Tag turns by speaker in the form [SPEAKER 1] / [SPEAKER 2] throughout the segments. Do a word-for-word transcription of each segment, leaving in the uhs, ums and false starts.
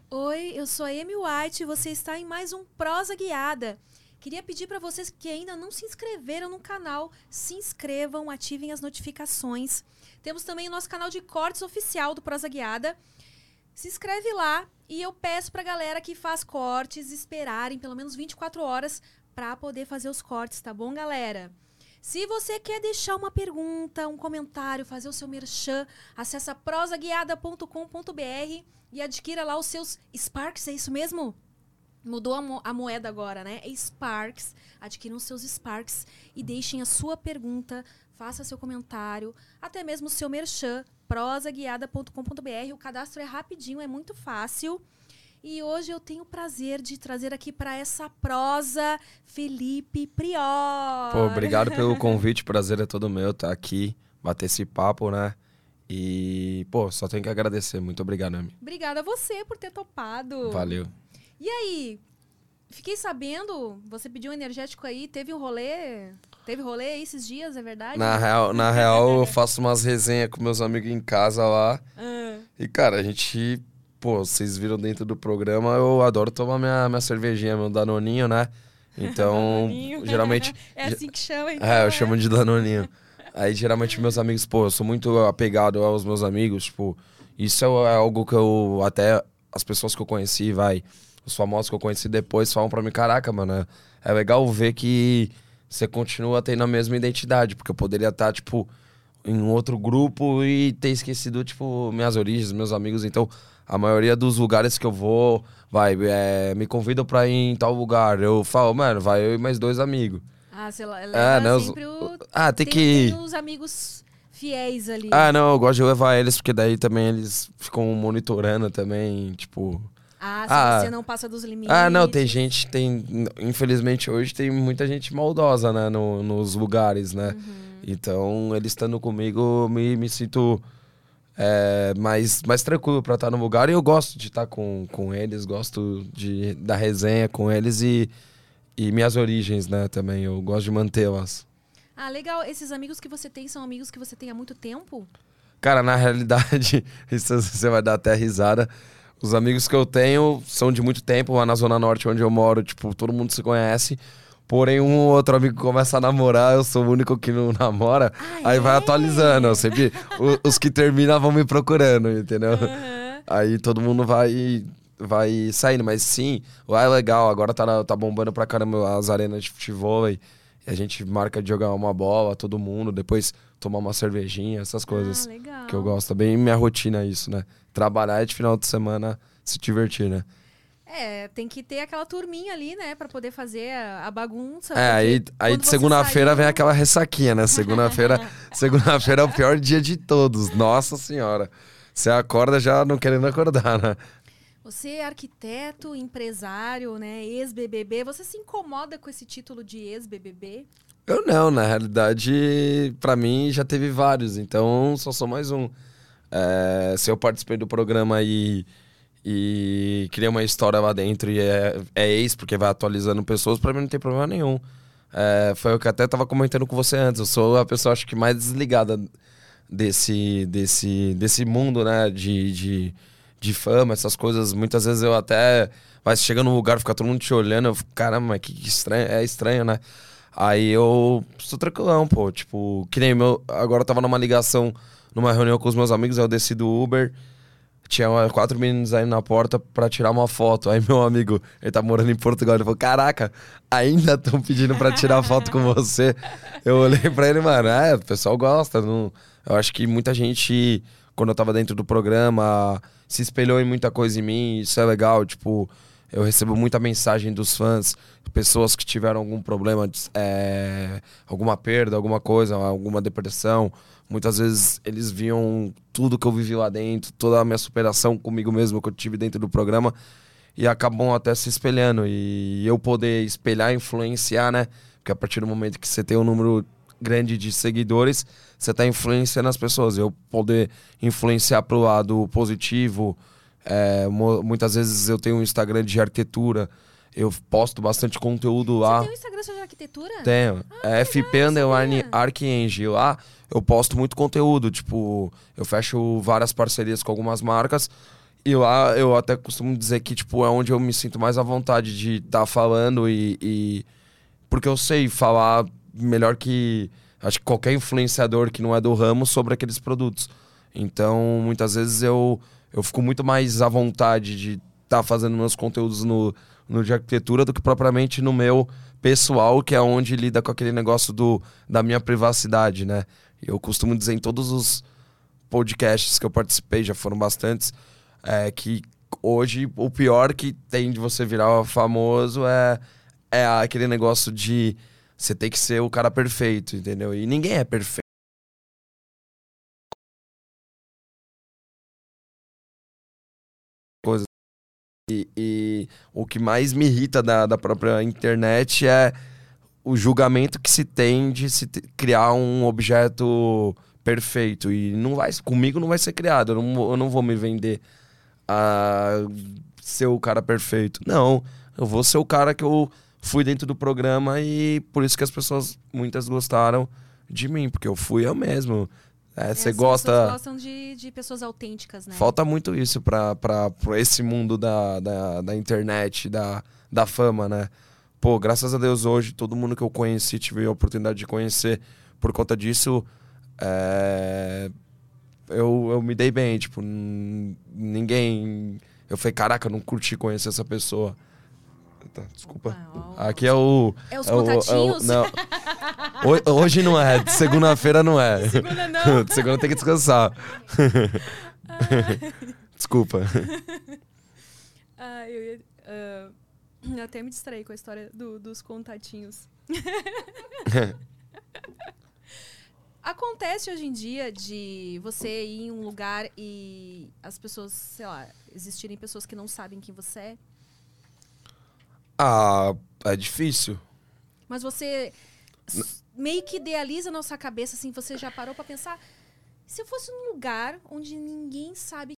[SPEAKER 1] Oi, eu sou a Amy White e você está em mais um Prosa Guiada. Queria pedir para vocês que ainda não se inscreveram no canal, se inscrevam, ativem as notificações. Temos também o nosso canal de cortes oficial do Prosa Guiada. Se inscreve lá e eu peço para a galera que faz cortes esperarem pelo menos vinte e quatro horas para poder fazer os cortes, tá bom, galera? Se você quer deixar uma pergunta, um comentário, fazer o seu merchan, acessa prosaguiada ponto com ponto br e adquira lá os seus Sparks, é isso mesmo? Mudou a, mo a moeda agora, né? É Sparks. Adquiram os seus Sparks e deixem a sua pergunta, faça seu comentário, até mesmo o seu merchan, prosaguiada ponto com ponto br. O cadastro é rapidinho, é muito fácil. E hoje eu tenho o prazer de trazer aqui para essa prosa Felipe Prior.
[SPEAKER 2] Pô, obrigado pelo convite, prazer é todo meu estar aqui, bater esse papo, né? E, pô, só tenho que agradecer. Muito obrigado, Amy.
[SPEAKER 1] Obrigada a você por ter topado.
[SPEAKER 2] Valeu.
[SPEAKER 1] E aí, fiquei sabendo, você pediu um energético aí, teve um rolê? Teve rolê aí esses dias, é verdade?
[SPEAKER 2] Na real, na real eu faço umas resenhas com meus amigos em casa lá.
[SPEAKER 1] Ah.
[SPEAKER 2] E, cara, a gente... Pô, vocês viram dentro do programa, eu adoro tomar minha, minha cervejinha, meu Danoninho, né? Então,
[SPEAKER 1] Danoninho.
[SPEAKER 2] geralmente...
[SPEAKER 1] É assim que chama, então.
[SPEAKER 2] É, eu
[SPEAKER 1] né?
[SPEAKER 2] chamo de Danoninho. Aí, geralmente, meus amigos... Pô, eu sou muito apegado aos meus amigos, tipo... Isso é algo que eu... Até as pessoas que eu conheci, vai... Os famosos que eu conheci depois falam pra mim... Caraca, mano, é, é legal ver que você continua tendo a mesma identidade. Porque eu poderia estar, tipo... em outro grupo e ter esquecido, tipo... Minhas origens, meus amigos. Então... A maioria dos lugares que eu vou, vai, é, me convidam pra ir em tal lugar. Eu falo, mano, vai eu e mais dois amigos.
[SPEAKER 1] Ah, você leva
[SPEAKER 2] É, né, os-
[SPEAKER 1] sempre o...
[SPEAKER 2] Ah, tem,
[SPEAKER 1] Tem,
[SPEAKER 2] que...
[SPEAKER 1] tem os amigos fiéis ali.
[SPEAKER 2] Ah, não, eu gosto de levar eles, porque daí também eles ficam monitorando também, tipo...
[SPEAKER 1] Ah, se
[SPEAKER 2] Ah.
[SPEAKER 1] você não passa dos limites.
[SPEAKER 2] Ah, não, tem gente, tem... Infelizmente hoje tem muita gente maldosa, né, no, nos lugares, né?
[SPEAKER 1] Uhum.
[SPEAKER 2] Então, eles estando comigo, eu me, me sinto... É, mais, mais tranquilo pra estar no lugar. E eu gosto de estar com, com eles, gosto de, da resenha com eles e, e minhas origens, né, também. Eu gosto de mantê-las.
[SPEAKER 1] Ah, legal. Esses amigos que você tem são amigos que você tem há muito tempo?
[SPEAKER 2] Cara, na realidade, isso você vai dar até risada. Os amigos que eu tenho são de muito tempo, lá na Zona Norte, onde eu moro, tipo, todo mundo se conhece. Porém, um ou outro amigo começa a namorar, eu sou o único que não namora.
[SPEAKER 1] Ah,
[SPEAKER 2] aí
[SPEAKER 1] é?
[SPEAKER 2] vai atualizando. Eu sempre, o- os que terminam vão me procurando, entendeu?
[SPEAKER 1] Aham.
[SPEAKER 2] Aí todo mundo vai, vai saindo. Mas sim, lá é legal. Agora tá, na- tá bombando pra caramba as arenas de futebol. E a gente marca de jogar uma bola, todo mundo. Depois tomar uma cervejinha, essas coisas
[SPEAKER 1] Ah, legal.
[SPEAKER 2] que eu gosto. É bem minha rotina isso, né? Trabalhar e de final de semana se divertir, né?
[SPEAKER 1] É, tem que ter aquela turminha ali, né? Pra poder fazer a, a bagunça.
[SPEAKER 2] É, aí,
[SPEAKER 1] porque
[SPEAKER 2] aí
[SPEAKER 1] quando
[SPEAKER 2] de
[SPEAKER 1] você
[SPEAKER 2] segunda-feira
[SPEAKER 1] saiu-
[SPEAKER 2] vem aquela ressaquinha, né? Segunda-feira segunda-feira é o pior dia de todos. Nossa senhora. Você acorda já não querendo acordar, né?
[SPEAKER 1] Você é arquiteto, empresário, né? Ex-B B B. Você se incomoda com esse título de ex-B B B?
[SPEAKER 2] Eu não, na realidade, pra mim já teve vários, então só sou mais um. É, se eu participei do programa e, e criei uma história lá dentro e é, é ex, porque vai atualizando pessoas, pra mim não tem problema nenhum. É, foi o que até tava comentando com você antes, eu sou a pessoa acho que mais desligada desse, desse, desse mundo, né, de, de, de fama, essas coisas. Muitas vezes eu até... Vai, chega num lugar, fica todo mundo te olhando, eu fico, caramba, mas que, que estranho, é estranho, né? Aí eu sou tranquilão, pô, tipo, que nem meu... Agora eu tava numa ligação, numa reunião com os meus amigos, aí eu desci do Uber, tinha uma- quatro meninos aí na porta pra tirar uma foto. Aí meu amigo, ele tá morando em Portugal, ele falou, caraca, ainda tão pedindo pra tirar foto com você. Eu olhei pra ele, mano, é, o pessoal gosta, não... Eu acho que muita gente, quando eu tava dentro do programa, se espelhou em muita coisa em mim, isso é legal, tipo... Eu recebo muita mensagem dos fãs, pessoas que tiveram algum problema, é, alguma perda, alguma coisa, alguma depressão. Muitas vezes eles viam tudo que eu vivi lá dentro, toda a minha superação comigo mesmo que eu tive dentro do programa e acabam até se espelhando. E eu poder espelhar, influenciar, né? Porque a partir do momento que você tem um número grande de seguidores, você está influenciando as pessoas. Eu poder influenciar pro lado positivo. É, mo- muitas vezes eu tenho um Instagram de arquitetura, eu posto bastante conteúdo lá.
[SPEAKER 1] Você tem um Instagram só de arquitetura?
[SPEAKER 2] Tenho. é F P underline
[SPEAKER 1] sabia.
[SPEAKER 2] Archangel. Lá eu posto muito conteúdo. Tipo, eu fecho várias parcerias com algumas marcas E lá eu até costumo dizer que, tipo, é onde eu me sinto mais à vontade de estar tá falando e, e... Porque eu sei falar melhor que, acho que qualquer influenciador que não é do ramo sobre aqueles produtos. Então, muitas vezes eu, eu fico muito mais à vontade de estar tá fazendo meus conteúdos no, no de arquitetura do que propriamente no meu pessoal, que é onde lida com aquele negócio do, da minha privacidade, né? Eu costumo dizer em todos os podcasts que eu participei, já foram bastantes, é que hoje o pior que tem de você virar famoso é, é aquele negócio de você ter que ser o cara perfeito, entendeu? E ninguém é perfeito. Coisa. E, e o que mais me irrita da, da própria internet é o julgamento que se tem de se te, criar um objeto perfeito. E não vai, comigo não vai ser criado. Eu não, eu não vou me vender a ser o cara perfeito. Não, eu vou ser o cara que eu fui dentro do programa e por isso que as pessoas, muitas gostaram de mim, porque eu fui eu mesmo. É, você
[SPEAKER 1] é,
[SPEAKER 2] gosta...
[SPEAKER 1] As pessoas gostam de, de pessoas autênticas, né?
[SPEAKER 2] Falta muito isso pra, pra, pra esse mundo da, da, da internet, da, da fama, né? Pô, graças a Deus hoje, todo mundo que eu conheci, tive a oportunidade de conhecer por conta disso, é... Eu, eu me dei bem, tipo, ninguém... Eu falei, caraca, eu não curti conhecer essa pessoa. Tá, desculpa.
[SPEAKER 1] Ah, ó,
[SPEAKER 2] Aqui é o...
[SPEAKER 1] É os
[SPEAKER 2] é o,
[SPEAKER 1] contatinhos?
[SPEAKER 2] é o, não. Hoje não é, de segunda-feira não é.
[SPEAKER 1] De segunda não.
[SPEAKER 2] De segunda tem que descansar. Desculpa.
[SPEAKER 1] Ah, eu ia... Uh, eu até me distraí com a história do, dos contatinhos. Acontece hoje em dia de você ir em um lugar e as pessoas, sei lá, existirem pessoas que não sabem quem você é?
[SPEAKER 2] Ah, é difícil.
[SPEAKER 1] Mas você N- meio que idealiza na sua cabeça, assim, você já parou pra pensar, se eu fosse num lugar onde ninguém sabe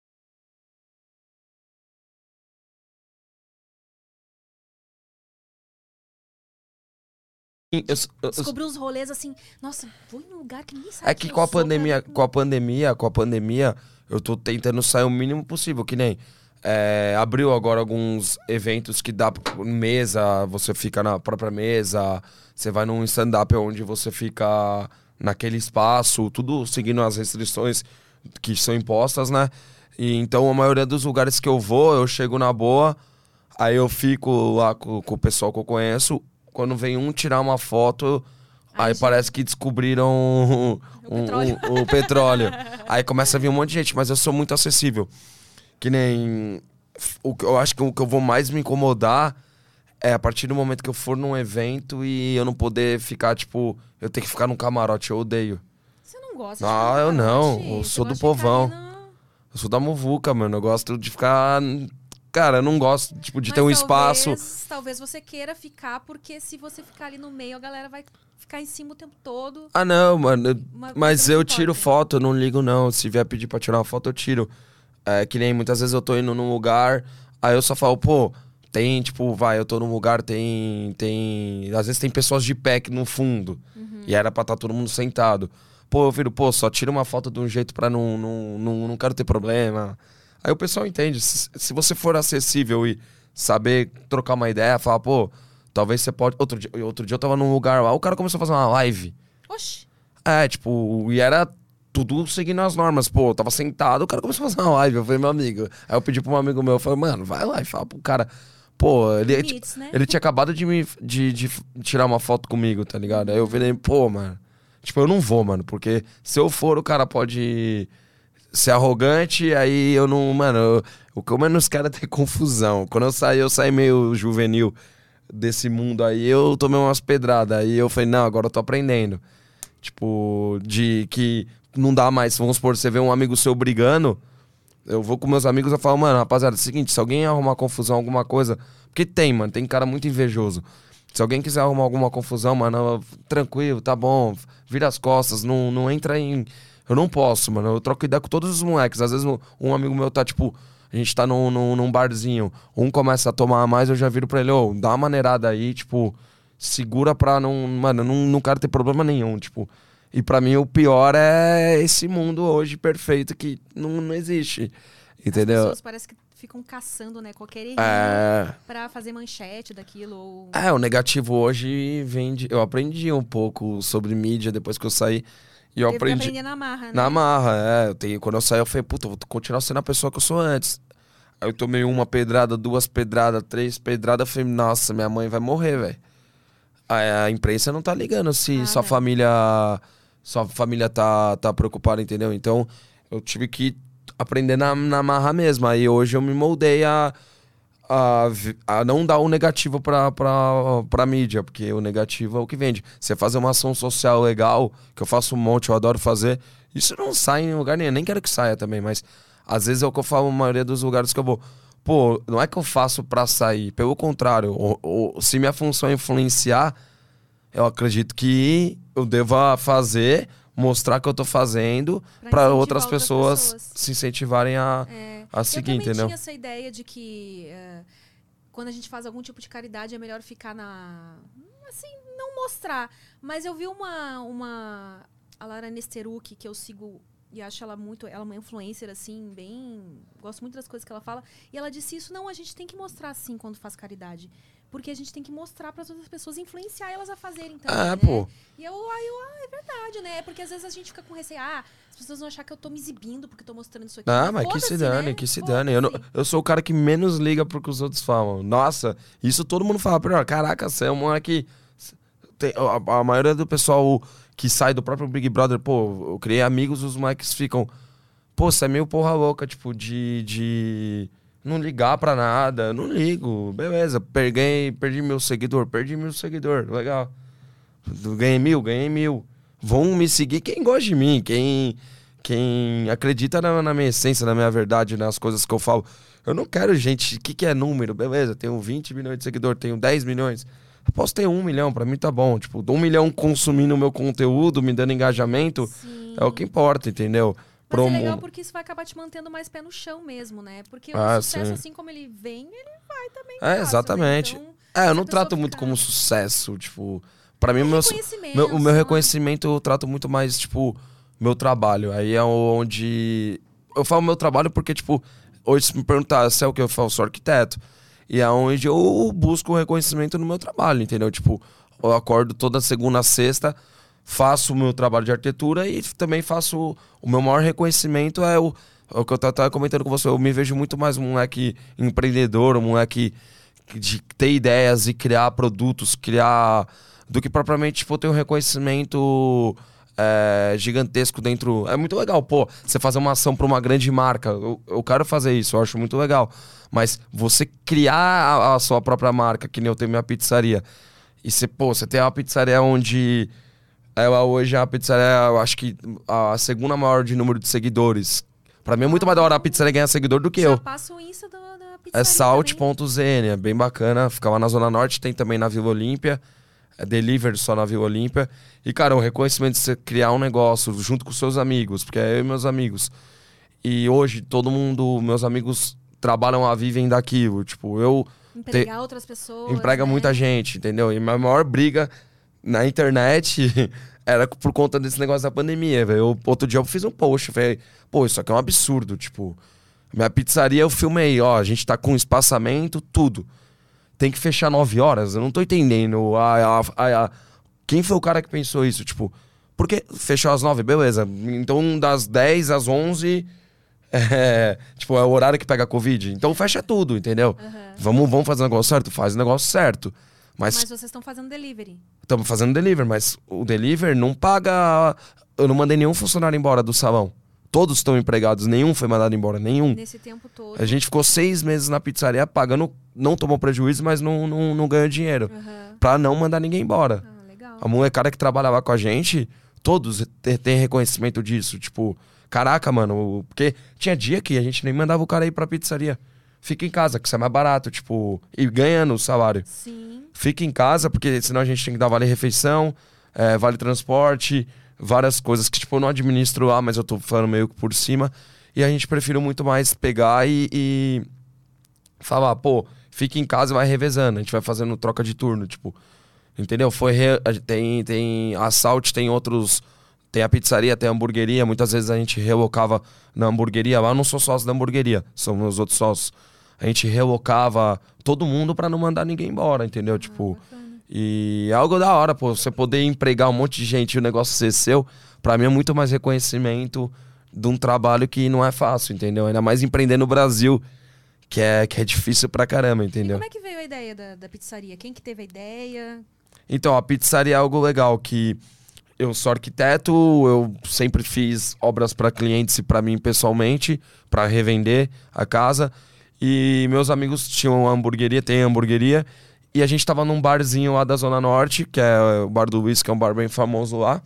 [SPEAKER 2] Eu- eu-
[SPEAKER 1] descobrir uns rolês assim, nossa, vou em um lugar que ninguém sabe
[SPEAKER 2] É que
[SPEAKER 1] quem
[SPEAKER 2] com
[SPEAKER 1] eu
[SPEAKER 2] a
[SPEAKER 1] sou,
[SPEAKER 2] pandemia,
[SPEAKER 1] pra-
[SPEAKER 2] com a pandemia, com a pandemia, eu tô tentando sair o mínimo possível, que nem é, abriu agora alguns eventos que dá mesa, você fica na própria mesa, você vai num stand-up onde você fica naquele espaço, tudo seguindo as restrições que são impostas, né? E então a maioria dos lugares que eu vou, eu chego na boa, aí eu fico lá com, com o pessoal que eu conheço, quando vem um tirar uma foto,
[SPEAKER 1] Aí
[SPEAKER 2] aí
[SPEAKER 1] já-
[SPEAKER 2] parece que descobriram um-
[SPEAKER 1] O
[SPEAKER 2] um-
[SPEAKER 1] petróleo.
[SPEAKER 2] um- o petróleo. Aí começa a vir um monte de gente, mas eu sou muito acessível. Que nem... O, que eu acho que o que eu vou mais me incomodar é a partir do momento que eu for num evento e eu não poder ficar, tipo... Eu tenho que ficar num camarote, eu odeio.
[SPEAKER 1] Você não gosta de
[SPEAKER 2] Ah,
[SPEAKER 1] ficar no
[SPEAKER 2] eu não.
[SPEAKER 1] camarote?
[SPEAKER 2] Eu
[SPEAKER 1] Você
[SPEAKER 2] sou do
[SPEAKER 1] gosta de ficar ali
[SPEAKER 2] povão.
[SPEAKER 1] no-
[SPEAKER 2] Eu sou da muvuca, mano. Eu gosto de ficar... Cara, eu não gosto, tipo, de
[SPEAKER 1] Mas
[SPEAKER 2] ter um
[SPEAKER 1] talvez,
[SPEAKER 2] espaço...
[SPEAKER 1] talvez você queira ficar, porque se você ficar ali no meio, a galera vai ficar em cima o tempo todo.
[SPEAKER 2] Ah, não, mano. eu-
[SPEAKER 1] Mas
[SPEAKER 2] Mas
[SPEAKER 1] você não
[SPEAKER 2] eu
[SPEAKER 1] se
[SPEAKER 2] tiro
[SPEAKER 1] importa?
[SPEAKER 2] foto, eu não ligo, não. Se vier pedir pra tirar uma foto, eu tiro. É que nem muitas vezes eu tô indo num lugar, aí eu só falo, pô, tem, tipo, vai, eu tô num lugar, tem. tem. Às vezes tem pessoas de pé aqui no fundo.
[SPEAKER 1] Uhum.
[SPEAKER 2] E era pra estar todo mundo sentado. Pô, eu viro, pô, só tira uma foto de um jeito pra não. Não, não, não quero ter problema. Aí o pessoal entende. Se, se você for acessível e saber trocar uma ideia, falar, pô, talvez você pode. Outro dia, outro dia eu tava num lugar lá, o cara começou a fazer uma live.
[SPEAKER 1] Oxi.
[SPEAKER 2] É, tipo, e era tudo seguindo as normas. Pô, eu tava sentado, o cara começou a fazer uma live. Eu falei, meu amigo. Aí eu pedi pra um amigo meu, eu falei, mano, vai lá e fala pro cara. Pô, ele,
[SPEAKER 1] Limites, né?
[SPEAKER 2] ele tinha acabado de me de, de tirar uma foto comigo, tá ligado? Aí eu falei, pô, mano. Tipo, eu não vou, mano, porque se eu for, o cara pode ser arrogante, aí eu não. Mano, eu, o que eu menos quero é ter confusão. Quando eu saí, eu saí meio juvenil desse mundo aí, eu tomei umas pedradas. Aí eu falei, não, agora eu tô aprendendo. Tipo, de que não dá mais. Vamos supor, você vê um amigo seu brigando, eu vou com meus amigos e falo, mano, rapaziada, é o seguinte, se alguém arrumar confusão, alguma coisa. Porque tem, mano, tem cara muito invejoso. Se alguém quiser arrumar alguma confusão, mano, tranquilo, tá bom, vira as costas, não, não entra em. Eu não posso, mano. Eu troco ideia com todos os moleques. Às vezes um- um amigo meu tá, tipo, a gente tá num, num, num barzinho, um começa a tomar a mais, eu já viro pra ele, ô, dá uma maneirada aí, tipo, segura pra não. Mano, eu não, não quero ter problema nenhum, tipo. E pra mim o pior é esse mundo hoje perfeito que não, não existe. entendeu?
[SPEAKER 1] As pessoas parece que ficam caçando, né? Qualquer errinho
[SPEAKER 2] É...
[SPEAKER 1] pra fazer manchete daquilo. Ou...
[SPEAKER 2] É, o negativo hoje vem de... Eu aprendi um pouco sobre mídia depois que eu saí. E eu
[SPEAKER 1] Teve
[SPEAKER 2] aprendi...
[SPEAKER 1] que aprender na marra, né?
[SPEAKER 2] Na marra, é. Eu tenho... Quando eu saí, eu falei, puta, eu vou continuar sendo a pessoa que eu sou antes. Aí eu tomei uma pedrada, duas pedradas, três pedradas. Eu falei, nossa, minha mãe vai morrer, velho. A, a imprensa não tá ligando se
[SPEAKER 1] Ah,
[SPEAKER 2] sua
[SPEAKER 1] né?
[SPEAKER 2] família... Sua família tá, tá preocupada, entendeu? Então, eu tive que aprender na, na marra mesmo. Aí hoje eu me moldei a... A, vi- a não dar o negativo pra, pra, pra mídia, porque o negativo é o que vende. Você fazer uma ação social legal, que eu faço um monte, eu adoro fazer, isso não sai em lugar nenhum. Nem quero que saia também, mas às vezes é o que eu falo na maioria dos lugares que eu vou. Pô, não é que eu faço pra sair, pelo contrário, o- o- se minha função é influenciar, eu acredito que eu deva fazer, mostrar que eu tô fazendo,
[SPEAKER 1] Pra
[SPEAKER 2] pra
[SPEAKER 1] incentivar
[SPEAKER 2] outras
[SPEAKER 1] outras
[SPEAKER 2] pessoas,
[SPEAKER 1] pessoas.
[SPEAKER 2] se incentivarem a,
[SPEAKER 1] É,
[SPEAKER 2] a
[SPEAKER 1] eu
[SPEAKER 2] seguir,
[SPEAKER 1] também
[SPEAKER 2] entendeu?
[SPEAKER 1] tinha essa ideia de que eh, quando a gente faz algum tipo de caridade é melhor ficar na... Assim, não mostrar. Mas eu vi uma... uma a Lara Nesteruk, que eu sigo e acho ela muito... Ela é uma influencer, assim, bem... Gosto muito das coisas que ela fala. E ela disse isso, não, a gente tem que mostrar, assim, quando faz caridade. Porque a gente tem que mostrar para as outras pessoas, influenciar elas a fazerem também,
[SPEAKER 2] É,
[SPEAKER 1] né?
[SPEAKER 2] pô.
[SPEAKER 1] E eu, aí eu, ah, é verdade, né? Porque às vezes a gente fica com receio, ah, as pessoas vão achar que eu tô me exibindo porque eu tô mostrando isso aqui.
[SPEAKER 2] Ah, mas que se
[SPEAKER 1] foda-se,
[SPEAKER 2] dane,
[SPEAKER 1] né?
[SPEAKER 2] que se dane. Eu, não-
[SPEAKER 1] Foda-se.
[SPEAKER 2] eu sou o cara que menos liga pro que os outros falam. Nossa, isso todo mundo fala. Pra mim, caraca, você é um moleque... Tem, a, a maioria do pessoal que sai do próprio Big Brother, pô, eu criei amigos, os moleques ficam... Pô, você é meio porra louca, tipo, de... de não ligar pra nada. Eu não ligo, beleza. Perdi, perdi meu seguidor, perdi meu seguidor, legal. Ganhei mil, ganhei mil. Vão me seguir quem gosta de mim, quem, quem acredita na, na minha essência, na minha verdade, nas coisas que eu falo. Eu não quero gente... O que, que é número? Beleza, tenho vinte milhões de seguidores, tenho dez milhões. Eu posso ter um milhão, pra mim tá bom. Tipo, um milhão consumindo o meu conteúdo, me dando engajamento,
[SPEAKER 1] Sim.
[SPEAKER 2] é o que importa, entendeu?
[SPEAKER 1] Mas
[SPEAKER 2] Pro
[SPEAKER 1] é legal
[SPEAKER 2] mundo.
[SPEAKER 1] porque isso vai acabar te mantendo mais pé no chão mesmo, né? Porque
[SPEAKER 2] Ah,
[SPEAKER 1] o sucesso,
[SPEAKER 2] sim.
[SPEAKER 1] assim como ele vem, ele vai também
[SPEAKER 2] É,
[SPEAKER 1] fácil, né?
[SPEAKER 2] exatamente.
[SPEAKER 1] Então,
[SPEAKER 2] É, eu
[SPEAKER 1] se a
[SPEAKER 2] não
[SPEAKER 1] pessoa
[SPEAKER 2] trato muito
[SPEAKER 1] ficar-
[SPEAKER 2] como sucesso, tipo... Pra mim, o meu, su-
[SPEAKER 1] reconhecimento,
[SPEAKER 2] meu- o meu
[SPEAKER 1] sei lá.
[SPEAKER 2] reconhecimento eu trato muito mais, tipo, meu trabalho. Aí é onde... Eu falo meu trabalho porque, tipo, hoje se me perguntar se é o que eu falo, eu sou arquiteto. E é onde eu busco o reconhecimento no meu trabalho, entendeu? Tipo, eu acordo toda segunda a sexta, faço o meu trabalho de arquitetura e também faço... O meu maior reconhecimento é o, é o que eu tava comentando com você. Eu me vejo muito mais um moleque empreendedor, um moleque de ter ideias e criar produtos, criar... Do que propriamente, tipo, ter um reconhecimento é, gigantesco dentro... É muito legal, pô, você fazer uma ação pra uma grande marca. Eu, eu quero fazer isso, eu acho muito legal. Mas você criar a, a sua própria marca, que nem eu tenho minha pizzaria. E você, pô, você tem uma pizzaria onde... Ela hoje é a pizzaria, eu acho que a segunda maior de número de seguidores. Pra mim é muito mais da hora a pizzaria ganhar seguidor do que
[SPEAKER 1] Já
[SPEAKER 2] eu.
[SPEAKER 1] passa o Insta do- da pizzaria
[SPEAKER 2] É
[SPEAKER 1] também.
[SPEAKER 2] salt.zn, é bem bacana. Fica lá na Zona Norte, tem também na Vila Olímpia. É delivery só na Vila Olímpia. E, cara, o reconhecimento de você criar um negócio junto com seus amigos, porque é eu e meus amigos. E hoje todo mundo, meus amigos trabalham lá, vivem daquilo. Tipo, eu
[SPEAKER 1] Empregar outras pessoas,
[SPEAKER 2] emprega
[SPEAKER 1] né?
[SPEAKER 2] muita gente, entendeu? E minha maior briga na internet era por conta desse negócio da pandemia, velho. Eu- Outro dia eu fiz um post, falei, pô, isso aqui é um absurdo, tipo... Minha pizzaria eu filmei, ó, a gente tá com espaçamento, tudo. Tem que fechar nove horas? Eu não tô entendendo. A, a, a- a- quem foi o cara que pensou isso? Tipo, por que fechou às nove? Beleza. Então, das dez às onze, é, tipo, é o horário que pega a Covid. Então, fecha tudo, entendeu?
[SPEAKER 1] Aham.
[SPEAKER 2] Vamos, vamos fazer o negócio certo? Faz o negócio certo.
[SPEAKER 1] Mas
[SPEAKER 2] Mas
[SPEAKER 1] vocês estão fazendo delivery.
[SPEAKER 2] estamos fazendo delivery, mas o delivery não paga... Eu não mandei nenhum funcionário embora do salão. Todos estão empregados, nenhum foi mandado embora, nenhum.
[SPEAKER 1] Nesse tempo todo.
[SPEAKER 2] A gente ficou seis meses na pizzaria pagando, não tomou prejuízo, mas não, não, não ganhou dinheiro.
[SPEAKER 1] Aham.
[SPEAKER 2] Pra não mandar ninguém embora.
[SPEAKER 1] Ah, legal.
[SPEAKER 2] A molecada que trabalhava com a gente, todos te- têm reconhecimento disso. Tipo, caraca, mano, porque tinha dia que a gente nem mandava o cara ir pra pizzaria. Fica em casa, que isso é mais barato, tipo, e ganhando o salário.
[SPEAKER 1] Sim.
[SPEAKER 2] Fica em casa, porque senão a gente tem que dar vale-refeição, é, vale-transporte, várias coisas que, tipo, eu não administro lá, mas eu tô falando meio que por cima. E a gente prefere muito mais pegar e, e falar, pô, fica em casa e vai revezando. A gente vai fazendo troca de turno, tipo, entendeu? Foi re... Tem, tem assalto, tem outros... tem a pizzaria, tem a hamburgueria. Muitas vezes a gente relocava na hamburgueria. Lá eu não sou sócio da hamburgueria, são meus outros sócios. A gente relocava todo mundo pra não mandar ninguém embora, entendeu? Ah, tipo, bacana. E é algo da hora, pô. Você poder empregar um monte de gente e o negócio ser seu, pra mim é muito mais reconhecimento de um trabalho que não é fácil, entendeu? Ainda mais empreender no Brasil, que é, que é difícil pra caramba, entendeu?
[SPEAKER 1] E como é que veio a ideia da, da pizzaria? Quem que teve a ideia?
[SPEAKER 2] Então, a pizzaria é algo legal, que eu sou arquiteto, eu sempre fiz obras para clientes e para mim pessoalmente, para revender a casa. E meus amigos tinham uma hamburgueria, tem hamburgueria, e a gente tava num barzinho lá da Zona Norte, que é o Bar do Luiz, que é um bar bem famoso lá.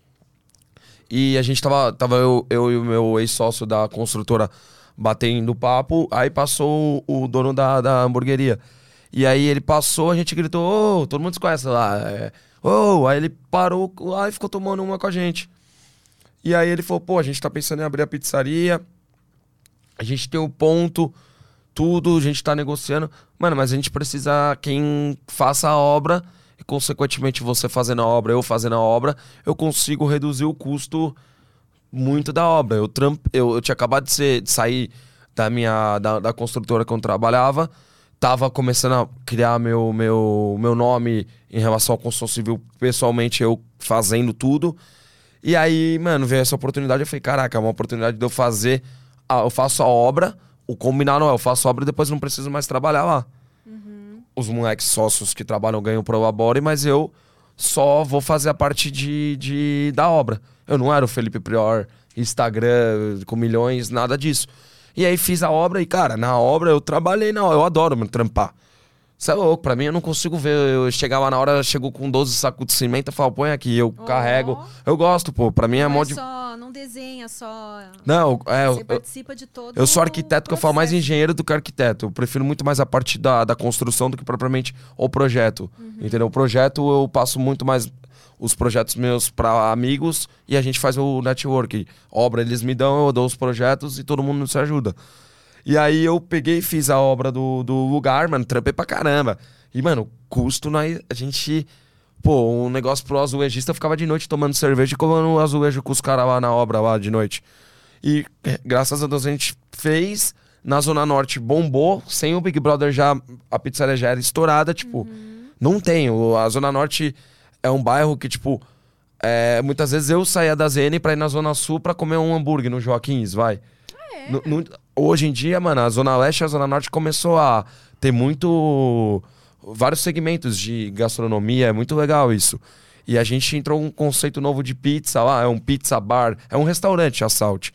[SPEAKER 2] E a gente tava, tava eu, eu e o meu ex-sócio da construtora batendo papo, aí passou o, o dono da, da hamburgueria. E aí ele passou, a gente gritou, ô, todo mundo se conhece lá. É, ô, aí ele parou lá e ficou tomando uma com a gente. E aí ele falou, pô, a gente tá pensando em abrir a pizzaria, a gente tem o ponto, tudo, a gente tá negociando. Mano, mas a gente precisa quem faça a obra, e consequentemente você fazendo a obra, eu fazendo a obra, eu consigo reduzir o custo muito da obra. Eu, tramp... eu, eu tinha acabado de, ser, de sair da minha da, da construtora que eu trabalhava, tava começando a criar meu, meu, meu nome em relação à construção civil, pessoalmente eu fazendo tudo. E aí, mano, veio essa oportunidade, eu falei, caraca, é uma oportunidade de eu fazer, a, eu faço a obra, o combinado é, eu faço a obra e depois não preciso mais trabalhar lá. Uhum. Os moleques sócios que trabalham ganham pro labore, mas eu só vou fazer a parte de, de, da obra. Eu não era o Felipe Prior, Instagram com milhões, nada disso. E aí fiz a obra e, cara, na obra eu trabalhei, não, eu adoro me trampar. Isso é louco, pra mim eu não consigo ver, eu chegava na hora, chegou com doze sacos de cimento, eu falo, põe aqui, eu oh. carrego. Eu gosto, pô, pra mim é
[SPEAKER 1] não
[SPEAKER 2] mó
[SPEAKER 1] é
[SPEAKER 2] de...
[SPEAKER 1] só, não desenha só...
[SPEAKER 2] Não, é...
[SPEAKER 1] Você
[SPEAKER 2] eu,
[SPEAKER 1] participa de todo
[SPEAKER 2] Eu sou arquiteto, que eu falo mais
[SPEAKER 1] processo.
[SPEAKER 2] engenheiro do que arquiteto. Eu prefiro muito mais a parte da, da construção do que propriamente o projeto, uhum. entendeu? O projeto eu passo muito mais... os projetos meus para amigos e a gente faz o network. Obra eles me dão, eu dou os projetos e todo mundo se ajuda. E aí eu peguei e fiz a obra do, do lugar, mano, trampei pra caramba. E, mano, custo, nós, a gente... Pô, um negócio pro azulejista, eu ficava de noite tomando cerveja e comendo azulejo com os caras lá na obra, lá de noite. E, graças a Deus, a gente fez. Na Zona Norte bombou, sem o Big Brother já, a pizzaria já era estourada, tipo... Uhum. Não tem, a Zona Norte... É um bairro que, tipo, é, muitas vezes eu saía da Z N pra ir na Zona Sul pra comer um hambúrguer no Joaquins, vai.
[SPEAKER 1] Ah, é?
[SPEAKER 2] No, no, hoje em dia, mano, a Zona Leste e a Zona Norte começou a ter muito... vários segmentos de gastronomia, é muito legal isso. E a gente entrou um conceito novo de pizza lá, é um pizza bar, é um restaurante, a Salt.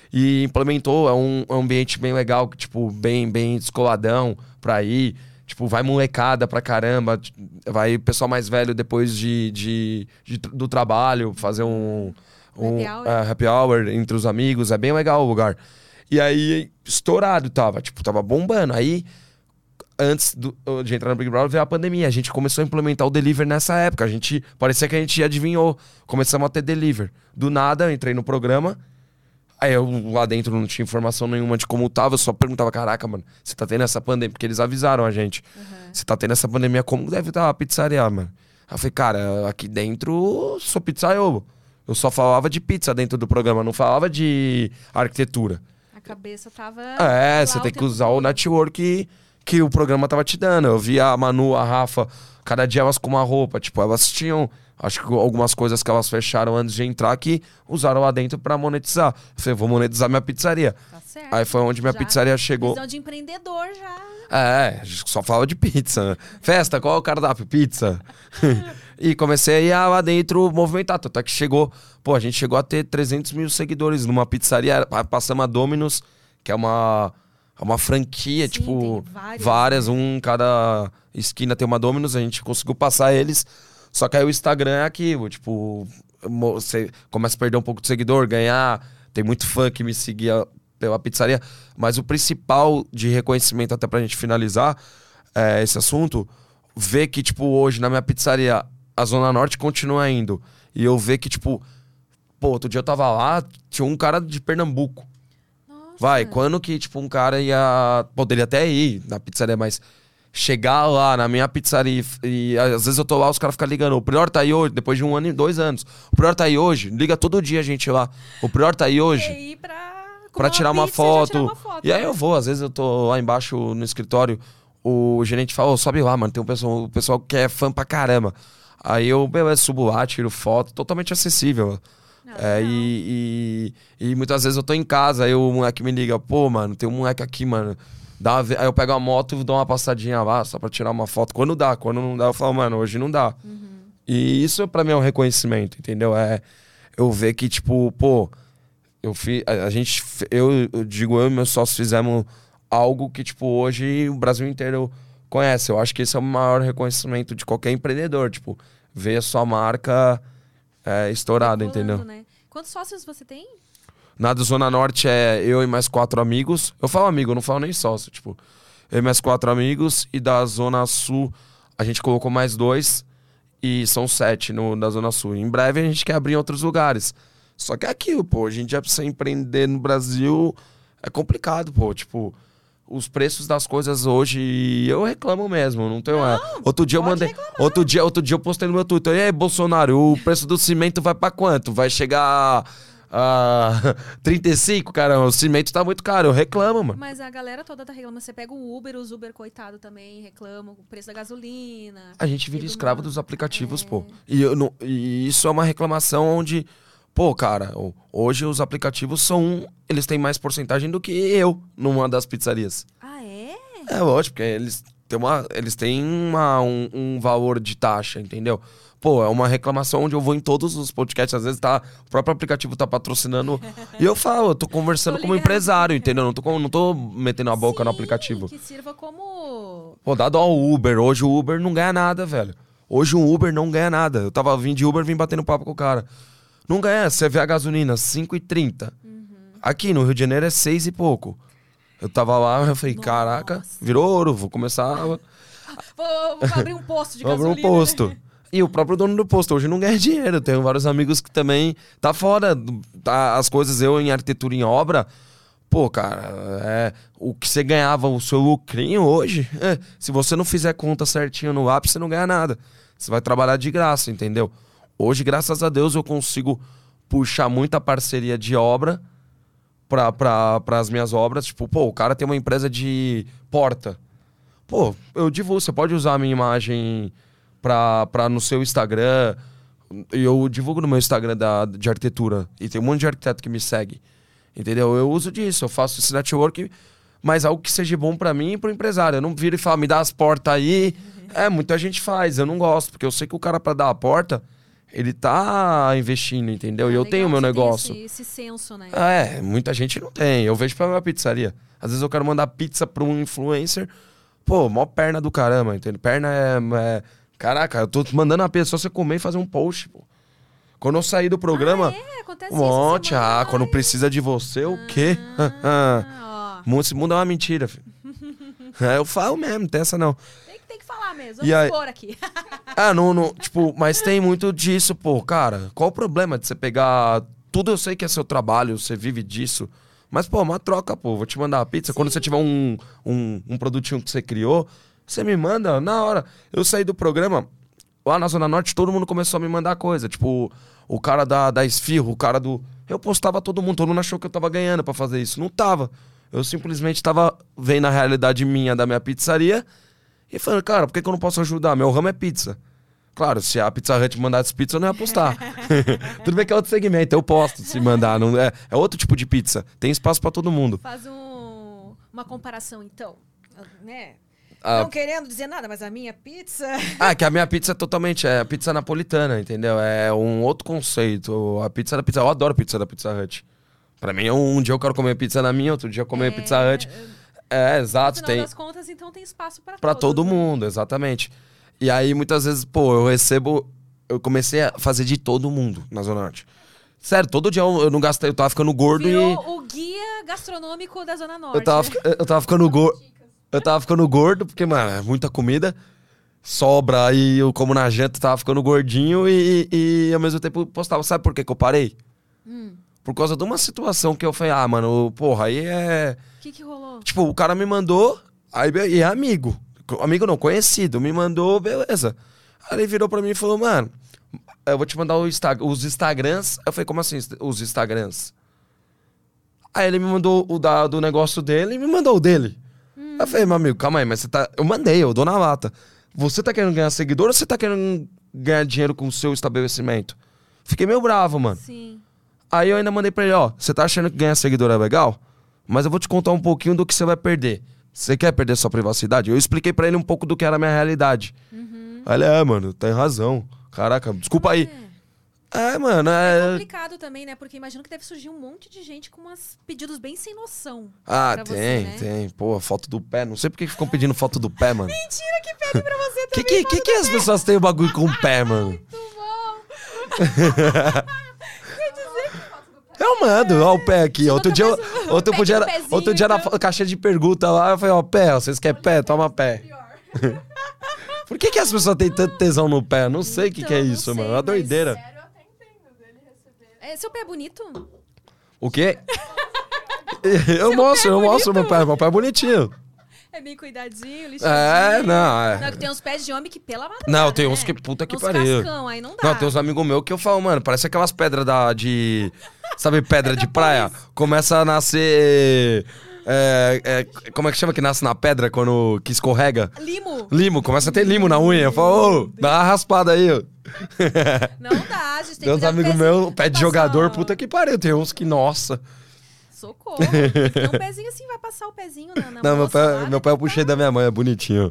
[SPEAKER 2] E implementou, é um ambiente bem legal, tipo, bem, bem descoladão pra ir. Tipo, vai molecada pra caramba, vai pessoal mais velho depois de, de, de do trabalho, fazer um, um
[SPEAKER 1] happy, hour.
[SPEAKER 2] Uh, happy hour entre os amigos, é bem legal o lugar. E aí, estourado tava, tipo, tava bombando. Aí, antes do, de entrar no Big Brother, veio a pandemia. A gente começou a implementar o delivery nessa época. A gente, parecia que a gente adivinhou. Começamos a ter delivery. Do nada, eu entrei no programa. Aí eu lá dentro não tinha informação nenhuma de como tava, eu só perguntava, caraca, mano, você tá tendo essa pandemia? Porque eles avisaram a gente. Uhum. Você tá tendo essa pandemia, como deve estar a pizzaria, mano? Aí eu falei, cara, aqui dentro sou pizzaiolo. Eu só falava de pizza dentro do programa, não falava de arquitetura.
[SPEAKER 1] A cabeça tava...
[SPEAKER 2] É, você tem que usar o network que, que o programa tava te dando. Eu via a Manu, a Rafa, cada dia elas com uma roupa, tipo, elas tinham... Acho que algumas coisas que elas fecharam antes de entrar que usaram lá dentro pra monetizar. Eu falei, vou monetizar minha pizzaria.
[SPEAKER 1] Tá certo.
[SPEAKER 2] Aí foi onde minha
[SPEAKER 1] já,
[SPEAKER 2] pizzaria chegou.
[SPEAKER 1] Visão de empreendedor já.
[SPEAKER 2] É, só fala de pizza. Festa, qual é o cardápio? Pizza. E comecei a ir lá dentro movimentar. Até que chegou... Pô, a gente chegou a ter trezentos mil seguidores numa pizzaria. Passamos a Domino's, que é uma... É uma franquia,
[SPEAKER 1] Sim,
[SPEAKER 2] tipo...
[SPEAKER 1] Várias,
[SPEAKER 2] várias, um cada esquina tem uma Domino's. A gente conseguiu passar eles... Só que aí o Instagram é aquilo, tipo, você começa a perder um pouco de seguidor, ganhar, tem muito fã que me seguia pela pizzaria, mas o principal de reconhecimento, até pra gente finalizar é, esse assunto, ver que, tipo, hoje na minha pizzaria, a Zona Norte continua indo, e eu ver que, tipo, pô, outro dia eu tava lá, tinha um cara de Pernambuco.
[SPEAKER 1] Nossa.
[SPEAKER 2] Vai, quando que, tipo, um cara ia, poderia até ir na pizzaria, mas... chegar lá na minha pizzaria e, e às vezes eu tô lá, os caras ficam ligando, o Prior tá aí hoje, depois de um ano e dois anos. O Prior tá aí hoje, liga todo dia a gente lá. O Prior tá aí hoje.
[SPEAKER 1] E aí pra,
[SPEAKER 2] pra tirar uma,
[SPEAKER 1] foto,
[SPEAKER 2] tirar uma foto. E aí eu vou, às vezes eu tô lá embaixo no escritório, o gerente fala, oh, sobe lá, mano, tem um pessoal, o pessoal que é fã pra caramba. Aí eu, beleza, subo lá, tiro foto, totalmente acessível. Não, é, não. E, e, e muitas vezes eu tô em casa, aí o moleque me liga, pô, mano, tem um moleque aqui, mano. Dá uma... Aí eu pego a moto e dou uma passadinha lá, só pra tirar uma foto. Quando dá, quando não dá, eu falo, mano, hoje não dá. Uhum. E isso pra mim é um reconhecimento, entendeu? É eu ver que, tipo, pô, eu fiz. A, a gente, eu, eu digo, eu e meus sócios fizemos algo que, tipo, hoje o Brasil inteiro conhece. Eu acho que esse é o maior reconhecimento de qualquer empreendedor, tipo, ver a sua marca é, estourada, entendeu?
[SPEAKER 1] Né? Quantos sócios você tem?
[SPEAKER 2] Na da Zona Norte é eu e mais quatro amigos. Eu falo amigo, eu não falo nem sócio. Tipo, eu e mais quatro amigos. E da Zona Sul, a gente colocou mais dois. E são sete no, da Zona Sul. Em breve a gente quer abrir em outros lugares. Só que é aquilo, pô. A gente já precisa empreender no Brasil. É complicado, pô. Tipo, os preços das coisas hoje... Eu reclamo mesmo, não tenho... Não, é. Outro dia eu mandei... Outro dia, outro dia eu postei no meu Twitter. E aí, Bolsonaro, o preço do cimento vai pra quanto? Vai chegar... Ah, trinta e cinco, cara, o cimento tá muito caro, eu reclamo, mano.
[SPEAKER 1] Mas a galera toda tá reclamando. Você pega o Uber, os Uber, coitado, também reclamam o preço da gasolina.
[SPEAKER 2] A gente vira escravo dos aplicativos, é... pô. E, eu não, e isso é uma reclamação onde, pô, cara, hoje os aplicativos são. Eles têm mais porcentagem do que eu numa das pizzarias.
[SPEAKER 1] Ah, é?
[SPEAKER 2] É lógico, porque eles têm, uma, eles têm uma, um, um valor de taxa, entendeu? Pô, é uma reclamação onde eu vou em todos os podcasts, às vezes tá, o próprio aplicativo tá patrocinando. E eu falo, eu tô conversando tô como empresário, entendeu? Não tô, não tô metendo a boca Sim, no aplicativo.
[SPEAKER 1] Que sirva como.
[SPEAKER 2] Pô, dado ao Uber, hoje o Uber não ganha nada, velho. Hoje o Uber não ganha nada. Eu tava vindo de Uber, vim batendo papo com o cara. Não ganha, você vê a gasolina, cinco e trinta. Uhum. Aqui no Rio de Janeiro é seis e pouco. Eu tava lá, eu falei, Nossa. Caraca, virou ouro, vou começar.
[SPEAKER 1] Vou, vou abrir um posto de
[SPEAKER 2] vou
[SPEAKER 1] gasolina.
[SPEAKER 2] Abrir um posto. Né? E o próprio dono do posto hoje não ganha dinheiro. Eu tenho vários amigos que também tá fora. Tá, as coisas, eu em arquitetura em obra. Pô, cara, é, o que você ganhava, o seu lucrinho hoje, é, se você não fizer conta certinho no lápis, você não ganha nada. Você vai trabalhar de graça, entendeu? Hoje, graças a Deus, eu consigo puxar muita parceria de obra pra, pra, pras minhas obras. Tipo, pô, o cara tem uma empresa de porta. Pô, eu divulgo, você pode usar a minha imagem... Pra, pra no seu Instagram. Eu divulgo no meu Instagram da, de arquitetura. E tem um monte de arquiteto que me segue. Entendeu? Eu uso disso, eu faço esse network, mas algo que seja bom pra mim e pro empresário. Eu não viro e falo, me dá as portas aí. Uhum. É, muita gente faz, eu não gosto, porque eu sei que o cara, pra dar a porta, ele tá investindo, entendeu? Ah, e eu tenho o meu negócio.
[SPEAKER 1] Esse, esse senso, né?
[SPEAKER 2] É, muita gente não tem. Eu vejo pra minha pizzaria. Às vezes eu quero mandar pizza pra um influencer. Pô, mó perna do caramba, entendeu? Perna é... é... Caraca, eu tô mandando a pessoa você comer e fazer um post, pô. Quando eu saí do programa...
[SPEAKER 1] Ah, é? Acontece
[SPEAKER 2] um monte,
[SPEAKER 1] isso.
[SPEAKER 2] Ah, quando precisa de você, ah, o quê? Ah, esse mundo é uma mentira, filho. É, eu falo mesmo, não tem essa não.
[SPEAKER 1] Tem, tem que falar mesmo, vamos
[SPEAKER 2] aí...
[SPEAKER 1] expor aqui.
[SPEAKER 2] Ah, não, não, tipo, mas tem muito disso, pô. Cara, qual o problema de você pegar... Tudo eu sei que é seu trabalho, você vive disso. Mas, pô, uma troca, pô. Vou te mandar uma pizza. Sim. Quando você tiver um, um, um produtinho que você criou... Você me manda, na hora. Eu saí do programa, lá na Zona Norte, todo mundo começou a me mandar coisa. Tipo, o cara da, da Esfirro, o cara do... Eu postava todo mundo, todo mundo achou que eu tava ganhando pra fazer isso. Não tava. Eu simplesmente tava vendo a realidade minha da minha pizzaria e falando, cara, por que, que eu não posso ajudar? Meu ramo é pizza. Claro, se a Pizza Hut mandasse pizza, eu não ia postar. Tudo bem que é outro segmento, eu posto se mandar. Não é, é outro tipo de pizza. Tem espaço pra todo mundo.
[SPEAKER 1] Faz um, uma comparação, então, né?
[SPEAKER 2] Ah,
[SPEAKER 1] não querendo dizer nada, mas a minha pizza...
[SPEAKER 2] Ah, que a minha pizza é totalmente... É pizza napolitana, entendeu? É um outro conceito. A pizza da Pizza... Eu adoro pizza da Pizza Hut. Pra mim, um dia eu quero comer pizza na minha, outro dia eu comer é... Pizza Hut. É, exato.
[SPEAKER 1] No final
[SPEAKER 2] tem...
[SPEAKER 1] das contas, então tem espaço pra,
[SPEAKER 2] pra
[SPEAKER 1] todos,
[SPEAKER 2] todo
[SPEAKER 1] né?
[SPEAKER 2] mundo, exatamente. E aí, muitas vezes, pô, eu recebo... Eu comecei a fazer de todo mundo na Zona Norte. Sério, todo dia eu, eu não gastei... Eu tava ficando gordo
[SPEAKER 1] Virou
[SPEAKER 2] e...
[SPEAKER 1] o guia gastronômico da Zona Norte.
[SPEAKER 2] Eu tava, eu tava ficando gordo... Eu tava ficando gordo, porque, mano, é muita comida, sobra, aí eu como na janta, tava ficando gordinho e, e, e ao mesmo tempo postava. Sabe por que que eu parei? Hum. Por causa de uma situação que eu falei, ah, mano, porra, aí é...
[SPEAKER 1] O que que rolou?
[SPEAKER 2] Tipo, o cara me mandou, aí e é amigo. amigo não, conhecido, me mandou, beleza. Aí ele virou pra mim e falou, mano, eu vou te mandar o Insta- os Instagrams. Eu falei, como assim os Instagrams? Aí ele me mandou o da, do negócio dele e me mandou o dele. Hum. Eu falei, meu amigo, calma aí, mas você tá... Eu mandei, eu dou na lata. Você tá querendo ganhar seguidor ou você tá querendo ganhar dinheiro com o seu estabelecimento? Fiquei meio bravo, mano.
[SPEAKER 1] Sim.
[SPEAKER 2] Aí eu ainda mandei pra ele, ó, você tá achando que ganhar seguidor é legal? Mas eu vou te contar um pouquinho do que você vai perder. Você quer perder sua privacidade? Eu expliquei pra ele um pouco do que era a minha realidade. Uhum. Aí ele, é, mano, tem razão. Caraca, desculpa aí. É, é mano, é...
[SPEAKER 1] É complicado também, né? Porque imagino que deve surgir um monte de gente com uns pedidos bem sem noção.
[SPEAKER 2] Ah,
[SPEAKER 1] pra
[SPEAKER 2] tem,
[SPEAKER 1] você, né?
[SPEAKER 2] tem. Pô, foto do pé. Não sei por que ficam pedindo foto do pé, mano.
[SPEAKER 1] Mentira que pede pra você
[SPEAKER 2] Que
[SPEAKER 1] também.
[SPEAKER 2] que, que, que as pessoas têm o bagulho com o pé, mano?
[SPEAKER 1] Muito bom.
[SPEAKER 2] Eu mando, ó o pé aqui.
[SPEAKER 1] Você
[SPEAKER 2] Outro
[SPEAKER 1] nunca
[SPEAKER 2] dia, eu-
[SPEAKER 1] fez um
[SPEAKER 2] outro,
[SPEAKER 1] pé
[SPEAKER 2] podia,
[SPEAKER 1] de
[SPEAKER 2] era-
[SPEAKER 1] pezinho,
[SPEAKER 2] outro dia na
[SPEAKER 1] então?
[SPEAKER 2] fo- caixa de pergunta lá, eu falei, ó, pé, ó, vocês querem pé? Toma pé. Por que, que as pessoas têm tanto tesão no pé? Eu não sei o que, que é
[SPEAKER 1] Então, não
[SPEAKER 2] isso,
[SPEAKER 1] sei,
[SPEAKER 2] mano. É uma
[SPEAKER 1] mas-
[SPEAKER 2] doideira.
[SPEAKER 3] Sério, eu até entendo dele receber.
[SPEAKER 1] É, seu pé é bonito?
[SPEAKER 2] O quê? Eu mostro, eu mostro meu pé. Meu pé é bonitinho.
[SPEAKER 1] É bem cuidadinho, lixadinho.
[SPEAKER 2] É, não, é.
[SPEAKER 1] Não, que tem uns pés de homem que pela madrugada,
[SPEAKER 2] Não, tem uns
[SPEAKER 1] né?
[SPEAKER 2] que puta que
[SPEAKER 1] uns
[SPEAKER 2] pariu.
[SPEAKER 1] cascão, aí não dá.
[SPEAKER 2] Não, tem uns amigos meus que eu falo, mano, parece aquelas pedras da, de... Sabe, pedra de praia? Começa a nascer... é, é, como é que chama que nasce na pedra quando que escorrega?
[SPEAKER 1] Limo.
[SPEAKER 2] Limo, começa a ter limo na unha. Eu falo, ô, dá uma raspada aí, ó.
[SPEAKER 1] Não dá, a gente tem
[SPEAKER 2] Tem uns
[SPEAKER 1] que cuidar do
[SPEAKER 2] amigos
[SPEAKER 1] pezinho.
[SPEAKER 2] meus, pé de
[SPEAKER 1] Passar-
[SPEAKER 2] jogador, puta que pariu. Tem uns que, nossa.
[SPEAKER 1] Socorro. Tem um pezinho assim, vai passar o pezinho na, na
[SPEAKER 2] Não, meu
[SPEAKER 1] moça
[SPEAKER 2] pé,
[SPEAKER 1] lá,
[SPEAKER 2] meu pé eu puxei da minha mãe, é bonitinho.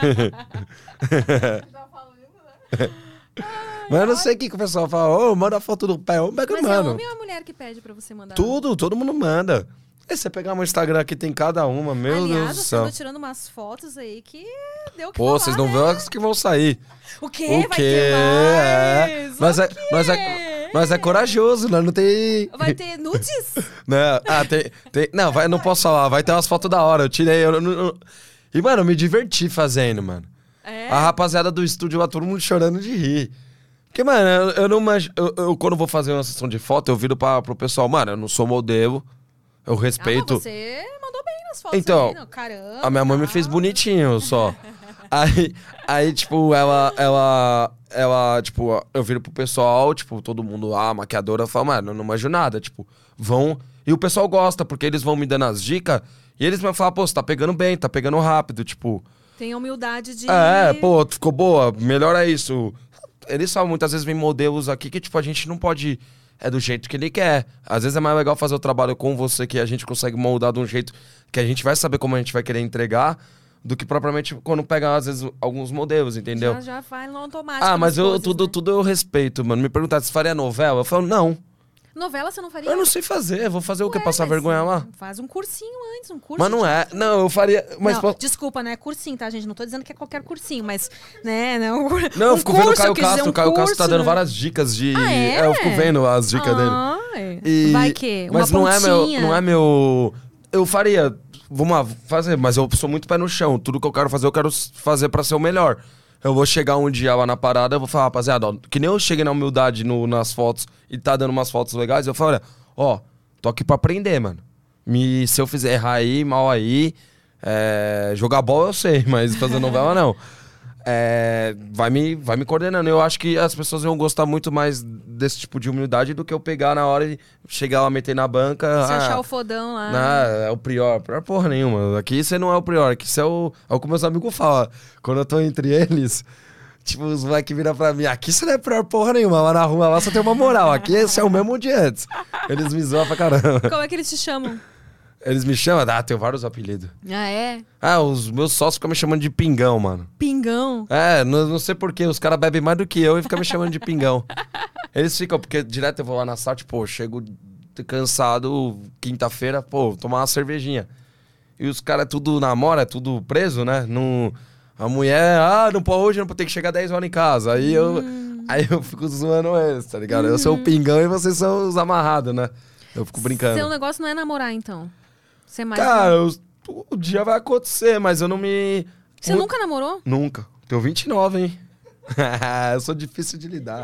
[SPEAKER 3] Tá falando, né?
[SPEAKER 2] Mas eu não sei o que, que o pessoal fala, ô, manda foto do pé. Ô, pega,
[SPEAKER 1] Mas é
[SPEAKER 2] mano.
[SPEAKER 1] homem ou a mulher que pede pra você mandar?
[SPEAKER 2] Tudo, todo mundo manda. E você pegar meu Instagram aqui, tem cada uma, meu
[SPEAKER 1] Aliás,
[SPEAKER 2] Deus do
[SPEAKER 1] você
[SPEAKER 2] céu.
[SPEAKER 1] andou tirando umas fotos aí que deu o que
[SPEAKER 2] Pô,
[SPEAKER 1] falar,
[SPEAKER 2] vocês não
[SPEAKER 1] né?
[SPEAKER 2] vê as que vão sair.
[SPEAKER 1] O quê?
[SPEAKER 2] O
[SPEAKER 1] Vai
[SPEAKER 2] quê?
[SPEAKER 1] ter
[SPEAKER 2] É.
[SPEAKER 1] mais?
[SPEAKER 2] Nós
[SPEAKER 1] O
[SPEAKER 2] é,
[SPEAKER 1] quê?
[SPEAKER 2] nós, é, nós é corajoso, nós não tem...
[SPEAKER 1] Vai ter nudes?
[SPEAKER 2] Não, ah, tem, tem... Não, vai, não posso falar, vai ter umas fotos da hora, eu tirei... Eu, não- não- E, mano, eu me diverti fazendo, mano.
[SPEAKER 1] É.
[SPEAKER 2] A rapaziada do estúdio lá, todo mundo chorando de rir. Porque, mano, eu, eu não imagino... Eu, eu, quando vou fazer uma sessão de foto, eu viro pra, pro pessoal, mano, eu não sou modelo, eu
[SPEAKER 1] Ah, mas
[SPEAKER 2] respeito...
[SPEAKER 1] você mandou bem nas fotos.
[SPEAKER 2] Então,
[SPEAKER 1] aí, não, caramba.
[SPEAKER 2] A minha mãe me
[SPEAKER 1] tal.
[SPEAKER 2] fez bonitinho só. Aí, aí, tipo, ela, ela, ela, tipo, eu viro pro pessoal, tipo, todo mundo, ah, maquiadora, fala, mano, eu não manjo nada, tipo, vão... E o pessoal gosta, porque eles vão me dando as dicas, e eles vão falar, pô, você tá pegando bem, tá pegando rápido, tipo...
[SPEAKER 1] Tem a humildade de...
[SPEAKER 2] É, pô, ficou boa, melhora isso. Eles falam, muitas vezes vem modelos aqui que, tipo, a gente não pode... É do jeito que ele quer. Às vezes é mais legal fazer o trabalho com você, que a gente consegue moldar de um jeito que a gente vai saber como a gente vai querer entregar, do que propriamente quando pega, às vezes, alguns modelos, entendeu?
[SPEAKER 1] Já, já vai no automático.
[SPEAKER 2] Ah, mas
[SPEAKER 1] nas
[SPEAKER 2] eu,
[SPEAKER 1] coisas,
[SPEAKER 2] tudo,
[SPEAKER 1] né?
[SPEAKER 2] tudo eu respeito, mano. Me perguntar se faria novela, eu falo, não.
[SPEAKER 1] Novela você não faria?
[SPEAKER 2] Eu não sei fazer, vou fazer o quê?
[SPEAKER 1] Ué,
[SPEAKER 2] Passar
[SPEAKER 1] mas
[SPEAKER 2] vergonha lá?
[SPEAKER 1] Faz um cursinho antes, um curso.
[SPEAKER 2] Mas não
[SPEAKER 1] de-
[SPEAKER 2] é. Não, eu faria. Mas
[SPEAKER 1] não,
[SPEAKER 2] po-
[SPEAKER 1] desculpa, não é cursinho, tá, gente? Não tô dizendo que é qualquer cursinho, mas, né, não.
[SPEAKER 2] Não, eu
[SPEAKER 1] um
[SPEAKER 2] fico vendo o
[SPEAKER 1] curso,
[SPEAKER 2] Caio
[SPEAKER 1] eu quis dizer
[SPEAKER 2] Castro.
[SPEAKER 1] um
[SPEAKER 2] O Caio Castro tá
[SPEAKER 1] curso,
[SPEAKER 2] dando
[SPEAKER 1] né?
[SPEAKER 2] várias dicas de.
[SPEAKER 1] Ah, é?
[SPEAKER 2] eu fico vendo as dicas dele.
[SPEAKER 1] Ai,
[SPEAKER 2] E-
[SPEAKER 1] vai que uma
[SPEAKER 2] Mas não é meu.
[SPEAKER 1] pontinha.
[SPEAKER 2] Não é meu. Eu faria. Vamos lá, fazer, mas eu sou muito pé no chão. Tudo que eu quero fazer, eu quero s- fazer pra ser o melhor. Eu vou chegar um dia lá na parada, eu vou falar, rapaziada, ó, que nem eu cheguei na humildade no- nas fotos e tá dando umas fotos legais, eu falo, olha, ó, tô aqui pra aprender, mano. Me, se eu fizer errar aí, mal aí, é, jogar bola eu sei, mas fazer novela não. É, vai, me, vai me coordenando. Eu acho que as pessoas vão gostar muito mais desse tipo de humildade do que eu pegar na hora e chegar lá, meter na banca.
[SPEAKER 1] Se
[SPEAKER 2] ah,
[SPEAKER 1] achar o fodão lá.
[SPEAKER 2] não, é o prior. Prior porra nenhuma. Aqui você não é o prior. Aqui você é o, é o que meus amigos falam. Quando eu tô entre eles, tipo, os moleques viram pra mim. Aqui você não é prior porra nenhuma. Lá na rua, lá só tem uma moral. Aqui esse é o mesmo de antes. Eles me zoam pra caramba.
[SPEAKER 1] Como é que eles te chamam?
[SPEAKER 2] Eles me chamam... Ah, tem vários apelidos.
[SPEAKER 1] Ah, é?
[SPEAKER 2] Ah, os meus sócios ficam me chamando de pingão, mano.
[SPEAKER 1] Pingão.
[SPEAKER 2] É, não, não sei porquê. Os caras bebem mais do que eu e ficam me chamando de pingão. Eles ficam... Porque direto eu vou lá na sala, pô, chego cansado, quinta-feira, pô, tomar uma cervejinha. E os caras tudo namora, tudo preso, né? Não, a mulher, ah, não pode hoje, não pode ter que chegar dez horas em casa. Aí eu,
[SPEAKER 1] Hum.
[SPEAKER 2] aí eu fico zoando eles, tá ligado? Eu sou o pingão e vocês são os amarrados, né? Eu fico brincando.
[SPEAKER 1] Seu negócio não é namorar, então? Você é mais...
[SPEAKER 2] Cara, eu- o dia vai acontecer, mas eu não me...
[SPEAKER 1] Você
[SPEAKER 2] Mu-
[SPEAKER 1] nunca namorou?
[SPEAKER 2] Nunca. Tenho vinte e nove, hein? Eu sou difícil de lidar.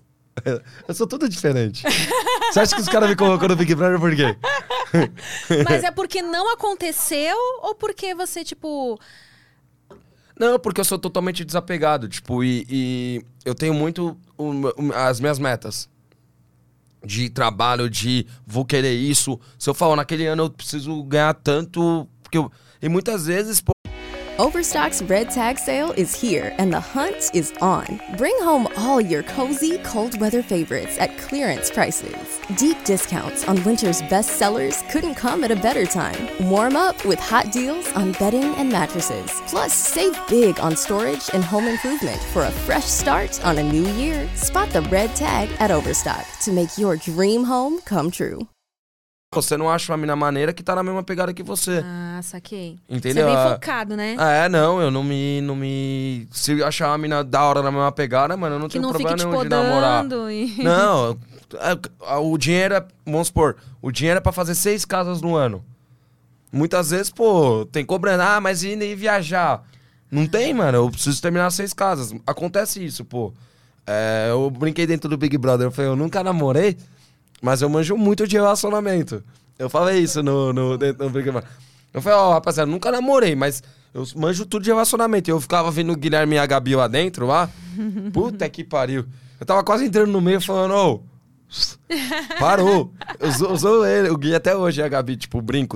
[SPEAKER 2] Eu sou tudo diferente. Você acha que os caras me colocam no Big Brother por quê?
[SPEAKER 1] Mas é porque não aconteceu ou porque você, tipo...
[SPEAKER 2] Não, porque eu sou totalmente desapegado, tipo, e, e eu tenho muito um, um, as minhas metas de trabalho, de vou querer isso. Se eu falar, naquele ano eu preciso ganhar tanto, porque eu, e muitas vezes, pô,
[SPEAKER 4] Overstock's Red Tag Sale is here and the hunt is on. Bring home all your cozy, cold weather favorites at clearance prices. Deep discounts on winter's best sellers couldn't come at a better time. Warm up with hot deals on bedding and mattresses. Plus, save big on storage and home improvement for a fresh start on a new year. Spot the red tag at Overstock to make your dream home come true.
[SPEAKER 2] você não acha uma mina maneira que tá na mesma pegada que você.
[SPEAKER 1] Ah, saquei.
[SPEAKER 2] Entendeu?
[SPEAKER 1] Você é bem
[SPEAKER 2] Ah,
[SPEAKER 1] focado, né?
[SPEAKER 2] Ah, é, não, eu não me, não me... Se eu achar uma mina da hora na mesma pegada, mano, eu não
[SPEAKER 1] Que
[SPEAKER 2] tenho
[SPEAKER 1] não
[SPEAKER 2] problema
[SPEAKER 1] fique te
[SPEAKER 2] nenhum de namorar.
[SPEAKER 1] podando e...
[SPEAKER 2] Não, é, o dinheiro é... Vamos supor, o dinheiro é pra fazer seis casas no ano. Muitas vezes, pô, tem cobrando, ah, mas e, e viajar? Não tem, mano, eu preciso terminar seis casas. Acontece isso, pô. É, eu brinquei dentro do Big Brother, eu falei, eu nunca namorei, mas eu manjo muito de relacionamento. Eu falei isso no, no, dentro do Big Brother. Eu falei, ó, oh, rapaziada, nunca namorei, mas eu manjo tudo de relacionamento. Eu ficava vendo o Guilherme e a Gabi lá dentro, lá. Puta que pariu. Eu tava quase entrando no meio falando, ô, oh, parou. Eu sou, eu sou ele, o Gui até hoje, a Gabi, tipo, brinco.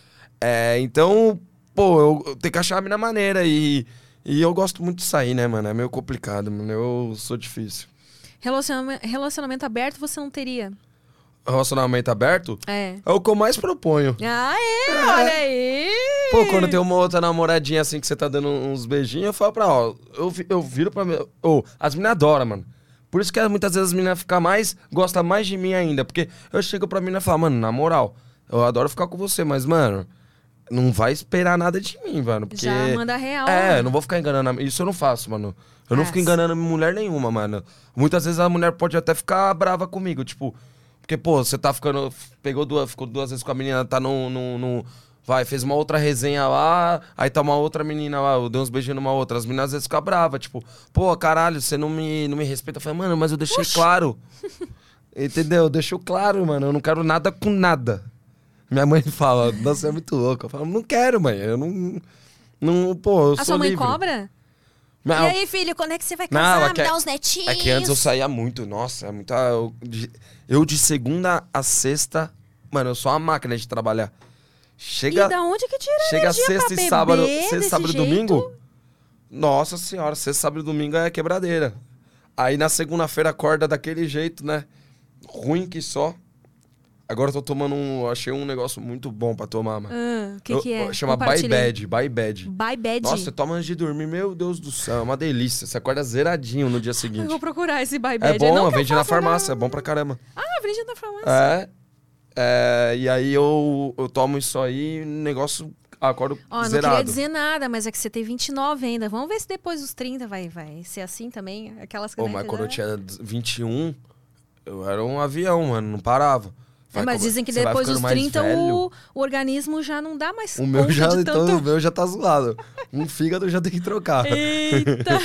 [SPEAKER 2] É, então, pô, eu, eu tenho que achar a mina maneira e, e eu gosto muito de sair, né, mano? É meio complicado, mano. Eu sou difícil.
[SPEAKER 1] Relacionamento, relacionamento aberto você não teria?
[SPEAKER 2] Relacionamento aberto
[SPEAKER 1] É.
[SPEAKER 2] é o que eu mais proponho.
[SPEAKER 1] Ah, é? Olha aí!
[SPEAKER 2] Pô, quando tem uma outra namoradinha assim que você tá dando uns beijinhos, eu falo pra ó, eu, vi- eu viro pra mim. Ô, as meninas adoram, mano. Por isso que muitas vezes as meninas ficam mais, gostam mais de mim ainda. Porque eu chego pra mina e falo, mano, na moral, eu adoro ficar com você, mas, mano, não vai esperar nada de mim, mano. Porque...
[SPEAKER 1] Já manda real.
[SPEAKER 2] É,
[SPEAKER 1] né?
[SPEAKER 2] eu não vou ficar enganando. a- Isso eu não faço, mano. Eu não
[SPEAKER 1] Ah,
[SPEAKER 2] fico enganando mulher nenhuma, mano. Muitas vezes a mulher pode até ficar brava comigo, tipo. Porque, pô, você tá ficando. Pegou duas, ficou duas vezes com a menina, tá no. no, no- vai, fez uma outra resenha lá, aí tá uma outra menina lá, eu dei uns beijinhos numa outra. As meninas às vezes ficam bravas, tipo, pô, caralho, você não me, não me respeita. Eu falei, mano, mas eu deixei claro. Entendeu? Eu deixo claro, mano. Eu não quero nada com nada. Minha mãe fala, nossa, você é muito louco. Eu falo, não quero, mãe. Eu não. Não, pô, eu
[SPEAKER 1] A
[SPEAKER 2] sou
[SPEAKER 1] sua mãe
[SPEAKER 2] livre.
[SPEAKER 1] cobra?
[SPEAKER 2] Não,
[SPEAKER 1] E aí, filho, quando é que você vai
[SPEAKER 2] Não,
[SPEAKER 1] casar?
[SPEAKER 2] é
[SPEAKER 1] Me
[SPEAKER 2] que-
[SPEAKER 1] dá uns netinhos?
[SPEAKER 2] é que antes eu saía muito, nossa, é muita. Eu de, eu de segunda a sexta, mano, eu sou uma máquina de trabalhar. Chega,
[SPEAKER 1] E da onde que tira
[SPEAKER 2] chega
[SPEAKER 1] energia pra
[SPEAKER 2] sexta e
[SPEAKER 1] beber
[SPEAKER 2] sábado, sexta,
[SPEAKER 1] desse
[SPEAKER 2] sábado e
[SPEAKER 1] jeito?
[SPEAKER 2] domingo. Nossa senhora, sexta, sábado e domingo é quebradeira. Aí na segunda-feira acorda daquele jeito, né? Ruim que só. Agora eu tô tomando um. Achei um negócio muito bom pra tomar, mano.
[SPEAKER 1] Ah, o que
[SPEAKER 2] Eu-
[SPEAKER 1] que é?
[SPEAKER 2] Chama Bye
[SPEAKER 1] Compartilha aí.
[SPEAKER 2] Bad, Bye Bad.
[SPEAKER 1] Bye Bad?
[SPEAKER 2] Nossa, você toma antes de dormir, meu Deus do céu, é uma delícia. Você acorda zeradinho no dia
[SPEAKER 1] Eu
[SPEAKER 2] seguinte.
[SPEAKER 1] vou procurar esse Bye
[SPEAKER 2] É
[SPEAKER 1] Bad.
[SPEAKER 2] bom,
[SPEAKER 1] Não que eu
[SPEAKER 2] vende na
[SPEAKER 1] faça
[SPEAKER 2] farmácia, é
[SPEAKER 1] nada.
[SPEAKER 2] bom pra caramba.
[SPEAKER 1] Ah, vende na farmácia.
[SPEAKER 2] É, é, e aí eu, eu tomo isso aí, negócio, acordo
[SPEAKER 1] Ó, não
[SPEAKER 2] zerado.
[SPEAKER 1] queria dizer nada, mas é que você tem vinte e nove ainda. Vamos ver se depois dos trinta vai, vai ser assim também. Aquelas
[SPEAKER 2] Pô,
[SPEAKER 1] né,
[SPEAKER 2] mas
[SPEAKER 1] que
[SPEAKER 2] quando eu
[SPEAKER 1] já-
[SPEAKER 2] tinha vinte e um, eu era um avião, mano, não parava.
[SPEAKER 1] É,
[SPEAKER 2] Vai
[SPEAKER 1] mas
[SPEAKER 2] come-
[SPEAKER 1] dizem que
[SPEAKER 2] você vai
[SPEAKER 1] depois
[SPEAKER 2] ficando
[SPEAKER 1] dos
[SPEAKER 2] mais
[SPEAKER 1] trinta
[SPEAKER 2] velho.
[SPEAKER 1] o, o organismo já não dá mais
[SPEAKER 2] O meu,
[SPEAKER 1] conta
[SPEAKER 2] já,
[SPEAKER 1] de
[SPEAKER 2] então,
[SPEAKER 1] tanto...
[SPEAKER 2] o meu já tá zoado. Um fígado já tem que trocar.
[SPEAKER 1] Eita!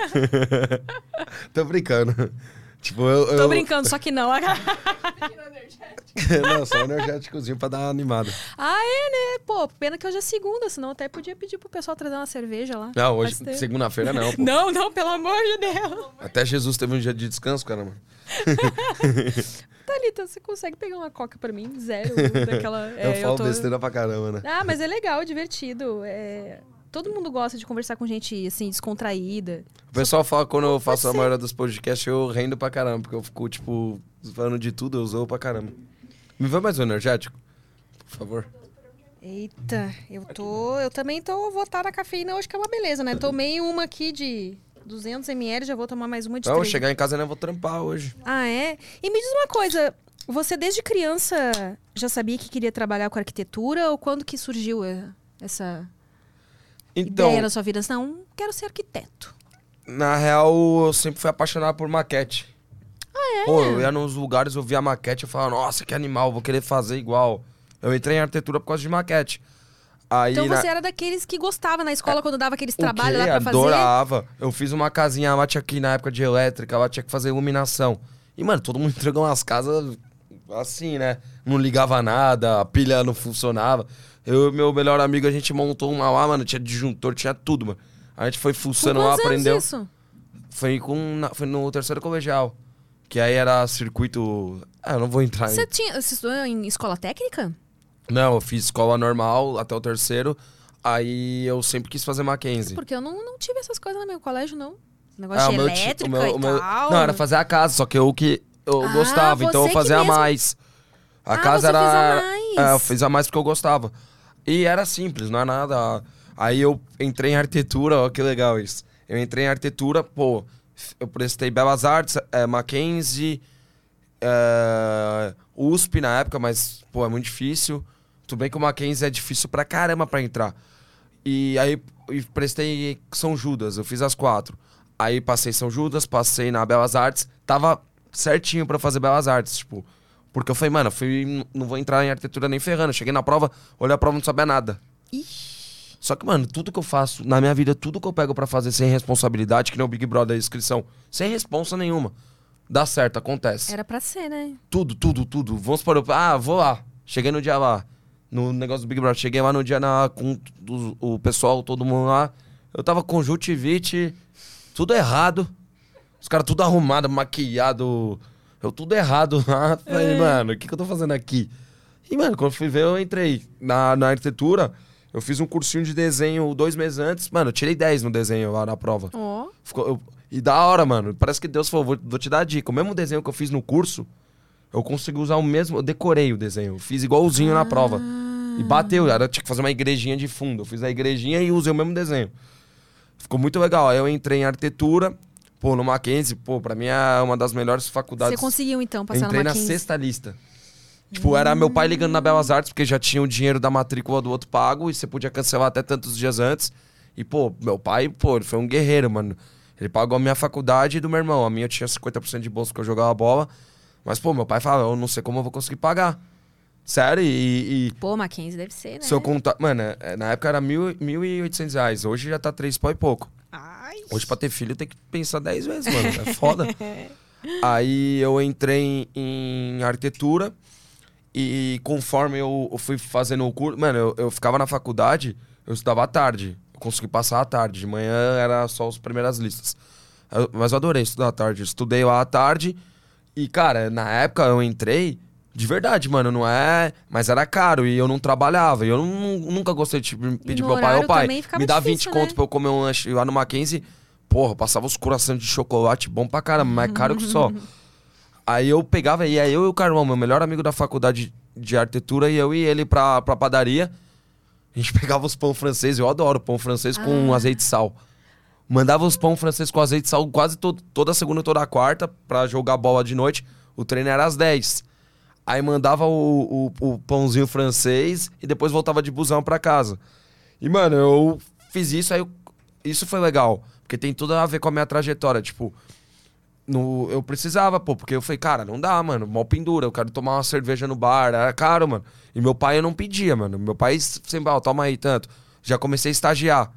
[SPEAKER 2] Tô brincando. Tipo, eu...
[SPEAKER 1] Tô
[SPEAKER 2] eu-
[SPEAKER 1] brincando, só que não.
[SPEAKER 3] Pedindo energético.
[SPEAKER 2] Não, só um energéticozinho pra dar uma animada.
[SPEAKER 1] Ah, é, né? Pô, pena que hoje é segunda, senão eu até podia pedir pro pessoal trazer uma cerveja lá.
[SPEAKER 2] Não, hoje,
[SPEAKER 1] Faz tempo.
[SPEAKER 2] segunda-feira não, pô.
[SPEAKER 1] Não, não, pelo amor de Deus.
[SPEAKER 2] Até Jesus teve um dia de descanso, caramba.
[SPEAKER 1] Thalita, você consegue pegar uma coca pra mim? Zero daquela...
[SPEAKER 2] Eu
[SPEAKER 1] é,
[SPEAKER 2] falo
[SPEAKER 1] tô-
[SPEAKER 2] besteira pra caramba, né?
[SPEAKER 1] Ah, mas é legal, é divertido. É... Todo mundo gosta de conversar com gente, assim, descontraída.
[SPEAKER 2] O pessoal fala que quando eu faço a maioria dos podcasts, eu rendo pra caramba, porque eu fico, tipo, falando de tudo, eu zoo pra caramba. Me vê mais um energético, por favor.
[SPEAKER 1] Eita, eu tô... Eu também tô... Vou estar na cafeína hoje, que é uma beleza, né? Tomei uma aqui de duzentos mililitros, já vou tomar mais uma de
[SPEAKER 2] Não, eu
[SPEAKER 1] três.
[SPEAKER 2] chegar em casa eu não vou trampar hoje.
[SPEAKER 1] Ah, é? E me diz uma coisa, você desde criança já sabia que queria trabalhar com arquitetura ou quando que surgiu eh, essa
[SPEAKER 2] Então,
[SPEAKER 1] ideia na sua vida? Não, quero ser arquiteto.
[SPEAKER 2] na real, eu sempre fui apaixonado por maquete. Ah, é? Pô, eu ia nos lugares, eu via maquete, eu falava, nossa, que animal, vou querer fazer igual. Eu entrei em arquitetura por causa de maquete. Aí,
[SPEAKER 1] Então
[SPEAKER 2] na...
[SPEAKER 1] você era daqueles que gostava na escola quando dava aqueles
[SPEAKER 2] O
[SPEAKER 1] trabalhos
[SPEAKER 2] quê?
[SPEAKER 1] lá pra fazer?
[SPEAKER 2] Adorava. Eu fiz uma casinha lá, tinha aqui na época de elétrica, lá tinha que fazer iluminação. E, mano, todo mundo entregou umas casas assim, né? Não ligava nada, a pilha não funcionava. Eu e meu melhor amigo, a gente montou uma lá, mano, tinha disjuntor, tinha tudo, mano. A gente foi
[SPEAKER 1] Com
[SPEAKER 2] fuçando lá,
[SPEAKER 1] quantos anos
[SPEAKER 2] aprendeu.
[SPEAKER 1] isso?
[SPEAKER 2] Foi, com, na- foi no terceiro colegial. Que aí era circuito... Ah, eu não vou entrar
[SPEAKER 1] Você
[SPEAKER 2] em...
[SPEAKER 1] tinha, você estudou em escola técnica?
[SPEAKER 2] Não, eu fiz escola normal até o terceiro. Aí eu sempre quis fazer Mackenzie.
[SPEAKER 1] Porque eu não, não tive essas coisas no meu colégio, não. Negócio
[SPEAKER 2] Ah,
[SPEAKER 1] de
[SPEAKER 2] o meu ti-
[SPEAKER 1] elétrica
[SPEAKER 2] o meu-
[SPEAKER 1] e
[SPEAKER 2] o meu-
[SPEAKER 1] tal.
[SPEAKER 2] Não, era fazer a casa, só que eu que eu
[SPEAKER 1] Ah,
[SPEAKER 2] gostava, então eu
[SPEAKER 1] você que
[SPEAKER 2] fazia a
[SPEAKER 1] mesmo-
[SPEAKER 2] mais. A
[SPEAKER 1] Ah,
[SPEAKER 2] casa
[SPEAKER 1] você
[SPEAKER 2] era.
[SPEAKER 1] fez a mais.
[SPEAKER 2] É, eu fiz a mais porque eu gostava. E era simples, não é nada. Aí eu entrei em arquitetura, ó, que legal isso. Eu entrei em arquitetura, pô, eu prestei Belas Artes, é, Mackenzie, é, U S P na época, mas, pô, é muito difícil. Tudo bem que o Mackenzie é difícil pra caramba pra entrar. E aí e prestei São Judas, eu fiz as quatro. Aí passei São Judas, passei na Belas Artes, tava certinho pra fazer Belas Artes, tipo... Porque eu falei, mano, eu fui, não vou entrar em arquitetura nem ferrando. Cheguei na prova, olhei a prova e não sabia nada.
[SPEAKER 1] Ixi.
[SPEAKER 2] Só que, mano, tudo que eu faço, na minha vida, tudo que eu pego pra fazer sem responsabilidade, que nem o Big Brother da inscrição, sem responsa nenhuma, dá certo, acontece.
[SPEAKER 1] Era pra ser, né?
[SPEAKER 2] Tudo, tudo, tudo. Vamos supor, eu, ah, vou lá. Cheguei no dia lá, no negócio do Big Brother. Cheguei lá no dia na, com do- o pessoal, todo mundo lá. Eu tava com conjuntivite, tudo errado. Os caras tudo arrumado, maquiado. Eu tudo errado lá. Falei, mano, o que, que eu tô fazendo aqui? E, mano, quando eu fui ver, eu entrei na, na arquitetura. Eu fiz um cursinho de desenho dois meses antes. Mano, eu tirei dez no desenho lá na prova.
[SPEAKER 1] Ó.
[SPEAKER 2] Ficou, eu- e da hora, mano. Parece que Deus falou, vou, vou te dar a dica. O mesmo desenho que eu fiz no curso, eu consegui usar o mesmo... Eu decorei o desenho. Eu fiz igualzinho na prova. E bateu. Era, tinha que fazer uma igrejinha de fundo. Eu fiz a igrejinha e usei o mesmo desenho. Ficou muito legal. Aí eu entrei em arquitetura. Pô, no Mackenzie, pô, pra mim é uma das melhores faculdades.
[SPEAKER 1] Você conseguiu, então, passar
[SPEAKER 2] Entrei
[SPEAKER 1] no
[SPEAKER 2] na
[SPEAKER 1] Mackenzie?
[SPEAKER 2] sexta lista. Tipo, era meu pai ligando na Belas Artes, porque já tinha o dinheiro da matrícula do outro pago e você podia cancelar até tantos dias antes. E, pô, meu pai, pô, ele foi um guerreiro, mano. Ele pagou a minha faculdade e do meu irmão. A minha eu tinha cinquenta por cento de bolsa que eu jogava bola. Mas, pô, meu pai falava, eu não sei como eu vou conseguir pagar. Sério, e... e
[SPEAKER 1] Pô, Mackenzie deve ser, né?
[SPEAKER 2] se eu contar... Mano, é, na época era mil, mil e oitocentos reais. Hoje já tá três pau e pouco.
[SPEAKER 1] Ai.
[SPEAKER 2] Hoje pra ter filho tem que pensar dez vezes, mano. É foda. Aí eu entrei em, em arquitetura e conforme eu, eu fui fazendo o curso... Mano, eu, eu ficava na faculdade, eu estudava à tarde. Eu consegui passar à tarde. De manhã era só as primeiras listas. Eu- mas eu adorei estudar à tarde. Estudei lá à tarde e, cara, na época eu entrei... De verdade, mano, não é... Mas era caro e eu não trabalhava. E eu não- nunca gostei de tipo, pedir
[SPEAKER 1] no
[SPEAKER 2] pro meu pai, ô
[SPEAKER 1] horário
[SPEAKER 2] pai,
[SPEAKER 1] também ficava
[SPEAKER 2] me dá
[SPEAKER 1] difícil,
[SPEAKER 2] vinte conto
[SPEAKER 1] né?
[SPEAKER 2] pra eu comer um lanche. E lá no Mackenzie, porra, eu passava os corações de chocolate bom pra caramba, mais caro que só. Aí eu pegava, e aí eu e o Carlão, meu melhor amigo da faculdade de arquitetura, e eu e ele pra, pra padaria. A gente pegava os pão francês, eu adoro pão francês com
[SPEAKER 1] Ah.
[SPEAKER 2] azeite e sal. Mandava os pão francês com azeite e sal quase to- toda segunda e toda quarta pra jogar bola de noite. O treino era às dez. Aí mandava o, o, o pãozinho francês e depois voltava de busão pra casa. E, mano, eu fiz isso, aí eu- isso foi legal. Porque tem tudo a ver com a minha trajetória. Tipo, no, eu precisava, pô, porque eu falei, cara, não dá, mano, mal pendura, eu quero tomar uma cerveja no bar, era caro, mano. E meu pai eu não pedia, mano. Meu pai sempre, ó, toma aí tanto. Já comecei a estagiar.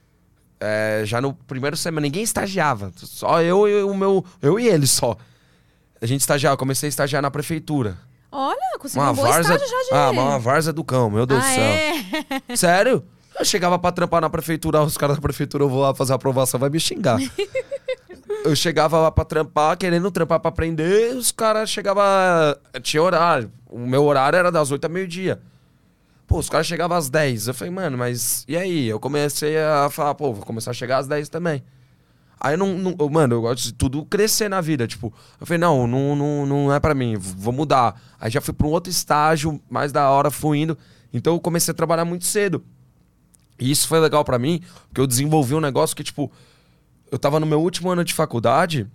[SPEAKER 2] É, já no primeiro semana, ninguém estagiava. Só eu e o meu. Eu e ele só. A gente estagiava, eu comecei a estagiar na prefeitura.
[SPEAKER 1] Olha, conseguiu
[SPEAKER 2] Uma
[SPEAKER 1] um bom
[SPEAKER 2] várzea.
[SPEAKER 1] estágio já de...
[SPEAKER 2] Ah, uma várzea do cão, meu Deus do
[SPEAKER 1] Ah,
[SPEAKER 2] céu.
[SPEAKER 1] é?
[SPEAKER 2] Sério? Eu chegava pra trampar na prefeitura, os caras da prefeitura, eu vou lá fazer a aprovação, vai me xingar. Eu chegava lá pra trampar, querendo trampar pra aprender, os caras chegavam. Tinha horário. O meu horário era das oito a meio-dia. Pô, os caras chegavam às dez. Eu falei, mano, mas e aí? Eu comecei a falar, pô, vou começar a chegar às dez também. Aí, não, não, eu- mano, eu gosto de tudo crescer na vida. Tipo, eu falei, não, não, não, não é pra mim, vou mudar. Aí já fui pra um outro estágio, mais da hora, fui indo. Então eu comecei a trabalhar muito cedo. E isso foi legal pra mim, porque eu desenvolvi um negócio que, tipo, eu tava no meu último ano de faculdade.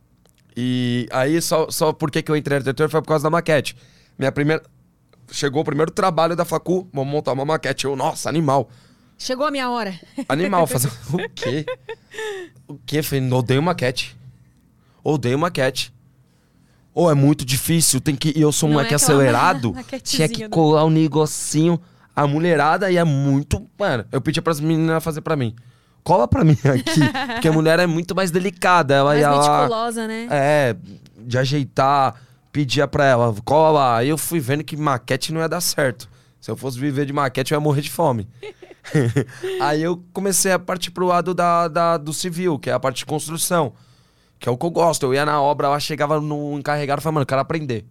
[SPEAKER 2] E aí, só, só por que que eu entrei no arquitetura foi por causa da maquete. Minha primeira. Chegou o primeiro trabalho da facu, vamos montar uma maquete. Eu, nossa, animal.
[SPEAKER 1] Chegou a minha hora.
[SPEAKER 2] Animal, fazer o quê? O quê? Falei, odeio maquete. Odeio maquete. Ou é muito difícil, tem que. E eu sou um
[SPEAKER 1] Não é
[SPEAKER 2] moleque
[SPEAKER 1] aquela
[SPEAKER 2] acelerado.
[SPEAKER 1] maquetezinha,
[SPEAKER 2] Tinha que
[SPEAKER 1] né?
[SPEAKER 2] colar um negocinho. A mulherada ia muito. Mano, eu pedi pras meninas fazer pra mim. Cola pra mim aqui. Porque a mulher é muito mais delicada. Ela
[SPEAKER 1] Mais
[SPEAKER 2] ia lá.
[SPEAKER 1] meticulosa, né?
[SPEAKER 2] É, de ajeitar, pedia pra ela, cola lá. Aí eu fui vendo que maquete não ia dar certo. Se eu fosse viver de maquete, eu ia morrer de fome. Aí eu comecei a partir pro lado da, da, do civil, que é a parte de construção. Que é o que eu gosto. Eu ia na obra, lá chegava no encarregado e falava, mano, eu quero aprender.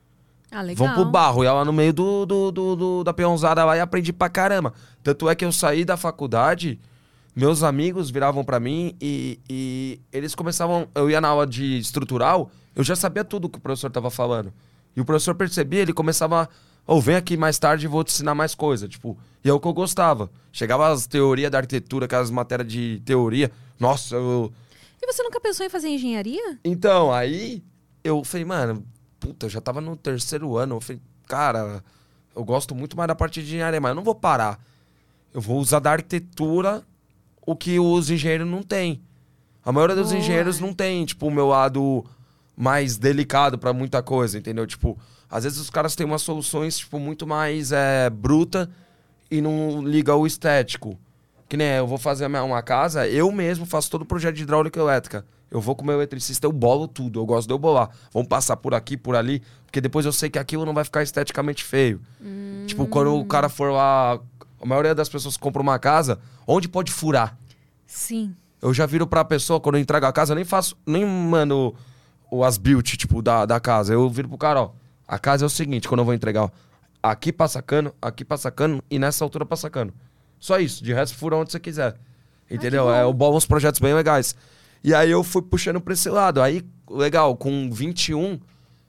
[SPEAKER 1] Ah, legal.
[SPEAKER 2] Vamos pro barro. Eu ia lá no meio do, do, do, do- da peãozada lá e aprendi pra caramba. Tanto é que eu saí da faculdade, meus amigos viravam pra mim e, e eles começavam... Eu ia na aula de estrutural, eu já sabia tudo que o professor tava falando. E o professor percebia, ele começava... Ô, oh, vem aqui mais tarde e vou te ensinar mais coisa. Tipo, e é o que eu gostava. Chegava as teorias da arquitetura, aquelas matérias de teoria. Nossa, eu...
[SPEAKER 1] E você nunca pensou em fazer engenharia?
[SPEAKER 2] Então, aí eu falei, mano, puta, eu já tava no terceiro ano. Eu falei, cara, eu gosto muito mais da parte de engenharia, mas eu não vou parar. Eu vou usar da arquitetura o que os engenheiros não têm. A maioria dos
[SPEAKER 1] Boa.
[SPEAKER 2] engenheiros não tem, tipo, o meu lado mais delicado pra muita coisa, entendeu? Tipo, às vezes os caras têm umas soluções, tipo, muito mais é, bruta e não liga o estético. Que nem eu vou fazer uma casa, eu mesmo faço todo o projeto de hidráulica e elétrica. Eu vou com o meu eletricista, eu bolo tudo. Eu gosto de eu bolar. Vamos passar por aqui, por ali, porque depois eu sei que aquilo não vai ficar esteticamente feio. Hum. Tipo, quando o cara for lá... A maioria das pessoas compra uma casa, onde pode furar?
[SPEAKER 1] Sim.
[SPEAKER 2] Eu já viro pra pessoa, quando eu entrego a casa, eu nem faço... Nem, mano, o as-built, tipo, da, da casa. Eu viro pro cara, ó. A casa é o seguinte, quando eu vou entregar, ó. Aqui passa cano, aqui passa cano e nessa altura passa cano. Só isso, de resto fura onde você quiser. Entendeu?
[SPEAKER 1] Ah,
[SPEAKER 2] é, eu bolo uns projetos bem legais. E aí eu fui puxando pra esse lado. Aí, legal, com vinte e um,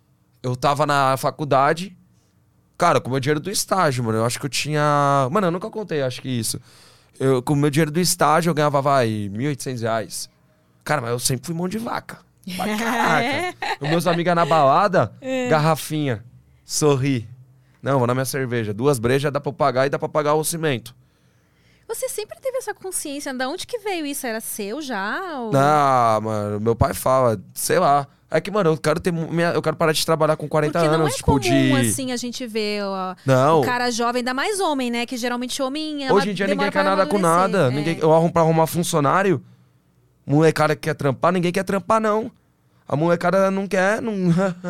[SPEAKER 2] eu tava na faculdade. Cara, com o meu dinheiro do estágio, mano. Eu acho que eu tinha... Mano, eu nunca contei, acho que isso. Eu, com o meu dinheiro do estágio, eu ganhava, vai, mil e oitocentos reais. Cara, mas eu sempre fui mão de vaca. Pra caraca. Os meus amigos na balada, garrafinha, sorri. Não, vou na minha cerveja. Duas brejas dá pra eu pagar e dá pra pagar o cimento.
[SPEAKER 1] Você sempre teve essa consciência. De onde que veio isso? Era seu já? Ou...
[SPEAKER 2] Ah, mano, meu pai fala, sei lá. É que, mano, eu quero ter minha, eu quero parar de trabalhar com quarenta
[SPEAKER 1] Porque
[SPEAKER 2] anos,
[SPEAKER 1] não é
[SPEAKER 2] tipo,
[SPEAKER 1] comum,
[SPEAKER 2] de.
[SPEAKER 1] assim, a gente ver ó,
[SPEAKER 2] Não.
[SPEAKER 1] o cara jovem, ainda mais homem, né? Que geralmente homem...
[SPEAKER 2] Hoje em dia ninguém quer nada com nada.
[SPEAKER 1] É.
[SPEAKER 2] Ninguém... Eu arrumo pra arrumar funcionário. Molecada que quer trampar, ninguém quer trampar, não. A molecada não quer, não.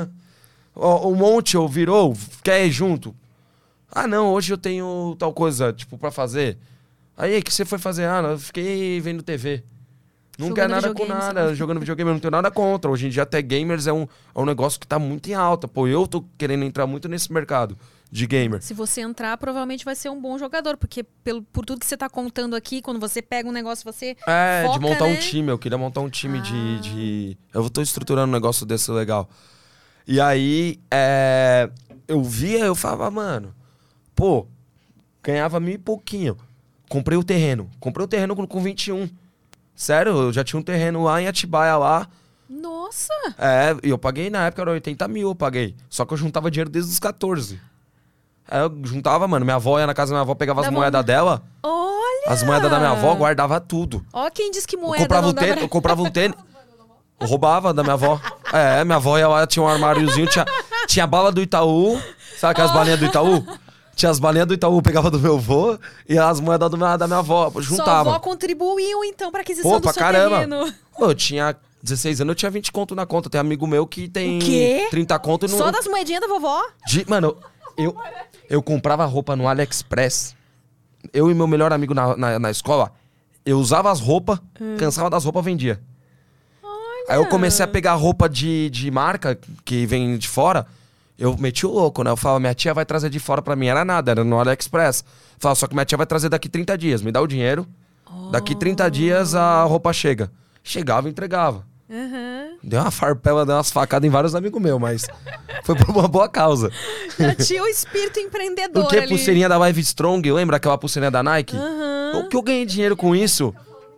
[SPEAKER 2] Ó, um monte ou virou, quer ir junto. Ah, não, hoje eu tenho tal coisa, tipo, pra fazer. Aí, o que você foi fazer? Ah, eu fiquei vendo T V. Não
[SPEAKER 1] Jogando
[SPEAKER 2] quer nada com
[SPEAKER 1] videogame,
[SPEAKER 2] nada,
[SPEAKER 1] sabe?
[SPEAKER 2] jogando videogame, eu não tenho nada contra. Hoje em dia até gamers é um, é um negócio que tá muito em alta. Pô, eu tô querendo entrar muito nesse mercado de gamer.
[SPEAKER 1] Se você entrar, provavelmente vai ser um bom jogador. Porque pelo, por tudo que você tá contando aqui, quando você pega um negócio, você
[SPEAKER 2] É,
[SPEAKER 1] foca,
[SPEAKER 2] de montar
[SPEAKER 1] né?
[SPEAKER 2] um time. Eu queria montar um time
[SPEAKER 1] Ah.
[SPEAKER 2] de, de... Eu tô estruturando um negócio desse legal. E aí, é... eu via, eu falava, mano... Pô, ganhava mil e pouquinho. Comprei o terreno. Comprei o terreno com, com vinte e um. Sério, eu já tinha um terreno lá em Atibaia, lá.
[SPEAKER 1] Nossa!
[SPEAKER 2] É, e eu paguei na época, era oitenta mil eu paguei. Só que eu juntava dinheiro desde os catorze. Aí eu juntava, mano. Minha avó ia na casa da minha avó, pegava
[SPEAKER 1] Dá
[SPEAKER 2] as
[SPEAKER 1] bom.
[SPEAKER 2] moedas dela.
[SPEAKER 1] Olha!
[SPEAKER 2] As moedas da minha avó, guardava tudo.
[SPEAKER 1] Ó quem disse que
[SPEAKER 2] Eu
[SPEAKER 1] moeda
[SPEAKER 2] comprava,
[SPEAKER 1] não
[SPEAKER 2] um
[SPEAKER 1] dá
[SPEAKER 2] tênis,
[SPEAKER 1] pra...
[SPEAKER 2] eu comprava um tênis. Eu roubava da minha avó. É, minha avó ia lá, tinha um armáriozinho, tinha, tinha bala do Itaú. Sabe aquelas balinhas do Itaú? Tinha as balinhas do Itaú, eu pegava do meu avô e as moedas do minha, da minha avó. Juntava.
[SPEAKER 1] Sua avó contribuiu, então, pra aquisição
[SPEAKER 2] Pô,
[SPEAKER 1] do
[SPEAKER 2] pra
[SPEAKER 1] seu
[SPEAKER 2] caramba.
[SPEAKER 1] terreno.
[SPEAKER 2] Pô, eu tinha dezesseis anos, eu tinha vinte conto na conta. Tem amigo meu que tem
[SPEAKER 1] O quê?
[SPEAKER 2] trinta conto e não...
[SPEAKER 1] Só das moedinhas da vovó?
[SPEAKER 2] De- Mano, eu, eu comprava roupa no AliExpress. Eu e meu melhor amigo na, na, na escola, eu usava as roupas, cansava das roupas, vendia. Aí eu comecei a pegar roupa de, de marca, que vem de fora, eu meti o louco, né? Eu falava, minha tia vai trazer de fora pra mim. Era nada, era no AliExpress. Eu falava, só que minha tia vai trazer daqui trinta dias, me dá o dinheiro. Daqui trinta dias a roupa chega. Chegava e entregava.
[SPEAKER 1] Uhum.
[SPEAKER 2] Deu uma farpela, deu umas facadas em vários amigos meus, mas foi por uma boa causa.
[SPEAKER 1] Já tinha o espírito empreendedor
[SPEAKER 2] O que?
[SPEAKER 1] ali.
[SPEAKER 2] Pulseirinha da Live Strong, lembra aquela pulseirinha da Nike?
[SPEAKER 1] Aham.
[SPEAKER 2] O que eu ganhei dinheiro com isso?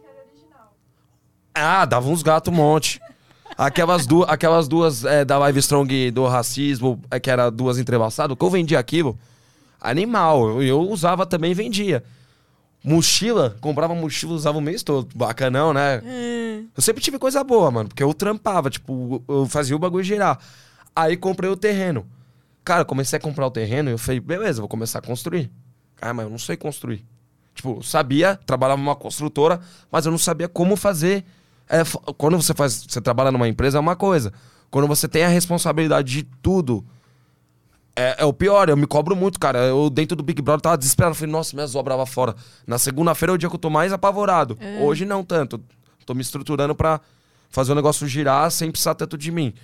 [SPEAKER 2] Ah, dava uns gatos um monte. Aquelas, du aquelas duas é, da Live Strong do racismo, é, que era duas entrelaçadas, que eu vendia aquilo, animal. Eu, eu usava também e vendia. Mochila, comprava mochila, usava o mês todo. Bacanão, né?
[SPEAKER 1] Hum.
[SPEAKER 2] Eu sempre tive coisa boa, mano, porque eu trampava, tipo, eu fazia o bagulho girar. Aí comprei o terreno. Cara, eu comecei a comprar o terreno e eu falei, beleza, vou começar a construir. Ah, mas eu não sei construir. Tipo, eu sabia, trabalhava numa construtora, mas eu não sabia como fazer. É, f- quando você faz, você trabalha numa empresa é uma coisa. Quando você tem a responsabilidade de tudo, É, é o pior, eu me cobro muito, cara. Eu dentro do Big Brother tava desesperado. Eu falei, nossa, minhas obras lá fora. Na segunda-feira é o dia que eu tô mais apavorado.
[SPEAKER 1] É.
[SPEAKER 2] Hoje não tanto. Tô me estruturando pra fazer o negócio girar sem precisar tanto de mim.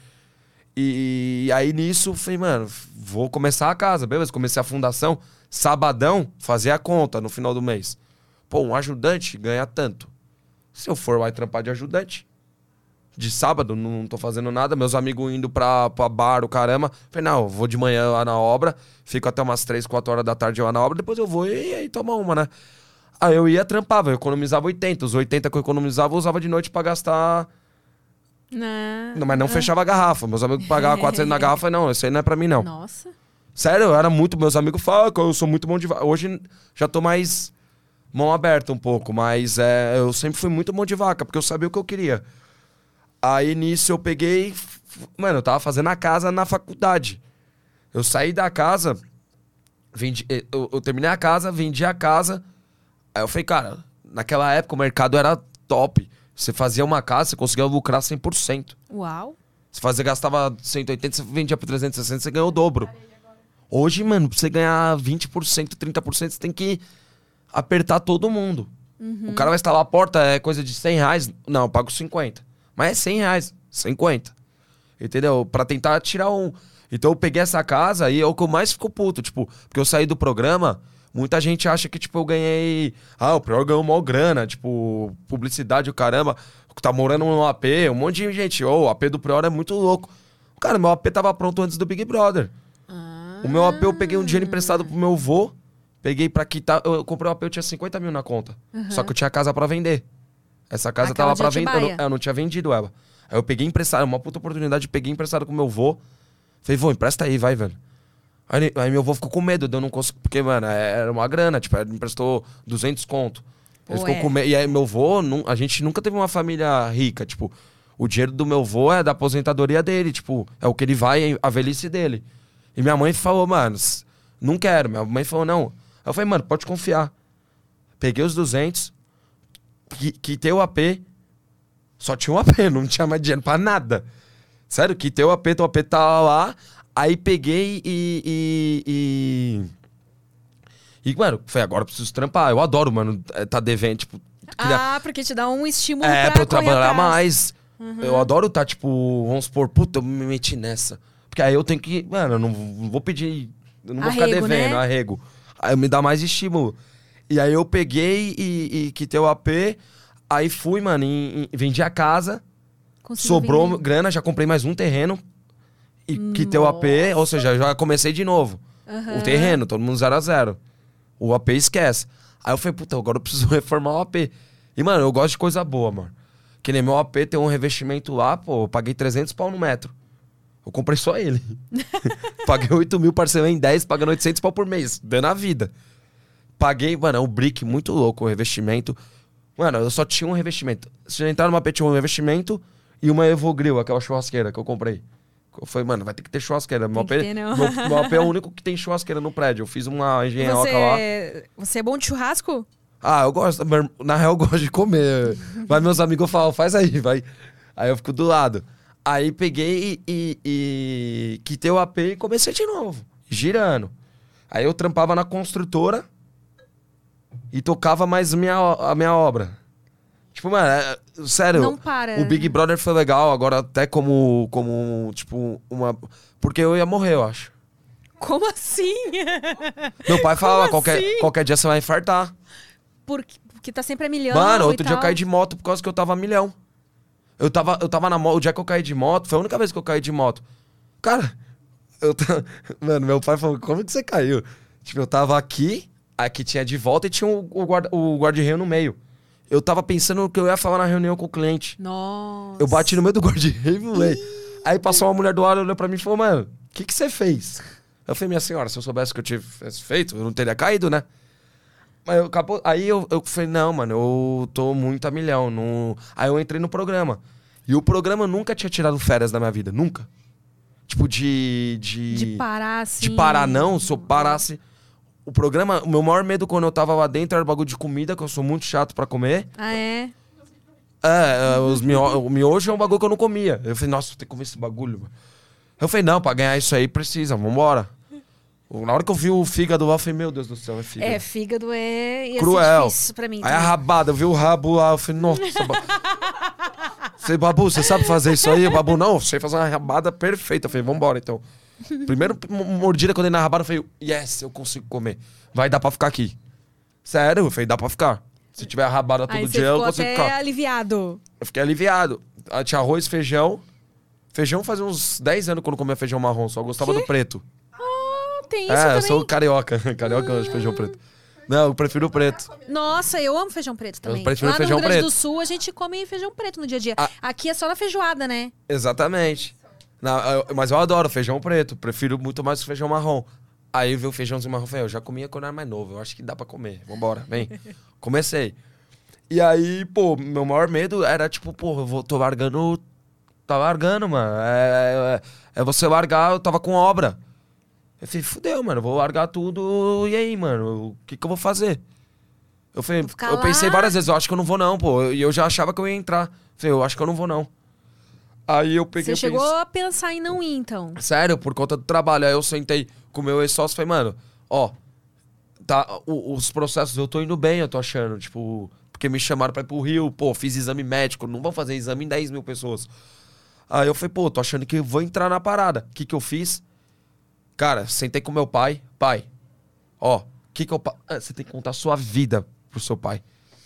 [SPEAKER 2] E, e aí nisso, falei, mano, vou começar a casa. Beleza, comecei a fundação. Sabadão, fazer a conta no final do mês. Pô, um ajudante ganha tanto. Se eu for lá e trampar de ajudante, de sábado, não tô fazendo nada, meus amigos indo pra, pra bar, o caramba. Falei, não, eu vou de manhã lá na obra, fico até umas três, quatro horas da tarde lá na obra, depois eu vou e aí toma uma, né? Aí eu ia trampava, eu economizava oitenta. Os oitenta que eu economizava, eu usava de noite pra gastar.
[SPEAKER 1] Não,
[SPEAKER 2] Não, mas não fechava a garrafa. Meus amigos pagavam quatrocentos na garrafa, não, isso aí não é pra mim, não.
[SPEAKER 1] Nossa.
[SPEAKER 2] Sério, eu era muito. Meus amigos falam que eu sou muito bom de vaca. Hoje já tô mais mão aberta um pouco, mas é, eu sempre fui muito bom de vaca, porque eu sabia o que eu queria. Aí nisso eu peguei. Mano, eu tava fazendo a casa na faculdade. Eu saí da casa, vendi, eu, eu terminei a casa, vendi a casa. Aí eu falei, cara, naquela época o mercado era top. Você fazia uma casa, você conseguia lucrar cem por cento.
[SPEAKER 1] Uau.
[SPEAKER 2] Você fazia, gastava cento e oitenta, você vendia por trezentos e sessenta, você ganhou o dobro. Hoje, mano, pra você ganhar vinte por cento, trinta por cento, você tem que apertar todo mundo. Uhum. O cara vai instalar a porta, é coisa de cem reais. Não, eu pago cinquenta. Mas é cem reais, cinquenta. Entendeu? Pra tentar tirar um... Então eu peguei essa casa e é o que eu mais fico puto. Tipo, porque eu saí do programa, muita gente acha que, tipo, eu ganhei... Ah, o Prior ganhou mó grana, tipo, publicidade, o caramba. Tá morando num A P, um monte de gente. Ô, oh, o A P do Prior é muito louco. Cara, meu A P tava pronto antes do Big Brother. Ah. O meu A P eu peguei um dinheiro emprestado pro meu avô, peguei pra quitar... Eu comprei o A P, eu tinha cinquenta mil na conta. Uhum. Só que eu tinha casa pra vender. Essa casa
[SPEAKER 1] Aquela
[SPEAKER 2] tava pra vender. Eu, não-
[SPEAKER 1] Atibaia.
[SPEAKER 2] eu não tinha vendido ela. Aí eu peguei emprestado, uma puta oportunidade, peguei emprestado com meu avô. Falei, vô, empresta aí, vai, velho. Aí, ele- aí meu avô ficou com medo, de eu não conseguir. Porque, mano, é- era uma grana, tipo, ele me emprestou duzentos conto. Ele
[SPEAKER 1] Pô,
[SPEAKER 2] ficou
[SPEAKER 1] é.
[SPEAKER 2] com medo. E aí meu avô, não- a gente nunca teve uma família rica, tipo, o dinheiro do meu avô é da aposentadoria dele, tipo, é o que ele vai, a velhice dele. E minha mãe falou, mano, s- não quero. Minha mãe falou, não. Aí eu falei, mano, pode confiar. Peguei os duzentos, qui- quitei o A P. Só tinha um A P, não tinha mais dinheiro pra nada. Sério, quitei o A P, o A P tava lá. Aí peguei e... E, e, e mano, falei, agora eu preciso trampar. Eu adoro, mano, é, tá devendo, tipo... queria-
[SPEAKER 1] Ah, porque te dá um estímulo
[SPEAKER 2] é,
[SPEAKER 1] pra
[SPEAKER 2] pra eu
[SPEAKER 1] correr
[SPEAKER 2] trabalhar
[SPEAKER 1] atrás.
[SPEAKER 2] mais. Eu adoro estar, tipo, vamos supor, puta, eu me meti nessa. Porque aí eu tenho que... Mano, eu não não vou pedir... Eu não vou ficar
[SPEAKER 1] Arrego,
[SPEAKER 2] devendo,
[SPEAKER 1] né?
[SPEAKER 2] arrego. Aí me dá mais estímulo. E aí eu peguei e, e quitei o A P... Aí fui, mano, e, e vendi a casa,
[SPEAKER 1] Conseguiu
[SPEAKER 2] sobrou
[SPEAKER 1] vender.
[SPEAKER 2] grana, já comprei mais um terreno e quitei o A P, ou seja, já comecei de novo.
[SPEAKER 1] Aham.
[SPEAKER 2] O terreno, todo mundo zero a zero. O A P esquece. Aí eu falei, puta, agora eu preciso reformar o A P. E, mano, eu gosto de coisa boa, mano. Que nem meu A P tem um revestimento lá, pô, eu paguei trezentos pau no metro. Eu comprei só ele. Paguei oito mil, parcelei em dez, pagando oitocentos pau por mês, dando a vida. Paguei, mano, é um brick muito louco, o revestimento. Mano, eu só tinha um revestimento. Se eu entrar numa P, tinha um revestimento e uma Evogrill, aquela churrasqueira que eu comprei. Eu falei, mano, vai ter que ter churrasqueira. Meu A
[SPEAKER 1] Tem
[SPEAKER 2] P,
[SPEAKER 1] que ter, não.
[SPEAKER 2] meu, meu A P é o único que tem churrasqueira no prédio. Eu fiz uma engenhoca lá.
[SPEAKER 1] Você... Você é bom de churrasco?
[SPEAKER 2] Ah, eu gosto. Na real, eu gosto de comer. Mas meus amigos falam, faz aí, vai. Aí eu fico do lado. Aí peguei e, e, e quitei o A P e comecei de novo, girando. Aí eu trampava na construtora e tocava mais minha, a minha obra. Tipo, mano, é, sério,
[SPEAKER 1] Não para.
[SPEAKER 2] o Big Brother foi legal, agora até como, como, tipo, uma... Porque eu ia morrer, eu acho.
[SPEAKER 1] Como assim?
[SPEAKER 2] Meu pai falava,
[SPEAKER 1] Como
[SPEAKER 2] qualquer,
[SPEAKER 1] assim?
[SPEAKER 2] qualquer dia você vai infartar.
[SPEAKER 1] Porque, porque tá sempre a milhão.
[SPEAKER 2] Mano,
[SPEAKER 1] e
[SPEAKER 2] outro dia eu
[SPEAKER 1] tal.
[SPEAKER 2] caí de moto por causa que eu tava a milhão. Eu tava, eu tava na moto, o dia que eu caí de moto, foi a única vez que eu caí de moto. Cara, eu tava... Mano, meu pai falou, como que você caiu? Tipo, eu tava aqui, aqui tinha de volta e tinha o, o, guarda, o guarda-reio no meio. Eu tava pensando no que eu ia falar na reunião com o cliente.
[SPEAKER 1] Nossa.
[SPEAKER 2] Eu bati no meio do guarda-reio e voei. Aí passou uma mulher do lado, olhou pra mim e falou, mano, o que que você fez? Eu falei, minha senhora, se eu soubesse o que eu tivesse feito, eu não teria caído, né? Mas eu, acabou, aí eu, eu falei, não, mano, eu tô muito a milhão. Não... Aí eu entrei no programa. E o programa nunca tinha tirado férias da minha vida, nunca. Tipo, de... De,
[SPEAKER 1] De parar, assim.
[SPEAKER 2] de parar, não. Se eu parasse... O programa, o meu maior medo quando eu tava lá dentro era o bagulho de comida, que eu sou muito chato pra comer.
[SPEAKER 1] Ah, é?
[SPEAKER 2] É, é, os mio... o miojo é um bagulho que eu não comia. Eu falei, nossa, vou ter que comer esse bagulho. Eu falei, não, pra ganhar isso aí precisa, vambora. Na hora que eu vi o fígado lá, eu falei, meu Deus do céu, é fígado.
[SPEAKER 1] É, fígado é... ia
[SPEAKER 2] Cruel.
[SPEAKER 1] ser difícil pra mim
[SPEAKER 2] Aí
[SPEAKER 1] também.
[SPEAKER 2] a rabada, eu vi o rabo lá, eu falei, nossa... Falei, Babu, você sabe fazer isso aí? O Babu, não, eu sei fazer uma rabada perfeita. Eu falei, vambora, então. Primeiro mordida, quando eu dei na rabada, eu falei, yes, eu consigo comer. Vai dar pra ficar aqui. Sério? Eu falei, dá pra ficar. Se tiver a rabada todo
[SPEAKER 1] Aí
[SPEAKER 2] dia, eu
[SPEAKER 1] ficou
[SPEAKER 2] consigo
[SPEAKER 1] até
[SPEAKER 2] ficar.
[SPEAKER 1] aliviado.
[SPEAKER 2] Eu fiquei aliviado. Ah, tinha arroz, feijão. Feijão fazia uns dez anos que eu não comia feijão marrom, só gostava do preto.
[SPEAKER 1] Ah, tem isso
[SPEAKER 2] é,
[SPEAKER 1] também.
[SPEAKER 2] eu sou carioca. Carioca gosta de feijão preto. Não, eu prefiro o preto.
[SPEAKER 1] Nossa, eu amo feijão preto também.
[SPEAKER 2] prefiro
[SPEAKER 1] Lá
[SPEAKER 2] feijão
[SPEAKER 1] no Rio Grande
[SPEAKER 2] preto.
[SPEAKER 1] do Sul, a gente come feijão preto no dia a dia.
[SPEAKER 2] Ah.
[SPEAKER 1] Aqui é só na feijoada, né?
[SPEAKER 2] Exatamente. Não, eu- mas eu adoro feijão preto. Prefiro muito mais o feijão marrom. Aí veio o feijãozinho marrom. Falei, eu já comia quando era mais novo. Eu acho que dá pra comer. Vambora, vem. Comecei. E aí, pô, meu maior medo era tipo, pô, eu vou, tô largando... Tá largando, mano. É, é, é você largar, eu tava com obra. Eu falei, fudeu, mano, eu vou largar tudo. E aí, mano, o que que eu vou fazer? Eu falei,
[SPEAKER 1] Vou ficar
[SPEAKER 2] eu pensei
[SPEAKER 1] lá.
[SPEAKER 2] várias vezes, eu acho que eu não vou não, pô. E eu já achava que eu ia entrar. Eu falei, eu acho que eu não vou não. Aí eu peguei...
[SPEAKER 1] Você
[SPEAKER 2] eu
[SPEAKER 1] chegou
[SPEAKER 2] pensei-
[SPEAKER 1] a pensar em não ir, então.
[SPEAKER 2] Sério, por conta do trabalho. Aí eu sentei com o meu ex-sócio e falei, mano, ó, tá, o- os processos eu tô indo bem, eu tô achando, tipo, porque me chamaram pra ir pro Rio, pô, fiz exame médico, não vão fazer exame em dez mil pessoas. Aí eu falei, pô, tô achando que eu vou entrar na parada. O que que eu fiz? Cara, sentei com meu pai, pai, ó, o que que eu... pa- Ah, você tem que contar a sua vida pro seu pai.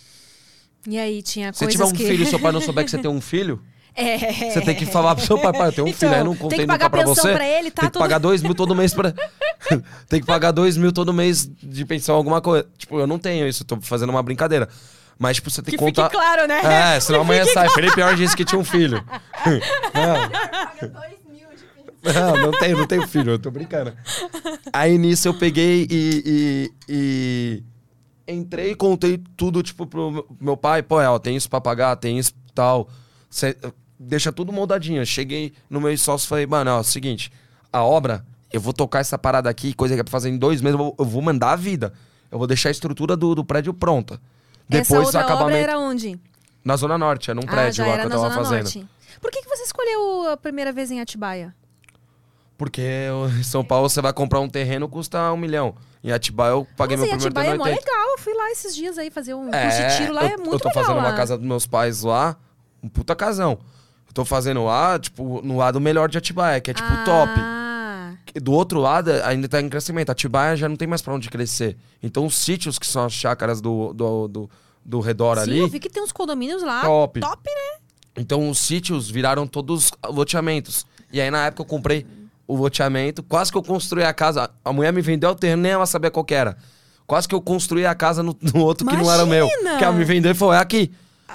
[SPEAKER 1] E aí, tinha
[SPEAKER 2] Se você
[SPEAKER 1] coisas
[SPEAKER 2] tiver um
[SPEAKER 1] que...
[SPEAKER 2] filho e seu pai não souber que você tem um filho...
[SPEAKER 1] É.
[SPEAKER 2] Você tem que falar pro seu pai, pai, eu tenho um filho,
[SPEAKER 1] Então,
[SPEAKER 2] aí não
[SPEAKER 1] tem
[SPEAKER 2] contei
[SPEAKER 1] que
[SPEAKER 2] nunca
[SPEAKER 1] pagar
[SPEAKER 2] pra
[SPEAKER 1] pensão
[SPEAKER 2] você.
[SPEAKER 1] pra ele, tá?
[SPEAKER 2] Tem que
[SPEAKER 1] Tudo-
[SPEAKER 2] pagar dois mil todo mês pra... tem que pagar dois mil todo mês de pensão, alguma coisa. Tipo, eu não tenho isso, eu tô fazendo uma brincadeira. Mas, tipo, você tem
[SPEAKER 1] Que
[SPEAKER 2] que contar...
[SPEAKER 1] fique claro, né?
[SPEAKER 2] É, senão amanhã sai. Felipe Orr disse que tinha um filho. Não,
[SPEAKER 3] Paga dois mil de pensão.
[SPEAKER 2] não, não tenho, não tenho filho, eu tô brincando. Aí nisso eu peguei e... e, e entrei e contei tudo, tipo, pro meu- meu pai. Pô, é, ó, tem isso pra pagar, tem isso tal. Cê, deixa tudo moldadinho. Cheguei no meu sócio e falei, mano, ó, é o seguinte, a obra, eu vou tocar essa parada aqui, coisa que é pra fazer em dois meses, eu vou, eu vou mandar a vida. Eu vou deixar a estrutura do, do prédio pronta.
[SPEAKER 1] Essa
[SPEAKER 2] Depois o
[SPEAKER 1] outra obra
[SPEAKER 2] acabamento...
[SPEAKER 1] era onde?
[SPEAKER 2] Na Zona Norte, era num
[SPEAKER 1] Ah,
[SPEAKER 2] prédio
[SPEAKER 1] já
[SPEAKER 2] lá
[SPEAKER 1] era
[SPEAKER 2] que eu
[SPEAKER 1] na
[SPEAKER 2] tava
[SPEAKER 1] Zona
[SPEAKER 2] fazendo.
[SPEAKER 1] Norte. Por que, que você escolheu a primeira vez em Atibaia?
[SPEAKER 2] Porque eu- em São Paulo você vai comprar um terreno, custa um milhão. Em Atibaia eu paguei
[SPEAKER 1] Mas em
[SPEAKER 2] meu primeiro
[SPEAKER 1] Atibaia é
[SPEAKER 2] terreno
[SPEAKER 1] mó
[SPEAKER 2] oitenta.
[SPEAKER 1] legal. Eu fui lá esses dias aí fazer um curso de tiro lá,
[SPEAKER 2] eu,
[SPEAKER 1] é muito
[SPEAKER 2] eu tô
[SPEAKER 1] legal
[SPEAKER 2] fazendo
[SPEAKER 1] lá.
[SPEAKER 2] uma casa dos meus pais lá, um puta casão. Eu tô fazendo lá, tipo, no lado melhor de Atibaia, que é tipo top.
[SPEAKER 1] Ah,
[SPEAKER 2] Do outro lado, ainda tá em crescimento. Atibaia já não tem mais pra onde crescer. Então os sítios, que são as chácaras do, do, do, do redor
[SPEAKER 1] sim,
[SPEAKER 2] ali,
[SPEAKER 1] eu vi que tem uns condomínios lá.
[SPEAKER 2] top.
[SPEAKER 1] Top, né?
[SPEAKER 2] Então os sítios viraram todos loteamentos. E aí na época eu comprei o loteamento, quase que eu construí a casa. A mulher me vendeu o terreno, nem ela sabia qual que era. Quase que eu construí a casa no, no outro que não era o meu.
[SPEAKER 1] Imagina!
[SPEAKER 2] Que ela me vendeu e falou, é aqui.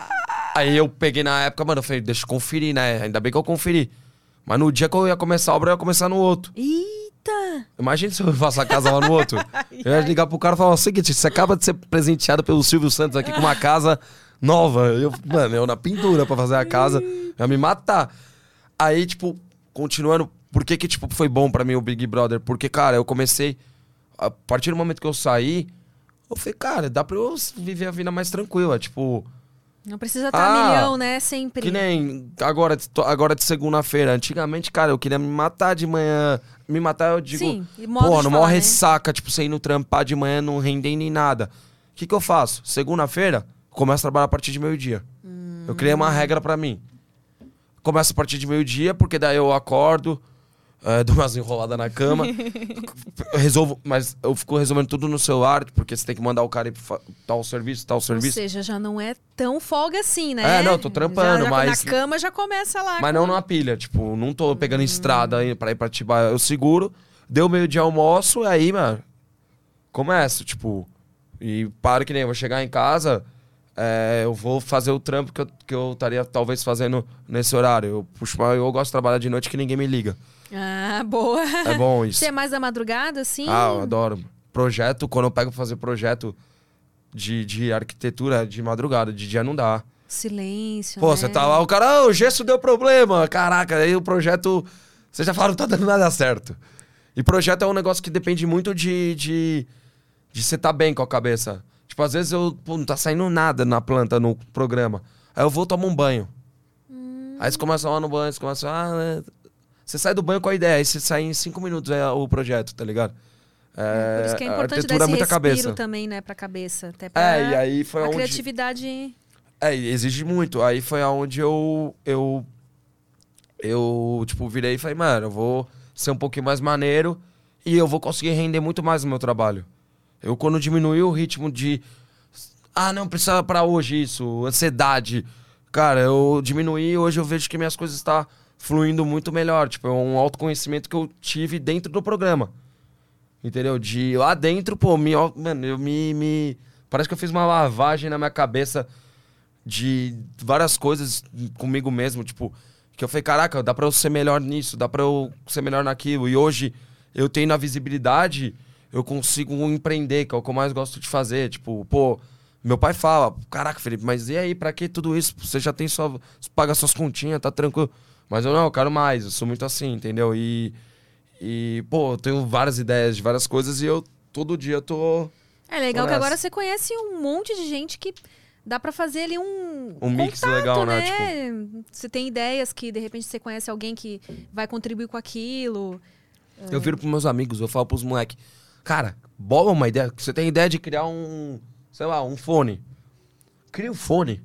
[SPEAKER 2] Aí eu peguei na época, mano, eu falei, deixa eu conferir, né? Ainda bem que eu conferi. Mas no dia que eu ia começar a obra, eu ia começar no outro.
[SPEAKER 1] Eita!
[SPEAKER 2] Imagina se eu faço a casa lá no outro. Eu ia ligar pro cara e falar o seguinte, você acaba de ser presenteado pelo Silvio Santos aqui com uma casa nova. Eu, mano, eu na pintura pra fazer a casa, eu ia me matar. Aí, tipo, continuando, por que que, tipo, foi bom pra mim o Big Brother? Porque, cara, eu comecei, a partir do momento que eu saí, eu falei, cara, dá pra eu viver a vida mais tranquila, tipo...
[SPEAKER 1] Não precisa estar
[SPEAKER 2] Ah,
[SPEAKER 1] milhão, né? Sempre.
[SPEAKER 2] Que nem agora, agora de segunda-feira. Antigamente, cara, eu queria me matar de manhã. Me matar, eu digo...
[SPEAKER 1] Sim, e modo
[SPEAKER 2] Pô,
[SPEAKER 1] de
[SPEAKER 2] não
[SPEAKER 1] falar,
[SPEAKER 2] morre
[SPEAKER 1] né?
[SPEAKER 2] ressaca, tipo, você indo trampar de manhã, não render nem nada. O que que eu faço? Segunda-feira, começo a trabalhar a partir de meio-dia.
[SPEAKER 1] Hum.
[SPEAKER 2] Eu criei uma regra pra mim. Começo a partir de meio-dia, porque daí eu acordo, é, dou umas enroladas na cama, resolvo, mas eu fico resolvendo tudo no celular, porque você tem que mandar o cara ir pra tal serviço, tal
[SPEAKER 1] Ou
[SPEAKER 2] serviço.
[SPEAKER 1] seja, já não é tão folga assim, né?
[SPEAKER 2] É, não, eu tô trampando,
[SPEAKER 1] Já- já
[SPEAKER 2] mas-
[SPEAKER 1] Na cama já começa lá.
[SPEAKER 2] Mas
[SPEAKER 1] com-
[SPEAKER 2] não numa pilha, tipo, não tô pegando estrada aí pra ir pra Atibaia. Eu seguro, deu meio de almoço, aí, mano, começo, tipo, e paro que nem, eu vou chegar em casa, é, eu vou fazer o trampo que eu, que eu estaria talvez fazendo nesse horário. Eu puxo, eu gosto de trabalhar de noite que ninguém me liga.
[SPEAKER 1] Ah, boa.
[SPEAKER 2] É bom isso.
[SPEAKER 1] Você é mais da madrugada, assim?
[SPEAKER 2] Ah, eu adoro. Projeto, quando eu pego pra fazer projeto de, de arquitetura de madrugada, de dia não dá.
[SPEAKER 1] Silêncio,
[SPEAKER 2] Pô,
[SPEAKER 1] né?
[SPEAKER 2] você tá lá, o cara, ah, o gesso deu problema. Caraca, aí o projeto. Você já fala, não tá dando nada certo. E projeto é um negócio que depende muito de. de, de você tá bem com a cabeça. Tipo, às vezes eu. Pô, não tá saindo nada na planta, no programa. Aí eu vou tomar um banho.
[SPEAKER 1] Hum.
[SPEAKER 2] Aí você começa lá no banho, você começa. Ah, né? Você sai do banho com a ideia, aí você sai em cinco minutos é o projeto, tá ligado? É,
[SPEAKER 1] Por isso que é
[SPEAKER 2] a
[SPEAKER 1] importante
[SPEAKER 2] arquitetura
[SPEAKER 1] dar
[SPEAKER 2] é
[SPEAKER 1] esse
[SPEAKER 2] muita
[SPEAKER 1] respiro
[SPEAKER 2] cabeça.
[SPEAKER 1] também, né, pra cabeça. Até pra
[SPEAKER 2] É, e aí foi
[SPEAKER 1] a
[SPEAKER 2] onde...
[SPEAKER 1] criatividade...
[SPEAKER 2] É, exige muito. Aí foi aonde eu, eu, eu, tipo, virei e falei, mano, eu vou ser um pouquinho mais maneiro e eu vou conseguir render muito mais no meu trabalho. Eu, quando diminui o ritmo de, ah, não, precisa pra hoje isso, ansiedade. Cara, eu diminuí e hoje eu vejo que minhas coisas estão fluindo muito melhor. Tipo, é um autoconhecimento que eu tive dentro do programa. Entendeu? De lá dentro, pô, me, mano, eu me, me... Parece que eu fiz uma lavagem na minha cabeça de várias coisas comigo mesmo, tipo, que eu falei, caraca, dá pra eu ser melhor nisso, dá pra eu ser melhor naquilo. E hoje, eu tenho na visibilidade, eu consigo empreender, que é o que eu mais gosto de fazer. Tipo, pô, meu pai fala, caraca, Felipe, mas e aí, pra que tudo isso? Você já tem só, paga suas continhas, tá tranquilo. Mas eu não, eu quero mais, eu sou muito assim, entendeu? E, e pô, eu tenho várias ideias de várias coisas e eu, todo dia, eu tô...
[SPEAKER 1] É legal
[SPEAKER 2] tô
[SPEAKER 1] que
[SPEAKER 2] nessa.
[SPEAKER 1] agora você conhece um monte de gente que dá pra fazer ali um
[SPEAKER 2] Um mix
[SPEAKER 1] contato,
[SPEAKER 2] legal, né?
[SPEAKER 1] né? Você tem ideias que, de repente, você conhece alguém que vai contribuir com aquilo.
[SPEAKER 2] Eu viro pros meus amigos, eu falo pros moleques, cara, bola uma ideia, você tem ideia de criar um, sei lá, um fone. Cria um fone.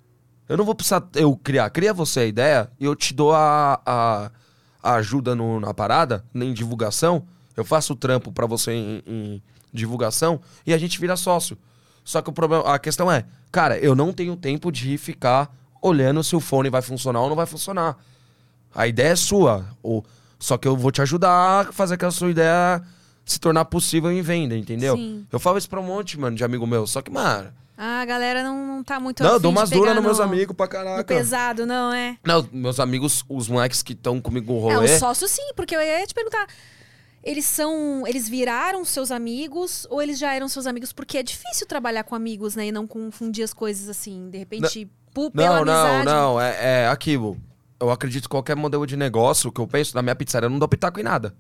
[SPEAKER 2] Eu não vou precisar eu criar, cria você a ideia e eu te dou a, a, a ajuda no, na parada, em divulgação. Eu faço o trampo pra você em, em divulgação e a gente vira sócio. Só que o problema, a questão é, cara, eu não tenho tempo de ficar olhando se o fone vai funcionar ou não vai funcionar. A ideia é sua, ou, só que eu vou te ajudar a fazer aquela sua ideia se tornar possível em venda, entendeu?
[SPEAKER 1] Sim.
[SPEAKER 2] Eu falo isso pra um monte, mano, de amigo meu, só que, mano...
[SPEAKER 1] Ah, a galera não, não tá muito
[SPEAKER 2] Não, eu
[SPEAKER 1] afim
[SPEAKER 2] dou
[SPEAKER 1] de
[SPEAKER 2] umas
[SPEAKER 1] pegar
[SPEAKER 2] duras nos
[SPEAKER 1] no-
[SPEAKER 2] meus amigos pra
[SPEAKER 1] no
[SPEAKER 2] caraca.
[SPEAKER 1] pesado, não, é?
[SPEAKER 2] Não, meus amigos, os moleques que estão comigo no
[SPEAKER 1] É,
[SPEAKER 2] rolê...
[SPEAKER 1] o sócio sim, porque eu ia te perguntar... Eles são... Eles viraram seus amigos ou eles já eram seus amigos? Porque é difícil trabalhar com amigos, né? E não confundir as coisas assim. De repente, pu- pela
[SPEAKER 2] Não, não,
[SPEAKER 1] amizade...
[SPEAKER 2] não, é, é aquilo. Eu acredito que qualquer modelo de negócio que eu penso, na minha pizzaria eu não dou pitaco em nada.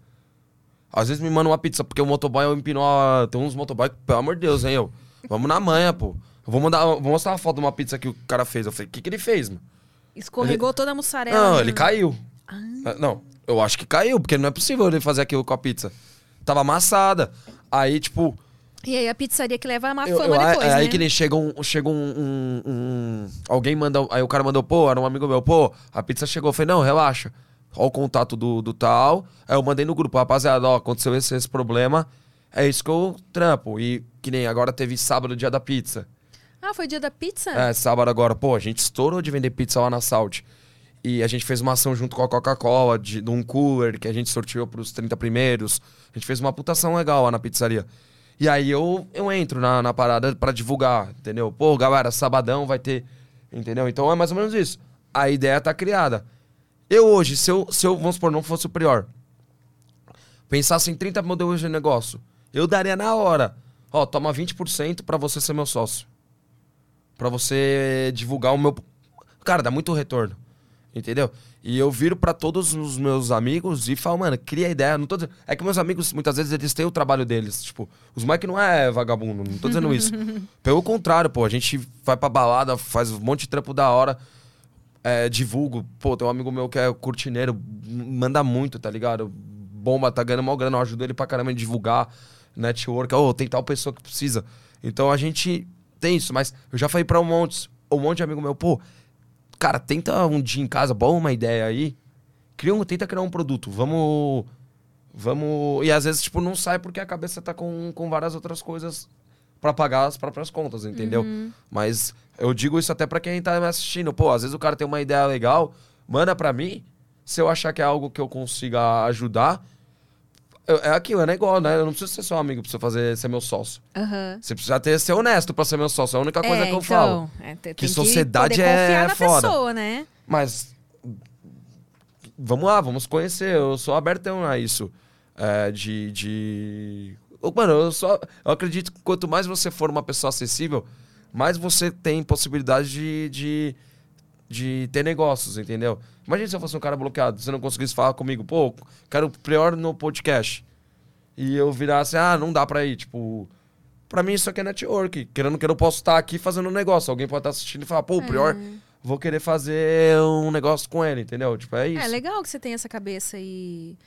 [SPEAKER 2] Às vezes me mandam uma pizza porque o motoboy eu empinou... a- Tem uns motoboy que, pelo amor de Deus, hein, eu. Vamos na manha, pô. Eu vou, mandar, vou mostrar uma foto de uma pizza que o cara fez. Eu falei, o que, que ele fez, mano?
[SPEAKER 1] Escorregou toda a mussarela.
[SPEAKER 2] Não,
[SPEAKER 1] no-
[SPEAKER 2] ele caiu. Ah, Não, eu acho que caiu, porque não é possível ele fazer aquilo com a pizza. Tava amassada. Aí, tipo...
[SPEAKER 1] E aí a pizzaria que leva uma
[SPEAKER 2] Eu,
[SPEAKER 1] fama
[SPEAKER 2] eu-
[SPEAKER 1] depois,
[SPEAKER 2] é
[SPEAKER 1] né?
[SPEAKER 2] aí que nem chega um, chega um, um- um- Alguém manda... Aí o cara mandou, pô, era um amigo meu, pô, a pizza chegou. Eu falei, não, relaxa. Ó o contato do, do tal. Aí eu mandei no grupo, rapaziada, ó, aconteceu esse, esse problema. É isso que eu trampo. E que nem agora teve sábado, dia da pizza.
[SPEAKER 1] Ah, foi dia da pizza?
[SPEAKER 2] É, sábado agora. Pô, a gente estourou de vender pizza lá na Salt. E a gente fez uma ação junto com a Coca-Cola, de, de um cooler que a gente sorteou pros trinta primeiros. A gente fez uma putação legal lá na pizzaria. E aí eu, eu entro na, na parada pra divulgar, entendeu? Pô, galera, sabadão vai ter... Entendeu? Então é mais ou menos isso. A ideia tá criada. Eu hoje, se eu, se eu vamos supor, não fosse o Prior, pensasse em trinta modelos de negócio, eu daria na hora. Ó, toma vinte por cento pra você ser meu sócio. Pra você divulgar o meu... Cara, dá muito retorno. Entendeu? E eu viro pra todos os meus amigos e falo, mano, cria ideia. Não tô dizendo... É que meus amigos, muitas vezes, eles têm o trabalho deles. Tipo, os moleques não é vagabundo, não tô dizendo isso. Pelo contrário, pô, a gente vai pra balada, faz um monte de trampo da hora, é, divulgo. Pô, tem um amigo meu que é cortineiro, manda muito, tá ligado? Bomba, tá ganhando mal grana, eu ajudo ele pra caramba em divulgar, network, ô, tem tal pessoa que precisa. Então a gente tem isso, mas eu já falei pra um monte, um monte de amigo meu, pô, cara, tenta um dia em casa, bom, uma ideia aí. Cria um, tenta criar um produto. Vamos. Vamos. E às vezes, tipo, não sai porque a cabeça tá com, com várias outras coisas pra pagar as próprias contas, entendeu?
[SPEAKER 1] Uhum.
[SPEAKER 2] Mas eu digo isso até pra quem tá me assistindo. Pô, às vezes o cara tem uma ideia legal, manda pra mim. Se eu achar que é algo que eu consiga ajudar. eu- É aquilo, é negócio, né? Eu não preciso ser seu amigo pra você fazer, ser meu sócio.
[SPEAKER 1] Aham.
[SPEAKER 2] Você precisa ter, ser honesto pra ser meu sócio. É a única coisa
[SPEAKER 1] É,
[SPEAKER 2] que eu
[SPEAKER 1] então,
[SPEAKER 2] falo.
[SPEAKER 1] é, tem
[SPEAKER 2] Que
[SPEAKER 1] que
[SPEAKER 2] sociedade
[SPEAKER 1] poder
[SPEAKER 2] é
[SPEAKER 1] confiar na
[SPEAKER 2] foda.
[SPEAKER 1] pessoa, né?
[SPEAKER 2] Mas vamos lá, vamos conhecer. Eu sou abertão a isso. É, de, de. Ô, Mano, eu só. Eu acredito que quanto mais você for uma pessoa acessível, mais você tem possibilidade de, de, de ter negócios, entendeu? Imagina se eu fosse um cara bloqueado, você não conseguisse falar comigo, pô, quero Prior no podcast. E eu virasse, ah, não dá pra ir. Tipo, pra mim isso aqui é network. Querendo que eu posso estar aqui fazendo um negócio. Alguém pode estar assistindo e falar, pô, o Prior, vou querer fazer um negócio com ele, entendeu? Tipo, é isso.
[SPEAKER 1] É legal que você tem essa cabeça e,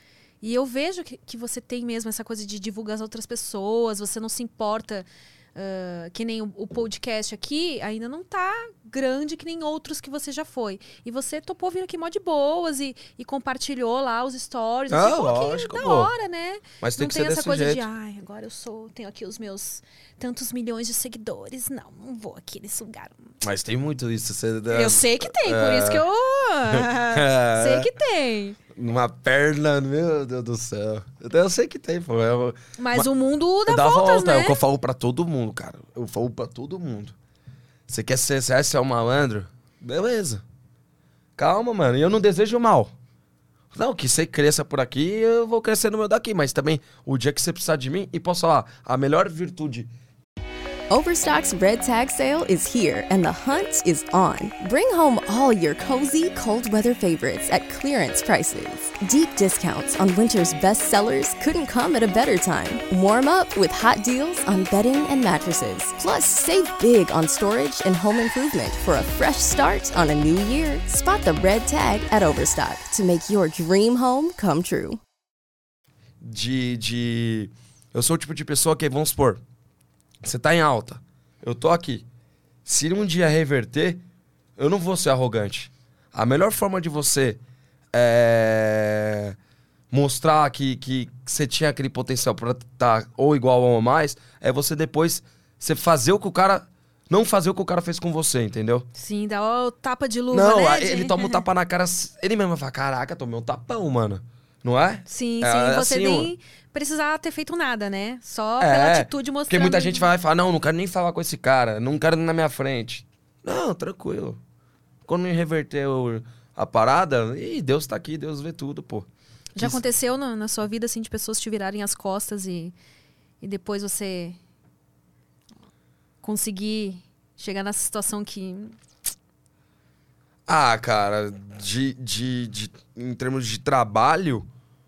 [SPEAKER 1] E eu vejo que, que você tem mesmo essa coisa de divulgar as outras pessoas, você não se importa, uh, que nem o, o podcast aqui, ainda não tá grande que nem outros que você já foi. E você topou vir aqui mó de boas e, e compartilhou lá os stories.
[SPEAKER 2] Ah,
[SPEAKER 1] assim, pô,
[SPEAKER 2] lógico,
[SPEAKER 1] que da
[SPEAKER 2] pô.
[SPEAKER 1] hora, né?
[SPEAKER 2] Mas tem
[SPEAKER 1] Não
[SPEAKER 2] que
[SPEAKER 1] tem
[SPEAKER 2] ser
[SPEAKER 1] essa
[SPEAKER 2] desse
[SPEAKER 1] coisa
[SPEAKER 2] jeito.
[SPEAKER 1] de, ai, agora eu sou, tenho aqui os meus tantos milhões de seguidores. Não, não vou aqui nesse lugar.
[SPEAKER 2] Mas tem muito isso. Você,
[SPEAKER 1] Eu sei que tem, por isso que eu
[SPEAKER 2] É.
[SPEAKER 1] sei que tem.
[SPEAKER 2] Numa perna, meu Deus do céu. Eu sei que tem, pô. Eu,
[SPEAKER 1] Mas
[SPEAKER 2] Mas-
[SPEAKER 1] o mundo dá,
[SPEAKER 2] dá
[SPEAKER 1] voltas,
[SPEAKER 2] volta, é
[SPEAKER 1] né?
[SPEAKER 2] o que eu falo pra todo mundo, cara. Eu falo pra todo mundo. Você quer ser, você é um malandro? Beleza. Calma, mano. E eu não desejo mal. Não, que você cresça por aqui, eu vou crescer no meu daqui. Mas também, o dia que você precisar de mim, e posso falar, a melhor virtude...
[SPEAKER 4] Overstock's Red Tag Sale is here and the hunt is on. Bring home all your cozy, cold weather favorites at clearance prices. Deep discounts on winter's best sellers couldn't come at a better time. Warm up with hot deals on bedding and mattresses. Plus, save big on storage and home improvement for a fresh start on a new year. Spot the red tag at Overstock to make your dream home come true.
[SPEAKER 2] de, de... Eu sou o tipo de pessoa que, vamos supor, você tá em alta, eu tô aqui. Se um dia reverter, eu não vou ser arrogante. A melhor forma de você é, mostrar que, que você tinha aquele potencial pra estar ou igual ou mais, é você depois você fazer o que o cara... Não fazer o que o cara fez com você, entendeu?
[SPEAKER 1] Sim, dá o tapa de luva,
[SPEAKER 2] Não,
[SPEAKER 1] né?
[SPEAKER 2] aí
[SPEAKER 1] de-
[SPEAKER 2] ele toma um tapa na cara, ele mesmo vai falar, caraca, tomei um tapão, mano. Não é?
[SPEAKER 1] Sim, sim.
[SPEAKER 2] É,
[SPEAKER 1] Você
[SPEAKER 2] assim,
[SPEAKER 1] nem precisar ter feito nada, né? Só
[SPEAKER 2] É,
[SPEAKER 1] pela atitude mostrando...
[SPEAKER 2] Porque muita gente vai falar, não, não quero nem falar com esse cara, não quero nem na minha frente. Não, tranquilo. Quando reverteu a parada, ih, Deus tá aqui, Deus vê tudo, pô.
[SPEAKER 1] Já
[SPEAKER 2] Isso-
[SPEAKER 1] aconteceu na, na sua vida, assim, de pessoas te virarem as costas e, e depois você conseguir chegar nessa situação que...
[SPEAKER 2] Ah, cara, de, de, de, em termos de trabalho...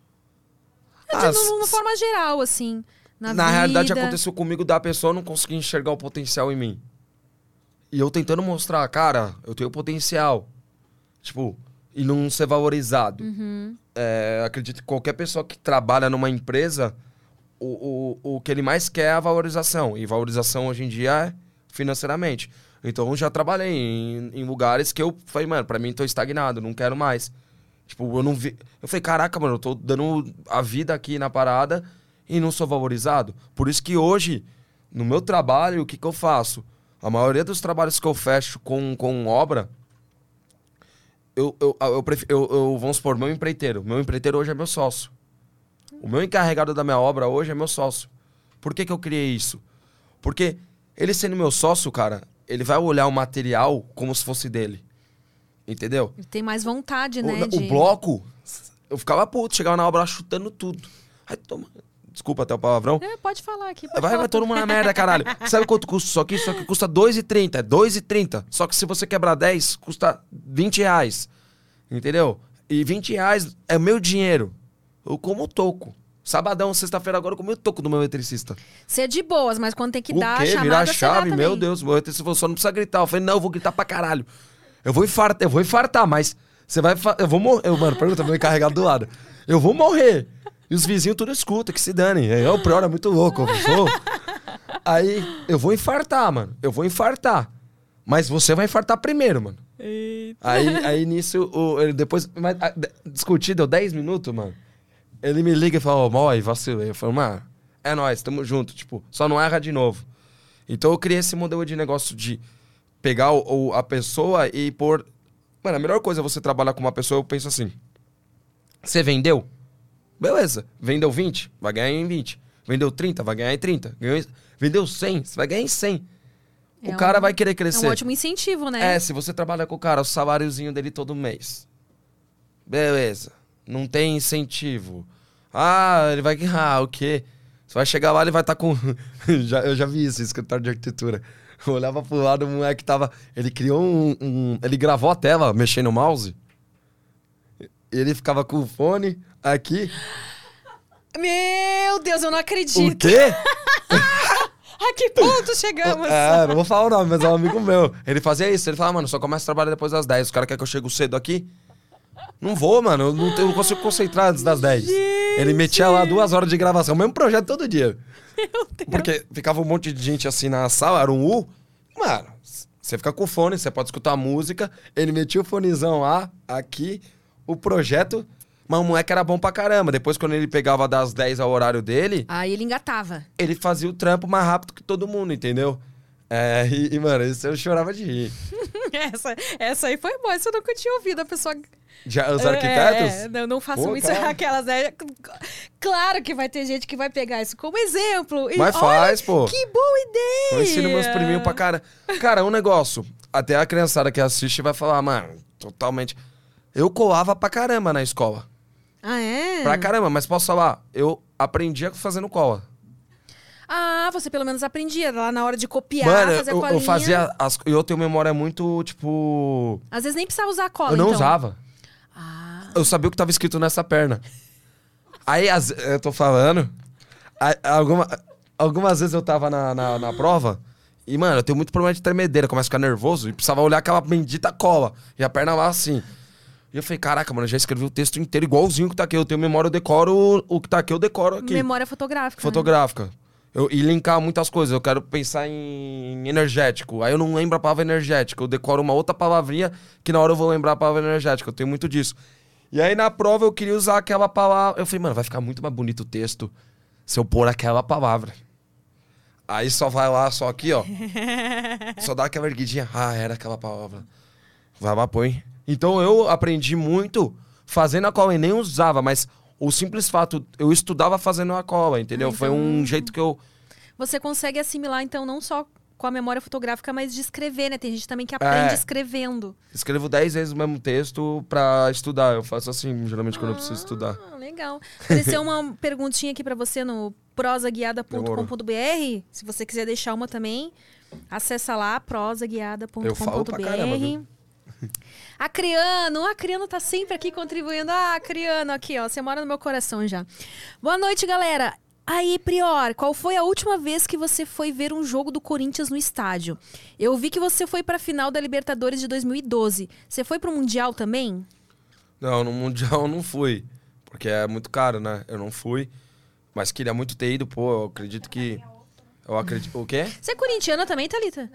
[SPEAKER 1] De,
[SPEAKER 2] ah,
[SPEAKER 1] de uma forma geral, assim, na,
[SPEAKER 2] Na
[SPEAKER 1] vida.
[SPEAKER 2] realidade, aconteceu comigo da pessoa não conseguir enxergar o potencial em mim. E eu tentando mostrar, cara, eu tenho potencial. Tipo, e não ser valorizado.
[SPEAKER 1] Uhum.
[SPEAKER 2] É, acredito que qualquer pessoa que trabalha numa empresa, o, o, o que ele mais quer é a valorização. E valorização hoje em dia é financeiramente. Então eu já trabalhei em, em lugares que eu falei, mano, pra mim tô estagnado, não quero mais. Tipo, eu não vi. Eu falei, caraca, mano, eu tô dando a vida aqui na parada e não sou valorizado. Por isso que hoje, no meu trabalho, o que, que eu faço? A maioria dos trabalhos que eu fecho com, com obra, eu, eu, eu, prefiro, eu, eu, vamos supor, meu empreiteiro. Meu empreiteiro hoje é meu sócio. O meu encarregado da minha obra hoje é meu sócio. Por que, que eu criei isso? Porque ele sendo meu sócio, cara, ele vai olhar o material como se fosse dele. Entendeu?
[SPEAKER 1] Ele tem mais vontade,
[SPEAKER 2] O,
[SPEAKER 1] né?
[SPEAKER 2] o
[SPEAKER 1] de...
[SPEAKER 2] bloco, eu ficava puto, chegava na obra lá chutando tudo. Aí toma. Desculpa até o palavrão.
[SPEAKER 1] É, pode falar aqui. Pode
[SPEAKER 2] Vai,
[SPEAKER 1] falar
[SPEAKER 2] vai todo
[SPEAKER 1] tudo.
[SPEAKER 2] mundo na merda, caralho. Sabe quanto custa isso aqui? Isso aqui custa dois reais e trinta. É dois reais e trinta. Só que se você quebrar dez, custa vinte reais. Entendeu? E vinte reais é meu dinheiro. Eu como toco. Sabadão, sexta-feira agora eu comi o toco do meu eletricista.
[SPEAKER 1] Você é de boas, mas quando tem que
[SPEAKER 2] O
[SPEAKER 1] dar a
[SPEAKER 2] quê?
[SPEAKER 1] chamada,
[SPEAKER 2] Virar a
[SPEAKER 1] você dá
[SPEAKER 2] chave?
[SPEAKER 1] também.
[SPEAKER 2] Meu Deus, meu eletricista falou, só não precisa gritar. Eu falei, não, eu vou gritar pra caralho. Eu vou infartar, eu vou infartar, mas você vai... Fa... Eu vou morrer. Eu, mano, pergunta meu encarregado do lado. Eu vou morrer. E os vizinhos tudo escutam, que se danem. Aí, o Prior é muito louco, eu sou. Aí, eu vou infartar, mano. Eu vou infartar. Mas você vai infartar primeiro, mano.
[SPEAKER 1] Eita.
[SPEAKER 2] Aí, aí nisso, o, ele depois... Mas, a, de- discutir, deu dez minutos, mano. Ele me liga e fala, ó, Moi, vacilei. Eu falo, mano, é nóis, tamo junto. Tipo, só não erra de novo. Então eu criei esse modelo de negócio de pegar o, o- a pessoa e pôr... Mano, a melhor coisa é você trabalhar com uma pessoa, eu penso assim. Você vendeu? Beleza. Vendeu vinte? Vai ganhar em vinte. Vendeu trinta? Vai ganhar em trinta. Ganhou em- Vendeu cem? Você vai ganhar em cem.
[SPEAKER 1] É
[SPEAKER 2] o cara
[SPEAKER 1] um-
[SPEAKER 2] vai querer
[SPEAKER 1] É
[SPEAKER 2] crescer.
[SPEAKER 1] um ótimo incentivo, né?
[SPEAKER 2] É, se você trabalha com o cara, o saláriozinho dele todo mês. Beleza. Não tem incentivo. Ah, ele vai... Ah, o quê? Você vai chegar lá, ele vai estar com... já, eu já vi isso, escritório de arquitetura. Eu olhava pro lado, o moleque tava... Ele criou um, um... Ele gravou a tela, mexendo no mouse. Ele ficava com o fone aqui.
[SPEAKER 1] Meu Deus, eu não
[SPEAKER 2] O
[SPEAKER 1] acredito.
[SPEAKER 2] quê?
[SPEAKER 1] A que ponto chegamos?
[SPEAKER 2] É, não vou falar o nome, mas é um amigo meu. Ele fazia isso, ele falava, mano, só começa a trabalhar depois das dez. Os caras querem que eu chegue cedo aqui? Não vou, mano, eu não, eu não consigo concentrar antes das dez. Ele metia lá duas horas de gravação, mesmo projeto todo dia.
[SPEAKER 1] Meu Deus.
[SPEAKER 2] Porque ficava um monte de gente assim na sala, era um U. Mano, você fica com o fone, você pode escutar a música. Ele metia o fonezão lá, aqui, o projeto. Mas o moleque era bom pra caramba. Depois, quando ele pegava das dez ao horário dele,
[SPEAKER 1] Aí ele engatava.
[SPEAKER 2] ele fazia o trampo mais rápido que todo mundo, entendeu? É, e, e, mano, isso eu chorava de rir.
[SPEAKER 1] essa, essa aí foi boa, essa eu nunca tinha ouvido. A pessoa...
[SPEAKER 2] Já, os arquitetos?
[SPEAKER 1] É, não, não façam
[SPEAKER 2] Pô,
[SPEAKER 1] isso,
[SPEAKER 2] cara.
[SPEAKER 1] aquelas, né? Claro que vai ter gente que vai pegar isso como exemplo. E
[SPEAKER 2] Mas
[SPEAKER 1] olha,
[SPEAKER 2] faz, pô.
[SPEAKER 1] Que boa ideia!
[SPEAKER 2] Eu ensino meus priminhos pra cara. Cara, um negócio. Até a criançada que assiste vai falar, mano, totalmente. Eu colava pra caramba na escola.
[SPEAKER 1] Ah, é?
[SPEAKER 2] Pra caramba, mas posso falar, eu aprendia fazendo cola.
[SPEAKER 1] Ah, você pelo menos aprendia lá na hora de copiar,
[SPEAKER 2] Mano,
[SPEAKER 1] fazer
[SPEAKER 2] eu,
[SPEAKER 1] colinha.
[SPEAKER 2] eu fazia. As, eu tenho memória muito, tipo.
[SPEAKER 1] Às vezes nem precisava usar cola,
[SPEAKER 2] eu não
[SPEAKER 1] então.
[SPEAKER 2] usava.
[SPEAKER 1] Ah.
[SPEAKER 2] Eu sabia o que tava escrito nessa perna. Aí, as, eu tô falando. aí, alguma, algumas vezes eu tava na, na, na prova. E, mano, eu tenho muito problema de tremedeira. Começo a ficar nervoso e precisava olhar aquela bendita cola. E a perna lá assim. E eu falei, caraca, mano, eu já escrevi o texto inteiro igualzinho que tá aqui. Eu tenho memória, eu decoro o, o que tá aqui, eu decoro aqui.
[SPEAKER 1] Memória fotográfica.
[SPEAKER 2] Fotográfica. Eu, e linkar muitas coisas. Eu quero pensar em energético. Aí eu não lembro a palavra energética. Eu decoro uma outra palavrinha que na hora eu vou lembrar a palavra energética. Eu tenho muito disso. E aí na prova eu queria usar aquela palavra. Eu falei, mano, vai ficar muito mais bonito o texto se eu pôr aquela palavra. Aí só vai lá, só aqui, ó. Só dá aquela erguidinha. Ah, era aquela palavra. Vai lá, põe. Então eu aprendi muito fazendo a cola e nem usava, mas o simples fato, eu estudava fazendo a cola, entendeu?
[SPEAKER 1] Ah, então...
[SPEAKER 2] Foi um jeito que eu...
[SPEAKER 1] Você consegue assimilar, então, não só com a memória fotográfica, mas de escrever, né? Tem gente também que aprende
[SPEAKER 2] É.
[SPEAKER 1] escrevendo.
[SPEAKER 2] Escrevo dez vezes o mesmo texto pra estudar. Eu faço assim, geralmente, quando eu preciso estudar.
[SPEAKER 1] Ah, legal. Apareceu uma perguntinha aqui pra você no prosa guiada ponto com ponto b r. Se você quiser deixar uma também, acessa lá, prosa guiada ponto com ponto b r.
[SPEAKER 2] Eu falo pra caramba, viu?
[SPEAKER 1] A Criano, a Criano tá sempre aqui contribuindo. Ah, Criano, aqui, ó, você mora no meu coração já. Boa noite, galera. Aí, Prior, qual foi a última vez que você foi ver um jogo do Corinthians no estádio? Eu vi que você foi pra final da Libertadores de dois mil e doze. Você foi pro Mundial também?
[SPEAKER 2] Não, no Mundial eu não fui. Porque é muito caro, né? Eu não fui. Mas queria muito ter ido, pô. Eu acredito que... Eu acredito... O quê?
[SPEAKER 1] Você é corintiana também, Thalita?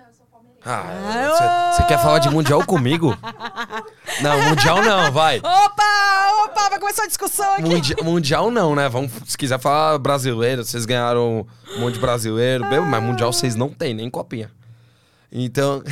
[SPEAKER 2] Ah, você quer falar de Mundial comigo? Não, Mundial não, vai.
[SPEAKER 1] Opa, opa, vai começar a discussão aqui.
[SPEAKER 2] Mundi mundial não, né? Vamos, se quiser falar brasileiro, vocês ganharam um monte de brasileiro, bem, mas Mundial vocês não tem, nem copinha. Então...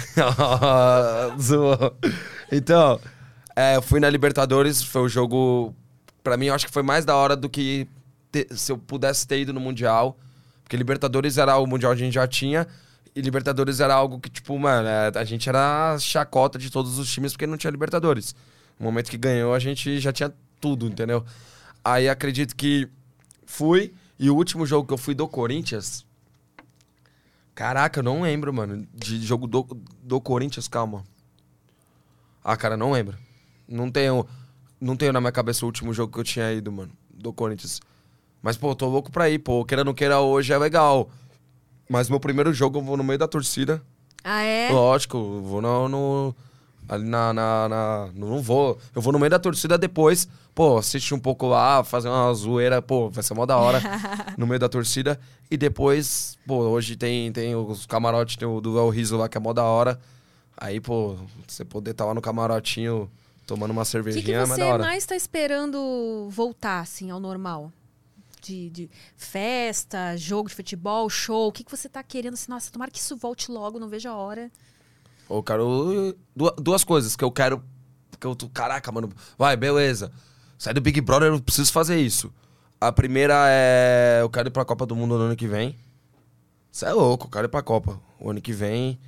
[SPEAKER 2] Zoou. Então, é, eu fui na Libertadores, foi o jogo... Pra mim, eu acho que foi mais da hora do que ter, se eu pudesse ter ido no Mundial. Porque Libertadores era o Mundial que a gente já tinha... E Libertadores era algo que, tipo, mano, a gente era a chacota de todos os times porque não tinha Libertadores. No momento que ganhou, a gente já tinha tudo, entendeu? Aí acredito que fui, e o último jogo que eu fui do Corinthians... Caraca, eu não lembro, mano, de jogo do, do Corinthians, calma. Ah, cara, não lembro. Não tenho, não tenho na minha cabeça o último jogo que eu tinha ido, mano, do Corinthians. Mas, pô, tô louco pra ir, pô, queira ou não queira, hoje é legal. Mas meu primeiro jogo eu vou no meio da torcida.
[SPEAKER 1] Ah, é?
[SPEAKER 2] Lógico, eu vou no... no ali na, na, na... Não vou... Eu vou no meio da torcida depois. Pô, assistir um pouco lá, fazer uma zoeira. Pô, vai ser mó da hora. No meio da torcida. E depois... Pô, hoje tem, tem os camarotes, tem o do El Riso lá, que é mó da hora. Aí, pô, você poder estar tá lá no camarotinho tomando uma
[SPEAKER 1] O que,
[SPEAKER 2] cervejinha
[SPEAKER 1] que
[SPEAKER 2] é mais da
[SPEAKER 1] você
[SPEAKER 2] hora.
[SPEAKER 1] mais tá esperando voltar, assim, ao normal? De, de festa, jogo de futebol, show? O que, que você tá querendo? Assim, nossa, tomara que isso volte logo, não vejo a hora.
[SPEAKER 2] Eu quero... Duas, duas coisas que eu quero... Que eu tô, caraca, mano. Vai, beleza. Sai do Big Brother, eu preciso fazer isso. A primeira é... Eu quero ir pra Copa do Mundo no ano que vem. Isso é louco, eu quero ir pra Copa. O ano que vem.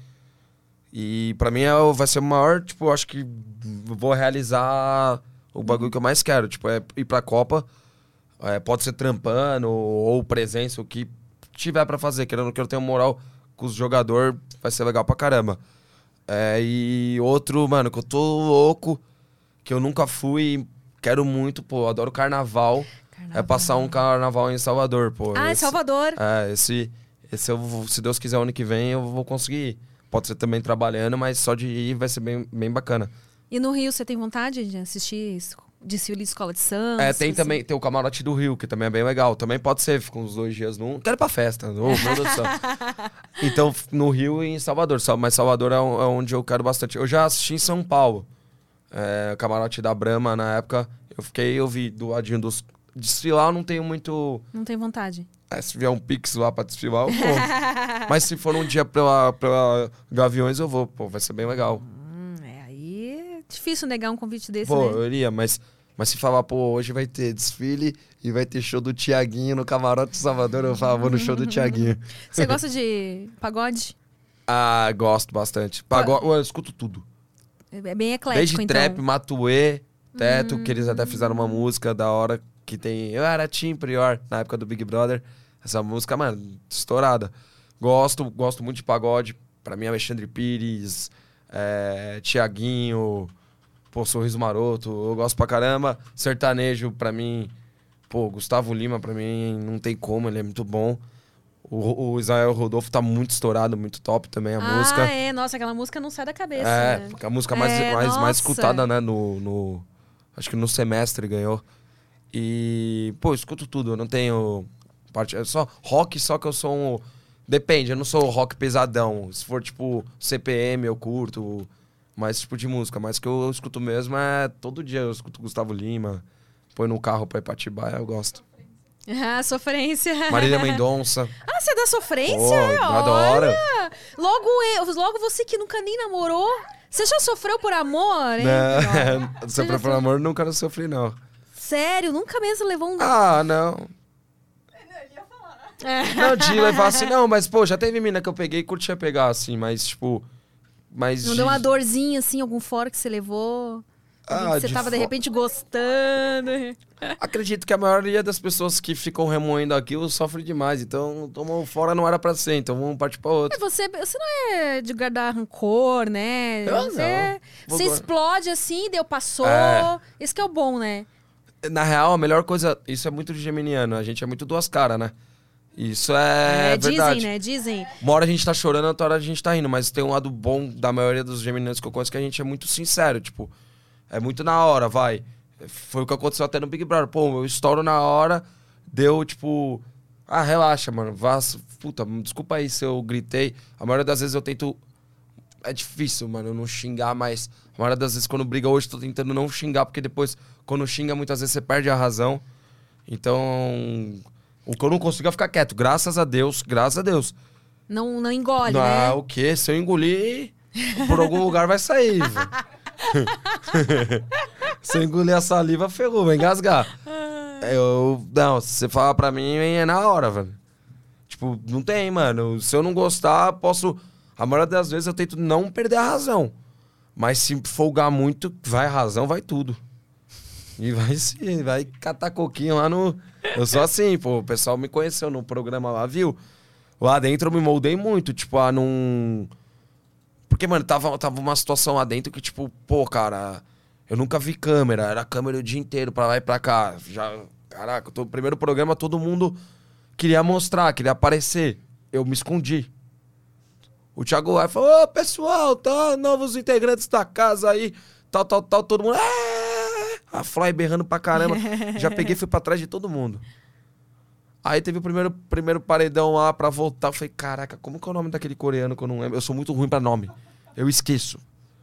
[SPEAKER 2] E pra mim é, vai ser o maior... Tipo, eu acho que vou realizar o bagulho que eu mais quero. Tipo, é ir pra Copa. É, pode ser trampando ou presença, o que tiver pra fazer. Querendo que eu tenha moral com os jogadores, vai ser legal pra caramba. É, e outro, mano, que eu tô louco, que eu nunca fui, quero muito, pô, adoro carnaval. Carnaval. É passar um carnaval em Salvador, pô.
[SPEAKER 1] Ah, em Salvador.
[SPEAKER 2] É, esse, esse eu vou, se Deus quiser, ano que vem eu vou conseguir ir. Pode ser também trabalhando, mas só de ir vai ser bem, bem bacana.
[SPEAKER 1] E no Rio, você tem vontade de assistir isso? desfile de escola de samba.
[SPEAKER 2] É, tem
[SPEAKER 1] assim.
[SPEAKER 2] também, tem o Camarote do Rio, que também é bem legal. Também pode ser, fica uns dois dias num... Quero ir pra festa, oh, meu Deus do céu. Então, no Rio e em Salvador. Mas Salvador é onde eu quero bastante. Eu já assisti em São Paulo. É, Camarote da Brahma, na época, eu fiquei, eu vi do ladinho dos... Desfilar eu não tenho muito...
[SPEAKER 1] Não tem vontade.
[SPEAKER 2] É, se vier um Pix lá pra desfilar, eu vou. Mas se for um dia pela, pela Gaviões, eu vou. Pô, vai ser bem legal.
[SPEAKER 1] Hum, é, aí é difícil negar um convite desse,
[SPEAKER 2] Pô,
[SPEAKER 1] né?
[SPEAKER 2] eu iria, mas, mas se falar, pô, hoje vai ter desfile e vai ter show do Tiaguinho no Camarote de Salvador, eu falo, vou no show do Tiaguinho.
[SPEAKER 1] Você gosta de pagode?
[SPEAKER 2] Ah, gosto bastante. Pagode, eu escuto tudo.
[SPEAKER 1] É bem eclético,
[SPEAKER 2] Desde
[SPEAKER 1] então.
[SPEAKER 2] trap, Matuê, Teto,
[SPEAKER 1] Hum.
[SPEAKER 2] que eles até fizeram uma música da hora que tem... Eu era Tim Prior, na época do Big Brother. Essa música, mano, estourada. Gosto, gosto muito de pagode. Pra mim, Alexandre Pires, é, Tiaguinho, pô, Sorriso Maroto. Eu gosto pra caramba. Sertanejo, pra mim... Pô, Gustavo Lima, pra mim, não tem como. Ele é muito bom. O, o Israel Rodolfo tá muito estourado, muito top também a
[SPEAKER 1] ah,
[SPEAKER 2] música.
[SPEAKER 1] é. Nossa, aquela música não sai da cabeça,
[SPEAKER 2] É,
[SPEAKER 1] né?
[SPEAKER 2] a música mais,
[SPEAKER 1] É,
[SPEAKER 2] mais,
[SPEAKER 1] nossa.
[SPEAKER 2] mais escutada, né, no, no... Acho que no semestre ganhou. E, pô, eu escuto tudo, eu não tenho... Parte, é só rock, só que eu sou um... Depende, eu não sou rock pesadão. Se for, tipo, C P M, eu curto mais tipo de música. Mas que eu, eu escuto mesmo é... Todo dia eu escuto Gustavo Lima. Põe no carro pra ir pra Atibaia, eu gosto.
[SPEAKER 1] Ah, sofrência.
[SPEAKER 2] Marília Mendonça.
[SPEAKER 1] Ah, você é da sofrência?
[SPEAKER 2] Pô,
[SPEAKER 1] Olha.
[SPEAKER 2] adoro.
[SPEAKER 1] Logo, eu, logo você que nunca nem namorou. Você já sofreu por amor, hein?
[SPEAKER 2] Não,
[SPEAKER 1] Você
[SPEAKER 2] sofrer
[SPEAKER 1] já
[SPEAKER 2] por
[SPEAKER 1] foi-
[SPEAKER 2] amor, nunca não sofri, não.
[SPEAKER 1] Sério? Nunca mesmo levou um...
[SPEAKER 2] Ah, não.
[SPEAKER 3] Ele ia falar.
[SPEAKER 2] Não, de levar assim, não, mas, pô, já teve mina que eu peguei e curtia pegar, assim, mas, tipo... Mas
[SPEAKER 1] Não
[SPEAKER 2] de-
[SPEAKER 1] deu uma dorzinha, assim, algum fora que você levou? Alguém
[SPEAKER 2] Ah,
[SPEAKER 1] que você
[SPEAKER 2] de
[SPEAKER 1] tava, de
[SPEAKER 2] fo-
[SPEAKER 1] repente, gostando?
[SPEAKER 2] Acredito que a maioria das pessoas que ficam remoendo aquilo sofre demais, então tomou fora não era pra ser, então vamos partir pra
[SPEAKER 1] É,
[SPEAKER 2] outro.
[SPEAKER 1] você, você não é de guardar rancor, né?
[SPEAKER 2] Eu
[SPEAKER 1] você
[SPEAKER 2] não. Vou
[SPEAKER 1] você
[SPEAKER 2] guar-
[SPEAKER 1] explode assim, deu, passou.
[SPEAKER 2] É.
[SPEAKER 1] Esse que é o bom, né?
[SPEAKER 2] Na real, a melhor coisa, isso é muito de geminiano, a gente é muito duas caras, né? Isso é, verdade.
[SPEAKER 1] dizem, né? Dizem.
[SPEAKER 2] Uma hora a gente tá chorando, outra hora a gente tá rindo, mas tem um lado bom da maioria dos geminianos que eu conheço que a gente é muito sincero, tipo, é muito na hora, vai. Foi o que aconteceu até no Big Brother. Pô, eu estouro na hora, deu tipo... Ah, relaxa, mano. Vá, puta, desculpa aí se eu gritei. A maioria das vezes eu tento... É difícil, mano, eu não xingar, mas... A maioria das vezes quando briga hoje, eu tô tentando não xingar, porque depois, quando xinga, muitas vezes você perde a razão. Então... O que eu não consigo é ficar quieto. Graças a Deus, graças a Deus.
[SPEAKER 1] Não, não engole,
[SPEAKER 2] Não,
[SPEAKER 1] né?
[SPEAKER 2] o quê? Se eu engolir, por algum lugar vai sair, velho. Se eu engolir a saliva, ferrou, vai engasgar. Eu, não, se você falar pra mim, é na hora, velho. Tipo, não tem, mano. Se eu não gostar, posso... A maioria das vezes eu tento não perder a razão. Mas se folgar muito, vai a razão, vai tudo. E vai se, vai catar coquinho lá no... Eu sou assim, pô. O pessoal me conheceu no programa lá, viu? Lá dentro eu me moldei muito, tipo, a não... Porque, mano, tava, tava uma situação lá dentro que, tipo, pô, cara... Eu nunca vi câmera, era câmera o dia inteiro, pra lá e pra cá. Já, caraca, o primeiro programa todo mundo queria mostrar, queria aparecer. Eu me escondi. O Thiago lá falou, ô, pessoal, tá, novos integrantes da casa aí, tal, tal, tal, todo mundo... A Fly berrando pra caramba. Já peguei e fui pra trás de todo mundo. Aí teve o primeiro, primeiro paredão lá pra voltar. Eu falei, caraca, como que é o nome daquele coreano que eu não lembro? Eu sou muito ruim pra nome. Eu esqueço.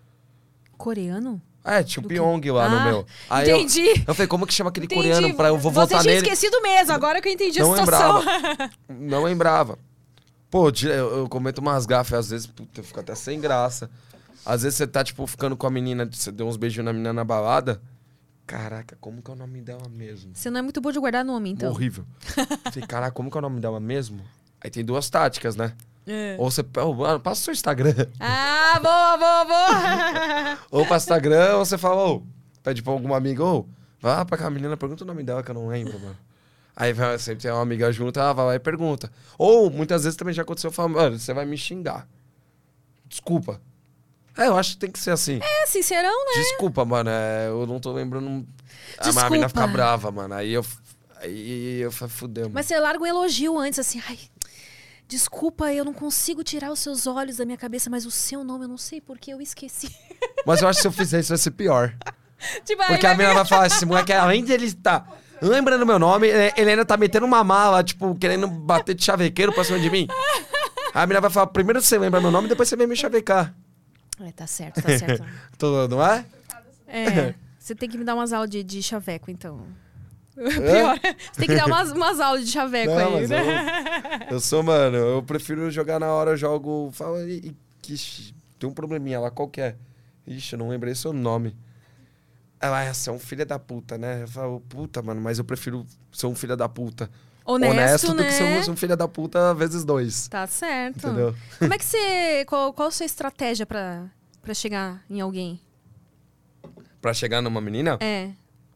[SPEAKER 1] Coreano?
[SPEAKER 2] É, tinha o
[SPEAKER 1] Do quê?
[SPEAKER 2] Pyong lá
[SPEAKER 1] Ah,
[SPEAKER 2] no meu. Aí
[SPEAKER 1] entendi.
[SPEAKER 2] Eu, eu falei, como que chama aquele
[SPEAKER 1] Entendi.
[SPEAKER 2] coreano pra eu vou votar
[SPEAKER 1] Você tinha
[SPEAKER 2] nele?
[SPEAKER 1] esquecido mesmo, agora que eu entendi
[SPEAKER 2] Não
[SPEAKER 1] a situação.
[SPEAKER 2] lembrava. Não lembrava. Pô, eu, eu cometo umas gafas, às vezes, puta, eu fico até sem graça. Às vezes você tá, tipo, ficando com a menina, você deu uns beijinhos na menina na balada. Caraca, como que é o nome dela mesmo?
[SPEAKER 1] Você não é muito bom de guardar nome, então.
[SPEAKER 2] Horrível. Falei, caraca, como que é o nome dela mesmo? Aí tem duas táticas, né?
[SPEAKER 1] É.
[SPEAKER 2] Ou você... Oh, mano, passa o seu Instagram.
[SPEAKER 1] Ah, boa, boa, boa.
[SPEAKER 2] Ou passa o Instagram, ou você fala, ô... Pede pra alguma amiga, ô... Vai lá pra aquela menina, pergunta o nome dela que eu não lembro, mano. Aí vai, sempre tem uma amiga junto, ela vai lá e pergunta. Ou, muitas vezes também já aconteceu, eu falo, mano, você vai me xingar. Desculpa. É, eu acho que tem que ser assim.
[SPEAKER 1] É, sincerão, né?
[SPEAKER 2] Desculpa, mano, é, eu não tô lembrando... A
[SPEAKER 1] Desculpa.
[SPEAKER 2] menina fica brava, mano. Aí eu... Aí eu falei, fudeu, mano.
[SPEAKER 1] Mas você larga um elogio antes, assim, ai... Desculpa, eu não consigo tirar os seus olhos da minha cabeça, mas o seu nome eu não sei porque eu esqueci.
[SPEAKER 2] Mas eu acho que se eu fizer isso vai ser pior.
[SPEAKER 1] Tipo, aí
[SPEAKER 2] Porque a
[SPEAKER 1] vai
[SPEAKER 2] menina vai falar, esse moleque, além de ele tá lembrando meu nome, ele ele ainda tá metendo uma mala, tipo, querendo bater de chavequeiro pra cima de mim. Aí a menina vai falar, primeiro você lembra meu nome, depois você vem me chavecar.
[SPEAKER 1] É, tá certo, tá certo.
[SPEAKER 2] Tô- Não é?
[SPEAKER 1] É, você tem que me dar umas aulas de, de chaveco, então. Pior, você tem que dar umas, umas aulas de chaveco
[SPEAKER 2] Não,
[SPEAKER 1] aí,
[SPEAKER 2] mas
[SPEAKER 1] né?
[SPEAKER 2] eu, eu sou, mano, eu prefiro jogar na hora, eu jogo. Fala, e, e, que, tem um probleminha lá, qual que é? Ixi, eu não lembrei seu nome. Ela, ah, você é um filho da puta, né? Eu falo, puta, mano, mas eu prefiro ser um filho da puta.
[SPEAKER 1] Honesto,
[SPEAKER 2] do
[SPEAKER 1] né?
[SPEAKER 2] que ser um, um filho da puta vezes dois.
[SPEAKER 1] Tá certo.
[SPEAKER 2] Entendeu?
[SPEAKER 1] Como é que você... Qual, qual a sua estratégia pra, pra chegar em alguém?
[SPEAKER 2] Pra chegar numa menina?
[SPEAKER 1] É.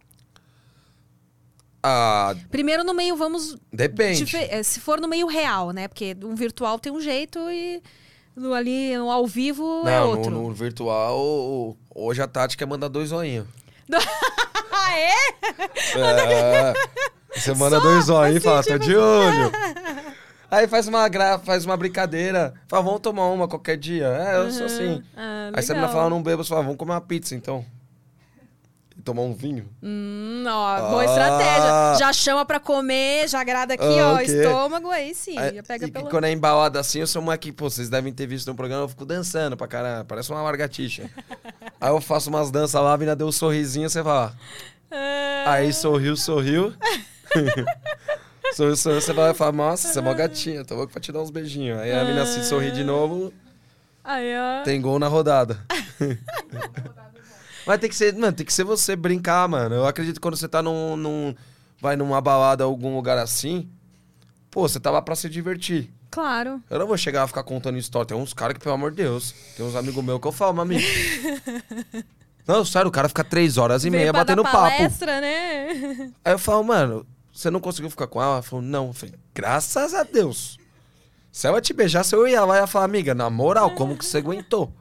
[SPEAKER 2] Ah,
[SPEAKER 1] Primeiro no meio, vamos...
[SPEAKER 2] depende.
[SPEAKER 1] dife- é, Se for no meio real, né? Porque um virtual tem um jeito e no, ali no ao vivo é
[SPEAKER 2] Não,
[SPEAKER 1] outro.
[SPEAKER 2] no, no virtual, hoje a tática é mandar dois zoinhos.
[SPEAKER 1] Ah, é?
[SPEAKER 2] É, você manda dois zoinhos e
[SPEAKER 1] assim,
[SPEAKER 2] fala, tô
[SPEAKER 1] tipo
[SPEAKER 2] de olho. Aí faz uma, gra... faz uma brincadeira. Fala, vamos tomar uma qualquer dia. É, eu sou assim.
[SPEAKER 1] Ah,
[SPEAKER 2] Aí você
[SPEAKER 1] legal.
[SPEAKER 2] me fala, não bebo, você fala, vamos comer uma pizza então. E tomar um vinho.
[SPEAKER 1] Hum, ó, boa
[SPEAKER 2] Ah.
[SPEAKER 1] estratégia. Já chama pra comer, já agrada aqui,
[SPEAKER 2] Ah,
[SPEAKER 1] ó,
[SPEAKER 2] ok.
[SPEAKER 1] estômago, aí sim,
[SPEAKER 2] Aí,
[SPEAKER 1] já pega
[SPEAKER 2] e
[SPEAKER 1] pelo...
[SPEAKER 2] quando é embalado assim, eu sou uma que, pô, vocês devem ter visto no programa, eu fico dançando pra caramba, parece uma largatixa. Aí eu faço umas danças lá, a mina deu um sorrisinho, você fala.
[SPEAKER 1] Ah,
[SPEAKER 2] Aí sorriu, sorriu. sorriu, sorriu, você vai falar, nossa, você é mó gatinha, tô louco pra te dar uns beijinhos. Aí a mina se sorri de novo,
[SPEAKER 1] aí, ó.
[SPEAKER 2] tem gol na rodada. Mas tem que ser, mano, tem que ser você brincar, mano. Eu acredito que quando você tá num, num vai numa balada, algum lugar assim, pô, você tá lá pra se divertir.
[SPEAKER 1] Claro.
[SPEAKER 2] Eu não vou chegar a ficar contando história. Tem uns caras que, pelo amor de Deus, tem uns amigos meus que eu falo, mami. Não, sério, o cara fica três horas e
[SPEAKER 1] Veio
[SPEAKER 2] meia
[SPEAKER 1] pra
[SPEAKER 2] batendo
[SPEAKER 1] dar
[SPEAKER 2] papo.
[SPEAKER 1] palestra, né?
[SPEAKER 2] Aí eu falo, mano, você não conseguiu ficar com ela? Ela falou, não. Eu falei, graças a Deus. Se ela te beijasse, eu ia lá e ia falar, amiga, na moral, como que você aguentou?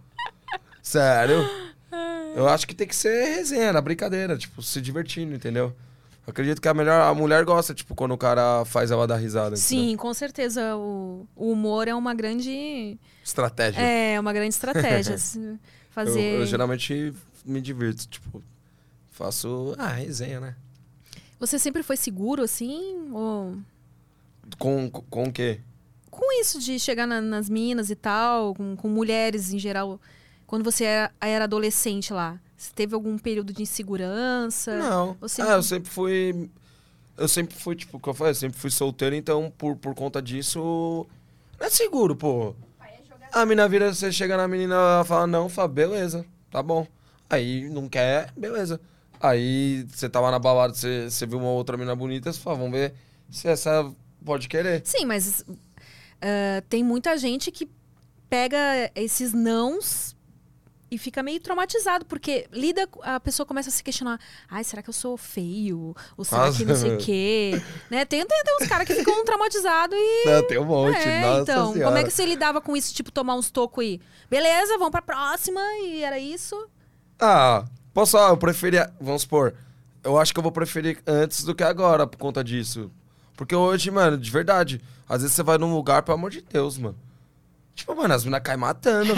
[SPEAKER 2] Sério. Eu acho que tem que ser resenha, na brincadeira, tipo, se divertindo, entendeu? Eu acredito que a, melhor, a mulher gosta, tipo, quando o cara faz ela dar risada.
[SPEAKER 1] Sim,
[SPEAKER 2] entendeu?
[SPEAKER 1] com certeza. O, o humor é uma grande...
[SPEAKER 2] Estratégia.
[SPEAKER 1] É, uma grande estratégia. se
[SPEAKER 2] Eu,
[SPEAKER 1] Fazer...
[SPEAKER 2] eu geralmente me divirto, tipo, faço, ah, resenha, né?
[SPEAKER 1] Você sempre foi seguro, assim? Ou...
[SPEAKER 2] Com, com, com o quê?
[SPEAKER 1] Com isso de chegar na- nas minas e tal, com, com mulheres em geral... Quando você era, era adolescente lá, você teve algum período de insegurança?
[SPEAKER 2] Não.
[SPEAKER 1] Você...
[SPEAKER 2] Ah, eu sempre fui. Eu sempre fui, tipo, o que eu falei, eu sempre fui solteiro, então por, por conta disso. Não é seguro, pô. A mina vira, você chega na menina, ela fala, não, fala, beleza, tá bom. Aí não quer, beleza. Aí você tava na balada, você, você viu uma outra menina bonita, você fala, vamos ver se essa pode querer.
[SPEAKER 1] Sim, mas ah, tem muita gente que pega esses nãos e fica meio traumatizado, porque lida, a pessoa começa a se questionar, ai, será que eu sou feio? Ou será que não sei o quê? Né? Tem, tem, tem uns caras que ficam traumatizados e...
[SPEAKER 2] Não, tem um monte,
[SPEAKER 1] É,
[SPEAKER 2] nossa
[SPEAKER 1] então,
[SPEAKER 2] senhora.
[SPEAKER 1] como é que você lidava com isso? Tipo, tomar uns tocos aí. Beleza, vamos pra próxima, e era isso.
[SPEAKER 2] Ah, posso falar, eu preferia, vamos supor, eu acho que eu vou preferir antes do que agora por conta disso. Porque hoje, mano, de verdade, às vezes você vai num lugar, pelo amor de Deus, mano. Tipo, mano, as minas caem matando.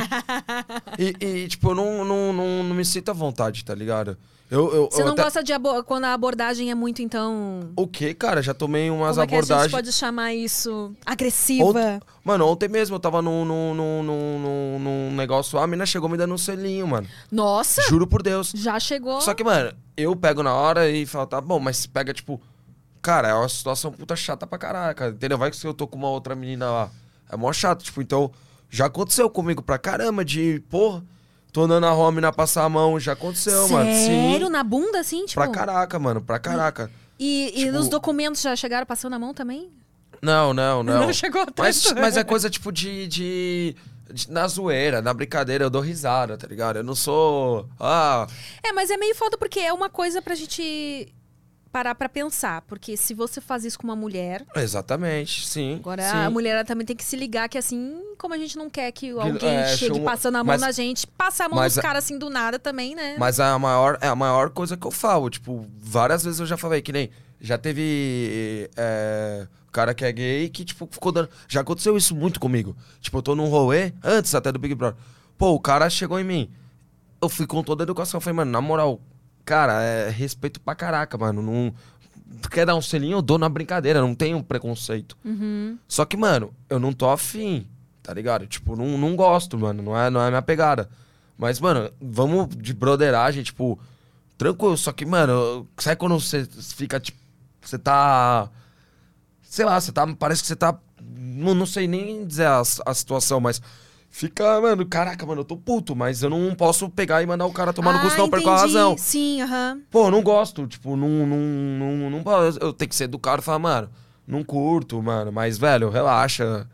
[SPEAKER 2] e, e, tipo, eu não, não, não, não me sinto à vontade, tá ligado? Eu, eu,
[SPEAKER 1] Você
[SPEAKER 2] eu
[SPEAKER 1] não
[SPEAKER 2] até...
[SPEAKER 1] gosta de abo- quando a abordagem é muito, então...
[SPEAKER 2] O quê, cara? Já tomei umas
[SPEAKER 1] Como é que a gente
[SPEAKER 2] abordagens...
[SPEAKER 1] pode chamar isso? Agressiva?
[SPEAKER 2] Ont- Mano, ontem mesmo eu tava num, num, num, num, num- num negócio lá, a mina chegou me dando um selinho, mano.
[SPEAKER 1] Nossa,
[SPEAKER 2] Juro por Deus.
[SPEAKER 1] já chegou.
[SPEAKER 2] Só que, mano, eu pego na hora e falo, tá bom, mas pega, tipo... Cara, é uma situação puta chata pra caraca, entendeu? Vai que se eu tô com uma outra menina lá. É mó chato, tipo, então... Já aconteceu comigo pra caramba de, porra, tô andando na rua, a mina passar a mão, já aconteceu, mano.
[SPEAKER 1] Sério?
[SPEAKER 2] Sim.
[SPEAKER 1] Na bunda, assim? Tipo...
[SPEAKER 2] Pra caraca, mano, pra caraca.
[SPEAKER 1] E, e
[SPEAKER 2] Tipo-
[SPEAKER 1] nos documentos já chegaram passando a mão também?
[SPEAKER 2] Não, não, não.
[SPEAKER 1] Não chegou tanto.
[SPEAKER 2] Mas, mas é coisa, tipo, de, de, de- Na zoeira, na brincadeira, eu dou risada, tá ligado? Eu não sou... Ah,
[SPEAKER 1] É, mas é meio foda porque é uma coisa pra gente parar pra pensar. Porque se você faz isso com uma mulher...
[SPEAKER 2] exatamente, sim.
[SPEAKER 1] Agora,
[SPEAKER 2] sim.
[SPEAKER 1] a mulher ela também tem que se ligar que assim, como a gente não quer que alguém
[SPEAKER 2] é,
[SPEAKER 1] chegue
[SPEAKER 2] chama-
[SPEAKER 1] passando a mão
[SPEAKER 2] mas-
[SPEAKER 1] na gente, passa a mão
[SPEAKER 2] mas
[SPEAKER 1] nos
[SPEAKER 2] a-
[SPEAKER 1] caras assim do nada também, né?
[SPEAKER 2] Mas é a maior, é a maior coisa que eu falo. Tipo, várias vezes eu já falei, que nem... Já teve é, cara que é gay que, tipo, ficou dando... Já aconteceu isso muito comigo. Tipo, eu tô num rolê, antes até do Big Brother. Pô, o cara chegou em mim. Eu fui com toda a educação. Eu falei, mano, na moral, cara, é respeito pra caraca, mano. Não... Quer dar um selinho, eu dou na brincadeira, não tenho preconceito.
[SPEAKER 1] Uhum.
[SPEAKER 2] Só que, mano, eu não tô afim, tá ligado? Tipo, não, não gosto, mano, não é, não é minha pegada. Mas, mano, vamos de broderagem, tipo, tranquilo. Só que, mano, sabe quando você fica, tipo, você tá... Sei lá, você tá... Parece que você tá... Não, não sei nem dizer a, a situação, mas... Fica, mano, caraca, mano, eu tô puto, mas eu não posso pegar e mandar o cara tomar no cu, senão eu perco a razão.
[SPEAKER 1] Sim, aham. Uhum.
[SPEAKER 2] Pô, eu não gosto, tipo, não, não, não, não, não, eu tenho que ser educado e falar, mano, não curto, mano, mas, velho, relaxa.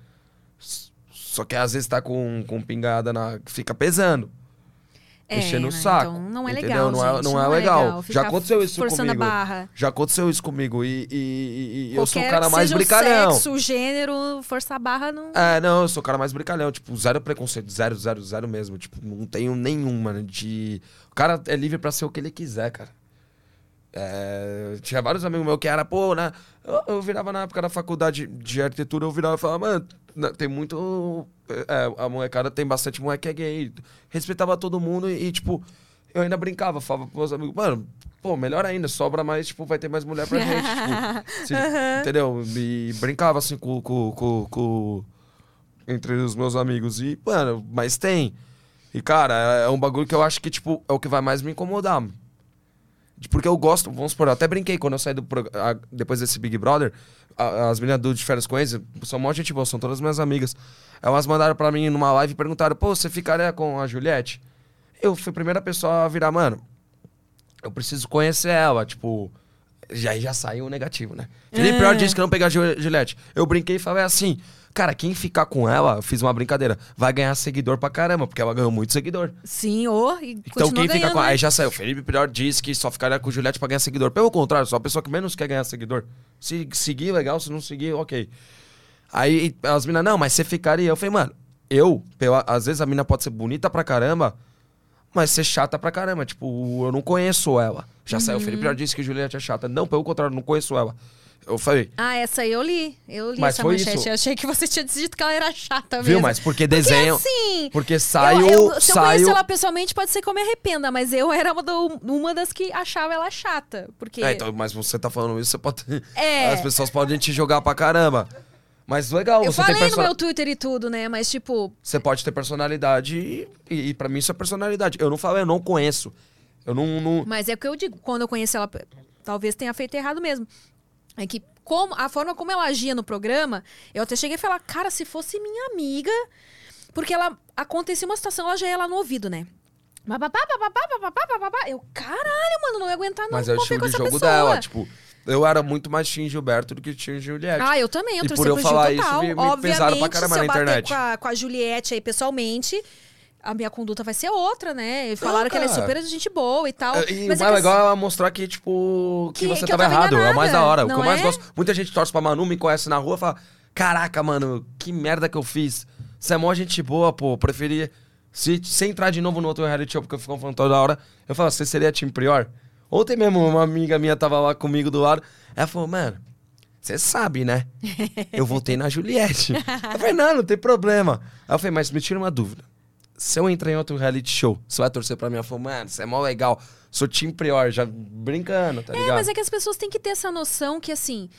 [SPEAKER 2] Só que às vezes tá com, com pingada na... Fica pesando.
[SPEAKER 1] É,
[SPEAKER 2] enchendo o
[SPEAKER 1] né?
[SPEAKER 2] saco.
[SPEAKER 1] Então não é
[SPEAKER 2] entendeu?
[SPEAKER 1] legal,
[SPEAKER 2] não, é,
[SPEAKER 1] gente,
[SPEAKER 2] não,
[SPEAKER 1] não
[SPEAKER 2] é
[SPEAKER 1] é
[SPEAKER 2] legal.
[SPEAKER 1] legal.
[SPEAKER 2] Já aconteceu isso
[SPEAKER 1] forçando
[SPEAKER 2] comigo.
[SPEAKER 1] a barra.
[SPEAKER 2] Já aconteceu isso comigo. E, e, e eu sou o
[SPEAKER 1] Qualquer
[SPEAKER 2] cara
[SPEAKER 1] que
[SPEAKER 2] mais
[SPEAKER 1] seja
[SPEAKER 2] brincalhão.
[SPEAKER 1] O sexo, o gênero, forçar a barra não.
[SPEAKER 2] É, não, eu sou o cara mais brincalhão. Tipo, zero preconceito. Zero, zero, zero mesmo. Tipo, não tenho nenhum, mano. De... O cara é livre pra ser o que ele quiser, cara. É... Tinha vários amigos meus que era, pô, né? Eu, eu virava na época da faculdade de arquitetura, eu virava e falava, mano, tem muito. É, a molecada tem bastante moleque que é gay. Respeitava todo mundo e, e, tipo, eu ainda brincava, falava pros meus amigos, mano, pô, melhor ainda, sobra mais, tipo, vai ter mais mulher pra gente. Tipo, se,
[SPEAKER 1] Uhum.
[SPEAKER 2] Entendeu? E brincava assim com, com, com, com. Entre os meus amigos. E, mano, mas tem. E, cara, é, é um bagulho que eu acho que, tipo, é o que vai mais me incomodar. Porque eu gosto, vamos supor, eu até brinquei quando eu saí do programa, depois desse Big Brother, a, as meninas do De Férias com Ex, são mó gente boa, são todas minhas amigas. Elas mandaram pra mim numa live e perguntaram, pô, você ficaria com a Juliette? Eu fui a primeira pessoa a virar, mano, eu preciso conhecer ela, tipo, já, já saiu o negativo, né? Felipe
[SPEAKER 1] É.
[SPEAKER 2] Prior disse que não pegar a Juliette. Eu brinquei e falei assim, cara, quem ficar com ela, eu fiz uma brincadeira, vai ganhar seguidor pra caramba, porque ela ganhou muito seguidor.
[SPEAKER 1] Sim, ô, e
[SPEAKER 2] Então
[SPEAKER 1] continua
[SPEAKER 2] quem fica
[SPEAKER 1] ganhando,
[SPEAKER 2] com...
[SPEAKER 1] né?
[SPEAKER 2] Aí já saiu. Felipe Prior disse que só ficaria com Juliette pra ganhar seguidor. Pelo contrário, sou a pessoa que menos quer ganhar seguidor. Se seguir, legal. Se não seguir, ok. Aí as minas, não, mas você ficaria. Eu falei, mano, eu, pela... às vezes a mina pode ser bonita pra caramba, mas ser chata pra caramba. Tipo, eu não conheço ela. Já
[SPEAKER 1] Uhum.
[SPEAKER 2] saiu. Felipe Prior disse que Juliette é chata. Não, pelo contrário, eu não conheço ela. Eu falei...
[SPEAKER 1] Ah, essa aí eu li. Eu li
[SPEAKER 2] Mas
[SPEAKER 1] essa
[SPEAKER 2] foi
[SPEAKER 1] manchete.
[SPEAKER 2] isso.
[SPEAKER 1] Eu achei que você tinha dito que ela era chata mesmo.
[SPEAKER 2] Viu? Mas porque desenham...
[SPEAKER 1] Porque assim...
[SPEAKER 2] Porque saiu...
[SPEAKER 1] eu, eu, se eu
[SPEAKER 2] saiu...
[SPEAKER 1] conheço ela pessoalmente, pode ser que eu me arrependa, mas eu era uma, do, uma das que achava ela chata. Porque...
[SPEAKER 2] É, então, mas você tá falando isso, você pode...
[SPEAKER 1] É.
[SPEAKER 2] As pessoas podem te jogar pra caramba. Mas legal,
[SPEAKER 1] eu
[SPEAKER 2] você
[SPEAKER 1] falei
[SPEAKER 2] tem perso...
[SPEAKER 1] no meu Twitter e tudo, né? Mas tipo...
[SPEAKER 2] Você pode ter personalidade e, e, e pra mim isso é personalidade. Eu não falei, eu não conheço. Eu não... não...
[SPEAKER 1] Mas é o que eu digo. Quando eu conheci ela, talvez tenha feito errado mesmo. É que como, a forma como ela agia no programa, eu até cheguei a falar, cara, se fosse minha amiga... Porque ela... Acontecia uma situação, ela já ia lá no ouvido, né? Bababá, bababá, bababá, bababá. Eu, caralho, mano, não ia aguentar não
[SPEAKER 2] Mas é o
[SPEAKER 1] conviver
[SPEAKER 2] estilo
[SPEAKER 1] com
[SPEAKER 2] de
[SPEAKER 1] essa
[SPEAKER 2] jogo
[SPEAKER 1] pessoa.
[SPEAKER 2] dela, tipo... Eu era muito mais Tim Gilberto do que Tim Juliette.
[SPEAKER 1] Ah, eu também, eu
[SPEAKER 2] E
[SPEAKER 1] torci
[SPEAKER 2] por eu
[SPEAKER 1] pro
[SPEAKER 2] falar
[SPEAKER 1] Gil total.
[SPEAKER 2] isso, me, me
[SPEAKER 1] Obviamente,
[SPEAKER 2] pesaram pra caramba
[SPEAKER 1] se
[SPEAKER 2] na
[SPEAKER 1] eu bater
[SPEAKER 2] internet.
[SPEAKER 1] com a, com a Juliette aí pessoalmente, a minha conduta vai ser outra, né? E falaram
[SPEAKER 2] Não,
[SPEAKER 1] que ela é
[SPEAKER 2] cara.
[SPEAKER 1] super gente boa e tal.
[SPEAKER 2] É, E
[SPEAKER 1] Mas
[SPEAKER 2] o
[SPEAKER 1] é
[SPEAKER 2] mais
[SPEAKER 1] que
[SPEAKER 2] legal é ela mostrar que, tipo, que,
[SPEAKER 1] Que-
[SPEAKER 2] você
[SPEAKER 1] que eu
[SPEAKER 2] tava
[SPEAKER 1] tava
[SPEAKER 2] errado. É o mais da hora. O que
[SPEAKER 1] enganada,
[SPEAKER 2] eu mais
[SPEAKER 1] não é?
[SPEAKER 2] gosto. Muita gente torce pra Manu, me conhece na rua e fala: caraca, mano, que merda que eu fiz. Você é mó gente boa, pô. Preferi. Se, se entrar de novo no outro reality show, porque eu fico falando toda hora, eu falo, você seria time Prior? Ontem mesmo, uma amiga minha tava lá comigo do lado. Ela falou, mano, você sabe, né? Eu voltei na Juliette. Eu falei, não, não tem problema. Aí eu falei, mas me tira uma dúvida. Se eu entrar em outro reality show, você vai torcer pra mim? Ela falou, mano, você é mó legal. Sou time Prior, já brincando, tá ligado?
[SPEAKER 1] É, mas é que as pessoas têm que ter essa noção que, assim,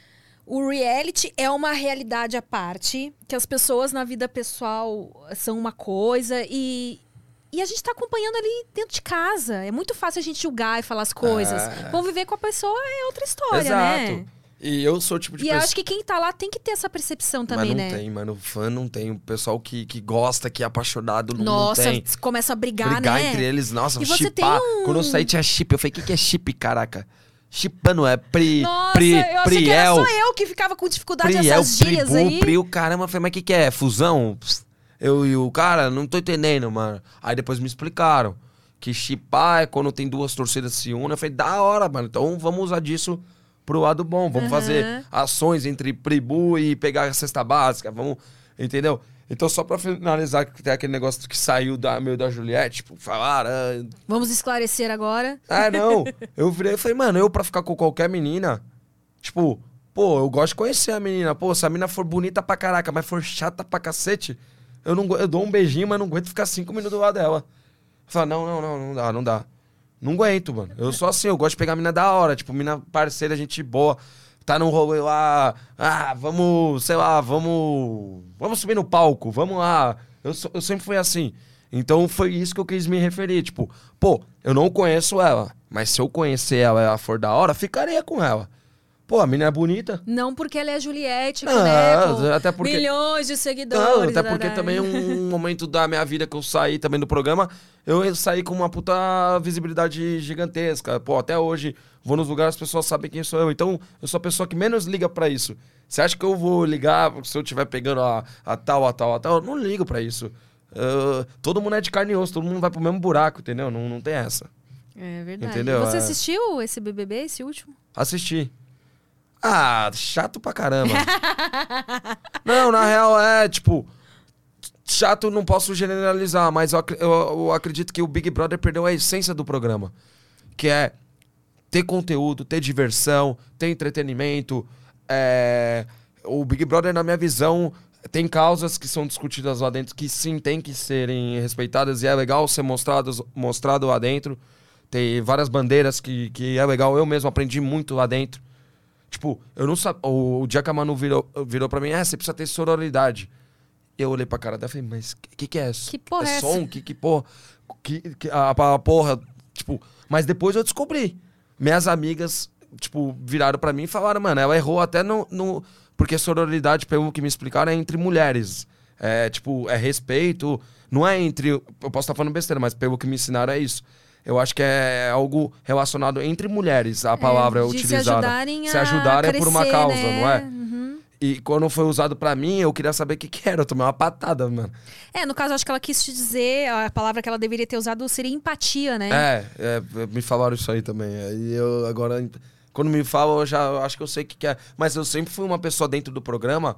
[SPEAKER 1] o reality é uma realidade à parte, que as pessoas na vida pessoal são uma coisa e, e a gente tá acompanhando ali dentro de casa. É muito fácil a gente julgar e falar as coisas.
[SPEAKER 2] É.
[SPEAKER 1] Conviver com a pessoa é outra história,
[SPEAKER 2] Exato.
[SPEAKER 1] né?
[SPEAKER 2] E eu sou o tipo de
[SPEAKER 1] E eu
[SPEAKER 2] pessoa...
[SPEAKER 1] acho que quem tá lá tem que ter essa percepção também,
[SPEAKER 2] Mas não
[SPEAKER 1] né?
[SPEAKER 2] tem, mano. Fã não tem. O pessoal que, que gosta, que é apaixonado, não,
[SPEAKER 1] Nossa,
[SPEAKER 2] não tem.
[SPEAKER 1] começa a brigar,
[SPEAKER 2] Brigar
[SPEAKER 1] né?
[SPEAKER 2] entre eles, nossa,
[SPEAKER 1] E você
[SPEAKER 2] chipar.
[SPEAKER 1] tem um-
[SPEAKER 2] Quando eu saí tinha chip. Eu falei, o que, que é chip, caraca? Chipando é pri,
[SPEAKER 1] Nossa,
[SPEAKER 2] pri,
[SPEAKER 1] eu achei
[SPEAKER 2] priel,
[SPEAKER 1] que era só eu que ficava com dificuldade
[SPEAKER 2] priel,
[SPEAKER 1] nessas gírias
[SPEAKER 2] pribu,
[SPEAKER 1] aí.
[SPEAKER 2] pri, o caramba. Eu falei, mas o que, que é? Fusão? Psst. Eu e o cara, não tô entendendo, mano. Aí depois me explicaram que chipar é quando tem duas torcidas se unem. Eu falei, da hora, mano. Então vamos usar disso pro lado bom. Vamos
[SPEAKER 1] Uhum.
[SPEAKER 2] fazer ações entre Pribu e pegar a cesta básica. Vamos, entendeu? Então, só pra finalizar, que tem aquele negócio que saiu da, meio da Juliette, tipo, falaram... Ah,
[SPEAKER 1] Vamos esclarecer agora.
[SPEAKER 2] ah, não. Eu virei e falei, mano, eu pra ficar com qualquer menina, tipo, pô, eu gosto de conhecer a menina. Pô, se a menina for bonita pra caraca, mas for chata pra cacete, eu, não, eu dou um beijinho, mas não aguento ficar cinco minutos do lado dela. Eu falo, não, não, não, não dá, não dá. Não aguento, mano. Eu sou assim, eu gosto de pegar mina da hora. Tipo, mina parceira, gente boa. Tá num rolê lá. Ah, vamos, sei lá, vamos... Vamos subir no palco, vamos lá. Eu, sou, eu sempre fui assim. Então foi isso que eu quis me referir. Tipo, pô, eu não conheço ela. Mas se eu conhecer ela e ela for da hora, ficaria com ela. Pô, a menina é bonita.
[SPEAKER 1] Não porque ela é Juliette,
[SPEAKER 2] Não,
[SPEAKER 1] né? Pô,
[SPEAKER 2] até porque...
[SPEAKER 1] milhões de seguidores.
[SPEAKER 2] Não, até porque
[SPEAKER 1] né?
[SPEAKER 2] também um momento da minha vida que eu saí também do programa, eu saí com uma puta visibilidade gigantesca. Pô, até hoje, vou nos lugares, as pessoas sabem quem sou eu. Então, eu sou a pessoa que menos liga pra isso. Você acha que eu vou ligar se eu estiver pegando a, a tal, a tal, a tal? Eu não ligo pra isso. Uh, todo mundo é de carne e osso, todo mundo vai pro mesmo buraco, entendeu? Não, não tem essa.
[SPEAKER 1] É verdade.
[SPEAKER 2] Entendeu?
[SPEAKER 1] Você
[SPEAKER 2] É...
[SPEAKER 1] assistiu esse B B B, esse último?
[SPEAKER 2] Assisti. Ah, chato pra caramba. Não, na real é, tipo... Chato não posso generalizar, mas eu, ac- eu, eu acredito que o Big Brother perdeu a essência do programa. Que é ter conteúdo, ter diversão, ter entretenimento. É... O Big Brother, na minha visão, tem causas que são discutidas lá dentro que sim, tem que serem respeitadas e é legal ser mostrados, mostrado lá dentro. Tem várias bandeiras que, que é legal. Eu mesmo aprendi muito lá dentro. Tipo, eu não sabia... O dia que a Manu virou, virou pra mim, ah, você precisa ter sororidade. Eu olhei pra cara dela e falei, mas o que, que que é isso?
[SPEAKER 1] Que porra é
[SPEAKER 2] é
[SPEAKER 1] essa?
[SPEAKER 2] som? Que, que porra? Que, que, a, a porra, tipo... Mas depois eu descobri. Minhas amigas, tipo, viraram pra mim e falaram, mano, ela errou até no... no porque sororidade, pelo que me explicaram, é entre mulheres. É, tipo, é respeito. Não é entre... Eu posso estar falando besteira, mas pelo que me ensinaram é isso. Eu acho que é algo relacionado entre mulheres, a palavra é,
[SPEAKER 1] de
[SPEAKER 2] utilizada.
[SPEAKER 1] se ajudarem a
[SPEAKER 2] Se ajudarem
[SPEAKER 1] crescer,
[SPEAKER 2] por uma causa,
[SPEAKER 1] né?
[SPEAKER 2] não é?
[SPEAKER 1] Uhum.
[SPEAKER 2] E quando foi usado pra mim, eu queria saber o que que era. Eu tomei uma patada, mano.
[SPEAKER 1] É, no caso, acho que ela quis te dizer, a palavra que ela deveria ter usado seria empatia, né?
[SPEAKER 2] É, é, me falaram isso aí também. E eu agora, quando me falam, eu já eu acho que eu sei o que que é. Mas eu sempre fui uma pessoa dentro do programa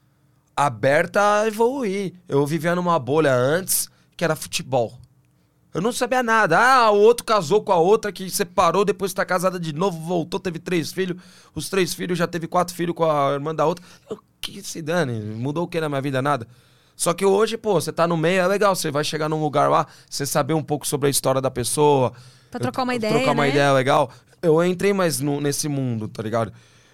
[SPEAKER 2] aberta a evoluir. Eu vivia numa bolha antes, que era futebol. Eu não sabia nada. Ah, o outro casou com a outra que separou, depois tá casada de novo, voltou, teve três filhos. Os três filhos já teve quatro filhos com a irmã da outra. Eu, que se dane, mudou o que na minha vida? Nada. Só que hoje, pô, você tá no meio, é legal. Você vai chegar num lugar lá, você saber um pouco sobre a história da pessoa.
[SPEAKER 1] Pra trocar uma
[SPEAKER 2] eu,
[SPEAKER 1] ideia,
[SPEAKER 2] Trocar uma
[SPEAKER 1] né?
[SPEAKER 2] ideia legal. Eu entrei mais no, nesse mundo, tá ligado?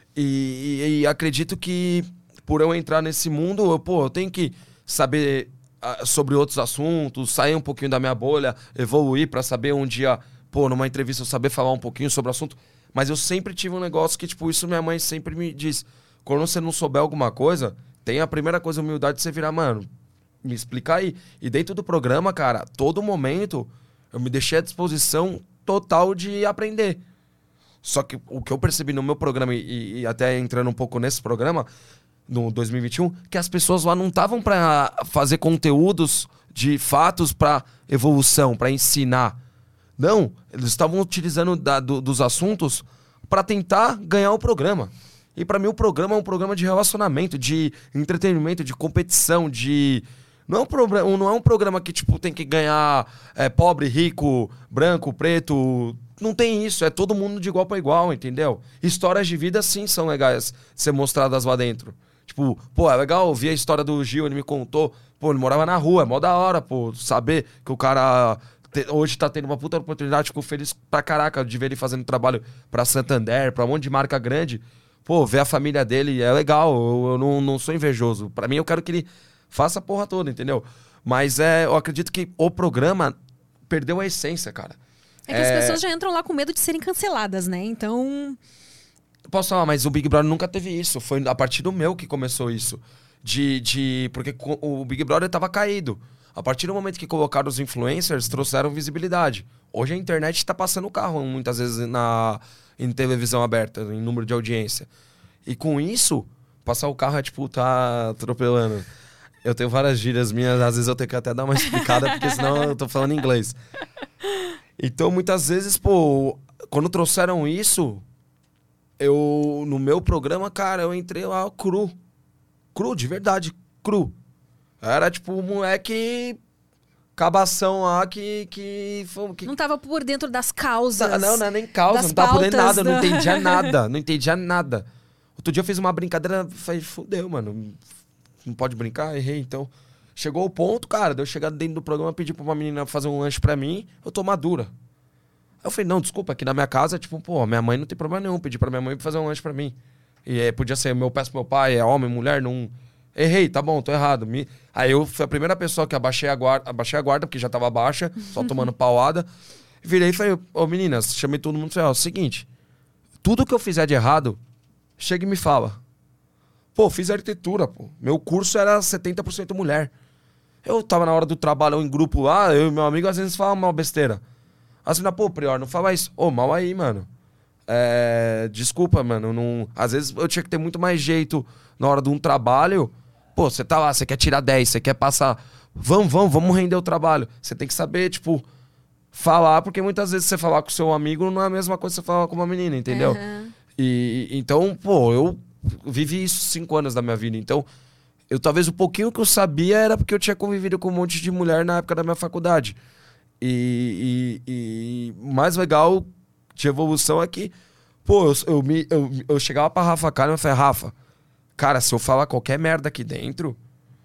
[SPEAKER 2] E, e, e acredito que por eu entrar nesse mundo, eu, pô, eu tenho que saber sobre outros assuntos, sair um pouquinho da minha bolha, evoluir pra saber um dia, pô, numa entrevista eu saber falar um pouquinho sobre o assunto. Mas eu sempre tive um negócio que, tipo, isso minha mãe sempre me diz. Quando você não souber alguma coisa, tem a primeira coisa, a humildade de você virar, mano, me explica aí. E dentro do programa, cara, todo momento, eu me deixei à disposição total de aprender. Só que o que eu percebi no meu programa, e, e até entrando um pouco nesse programa, no dois mil e vinte e um, que as pessoas lá não estavam pra fazer conteúdos de fatos pra evolução, pra ensinar. Não, eles estavam utilizando da, do, dos assuntos pra tentar ganhar o programa. E pra mim o programa é um programa de relacionamento, de entretenimento, de competição, de... Não é um, problema, não é um programa que, tipo, tem que ganhar é, pobre, rico, branco, preto. Não tem isso, é todo mundo de igual pra igual, entendeu? Histórias de vida, sim, são legais de ser mostradas lá dentro. Tipo, pô, é legal ouvir a história do Gil, ele me contou. Pô, ele morava na rua, é mó da hora, pô, saber que o cara te, hoje tá tendo uma puta oportunidade, fico feliz pra caraca de ver ele fazendo trabalho pra Santander, pra um monte de marca grande. Pô, ver a família dele é legal, eu, eu não, não sou invejoso. Pra mim, eu quero que ele faça a porra toda, entendeu? Mas é, eu acredito que o programa perdeu a essência, cara.
[SPEAKER 1] É que é... as pessoas já entram lá com medo de serem canceladas, né? Então...
[SPEAKER 2] Posso falar, mas o Big Brother nunca teve isso. Foi a partir do meu que começou isso. De, de... Porque o Big Brother tava caído. A partir do momento que colocaram os influencers, trouxeram visibilidade. Hoje a internet tá passando o carro, muitas vezes, na, em televisão aberta, em número de audiência. E com isso, passar o carro é tipo, tá atropelando. Eu tenho várias gírias minhas, às vezes eu tenho que até dar uma explicada, porque senão eu tô falando inglês. Então, muitas vezes, pô, quando trouxeram isso... Eu, no meu programa, cara, eu entrei lá cru. Cru, de verdade, cru. Era tipo um moleque cabação lá que... que, que...
[SPEAKER 1] Não tava por dentro das causas.
[SPEAKER 2] Não, não, não é nem causa, não tava por dentro de nada, eu não entendia nada, não entendia nada. Outro dia eu fiz uma brincadeira, falei, fudeu, mano, não pode brincar, errei, então... Chegou o ponto, cara, de eu chegar dentro do programa, pedir pra uma menina fazer um lanche pra mim, eu tô madura. Aí eu falei, não, desculpa, aqui na minha casa, tipo, pô, minha mãe não tem problema nenhum, pedi pra minha mãe fazer um lanche pra mim. E é, podia ser, eu peço pro meu pai, é homem, mulher, não... Errei, tá bom, tô errado. Me... Aí eu fui a primeira pessoa que abaixei a guarda, abaixei a guarda porque já tava baixa, só tomando pauada. Virei e falei, ô meninas, chamei todo mundo e falei, ó, seguinte, tudo que eu fizer de errado, chega e me fala. Pô, fiz arquitetura, pô. Meu curso era setenta por cento mulher. Eu tava na hora do trabalho em grupo lá, eu e meu amigo às vezes falava uma besteira. Assim, pô, Prior, não fala isso. Ô, mal aí, mano. É... Desculpa, mano, não... Às vezes eu tinha que ter muito mais jeito na hora de um trabalho. Pô, você tá lá, você quer tirar dez, você quer passar... Vamos, vamos, vamos render o trabalho. Você tem que saber, tipo, falar, porque muitas vezes você falar com o seu amigo não é a mesma coisa que você falar com uma menina, entendeu?
[SPEAKER 1] Uhum.
[SPEAKER 2] E, então, pô, eu vivi isso cinco anos da minha vida. Então, eu talvez o pouquinho que eu sabia era porque eu tinha convivido com um monte de mulher na época da minha faculdade. E, e, e mais legal de evolução é que, pô, eu, eu, me, eu, eu chegava pra Rafa Kalimann e falei, Rafa, cara, se eu falar qualquer merda aqui dentro,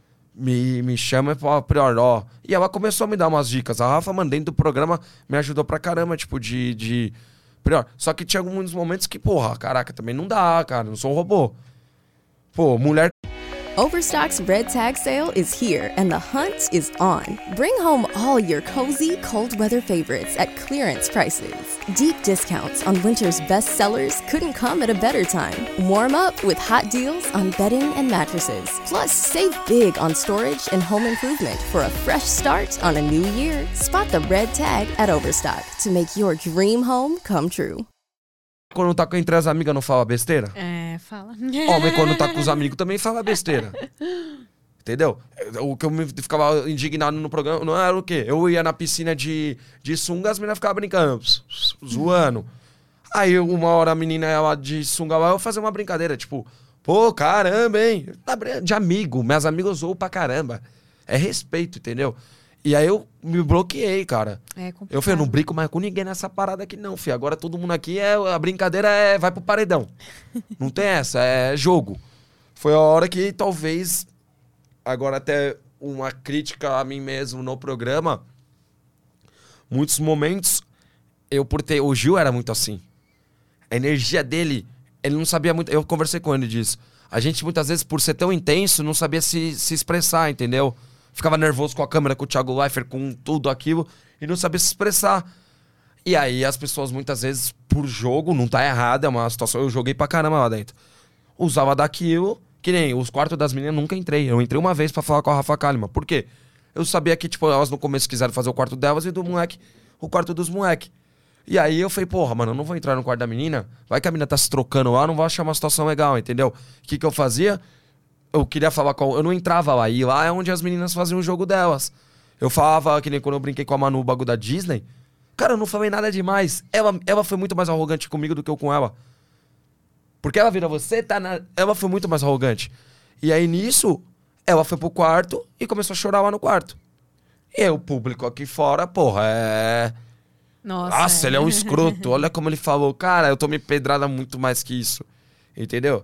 [SPEAKER 2] me, me chama e fala, Prior, ó. E ela começou a me dar umas dicas. A Rafa, mano, dentro do programa, me ajudou pra caramba, tipo, de... de Prior. Só que tinha alguns momentos que, porra, caraca, também não dá, cara, não sou um robô. Pô, mulher...
[SPEAKER 4] Overstock's Red Tag Sale is here and the hunt is on. Bring home all your cozy, cold weather favorites at clearance prices. Deep discounts on winter's best sellers couldn't come at a better time. Warm up with hot deals on bedding and mattresses. Plus, save big on storage and home improvement for a fresh start on a new year. Spot the red tag at Overstock to make your dream home come true.
[SPEAKER 2] Quando tá entre as amigas não fala besteira?
[SPEAKER 1] É, fala.
[SPEAKER 2] Homem quando tá com os amigos também fala besteira. Entendeu? O que eu me ficava indignado no programa não era o quê? Eu ia na piscina de, de sunga, as meninas ficavam brincando, pss, pss, zoando. Aí uma hora a menina ela de sunga lá, eu fazia uma brincadeira, tipo, pô, caramba, hein? De amigo, meus amigos zoam pra caramba. É respeito, entendeu? E aí eu me bloqueei, cara.
[SPEAKER 1] É complicado.
[SPEAKER 2] Eu falei, eu não brinco mais com ninguém nessa parada aqui não, filho. Agora todo mundo aqui, é a brincadeira é vai pro paredão. Não tem essa, é jogo. Foi a hora que talvez, agora até uma crítica a mim mesmo no programa, muitos momentos, eu por ter... O Gil era muito assim. A energia dele, ele não sabia muito... Eu conversei com ele disso. A gente muitas vezes, por ser tão intenso, não sabia se, se expressar, entendeu? Ficava nervoso com a câmera, com o Thiago Leifert, com tudo aquilo, e não sabia se expressar. E aí as pessoas muitas vezes, por jogo, não tá errado, é uma situação, eu joguei pra caramba lá dentro. Usava daquilo, que nem os quartos das meninas, nunca entrei. Eu entrei uma vez pra falar com a Rafa Kalimann. Por quê? Eu sabia que, tipo, elas no começo quiseram fazer o quarto delas e do moleque, o quarto dos moleque. E aí eu falei, porra, mano, eu não vou entrar no quarto da menina, vai que a menina tá se trocando lá, não vou achar uma situação legal, entendeu? O que que eu fazia? Eu queria falar com... Eu não entrava lá. E lá é onde as meninas faziam o jogo delas. Eu falava, que nem quando eu brinquei com a Manu, o bagulho da Disney. Cara, eu não falei nada demais. Ela, ela foi muito mais arrogante comigo do que eu com ela. Porque ela vira você, tá na... Ela foi muito mais arrogante. E aí, nisso, ela foi pro quarto e começou a chorar lá no quarto. E aí, o público aqui fora, porra, é...
[SPEAKER 1] Nossa,
[SPEAKER 2] Nossa,
[SPEAKER 1] é.
[SPEAKER 2] ele é um escroto. Olha como ele falou. Cara, eu tomei pedrada muito mais que isso. Entendeu?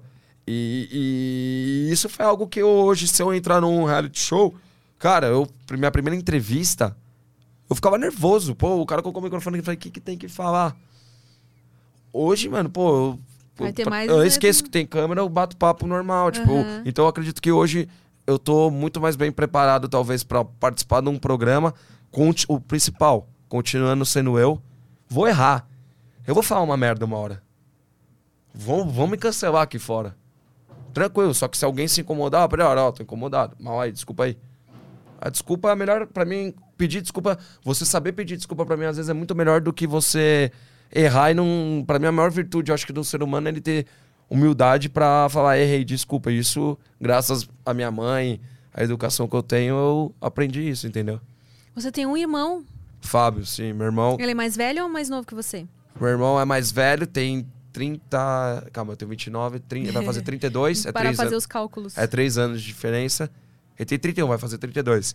[SPEAKER 2] E, e isso foi algo que eu, hoje, se eu entrar num reality show, cara, eu, minha primeira entrevista, eu ficava nervoso. Pô, o cara colocou o microfone e falei, o que, que tem que falar? Hoje, mano, pô, eu,
[SPEAKER 1] Vai ter
[SPEAKER 2] eu,
[SPEAKER 1] mais,
[SPEAKER 2] eu
[SPEAKER 1] né?
[SPEAKER 2] esqueço que tem câmera, eu bato papo normal. Tipo,
[SPEAKER 1] Uhum.
[SPEAKER 2] então eu acredito que hoje eu tô muito mais bem preparado, talvez, pra participar de um programa com o principal, continuando sendo eu. Vou errar. Eu vou falar uma merda uma hora. Vão, vão me cancelar aqui fora. Tranquilo, só que se alguém se incomodar, eu falei, ó, tô incomodado. Mal aí, desculpa aí. A desculpa é melhor pra mim, pedir desculpa. Você saber pedir desculpa pra mim, às vezes, é muito melhor do que você errar e não... Pra mim, a maior virtude, eu acho que do ser humano é ele ter humildade pra falar, errei, desculpa. Isso, graças à minha mãe, à educação que eu tenho, eu aprendi isso, entendeu?
[SPEAKER 1] Você tem um irmão.
[SPEAKER 2] Fábio, sim, meu irmão.
[SPEAKER 1] Ele é mais velho ou mais novo que você?
[SPEAKER 2] Meu irmão é mais velho, tem trinta... Calma, eu tenho vinte e nove, trinta, vai fazer trinta e dois. É
[SPEAKER 1] Para
[SPEAKER 2] três
[SPEAKER 1] fazer
[SPEAKER 2] an...
[SPEAKER 1] os cálculos.
[SPEAKER 2] É três anos de diferença. Ele tem trinta e um, vai fazer trinta e dois.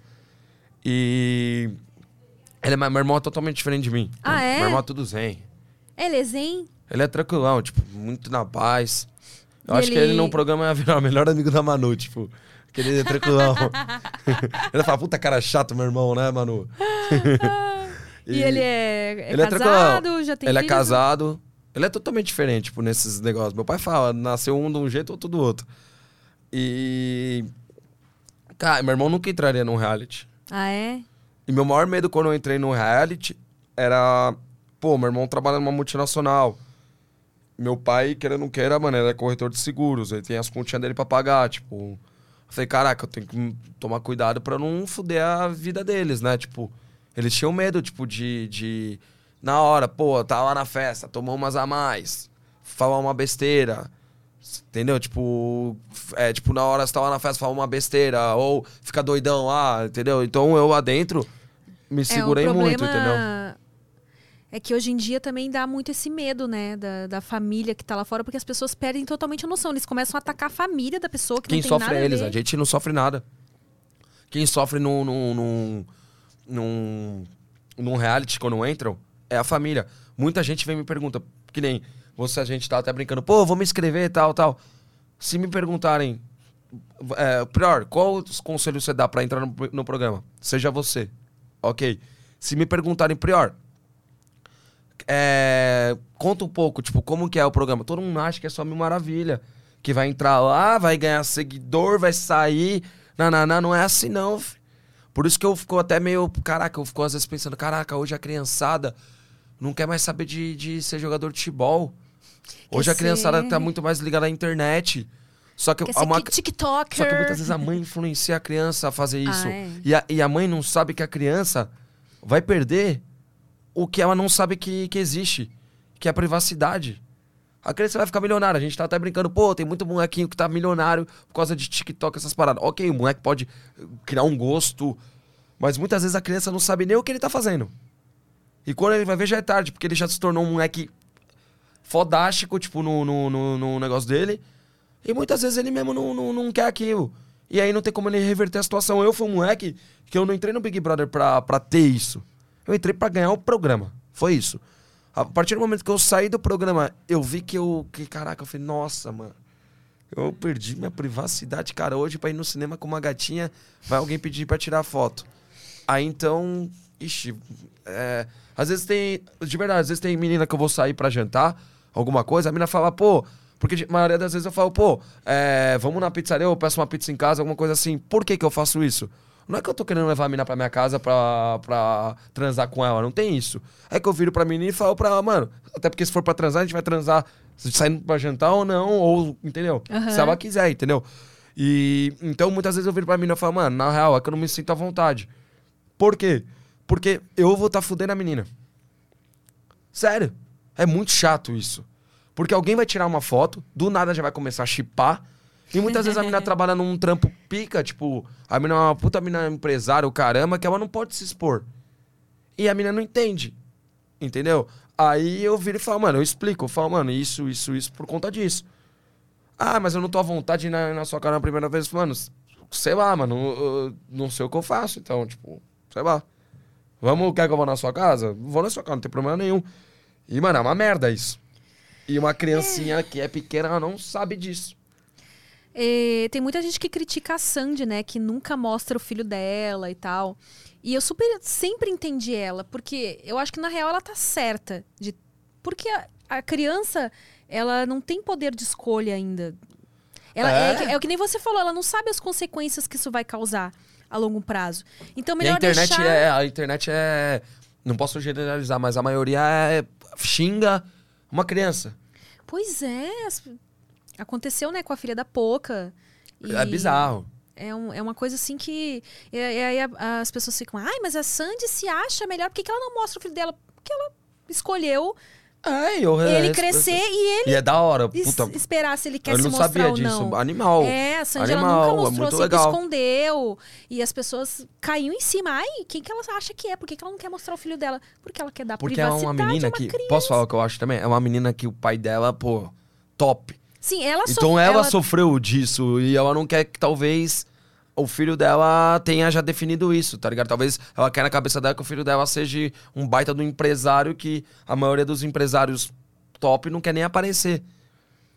[SPEAKER 2] E... Ele é, meu irmão é totalmente diferente de mim.
[SPEAKER 1] Ah, é?
[SPEAKER 2] Meu irmão é tudo zen.
[SPEAKER 1] Ele é zen?
[SPEAKER 2] Ele é tranquilão, tipo, muito na paz. Eu
[SPEAKER 1] E
[SPEAKER 2] acho
[SPEAKER 1] ele-
[SPEAKER 2] que ele num programa ia virar o melhor amigo da Manu, tipo... Que ele é tranquilão. Ele fala, puta cara chato, meu irmão, né, Manu?
[SPEAKER 1] E, ele é, é
[SPEAKER 2] ele
[SPEAKER 1] casado,
[SPEAKER 2] é
[SPEAKER 1] já tem
[SPEAKER 2] Ele
[SPEAKER 1] filhos?
[SPEAKER 2] é casado. Ele é totalmente diferente, tipo, nesses negócios. Meu pai fala, nasceu um de um jeito, outro do outro. E... Cara, meu irmão nunca entraria num reality.
[SPEAKER 1] Ah, é?
[SPEAKER 2] E meu maior medo quando eu entrei no reality era... Pô, meu irmão trabalha numa multinacional. Meu pai, querendo ou não queira, mano, ele é corretor de seguros. Ele tem as continhas dele pra pagar, tipo... Eu falei, caraca, eu tenho que tomar cuidado pra não foder a vida deles, né? Tipo, eles tinham medo, tipo, de... de... Na hora, pô, tá lá na festa, tomou umas a mais, falar uma besteira, entendeu? Tipo, é, tipo, na hora você tá lá na festa, fala uma besteira, ou fica doidão lá, entendeu? Então eu lá dentro me segurei
[SPEAKER 1] é, o
[SPEAKER 2] muito,
[SPEAKER 1] problema
[SPEAKER 2] entendeu?
[SPEAKER 1] É que hoje em dia também dá muito esse medo, né, da, da família que tá lá fora, porque as pessoas perdem totalmente a noção. Eles começam a atacar a família da pessoa que
[SPEAKER 2] Quem
[SPEAKER 1] não tem
[SPEAKER 2] sofre
[SPEAKER 1] nada
[SPEAKER 2] é
[SPEAKER 1] a
[SPEAKER 2] eles,
[SPEAKER 1] ver.
[SPEAKER 2] a gente não sofre nada. Quem sofre num, num, num, num, num reality quando entram é a família. Muita gente vem e me pergunta, que nem você, a gente tá até brincando, pô, vou me inscrever e tal, tal. Se me perguntarem, é, Prior, qual os conselhos você dá pra entrar no, no programa? Seja você. Ok. Se me perguntarem, Prior, é, conta um pouco, tipo, como que é o programa? Todo mundo acha que é só mil maravilha. Que vai entrar lá, vai ganhar seguidor, vai sair. Não, não é assim não, filho. Por isso que eu fico até meio, caraca, eu fico às vezes pensando, caraca, hoje a criançada não quer mais saber de, de ser jogador de futebol. Hoje
[SPEAKER 1] Quer
[SPEAKER 2] a criançada
[SPEAKER 1] ser-
[SPEAKER 2] tá muito mais ligada à internet. Só que,
[SPEAKER 1] Quer
[SPEAKER 2] a
[SPEAKER 1] ser
[SPEAKER 2] uma-
[SPEAKER 1] TikToker.
[SPEAKER 2] só que muitas vezes a mãe influencia a criança a fazer isso.
[SPEAKER 1] Ah, é?
[SPEAKER 2] e, a, e a mãe não sabe que a criança vai perder o que ela não sabe que, que existe, que é a privacidade. A criança vai ficar milionária. A gente tá até brincando, pô, tem muito molequinho que tá milionário por causa de TikTok, essas paradas. Ok, o moleque pode criar um gosto, mas muitas vezes a criança não sabe nem o que ele tá fazendo. E quando ele vai ver, já é tarde, porque ele já se tornou um moleque fodástico, tipo, no, no, no, no negócio dele. E muitas vezes ele mesmo não, não, não quer aquilo. E aí não tem como ele reverter a situação. Eu fui um moleque que eu não entrei no Big Brother pra, pra ter isso. Eu entrei pra ganhar o programa. Foi isso. A partir do momento que eu saí do programa, eu vi que eu... Que, caraca, eu falei, nossa, mano. Eu perdi minha privacidade, cara. Hoje, pra ir no cinema com uma gatinha, vai alguém pedir pra tirar foto. Aí, então... Ixi, é... Às vezes tem... De verdade, às vezes tem menina que eu vou sair pra jantar, alguma coisa, a menina fala, pô... Porque a maioria das vezes eu falo, pô, é, vamos na pizzaria, eu peço uma pizza em casa, alguma coisa assim. Por que que eu faço isso? Não é que eu tô querendo levar a mina pra minha casa pra, pra transar com ela, não tem isso. É que eu viro pra menina e falo pra ela, mano, até porque se for pra transar, a gente vai transar saindo pra jantar ou não, ou, entendeu?
[SPEAKER 1] Uhum.
[SPEAKER 2] Se ela quiser, entendeu? E então muitas vezes eu viro pra menina e falo, mano, na real, é que eu não me sinto à vontade. Por quê? Porque eu vou tá fudendo a menina. Sério. É muito chato isso. Porque alguém vai tirar uma foto, do nada já vai começar a chipar. E muitas vezes a mina trabalha num trampo pica, tipo, a mina é uma puta mina empresária, o caramba, que ela não pode se expor. E a mina não entende. Entendeu? Aí eu viro e falo, mano, eu explico. Eu falo, mano, isso, isso, isso por conta disso. Ah, mas eu não tô à vontade de ir na, na sua cara na primeira vez. Mano, sei lá, mano, eu não sei o que eu faço. Então, tipo, sei lá. Vamos, quer que eu vá na sua casa? Vou na sua casa, não tem problema nenhum. E, mano, é uma merda isso. E uma criancinha é. que é pequena, ela não sabe disso.
[SPEAKER 1] É, tem muita gente que critica a Sandy, né? Que nunca mostra o filho dela e tal. E eu super, sempre entendi ela. Porque eu acho que, na real, ela tá certa. De, porque a, a criança, ela não tem poder de escolha ainda. Ela,
[SPEAKER 2] É?
[SPEAKER 1] é, que- é o que nem você falou. Ela não sabe as consequências que isso vai causar a longo prazo. Então,
[SPEAKER 2] E
[SPEAKER 1] melhor
[SPEAKER 2] a internet
[SPEAKER 1] deixar...
[SPEAKER 2] é. A internet é. Não posso generalizar, mas a maioria é. Xinga uma criança.
[SPEAKER 1] Pois é. as- Aconteceu, né, com a filha da Poca. E
[SPEAKER 2] É bizarro.
[SPEAKER 1] É, um- é uma coisa assim que... E, e aí a- as pessoas ficam... Ai, mas a Sandy se acha melhor. Por que, que ela não mostra o filho dela? Porque ela escolheu
[SPEAKER 2] É, eu
[SPEAKER 1] ele
[SPEAKER 2] eu-
[SPEAKER 1] crescer e ele
[SPEAKER 2] E é da hora.
[SPEAKER 1] es-
[SPEAKER 2] Puta,
[SPEAKER 1] esperar se ele quer
[SPEAKER 2] eu
[SPEAKER 1] se
[SPEAKER 2] não
[SPEAKER 1] mostrar
[SPEAKER 2] sabia
[SPEAKER 1] ou
[SPEAKER 2] disso.
[SPEAKER 1] não.
[SPEAKER 2] Animal.
[SPEAKER 1] É, a Sandy ela
[SPEAKER 2] Animal,
[SPEAKER 1] nunca
[SPEAKER 2] é
[SPEAKER 1] mostrou,
[SPEAKER 2] muito
[SPEAKER 1] sempre
[SPEAKER 2] legal.
[SPEAKER 1] escondeu. E as pessoas caíam em cima. Ai, quem que ela acha que é? Por que, que ela não quer mostrar o filho dela? Porque ela quer dar
[SPEAKER 2] Porque é
[SPEAKER 1] privacidade
[SPEAKER 2] uma menina
[SPEAKER 1] a uma
[SPEAKER 2] que.
[SPEAKER 1] criança.
[SPEAKER 2] Posso falar o que eu acho também? É uma menina que o pai dela, pô, top.
[SPEAKER 1] Sim, ela
[SPEAKER 2] Então
[SPEAKER 1] sof-
[SPEAKER 2] ela,
[SPEAKER 1] ela
[SPEAKER 2] sofreu disso e ela não quer que talvez o filho dela tenha já definido isso, tá ligado? Talvez ela quer na cabeça dela que o filho dela seja um baita do empresário que a maioria dos empresários top não quer nem aparecer.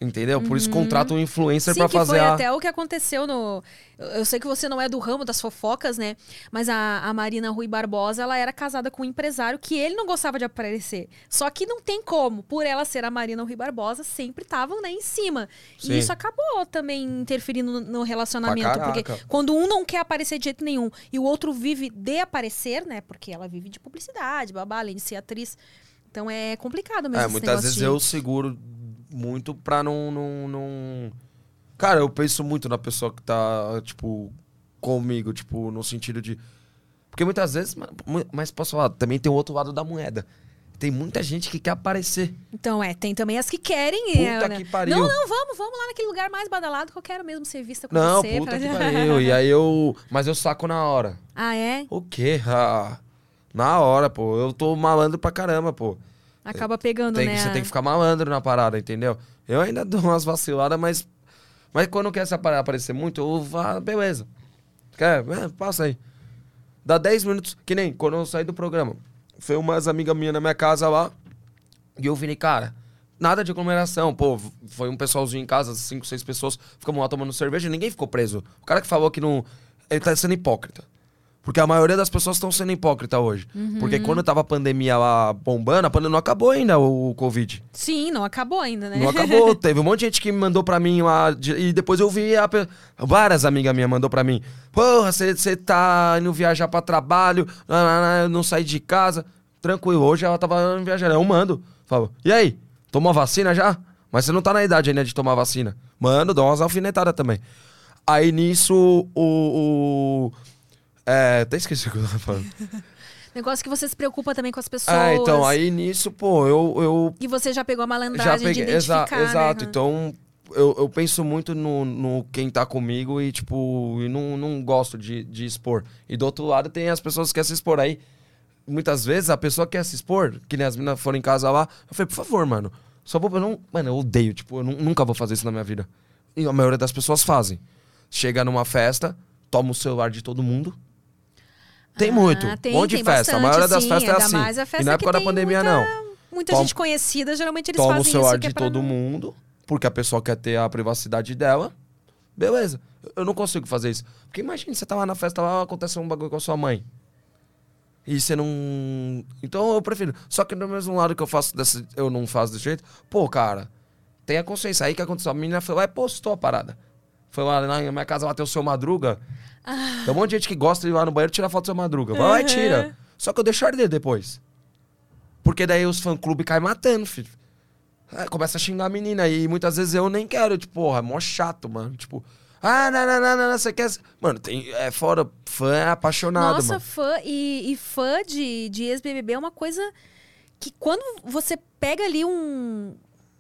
[SPEAKER 2] Entendeu? Por isso
[SPEAKER 1] Uhum.
[SPEAKER 2] contrata um influencer
[SPEAKER 1] Sim,
[SPEAKER 2] pra
[SPEAKER 1] que
[SPEAKER 2] fazer
[SPEAKER 1] foi
[SPEAKER 2] a...
[SPEAKER 1] até o que aconteceu no... Eu eu sei que você não é do ramo das fofocas, né? Mas a, a Marina Rui Barbosa, ela era casada com um empresário que ele não gostava de aparecer. Só que não tem como. Por ela ser a Marina Rui Barbosa, sempre estavam, né, em cima.
[SPEAKER 2] Sim.
[SPEAKER 1] E isso acabou também interferindo no, no relacionamento.
[SPEAKER 2] Pra
[SPEAKER 1] Porque
[SPEAKER 2] caraca.
[SPEAKER 1] quando um não quer aparecer de jeito nenhum e o outro vive de aparecer, né? Porque ela vive de publicidade, babá, além de ser atriz. Então é complicado mesmo
[SPEAKER 2] É,
[SPEAKER 1] esse
[SPEAKER 2] muitas
[SPEAKER 1] negócio
[SPEAKER 2] vezes
[SPEAKER 1] de...
[SPEAKER 2] eu seguro muito pra não, não, não... Cara, eu penso muito na pessoa que tá, tipo, comigo, tipo, no sentido de... Porque muitas vezes, ma- mu- mas posso falar, também tem o outro lado da moeda. Tem muita gente que quer aparecer.
[SPEAKER 1] Então, é, tem também as que querem.
[SPEAKER 2] Puta
[SPEAKER 1] né?
[SPEAKER 2] que pariu.
[SPEAKER 1] Não, não, vamos, vamos lá naquele lugar mais badalado que eu quero mesmo ser vista com
[SPEAKER 2] Não,
[SPEAKER 1] você.
[SPEAKER 2] puta
[SPEAKER 1] pra-
[SPEAKER 2] que pariu. E aí eu... Mas eu saco na hora.
[SPEAKER 1] Ah, é?
[SPEAKER 2] O quê? Ah, na hora, pô. Eu tô malandro pra caramba, pô.
[SPEAKER 1] Acaba pegando,
[SPEAKER 2] Tem
[SPEAKER 1] né?
[SPEAKER 2] que, você
[SPEAKER 1] a-
[SPEAKER 2] tem que ficar malandro na parada, entendeu? Eu ainda dou umas vaciladas, mas... Mas quando quer se apa- aparecer muito, eu vou... Beleza. Quer? É, passa aí. Dá dez minutos... Que nem quando eu saí do programa. Foi umas amigas minhas na minha casa lá. E eu vi, cara... Nada de aglomeração. Pô, foi um pessoalzinho em casa, cinco, seis pessoas. Ficamos lá tomando cerveja e ninguém ficou preso. O cara que falou que não... Ele tá sendo hipócrita. Porque a maioria das pessoas estão sendo hipócrita hoje.
[SPEAKER 1] Uhum.
[SPEAKER 2] Porque quando tava a pandemia lá bombando, a pandemia não acabou ainda, o, o Covid.
[SPEAKER 1] Sim, não acabou ainda, né?
[SPEAKER 2] Não acabou. Teve um monte de gente que me mandou pra mim lá. de- e depois eu vi a, pe- várias amigas minhas mandou pra mim. Porra, você tá indo viajar pra trabalho, ah, ah, ah, eu não saí de casa. Tranquilo, hoje ela tava indo viajar. Eu mando. Falo, e aí? Tomou vacina já? Mas você não tá na idade ainda de tomar vacina. Mano, dá umas alfinetadas também. Aí nisso, o. o é, até esqueci o que eu tava falando.
[SPEAKER 1] Negócio que você se preocupa também com as pessoas.
[SPEAKER 2] Ah, então, aí nisso, pô, eu, eu
[SPEAKER 1] E você já pegou a
[SPEAKER 2] já
[SPEAKER 1] malandragem
[SPEAKER 2] peguei.
[SPEAKER 1] de
[SPEAKER 2] Exa
[SPEAKER 1] identificar,
[SPEAKER 2] exato.
[SPEAKER 1] né?
[SPEAKER 2] Então, eu, eu penso muito no, no quem tá comigo e, tipo, e não, não gosto de, de expor. E do outro lado tem as pessoas que querem se expor. Aí, muitas vezes, a pessoa quer se expor, que nem as meninas foram em casa lá. Eu falei, por favor, mano, só vou. Eu não, mano, eu odeio, tipo, eu nu- nunca vou fazer isso na minha vida. E a maioria das pessoas fazem. Chega numa festa, toma o celular de todo mundo. Tem
[SPEAKER 1] Ah,
[SPEAKER 2] muito.
[SPEAKER 1] tem,
[SPEAKER 2] um monte de
[SPEAKER 1] tem
[SPEAKER 2] festa. A
[SPEAKER 1] bastante,
[SPEAKER 2] maioria das
[SPEAKER 1] sim,
[SPEAKER 2] festas é
[SPEAKER 1] ainda
[SPEAKER 2] assim.
[SPEAKER 1] mais a festa
[SPEAKER 2] e na
[SPEAKER 1] que
[SPEAKER 2] época da
[SPEAKER 1] tem
[SPEAKER 2] pandemia,
[SPEAKER 1] muita-
[SPEAKER 2] não.
[SPEAKER 1] Muita
[SPEAKER 2] Toma-
[SPEAKER 1] gente conhecida, geralmente eles
[SPEAKER 2] Toma o
[SPEAKER 1] fazem
[SPEAKER 2] celular
[SPEAKER 1] isso. que é
[SPEAKER 2] de
[SPEAKER 1] pra
[SPEAKER 2] todo
[SPEAKER 1] não-
[SPEAKER 2] mundo, porque a pessoa quer ter a privacidade dela. Beleza. Eu não consigo fazer isso. Porque imagina, você tá lá na festa, lá acontece um bagulho com a sua mãe. E você não... Então eu prefiro. Só que do mesmo lado que eu faço desse... eu não faço desse jeito, pô, cara, tenha consciência. Aí que aconteceu? A menina foi lá e postou a parada. Foi lá na minha casa, lá tem o Seu Madruga.
[SPEAKER 1] Ah.
[SPEAKER 2] Tem um monte de gente que gosta de ir lá no banheiro e tirar foto do Seu Madruga. Vai lá e tira. Só que eu deixo arder depois. Porque daí os fã-clube caem matando, filho. Aí começa a xingar a menina. E muitas vezes eu nem quero. Tipo, porra, é mó chato, mano. Tipo, ah, não, não, não, não, não, você quer... Mano, tem, é fora, fã é apaixonado,
[SPEAKER 1] Nossa,
[SPEAKER 2] mano.
[SPEAKER 1] fã e, e fã de, de ex-B B B é uma coisa que quando você pega ali um...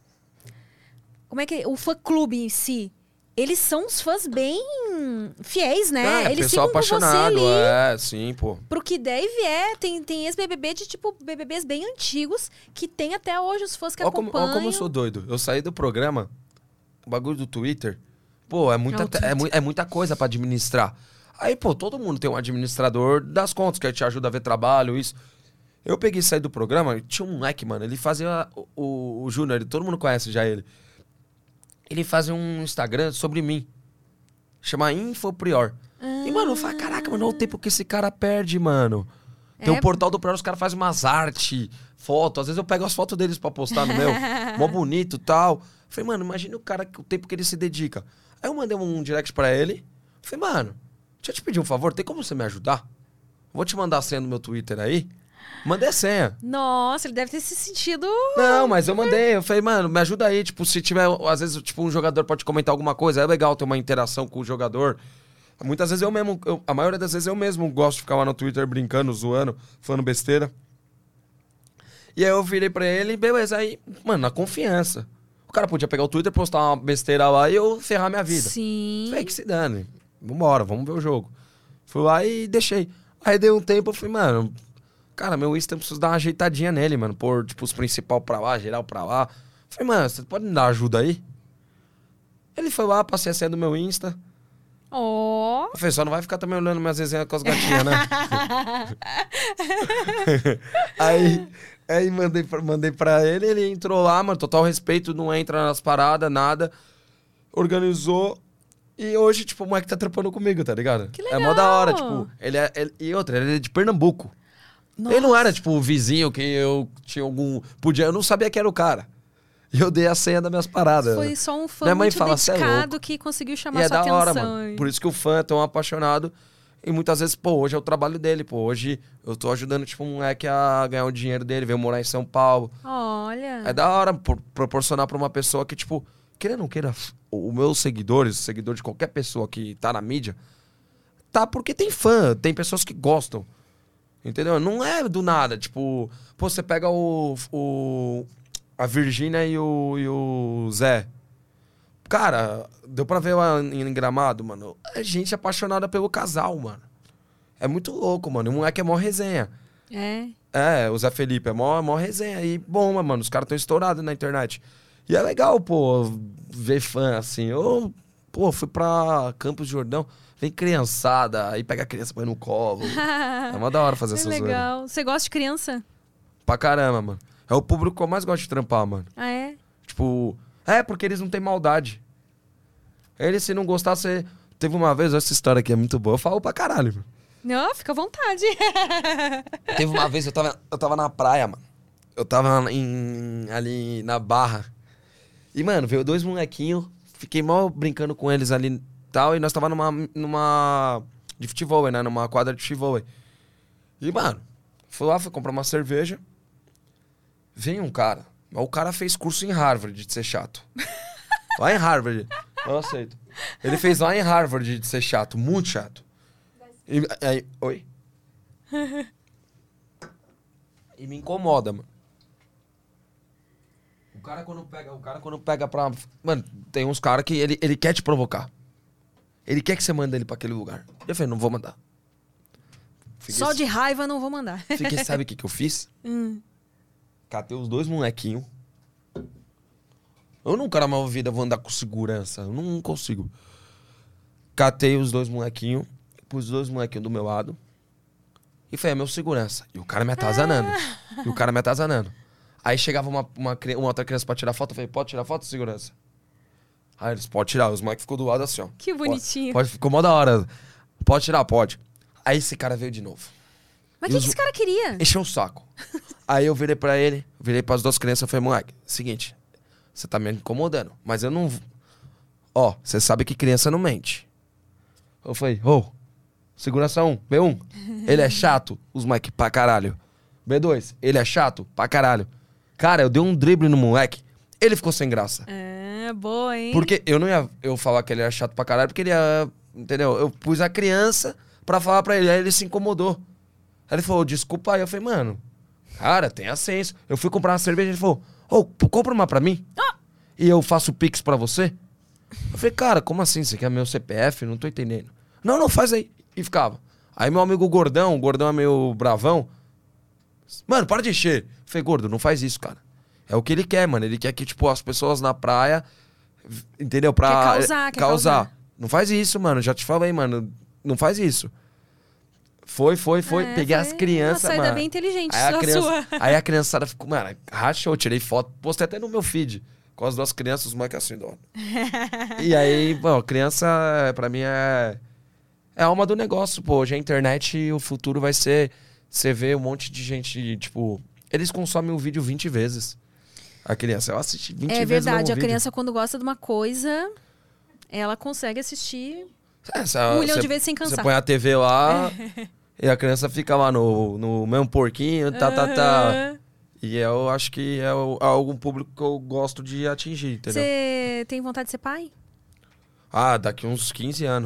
[SPEAKER 1] Como é que é? O fã-clube em si, eles são os fãs bem fiéis, né?
[SPEAKER 2] É,
[SPEAKER 1] eles
[SPEAKER 2] pessoal
[SPEAKER 1] ficam com você
[SPEAKER 2] apaixonado,
[SPEAKER 1] ali.
[SPEAKER 2] é, sim, pô.
[SPEAKER 1] Pro que der e vier, tem, tem ex-B B B de, tipo, B B Bs bem antigos, que tem até hoje os fãs que
[SPEAKER 2] Olha como,
[SPEAKER 1] acompanham.
[SPEAKER 2] ó como eu sou doido. Eu saí do programa, o bagulho do Twitter, pô, é muita,
[SPEAKER 1] É o Twitter.
[SPEAKER 2] é, mui- é muita coisa pra administrar. Aí, pô, todo mundo tem um administrador das contas, que te ajuda a ver trabalho, isso. Eu peguei e saí do programa, tinha um moleque, mano, ele fazia o, o, o Júnior, ele- todo mundo conhece já ele. Ele fazia um Instagram sobre mim. Chama Infoprior. E, mano, eu falei, caraca, mano, olha o tempo que esse cara perde, mano. Tem
[SPEAKER 1] É.
[SPEAKER 2] um portal do Prior, os caras fazem umas artes, fotos. Às vezes eu pego as fotos deles pra postar no meu. Mó bonito e tal. Falei, mano, imagina o cara, o tempo que ele se dedica. Aí eu mandei um direct pra ele. Falei, mano, deixa eu te pedir um favor, tem como você me ajudar? Vou te mandar a senha no meu Twitter aí. Mandei a senha.
[SPEAKER 1] Nossa, ele deve ter se sentido...
[SPEAKER 2] Não, mas eu mandei. Eu falei, mano, me ajuda aí. Tipo, se tiver, às vezes, tipo, um jogador pode comentar alguma coisa, é legal ter uma interação com o jogador. Muitas vezes eu mesmo, eu- a maioria das vezes eu mesmo gosto de ficar lá no Twitter brincando, zoando, falando besteira. E aí eu virei pra ele, beleza, aí, mano, na confiança. O cara podia pegar o Twitter, postar uma besteira lá e eu ferrar minha vida.
[SPEAKER 1] Sim.
[SPEAKER 2] Falei, que se dane. Vambora, vamos ver o jogo. Fui lá e deixei. Aí deu um tempo, eu falei, mano, cara, meu Insta, eu preciso dar uma ajeitadinha nele, mano. Pôr, tipo, os principal pra lá, geral pra lá. Falei, mano, você pode me dar ajuda aí? Ele foi lá, passei a senha do meu Insta.
[SPEAKER 1] Ó.
[SPEAKER 2] Eu falei, só não vai ficar também olhando minhas resenhas com as gatinhas, né? aí, Aí mandei pra, mandei pra ele, ele entrou lá, mano, total respeito, não entra nas paradas, nada. Organizou. E hoje, tipo, o moleque tá trampando comigo, tá ligado?
[SPEAKER 1] Que legal.
[SPEAKER 2] É mó da hora, tipo, ele é... Ele, e outra, ele é de Pernambuco.
[SPEAKER 1] Nossa.
[SPEAKER 2] Ele não era, tipo, o vizinho que eu tinha algum... Podia, eu não sabia que era o cara. E eu dei a senha das minhas paradas.
[SPEAKER 1] Foi só um fã
[SPEAKER 2] Minha mãe
[SPEAKER 1] muito
[SPEAKER 2] fala, "Cê é
[SPEAKER 1] dedicado
[SPEAKER 2] louco."
[SPEAKER 1] que conseguiu
[SPEAKER 2] E
[SPEAKER 1] chamar
[SPEAKER 2] é
[SPEAKER 1] sua
[SPEAKER 2] da
[SPEAKER 1] atenção.
[SPEAKER 2] hora, mano. Por isso que o fã é tão apaixonado. E muitas vezes, pô, hoje é o trabalho dele, pô. Hoje eu tô ajudando, tipo, um moleque a ganhar o dinheiro dele, veio morar em São Paulo.
[SPEAKER 1] Olha.
[SPEAKER 2] É da hora por, proporcionar pra uma pessoa que, tipo, queira ou não queira, os meus seguidores, seguidor de qualquer pessoa que tá na mídia, tá porque tem fã, tem pessoas que gostam. Entendeu? Não é do nada, tipo, pô, você pega o, o a Virgínia e o, e o Zé. Cara, deu pra ver lá em Gramado, mano. É gente apaixonada pelo casal, mano. É muito louco, mano. O moleque é mó resenha.
[SPEAKER 1] É.
[SPEAKER 2] É, o Zé Felipe é mó, mó resenha. E bom, mano, os caras tão estourados na internet. E é legal, pô, ver fã assim. Eu, pô, fui pra Campos do Jordão, vem criançada, aí pega a criança, põe no colo. É mó da hora fazer
[SPEAKER 1] É
[SPEAKER 2] essas coisas.
[SPEAKER 1] legal. Você gosta de criança?
[SPEAKER 2] Pra caramba, mano. É o público que eu mais gosto de trampar, mano.
[SPEAKER 1] Ah, é?
[SPEAKER 2] Tipo, é porque eles não têm maldade. Eles, se não gostar, você... Teve uma vez, essa história aqui é muito boa, eu falo pra caralho, mano.
[SPEAKER 1] Não, fica à vontade.
[SPEAKER 2] Teve uma vez, eu tava, eu tava na praia, mano. Eu tava em, ali na Barra. E, mano, veio dois molequinhos, fiquei mal brincando com eles ali e tal, e nós tava numa, numa... de futebol, né? Numa quadra de futebol. E, mano, fui lá, fui comprar uma cerveja. Veio um cara, mas o cara fez curso em Harvard de ser chato. Lá em Harvard. Eu aceito. Ele fez lá em Harvard de ser chato, muito chato. E, aí, oi? E me incomoda, mano. O cara quando pega, o cara quando pega pra... Mano, tem uns caras que ele, ele quer te provocar. Ele quer que você mande ele pra aquele lugar. Eu falei, não vou mandar. Fiquei,
[SPEAKER 1] Só de raiva não vou mandar.
[SPEAKER 2] Fiquei, sabe o que que eu fiz?
[SPEAKER 1] Hum.
[SPEAKER 2] Catei os dois molequinhos. Eu nunca na minha vida vou andar com segurança. Eu não consigo. Catei os dois molequinhos. Pus os dois molequinhos do meu lado. E falei, é meu segurança. E o cara me atazanando. Ah. E o cara me atazanando. Aí chegava uma, uma, uma outra criança pra tirar foto. Eu falei, pode tirar foto, segurança? Aí eles, pode tirar. Os moleques ficou do lado assim, ó.
[SPEAKER 1] Que bonitinho.
[SPEAKER 2] Pode, pode, ficou mó da hora. Pode tirar, pode. Aí esse cara veio de novo.
[SPEAKER 1] Mas o que,
[SPEAKER 2] os...
[SPEAKER 1] que esse cara queria?
[SPEAKER 2] Encheu o saco. Aí eu virei pra ele, virei pras duas crianças e falei, moleque, seguinte, você tá me incomodando, mas eu não... Ó, você sabe que criança não mente. Eu falei, ô, oh, segurança um, B um, ele é chato, os moleque pra caralho. B dois, ele é chato pra caralho. Cara, eu dei um drible no moleque, ele ficou sem graça.
[SPEAKER 1] É, boa, hein?
[SPEAKER 2] Porque eu não ia eu falar que ele era chato pra caralho, porque ele ia... Entendeu? Eu pus a criança pra falar pra ele, aí ele se incomodou. Aí ele falou, desculpa aí. Eu falei, mano, cara, tenha senso. Eu fui comprar uma cerveja, ele falou, ô, oh, compra uma pra mim? Ah! E eu faço pix pra você? Eu falei, cara, como assim? Você quer meu C P F? Não tô entendendo. Não, não, faz aí. E ficava. Aí meu amigo Gordão, o Gordão é meio bravão. Mano, para de encher. Eu falei, gordo, não faz isso, cara. É o que ele quer, mano. Ele quer que, tipo, as pessoas na praia, entendeu? Pra
[SPEAKER 1] quer causar, quer
[SPEAKER 2] causar.
[SPEAKER 1] causar.
[SPEAKER 2] Não faz isso, mano. Já te falei, mano. Não faz isso. Foi, foi, foi.
[SPEAKER 1] É,
[SPEAKER 2] Peguei
[SPEAKER 1] foi
[SPEAKER 2] as crianças,
[SPEAKER 1] uma saída
[SPEAKER 2] mano.
[SPEAKER 1] bem inteligente,
[SPEAKER 2] aí a,
[SPEAKER 1] sua,
[SPEAKER 2] criança,
[SPEAKER 1] sua.
[SPEAKER 2] aí a criançada ficou, mano, rachou, tirei foto, postei até no meu feed. Com as duas crianças, os moleques assim, ó. E aí, bom, criança, pra mim, é... É a alma do negócio, pô. Hoje a internet, o futuro vai ser... Você vê um monte de gente, tipo... Eles consomem o vídeo vinte vezes. A criança, eu assisti vinte
[SPEAKER 1] é
[SPEAKER 2] vezes
[SPEAKER 1] verdade, a
[SPEAKER 2] vídeo.
[SPEAKER 1] criança quando gosta de uma coisa, ela consegue assistir
[SPEAKER 2] É, cê,
[SPEAKER 1] um milhão
[SPEAKER 2] cê,
[SPEAKER 1] de vezes sem cansar.
[SPEAKER 2] Você põe a T V lá e a criança fica lá no, no mesmo porquinho, tá, tá, tá. E eu acho que é algum público que eu gosto de atingir, entendeu?
[SPEAKER 1] Você tem vontade de ser pai?
[SPEAKER 2] Ah, daqui uns quinze anos.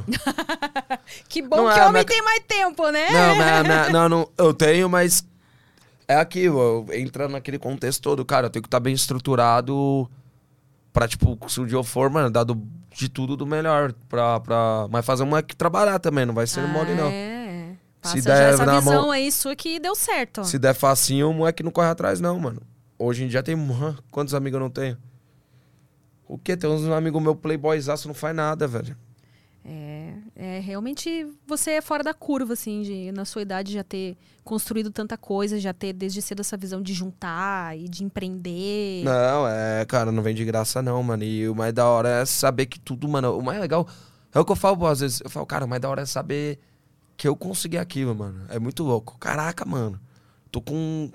[SPEAKER 1] Que bom
[SPEAKER 2] Não
[SPEAKER 1] que
[SPEAKER 2] é,
[SPEAKER 1] homem
[SPEAKER 2] minha...
[SPEAKER 1] tem mais tempo, né?
[SPEAKER 2] Não, minha, minha, não, não, eu tenho, mas é aquilo, entrando naquele contexto todo, cara, eu tenho que estar bem estruturado pra, tipo, se um dia eu for, mano, dar do, de tudo do melhor, pra, pra... Mas fazer um moleque trabalhar também, não vai ser
[SPEAKER 1] ah,
[SPEAKER 2] mole, não.
[SPEAKER 1] É, passa
[SPEAKER 2] se
[SPEAKER 1] já
[SPEAKER 2] der
[SPEAKER 1] essa
[SPEAKER 2] na
[SPEAKER 1] visão
[SPEAKER 2] mão...
[SPEAKER 1] aí sua que deu certo.
[SPEAKER 2] Se der facinho, o moleque não corre atrás, não, mano. Hoje em dia tem... Quantos amigos eu não tenho? O quê? Tem uns amigos meu playboyzaço, não faz nada, velho.
[SPEAKER 1] É, é realmente você é fora da curva, assim, de na sua idade já ter construído tanta coisa, já ter desde cedo essa visão de juntar e de empreender.
[SPEAKER 2] Não, é, cara, não vem de graça não, mano. E o mais da hora é saber que tudo, mano, o mais legal é o que eu falo, às vezes, eu falo, cara, o mais da hora é saber que eu consegui aquilo, mano. É muito louco. Caraca, mano, tô com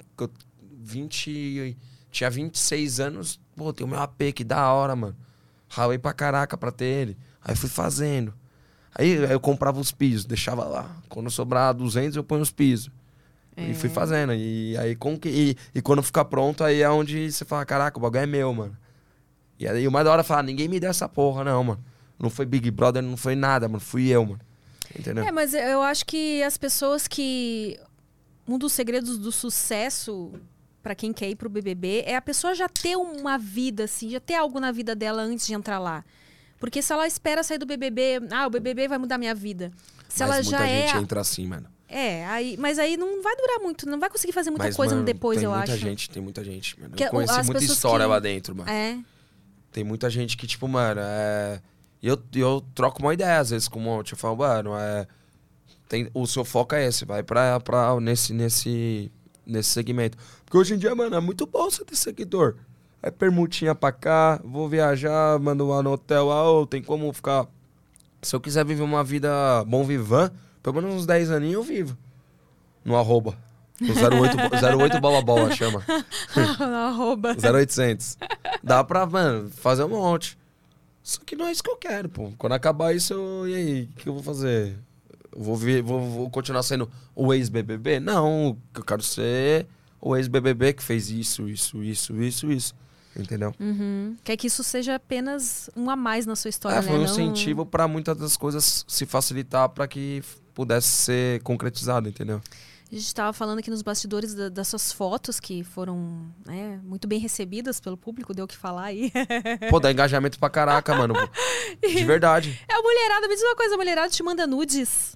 [SPEAKER 2] vinte, tinha vinte e seis anos, pô, tem o meu A P, que da hora, mano. Ralei pra caraca pra ter ele. Aí fui fazendo. Aí eu comprava os pisos, deixava lá. Quando sobrar duzentos, eu ponho os pisos. É. E fui fazendo. E aí com que, e, e quando ficar pronto, aí é onde você fala, caraca, o bagulho é meu, mano. E aí o mais da hora é falar, ninguém me deu essa porra, não, mano. Não foi Big Brother, não foi nada, mano. Fui eu, mano. Entendeu?
[SPEAKER 1] É, mas eu acho que as pessoas que... Um dos segredos do sucesso, pra quem quer ir pro B B B, é a pessoa já ter uma vida, assim, já ter algo na vida dela antes de entrar lá. Porque se ela espera sair do B B B, ah, o B B B vai mudar minha vida. Se
[SPEAKER 2] mas
[SPEAKER 1] ela já
[SPEAKER 2] muita
[SPEAKER 1] é...
[SPEAKER 2] gente entra assim, mano.
[SPEAKER 1] É, aí, mas aí não vai durar muito, não vai conseguir fazer muita
[SPEAKER 2] mas,
[SPEAKER 1] coisa
[SPEAKER 2] mano,
[SPEAKER 1] no depois, eu acho.
[SPEAKER 2] Tem muita gente, tem muita gente, mano.
[SPEAKER 1] Que
[SPEAKER 2] eu conheci muita história
[SPEAKER 1] que...
[SPEAKER 2] lá dentro, mano.
[SPEAKER 1] É.
[SPEAKER 2] Tem muita gente que, tipo, mano, é... E eu, eu troco uma ideia, às vezes, com um monte. Eu falo, mano, é... Tem... o seu foco é esse, vai pra, pra nesse, nesse, nesse segmento. Porque hoje em dia, mano, é muito bom você ter seguidor. É permutinha pra cá, vou viajar, mando lá no hotel, ah, oh, tem como ficar... Se eu quiser viver uma vida bom vivan, pelo menos uns dez aninhos eu vivo. No arroba. No zero oito bola bola, chama.
[SPEAKER 1] No arroba.
[SPEAKER 2] zero oitocentos. Dá pra, mano, fazer um monte. Só que não é isso que eu quero, pô. Quando acabar isso, eu... e aí, o que eu vou fazer? Eu vou, vir, vou, vou continuar sendo o ex-B B B? Não, eu quero ser o ex-B B B que fez isso, isso, isso, isso, isso. Entendeu?
[SPEAKER 1] Uhum. Quer que isso seja apenas um a mais na sua história,
[SPEAKER 2] é,
[SPEAKER 1] né?
[SPEAKER 2] Foi um
[SPEAKER 1] Não...
[SPEAKER 2] incentivo pra muitas das coisas se facilitar pra que pudesse ser concretizado, entendeu?
[SPEAKER 1] A gente estava falando aqui nos bastidores da, das suas fotos, que foram, né, muito bem recebidas pelo público, deu o que falar aí.
[SPEAKER 2] Pô, dá engajamento pra caraca, mano. De verdade.
[SPEAKER 1] É a mulherada, me diz uma coisa, a mulherada te manda nudes.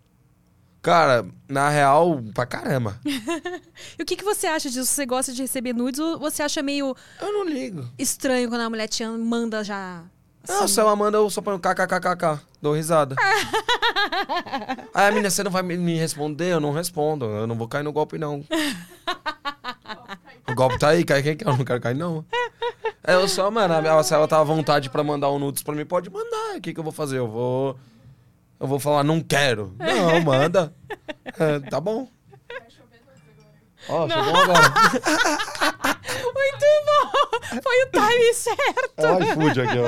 [SPEAKER 2] Cara, na real, pra caramba.
[SPEAKER 1] E o que, que você acha disso? Você gosta de receber nudes ou você acha meio...
[SPEAKER 2] Eu não ligo.
[SPEAKER 1] Estranho quando a mulher te manda já...
[SPEAKER 2] Assim. Não, se ela manda, eu só ponho kkkk, dou risada. Aí a menina, você não vai me responder? Eu não respondo. Eu não vou cair no golpe, não. O golpe tá aí, cai quem quer, eu não quero cair, não. É, eu só, mano, ela, se ela tá à vontade pra mandar um nudes pra mim, pode mandar. O que que eu vou fazer? Eu vou... Eu vou falar, não quero. Não, manda. É, tá bom. Ó, oh, chegou agora.
[SPEAKER 1] Muito bom! Foi o time certo.
[SPEAKER 2] É o iFood aqui, ó.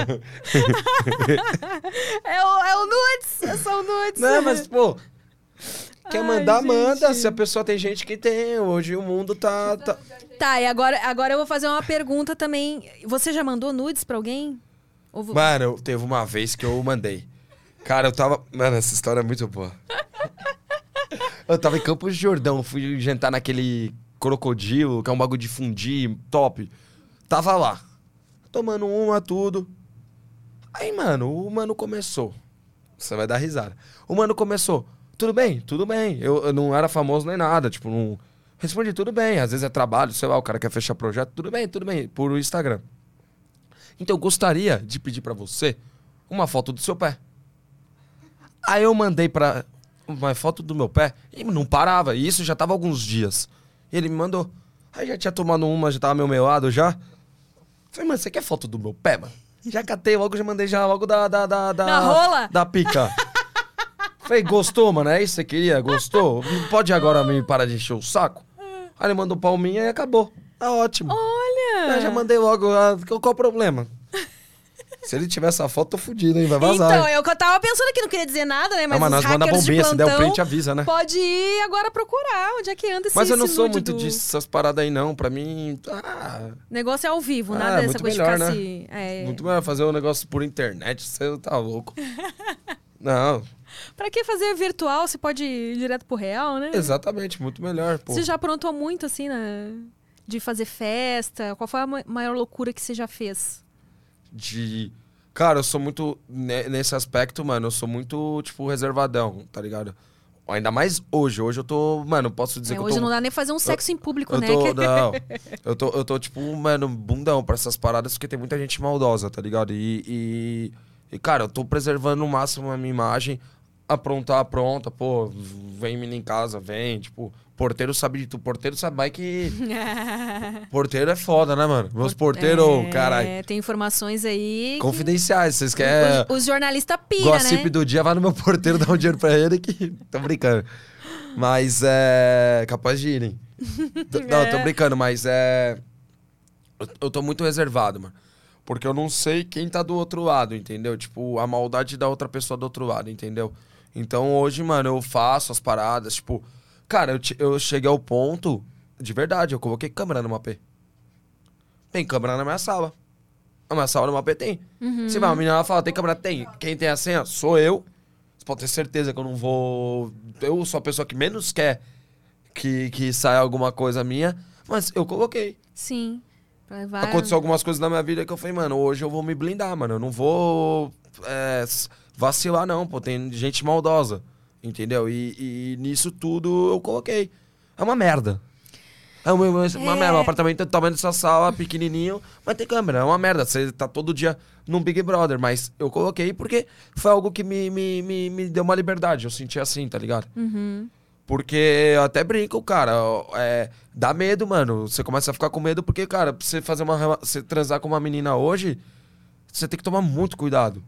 [SPEAKER 1] É o, é o nudes, são nudes.
[SPEAKER 2] Não, mas, pô, quer
[SPEAKER 1] Ai,
[SPEAKER 2] mandar,
[SPEAKER 1] gente.
[SPEAKER 2] manda. Se a pessoa tem gente que tem, hoje o mundo tá... Tá,
[SPEAKER 1] tá e agora, agora eu vou fazer uma pergunta também. Você já mandou nudes pra alguém? Ou...
[SPEAKER 2] Mano, teve uma vez que eu mandei. Cara, eu tava... Mano, essa história é muito boa. Eu tava em Campos de Jordão, fui jantar naquele crocodilo, que é um bagulho de fundir, top. Tava lá, tomando uma, tudo. Aí, mano, o mano começou. Você vai dar risada. O mano começou. Tudo bem, tudo bem. Eu, eu não era famoso nem nada, tipo, não... Respondi, tudo bem. Às vezes é trabalho, sei lá, o cara quer fechar projeto. Tudo bem, tudo bem, por Instagram. Então, eu gostaria de pedir pra você uma foto do seu pé. Aí eu mandei pra... uma foto do meu pé e não parava. E isso já tava há alguns dias. E ele me mandou. Aí já tinha tomado uma, já tava meio melado já. Falei, mano, você quer foto do meu pé, mano? Já catei logo, já mandei já logo da... Da, da, da,
[SPEAKER 1] da rola?
[SPEAKER 2] Da pica. Falei, gostou, mano? É isso que você queria? Gostou? Não pode agora me parar de encher o saco? Aí ele mandou palminha e acabou. Tá ótimo.
[SPEAKER 1] Olha!
[SPEAKER 2] Aí já mandei logo. Ah, qual o problema? Se ele tiver essa foto, tô fudido, hein? Vai vazar.
[SPEAKER 1] Então, eu tava pensando aqui, não queria dizer nada, né? Mas,
[SPEAKER 2] não, mas
[SPEAKER 1] os
[SPEAKER 2] nós manda
[SPEAKER 1] hackers
[SPEAKER 2] bombinha,
[SPEAKER 1] de
[SPEAKER 2] se der o
[SPEAKER 1] plantão
[SPEAKER 2] print, avisa, né?
[SPEAKER 1] Pode ir agora procurar onde é que anda esse
[SPEAKER 2] Mas eu não
[SPEAKER 1] esse
[SPEAKER 2] sou
[SPEAKER 1] nude
[SPEAKER 2] muito
[SPEAKER 1] do...
[SPEAKER 2] dessas paradas aí, não. Pra mim, ah...
[SPEAKER 1] negócio é ao vivo,
[SPEAKER 2] ah,
[SPEAKER 1] nada dessa
[SPEAKER 2] muito
[SPEAKER 1] coisa
[SPEAKER 2] melhor,
[SPEAKER 1] de ficar
[SPEAKER 2] né?
[SPEAKER 1] se... É...
[SPEAKER 2] Muito melhor fazer um negócio por internet, você tá louco. Não.
[SPEAKER 1] Pra que fazer virtual? Você pode ir direto pro real, né?
[SPEAKER 2] Exatamente, muito melhor, pô.
[SPEAKER 1] Você já aprontou muito, assim, né? De fazer festa? Qual foi a maior loucura que você já fez?
[SPEAKER 2] De... Cara, eu sou muito... Nesse aspecto, mano, eu sou muito, tipo, reservadão, tá ligado? Ainda mais hoje. Hoje eu tô... Mano, posso dizer
[SPEAKER 1] é,
[SPEAKER 2] que eu
[SPEAKER 1] hoje
[SPEAKER 2] tô...
[SPEAKER 1] não dá nem fazer um sexo
[SPEAKER 2] eu,
[SPEAKER 1] em público,
[SPEAKER 2] eu
[SPEAKER 1] né?
[SPEAKER 2] Tô, não. Eu tô, eu tô, tipo, mano, bundão pra essas paradas, porque tem muita gente maldosa, tá ligado? E, e, E, cara, eu tô preservando o máximo a minha imagem. Aprontar, apronta. Pô, vem menina em casa, vem. Tipo, porteiro sabe de tudo. Porteiro sabe mais que... Porteiro é foda, né, mano? Meus porteiros,
[SPEAKER 1] é,
[SPEAKER 2] caralho.
[SPEAKER 1] Tem informações aí...
[SPEAKER 2] Confidenciais, vocês querem...
[SPEAKER 1] Os, os jornalistas pira,
[SPEAKER 2] Gossip
[SPEAKER 1] né?
[SPEAKER 2] do dia, vai no meu porteiro dar um dinheiro pra ele que... Tô brincando. Mas é... Capaz de irem. Não, tô brincando, mas é... Eu, eu tô muito reservado, mano. Porque eu não sei quem tá do outro lado, entendeu? Tipo, a maldade da outra pessoa do outro lado, entendeu? Então hoje, mano, eu faço as paradas, tipo... Cara, eu, eu cheguei ao ponto... De verdade, eu coloquei câmera no A P. Tem câmera na minha sala. Na minha sala no A P tem.
[SPEAKER 1] Uhum.
[SPEAKER 2] Se vai, uma menina fala, tem câmera? Tem. Quem tem a senha? Sou eu. Você pode ter certeza que eu não vou... Eu sou a pessoa que menos quer que, que saia alguma coisa minha. Mas eu coloquei.
[SPEAKER 1] Sim. Vai...
[SPEAKER 2] Aconteceu algumas coisas na minha vida que eu falei, mano, hoje eu vou me blindar, mano. Eu não vou é, vacilar, não, pô. Tem gente maldosa, entendeu? E, e nisso tudo eu coloquei. É uma merda. É uma, uma,
[SPEAKER 1] É.
[SPEAKER 2] uma merda. Um apartamento do tamanho dessa sala, pequenininho, mas tem câmera. É uma merda. Você tá todo dia num Big Brother. Mas eu coloquei porque foi algo que me, me, me, me deu uma liberdade. Eu senti assim, tá ligado?
[SPEAKER 1] Uhum.
[SPEAKER 2] Porque eu até brinco, cara, é, dá medo, mano. Você começa a ficar com medo porque, cara, pra você fazer uma rela- você transar com uma menina hoje, você tem que tomar muito cuidado.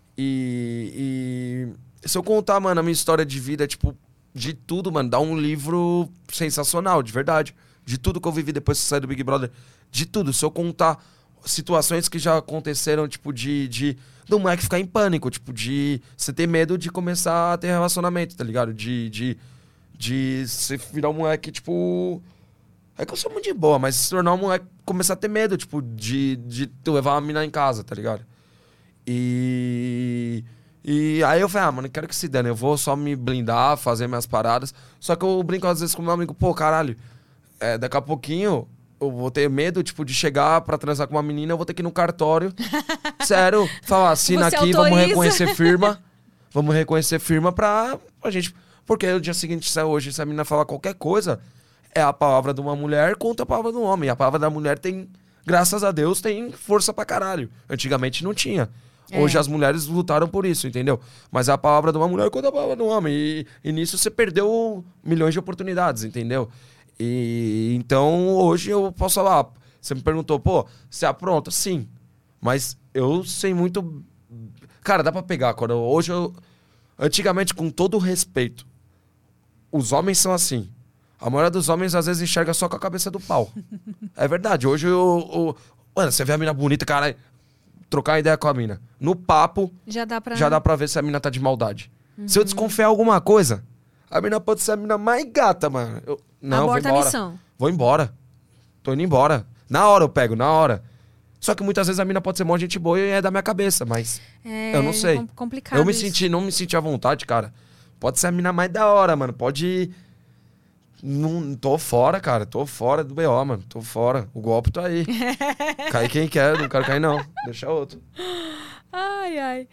[SPEAKER 2] E, e se eu contar, mano, a minha história de vida, tipo, de tudo, mano, dá um livro sensacional, de verdade. De tudo que eu vivi depois que saí do Big Brother. De tudo. Se eu contar situações que já aconteceram, tipo, de... de do moleque ficar em pânico, tipo, de você ter medo de começar a ter relacionamento, tá ligado? De... de De você virar um moleque, tipo... É que eu sou muito de boa, mas se tornar um moleque... Começar a ter medo, tipo, de, de tu levar uma mina em casa, tá ligado? E... E aí eu falei, ah, mano, quero que se dane. Eu vou só me blindar, fazer minhas paradas. Só que eu brinco às vezes com meu amigo, pô, caralho... É, daqui a pouquinho eu vou ter medo, tipo, de chegar pra transar com uma menina, eu vou ter que ir no cartório. Sério, falar, assina
[SPEAKER 1] Você
[SPEAKER 2] aqui,
[SPEAKER 1] autoriza?
[SPEAKER 2] vamos reconhecer firma. Vamos reconhecer firma pra, pra gente... Porque no dia seguinte, se hoje, se a menina falar qualquer coisa, é a palavra de uma mulher contra a palavra de um homem. A palavra da mulher tem, graças a Deus, tem força pra caralho. Antigamente não tinha.
[SPEAKER 1] É.
[SPEAKER 2] Hoje as mulheres lutaram por isso, entendeu? Mas é a palavra de uma mulher contra a palavra de um homem. E, e nisso você perdeu milhões de oportunidades, entendeu? E então hoje eu posso falar, você me perguntou, pô, você apronta? Sim. Mas eu sei muito... Cara, dá pra pegar. Quando eu, hoje eu... Antigamente, com todo o respeito, os homens são assim. A maioria dos homens, às vezes, enxerga só com a cabeça do pau. É verdade. Hoje, eu, eu... Mano, você vê a mina bonita, cara... Trocar ideia com a mina. No papo,
[SPEAKER 1] Já dá pra...
[SPEAKER 2] já dá pra ver se a mina tá de maldade. Uhum. Se eu desconfiar alguma coisa, a mina pode ser a mina mais gata, mano. Eu... Não,
[SPEAKER 1] Aborta
[SPEAKER 2] vou embora.
[SPEAKER 1] a missão.
[SPEAKER 2] Vou embora. Tô indo embora. Na hora eu pego, na hora. Só que muitas vezes a mina pode ser mó gente boa e é da minha cabeça, mas...
[SPEAKER 1] É
[SPEAKER 2] eu não sei.
[SPEAKER 1] com- complicado
[SPEAKER 2] Eu me
[SPEAKER 1] isso.
[SPEAKER 2] senti, não me senti à vontade, cara. Pode ser a mina mais da hora, mano. Pode... Não, tô fora, cara. Tô fora do B O, mano. Tô fora. O golpe tá aí. Cai quem quer, não quero cair não. Deixa outro.
[SPEAKER 1] Ai, ai.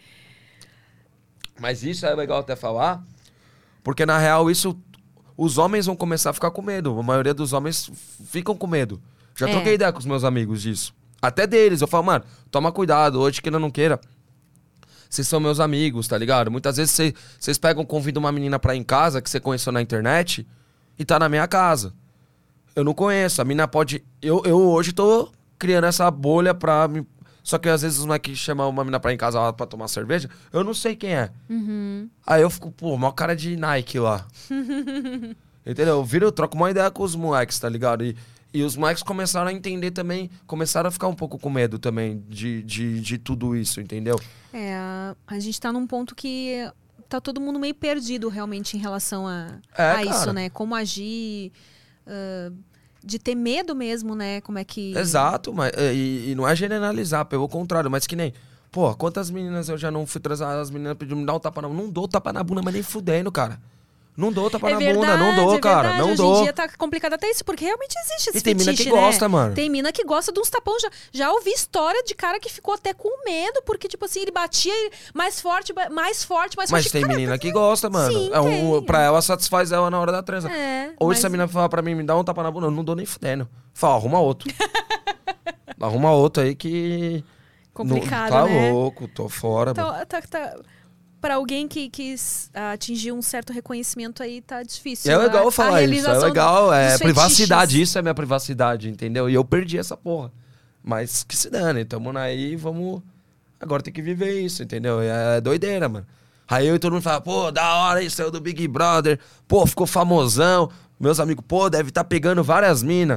[SPEAKER 2] Mas isso é legal até falar, porque na real isso... Os homens vão começar a ficar com medo. A maioria dos homens ficam com medo. Já
[SPEAKER 1] É.
[SPEAKER 2] troquei ideia com os meus amigos disso. Até deles. Eu falo, mano, toma cuidado. Hoje, queira ou não queira, vocês são meus amigos, tá ligado? Muitas vezes cê- vocês pegam, convidam uma menina pra ir em casa que você conheceu na internet e tá na minha casa. Eu não conheço. A menina pode... Eu, eu hoje tô criando essa bolha pra... Me... Só que às vezes os moleques chamam uma menina pra ir em casa lá pra tomar cerveja, eu não sei quem é.
[SPEAKER 1] Uhum.
[SPEAKER 2] Aí eu fico, pô, mó cara de Nike lá. Entendeu? Eu viro, eu troco uma ideia com os moleques, tá ligado? E, e os moleques começaram a entender também, começaram a ficar um pouco com medo também de, de, de tudo isso, entendeu?
[SPEAKER 1] É, a- a gente tá num ponto que tá todo mundo meio perdido realmente em relação a,
[SPEAKER 2] É,
[SPEAKER 1] a isso,
[SPEAKER 2] cara.
[SPEAKER 1] né? Como agir, ah, de ter medo mesmo, né? Como é que...
[SPEAKER 2] Exato, mas e, e não é generalizar, pelo contrário, mas que nem... Pô, quantas meninas eu já não fui transar, as meninas pediram me dar um tapa na bunda. Não dou tapa na bunda, mas nem fudendo, cara. Não dou tapa
[SPEAKER 1] É
[SPEAKER 2] na
[SPEAKER 1] verdade,
[SPEAKER 2] bunda, não dou,
[SPEAKER 1] é
[SPEAKER 2] cara,
[SPEAKER 1] verdade.
[SPEAKER 2] não
[SPEAKER 1] Hoje
[SPEAKER 2] dou.
[SPEAKER 1] em dia tá complicado até isso, porque realmente existe esse
[SPEAKER 2] E tem mina que
[SPEAKER 1] fetiche, né?
[SPEAKER 2] gosta, mano.
[SPEAKER 1] Tem mina que gosta de uns tapão. Já, já ouvi história de cara que ficou até com medo, porque, tipo assim, ele batia mais forte, mais forte, mais
[SPEAKER 2] Mas
[SPEAKER 1] forte.
[SPEAKER 2] tem
[SPEAKER 1] Cara,
[SPEAKER 2] menina que gosta, mano.
[SPEAKER 1] Sim,
[SPEAKER 2] é um,
[SPEAKER 1] tem.
[SPEAKER 2] pra ela, satisfaz ela na hora da transa.
[SPEAKER 1] É,
[SPEAKER 2] Hoje,
[SPEAKER 1] mas-
[SPEAKER 2] se a menina falar pra mim, me dá um tapa na bunda, eu não dou nem fudendo. Fala, arruma outro. Arruma outro aí que...
[SPEAKER 1] complicado,
[SPEAKER 2] não, tá
[SPEAKER 1] né?
[SPEAKER 2] louco, tô fora.
[SPEAKER 1] Então,
[SPEAKER 2] mano.
[SPEAKER 1] tá, tá, pra alguém que quis atingir um certo reconhecimento aí, tá difícil.
[SPEAKER 2] E é legal
[SPEAKER 1] a,
[SPEAKER 2] falar
[SPEAKER 1] a
[SPEAKER 2] isso, é legal, é
[SPEAKER 1] dos
[SPEAKER 2] privacidade,
[SPEAKER 1] fetiches.
[SPEAKER 2] isso é minha privacidade, entendeu? E eu perdi essa porra. Mas que se dane, tamo aí, vamos... Agora tem que viver isso, entendeu? É doideira, mano. Aí eu e todo mundo fala, pô, da hora, isso saiu do Big Brother, pô, ficou famosão. Meus amigos, pô, deve estar tá pegando várias minas.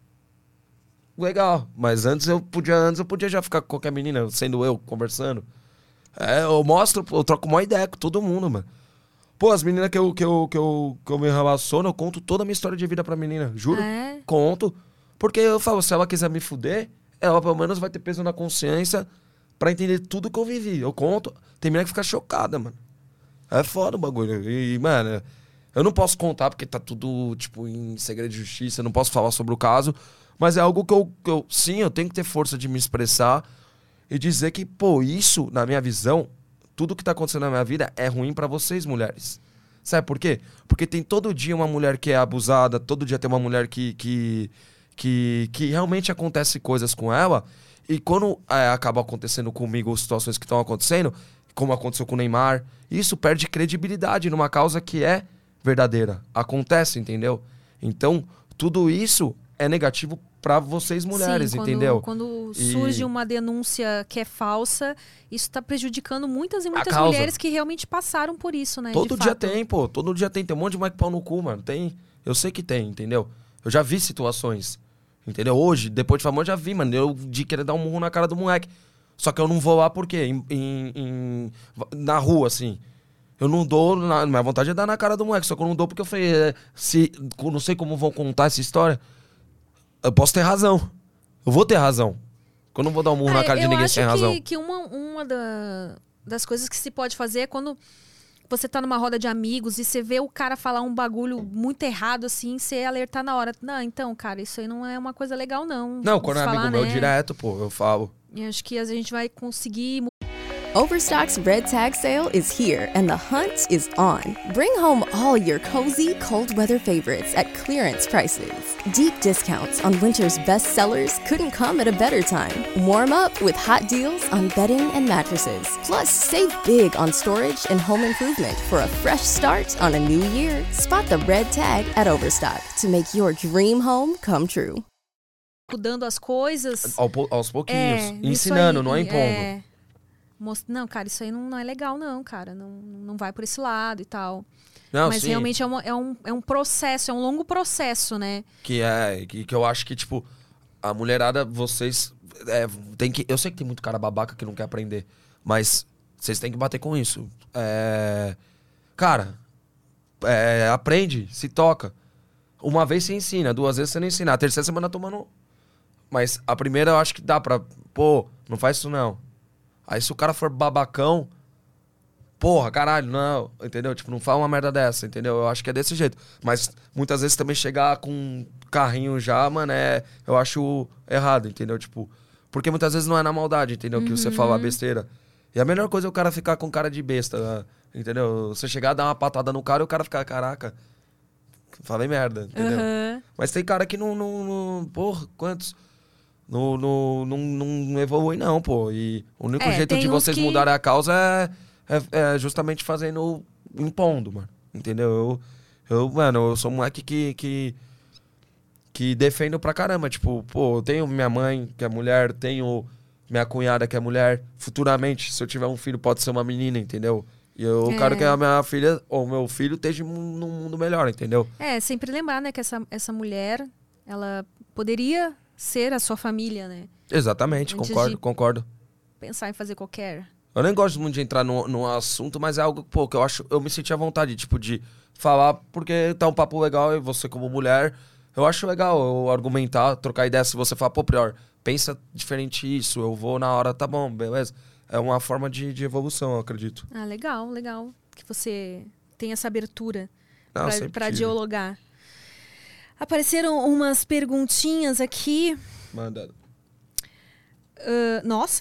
[SPEAKER 2] Legal, mas antes eu podia, antes eu podia já ficar com qualquer menina, sendo eu, conversando. É, eu mostro, eu troco uma ideia com todo mundo, mano. Pô, as meninas que eu, que eu, que eu, que eu me relaciono, eu conto toda a minha história de vida pra menina, juro.
[SPEAKER 1] É?
[SPEAKER 2] Conto. Porque eu falo, se ela quiser me fuder, ela pelo menos vai ter peso na consciência pra entender tudo que eu vivi. Eu conto, tem menina que fica chocada, mano. É foda o bagulho. E, mano, eu não posso contar porque tá tudo, tipo, em segredo de justiça, eu não posso falar sobre o caso, mas é algo que eu, que eu, sim, eu tenho que ter força de me expressar e dizer que, pô, isso, na minha visão, tudo que tá acontecendo na minha vida é ruim pra vocês, mulheres. Sabe por quê? Porque tem todo dia uma mulher que é abusada, todo dia tem uma mulher que, que, que, que realmente acontece coisas com ela, e quando é, acaba acontecendo comigo situações que estão acontecendo, como aconteceu com o Neymar, isso perde credibilidade numa causa que é verdadeira. Acontece, entendeu? Então, tudo isso é negativo pra vocês mulheres,
[SPEAKER 1] Sim, quando,
[SPEAKER 2] entendeu?
[SPEAKER 1] Quando
[SPEAKER 2] E-
[SPEAKER 1] surge uma denúncia que é falsa, isso tá prejudicando muitas e muitas
[SPEAKER 2] causa.
[SPEAKER 1] mulheres que realmente passaram por isso, né?
[SPEAKER 2] Todo
[SPEAKER 1] de
[SPEAKER 2] dia
[SPEAKER 1] fato.
[SPEAKER 2] tem, pô. Todo dia tem. Tem um monte de moleque pau no cu, mano. Tem. Eu sei que tem, entendeu? Eu já vi situações. Entendeu? Hoje, depois de famoso, eu já vi, mano. Eu de querer dar um murro na cara do moleque. Só que eu não vou lá por quê? Em, em- em- na rua, assim. Eu não dou. Na, minha vontade é dar na cara do moleque. Só que eu não dou porque eu falei, é, se, eu não sei como vão contar essa história. Eu posso ter razão. Eu vou ter razão. Eu não vou dar um murro na
[SPEAKER 1] É,
[SPEAKER 2] cara de
[SPEAKER 1] eu
[SPEAKER 2] ninguém
[SPEAKER 1] acho
[SPEAKER 2] sem
[SPEAKER 1] que,
[SPEAKER 2] razão.
[SPEAKER 1] que uma, uma da- das coisas que se pode fazer é quando você tá numa roda de amigos e você vê o cara falar um bagulho muito errado, assim, você alertar na hora. Não, então, cara, isso aí não é uma coisa legal, não.
[SPEAKER 2] Não, quando é
[SPEAKER 1] Falar,
[SPEAKER 2] amigo meu
[SPEAKER 1] né?
[SPEAKER 2] direto, pô, eu falo.
[SPEAKER 1] E acho que a gente vai conseguir.
[SPEAKER 4] Overstock's Red Tag Sale is here and the hunt is on. Bring home all your cozy, cold weather favorites at clearance prices. Deep discounts on winter's best sellers couldn't come at a better time. Warm up with hot deals on bedding and mattresses. Plus, save big on storage and home improvement for a fresh start on a new year. Spot the red tag at Overstock to make your dream home come true.
[SPEAKER 1] Mudando as coisas.
[SPEAKER 2] Ao po- aos pouquinhos.
[SPEAKER 1] É, nisso
[SPEAKER 2] ensinando,
[SPEAKER 1] aí,
[SPEAKER 2] não é impondo.
[SPEAKER 1] é, most- Não, cara, isso aí não, não é legal, não, cara. Não, não vai por esse lado e tal.
[SPEAKER 2] Não,
[SPEAKER 1] Mas
[SPEAKER 2] sim.
[SPEAKER 1] realmente é, uma- é um, é um processo, é um longo processo, né?
[SPEAKER 2] Que é, que, que eu acho que, tipo, a mulherada, vocês. É, tem que. Eu sei que tem muito cara babaca que não quer aprender, mas vocês têm que bater com isso. É, cara, é, aprende, se toca. Uma vez você ensina, duas vezes você não ensina. A terceira semana tomando. Mas a primeira eu acho que dá pra. Pô, não faz isso não. Aí se o cara for babacão. Porra, caralho, não. Entendeu? Tipo, não fala uma merda dessa, entendeu? Eu acho que é desse jeito. Mas muitas vezes também chegar com um carrinho já, mano, é. Eu acho errado, entendeu? Tipo. Porque muitas vezes não é na maldade, entendeu? Que você fala besteira. E a melhor coisa é o cara ficar com cara de besta, né? Entendeu? Você chegar, dar uma patada no cara e o cara ficar, caraca. Falei merda, entendeu?
[SPEAKER 1] Aham.
[SPEAKER 2] Mas tem cara que não. não, não porra, quantos? Não, não, não, não evolui, não, pô. E o único
[SPEAKER 1] É,
[SPEAKER 2] jeito
[SPEAKER 1] tem
[SPEAKER 2] de
[SPEAKER 1] uns
[SPEAKER 2] vocês
[SPEAKER 1] que-
[SPEAKER 2] mudarem a causa é, é, é justamente fazendo. Impondo, mano. Entendeu? Eu, eu mano, eu sou um moleque que. que que defendo pra caramba. Tipo, pô, eu tenho minha mãe, que é mulher, tenho minha cunhada, que é mulher. Futuramente, se eu tiver um filho, pode ser uma menina, entendeu? E eu
[SPEAKER 1] É.
[SPEAKER 2] quero que a minha filha, ou meu filho, esteja num num mundo melhor, entendeu?
[SPEAKER 1] É, sempre lembrar, né, que essa, essa mulher, ela poderia ser a sua família, né?
[SPEAKER 2] Exatamente,
[SPEAKER 1] Antes
[SPEAKER 2] concordo,
[SPEAKER 1] de-
[SPEAKER 2] concordo.
[SPEAKER 1] Pensar em fazer qualquer.
[SPEAKER 2] Eu nem gosto muito de entrar no, no assunto, mas é algo pô, que eu acho. Eu me senti à vontade, tipo, de falar, porque tá um papo legal e você, como mulher, eu acho legal eu argumentar, trocar ideia. Se você falar, pô, Prior, pensa diferente isso, eu vou na hora, tá bom, beleza. É uma forma de, de evolução, eu acredito.
[SPEAKER 1] Ah, legal, legal. Que você tem essa abertura
[SPEAKER 2] Não,
[SPEAKER 1] pra-
[SPEAKER 2] sempre
[SPEAKER 1] pra
[SPEAKER 2] tive.
[SPEAKER 1] dialogar. Apareceram umas perguntinhas aqui.
[SPEAKER 2] Manda.
[SPEAKER 1] Ah, nossa!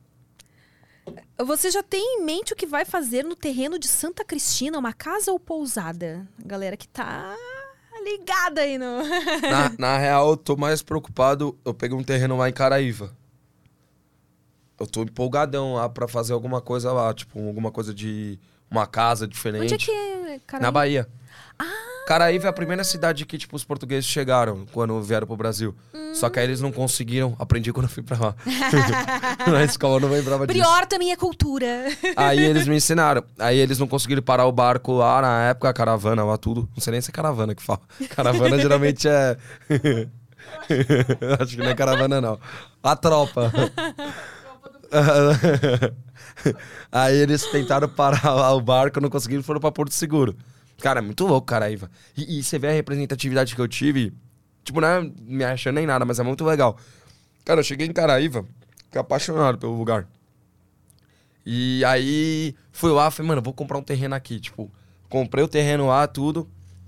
[SPEAKER 1] Você já tem em mente o que vai fazer no terreno de Santa Cristina, uma casa ou pousada? Galera que tá ligada aí no...
[SPEAKER 2] Na, na real, eu tô mais preocupado. Eu peguei um terreno lá em Caraíva. eu tô empolgadão lá pra fazer alguma coisa lá, tipo, alguma coisa de uma casa diferente.
[SPEAKER 1] Onde é que é, Caraíva?
[SPEAKER 2] Na Bahia. Caraíva é a primeira cidade que, tipo, os portugueses chegaram quando vieram pro Brasil. Hum. Só que aí eles não conseguiram. Aprendi quando eu fui pra lá. Na escola eu não lembrava disso.
[SPEAKER 1] Prior também é cultura.
[SPEAKER 2] Aí eles me ensinaram. Aí eles não conseguiram parar o barco lá na época, a caravana lá, tudo. Não sei nem se é caravana que fala. Caravana geralmente é... Acho que não é caravana, não. A tropa. Aí eles tentaram parar lá o barco, não conseguiram, foram pra Porto Seguro. Cara, é muito louco, Caraíva. E, e você vê a representatividade que eu tive, tipo, não é me achando nem nada, mas é muito legal. Cara, eu cheguei em Caraíva, fiquei apaixonado pelo lugar. E aí, fui lá, falei, mano, vou comprar um terreno aqui, tipo, comprei o terreno lá, tudo.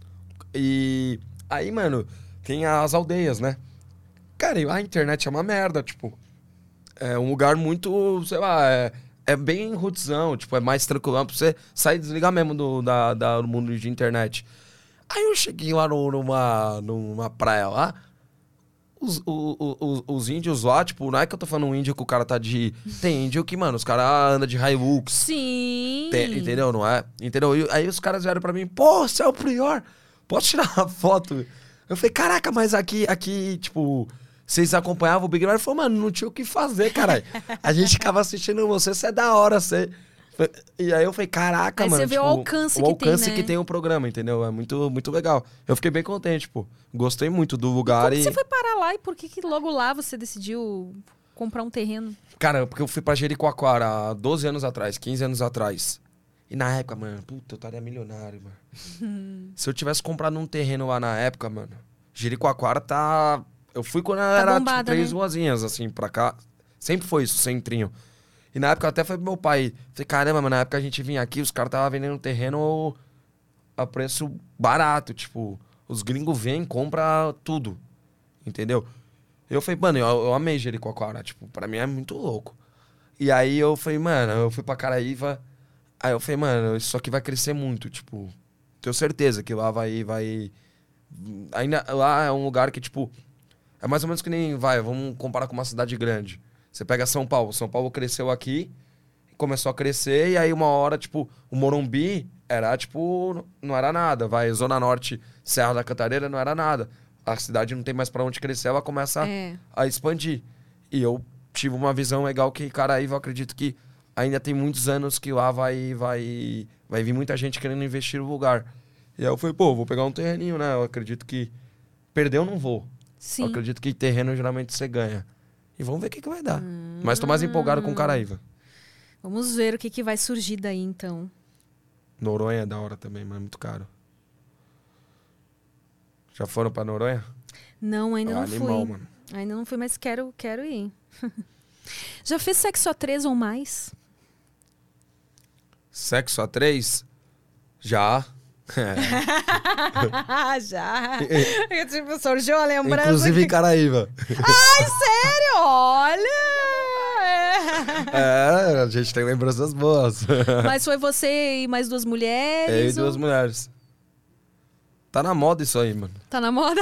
[SPEAKER 2] E aí, mano, tem as aldeias, né? Cara, e a internet é uma merda, tipo, é um lugar muito, sei lá, é... É bem rootzão, tipo, é mais tranquilão pra você sair e desligar mesmo do, da, da, do mundo de internet. Aí eu cheguei lá no, numa, numa praia lá, os, o, o, os índios lá, tipo, não é que eu tô falando um índio que o cara tá de... Tem índio que, mano, os caras andam de Hilux.
[SPEAKER 1] Sim.
[SPEAKER 2] Tem, entendeu? Não é? Entendeu? E aí os caras vieram pra mim, pô, você é o Prior, posso tirar uma foto? Eu falei, caraca, mas aqui, aqui, tipo... Vocês acompanhavam o Big Brother? Falei, mano, não tinha o que fazer, caralho. A gente ficava assistindo você, você é da hora, você... E aí eu falei, caraca,
[SPEAKER 1] aí
[SPEAKER 2] mano.
[SPEAKER 1] Você vê
[SPEAKER 2] tipo,
[SPEAKER 1] o alcance
[SPEAKER 2] o
[SPEAKER 1] que
[SPEAKER 2] alcance
[SPEAKER 1] tem, né?
[SPEAKER 2] que tem o programa, entendeu? É muito, muito legal. Eu fiquei bem contente, pô. Gostei muito do lugar
[SPEAKER 1] e... Como
[SPEAKER 2] e...
[SPEAKER 1] você foi parar lá e por que, que logo lá você decidiu comprar um terreno?
[SPEAKER 2] Cara, porque eu fui pra Jericoacoara há doze anos atrás, quinze anos atrás. E na época, mano, puta, eu estaria milionário, mano. Se eu tivesse comprado um terreno lá na época, mano, Jericoacoara tá... Eu fui quando
[SPEAKER 1] tá
[SPEAKER 2] era,
[SPEAKER 1] bombada,
[SPEAKER 2] tipo, três
[SPEAKER 1] né?
[SPEAKER 2] ruazinhas, assim, pra cá. Sempre foi isso, centrinho. E na época até foi pro meu pai. Falei, caramba, mas na época a gente vinha aqui, os caras estavam vendendo terreno a preço barato. Tipo, os gringos vêm e compram tudo. Entendeu? Eu falei, mano, eu, eu amei Jericoacoara. Tipo, pra mim é muito louco. E aí eu falei, mano, eu fui pra Caraíva. Aí eu falei, mano, isso aqui vai crescer muito. Tipo, tenho certeza que lá vai... vai... Ainda lá é um lugar que, tipo... É mais ou menos que nem, vai, vamos comparar com uma cidade grande. Você pega São Paulo. São Paulo cresceu aqui, começou a crescer, e aí uma hora, tipo, o Morumbi era, tipo, não era nada. Vai, Zona Norte, Serra da Cantareira, não era nada. A cidade não tem mais pra onde crescer, ela começa
[SPEAKER 1] É.
[SPEAKER 2] a expandir. E eu tive uma visão legal que, Caraíva, eu acredito que ainda tem muitos anos que lá vai, vai, vai vir muita gente querendo investir no lugar. E aí eu falei, pô, vou pegar um terreninho, né? Eu acredito que perder eu não vou.
[SPEAKER 1] Sim.
[SPEAKER 2] Eu acredito que terreno geralmente você ganha. E vamos ver o que, que vai dar. Hum. Mas tô mais empolgado com Caraíva.
[SPEAKER 1] Vamos ver o que, que vai surgir daí, então.
[SPEAKER 2] Noronha é da hora também, mas é muito caro. Já foram pra Noronha?
[SPEAKER 1] Não, ainda
[SPEAKER 2] é
[SPEAKER 1] não
[SPEAKER 2] animal,
[SPEAKER 1] fui.
[SPEAKER 2] Mano.
[SPEAKER 1] Ainda não fui, mas quero, quero ir. Já fez sexo a três ou mais?
[SPEAKER 2] Sexo a três? Já.
[SPEAKER 1] É. Já. Tipo, surgiu a lembrança.
[SPEAKER 2] Inclusive
[SPEAKER 1] que...
[SPEAKER 2] em Caraíva.
[SPEAKER 1] Ai, sério? Olha!
[SPEAKER 2] É, a gente tem lembranças boas.
[SPEAKER 1] Mas foi você e mais duas mulheres?
[SPEAKER 2] Eu e duas
[SPEAKER 1] ou...
[SPEAKER 2] mulheres. Tá na moda isso aí, mano.
[SPEAKER 1] Tá na moda?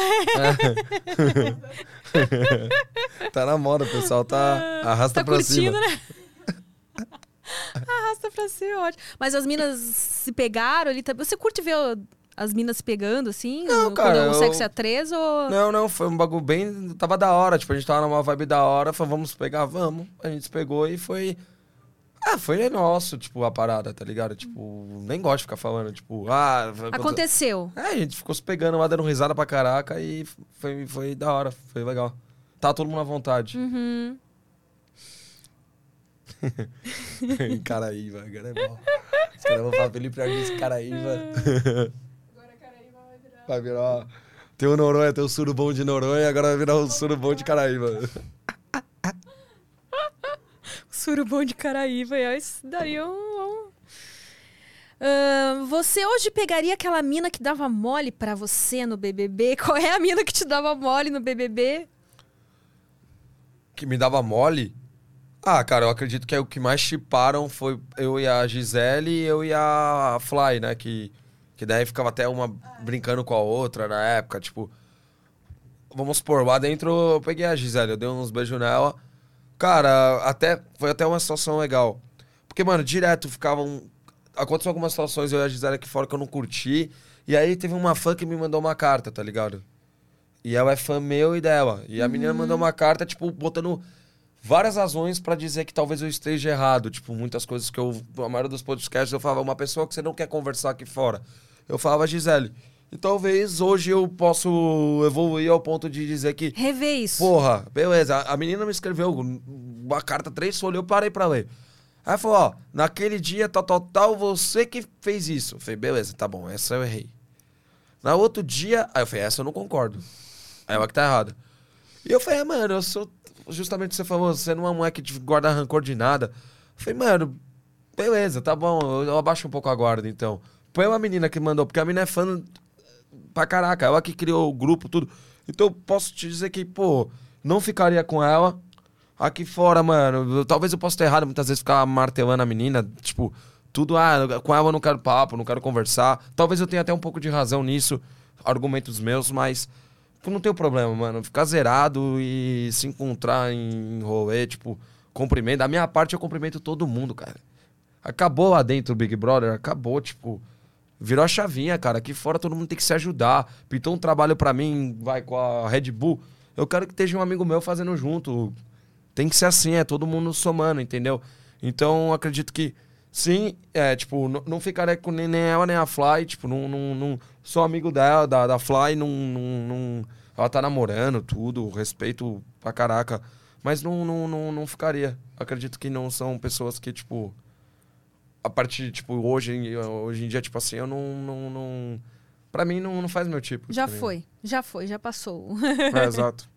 [SPEAKER 2] É. Tá na moda, o pessoal tá... Arrasta
[SPEAKER 1] tá
[SPEAKER 2] pra
[SPEAKER 1] curtindo,
[SPEAKER 2] cima.
[SPEAKER 1] Né? Arrasta pra cima, ótimo. Mas as minas se pegaram ali também. Você curte ver as minas se pegando, assim?
[SPEAKER 2] Não, cara,
[SPEAKER 1] quando o
[SPEAKER 2] eu...
[SPEAKER 1] sexo é a três ou...
[SPEAKER 2] Não, não, foi um bagulho bem... Tava da hora, tipo, a gente tava numa vibe da hora, falou, vamos pegar, vamos. A gente se pegou e foi... Ah, foi nosso, tipo, a parada, tá ligado? Tipo, nem gosto de ficar falando, tipo, ah...
[SPEAKER 1] Aconteceu.
[SPEAKER 2] É, a gente ficou se pegando lá, dando risada pra caraca e foi, foi da hora, foi legal. Tava todo mundo à vontade.
[SPEAKER 1] Uhum.
[SPEAKER 2] Em Caraíva, agora é bom. Os caras vão falar Felipe Arnes Caraíva.
[SPEAKER 3] Agora Caraíva vai virar...
[SPEAKER 2] Vai virar... Tem o Noronha, tem o surubom de Noronha, agora vai virar o surubom de Caraíva.
[SPEAKER 1] Surubom de Caraíva, isso daí é um... Uh, você hoje pegaria aquela mina que dava mole pra você no B B B? Qual é a mina que te dava mole no B B B?
[SPEAKER 2] Que me dava mole? Ah, cara, eu acredito que é o que mais chiparam foi eu e a Gisele e eu e a Fly, né? Que, que daí ficava até uma brincando com a outra na época, tipo... Vamos supor, lá dentro eu peguei a Gisele, eu dei uns beijos nela. Cara, até, foi até uma situação legal. Porque, mano, direto ficavam... Aconteceu algumas situações, eu e a Gisele aqui fora que eu não curti. E aí teve uma fã que me mandou uma carta, tá ligado? E ela é fã meu e dela. E a uhum. menina mandou uma carta, tipo, botando várias razões pra dizer que talvez eu esteja errado. Tipo, muitas coisas que eu... A maioria dos podcasts eu falava, uma pessoa que você não quer conversar aqui fora. Eu falava, Gisele... E talvez hoje eu possa evoluir ao ponto de dizer que...
[SPEAKER 1] Rever isso.
[SPEAKER 2] Porra, beleza. A menina me escreveu uma carta, três folhas, eu parei pra ler. Aí falou, ó, naquele dia, tal, tal, tal, você que fez isso. Eu falei, beleza, tá bom, essa eu errei. Na outro dia, aí eu falei, essa eu não concordo. Aí ela que tá errada. E eu falei, mano, eu sou... Justamente o que você falou, você não é um moleque de guardar rancor de nada. Eu falei, mano, beleza, tá bom, eu abaixo um pouco a guarda, então. Foi uma menina que mandou, porque a menina é fã... Pra caraca, ela que criou o grupo, tudo. Então eu posso te dizer que, pô, não ficaria com ela. Aqui fora, mano, eu, talvez eu possa ter errado muitas vezes ficar martelando a menina, tipo, tudo, ah, com ela eu não quero papo, não quero conversar. Talvez eu tenha até um pouco de razão nisso, argumentos meus, mas não tem problema, mano. Ficar zerado e se encontrar em rolê, tipo, cumprimento. Da minha parte eu cumprimento todo mundo, cara. Acabou lá dentro o Big Brother, acabou, tipo... Virou a chavinha, cara. Aqui fora todo mundo tem que se ajudar. Pintou um trabalho pra mim, vai com a Red Bull. Eu quero que esteja um amigo meu fazendo junto. Tem que ser assim, é todo mundo somando, entendeu? Então, acredito que, sim, é, tipo, não, não ficaria com nem, nem ela nem a Fly. Tipo, não, não, não sou amigo dela, da, da Fly, não, não, não... Ela tá namorando, tudo, respeito pra caraca. Mas não, não, não, não ficaria. Acredito que não são pessoas que, tipo... A partir, tipo, hoje, hoje em dia, tipo assim, eu não... não, não pra mim, não, não faz meu tipo.
[SPEAKER 1] Já tá foi, já foi, já passou.
[SPEAKER 2] É, exato.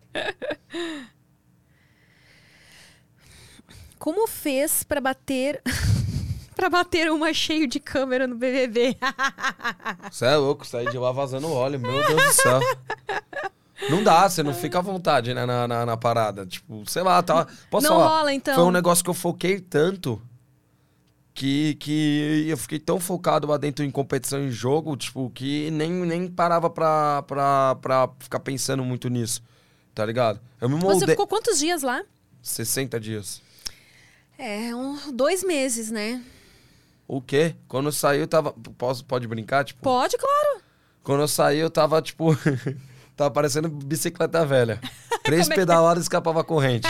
[SPEAKER 1] Como fez pra bater... pra bater uma cheio de câmera no B B B?
[SPEAKER 2] Você é louco, sair de lá vazando óleo, meu Deus do céu. Não dá, você não fica à vontade, né, na, na, na parada. Tipo, sei lá, tá... Posso
[SPEAKER 1] não
[SPEAKER 2] falar?
[SPEAKER 1] rola, então.
[SPEAKER 2] Foi um negócio que eu foquei tanto... Que, que eu fiquei tão focado lá dentro em competição e jogo, tipo, que nem, nem parava pra, pra, pra ficar pensando muito nisso, tá ligado? Eu me moldei...
[SPEAKER 1] Você ficou quantos dias lá?
[SPEAKER 2] sessenta dias.
[SPEAKER 1] É, um, dois meses, né?
[SPEAKER 2] O quê? Quando eu saí, eu tava... Posso, pode brincar, tipo?
[SPEAKER 1] Pode, claro.
[SPEAKER 2] Quando eu saí, eu tava, tipo... tava parecendo bicicleta velha. Três pedaladas e escapava a corrente.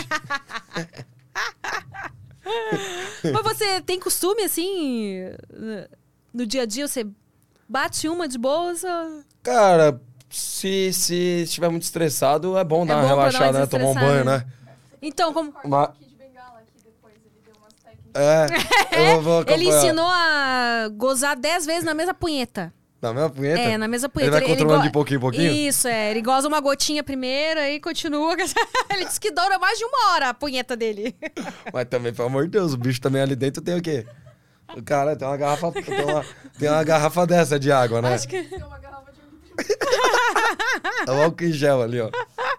[SPEAKER 1] Mas você tem costume, assim, no dia a dia, você bate uma de boas? Ou...
[SPEAKER 2] Cara, se, se estiver muito estressado, é bom dar
[SPEAKER 1] é
[SPEAKER 2] uma
[SPEAKER 1] bom
[SPEAKER 2] relaxada,
[SPEAKER 1] uma
[SPEAKER 2] né? Tomar um banho, né?
[SPEAKER 1] Então, como...
[SPEAKER 2] Uma...
[SPEAKER 1] É,
[SPEAKER 2] É, eu vou
[SPEAKER 1] ele ensinou a gozar dez vezes na mesma punheta.
[SPEAKER 2] Na mesma punheta?
[SPEAKER 1] É, na mesma punheta.
[SPEAKER 2] Ele vai
[SPEAKER 1] ele,
[SPEAKER 2] controlando
[SPEAKER 1] ele
[SPEAKER 2] de pouquinho em pouquinho?
[SPEAKER 1] Isso, é. Ele goza uma gotinha primeiro, aí continua. Ele disse que dura mais de uma hora a punheta dele.
[SPEAKER 2] Mas também, pelo amor de Deus, o bicho também ali dentro tem o quê? O cara tem uma garrafa, tem uma, tem uma garrafa dessa de água, né?
[SPEAKER 1] Acho que...
[SPEAKER 3] Tem uma garrafa de um litro.
[SPEAKER 2] É o álcool em gel ali, ó.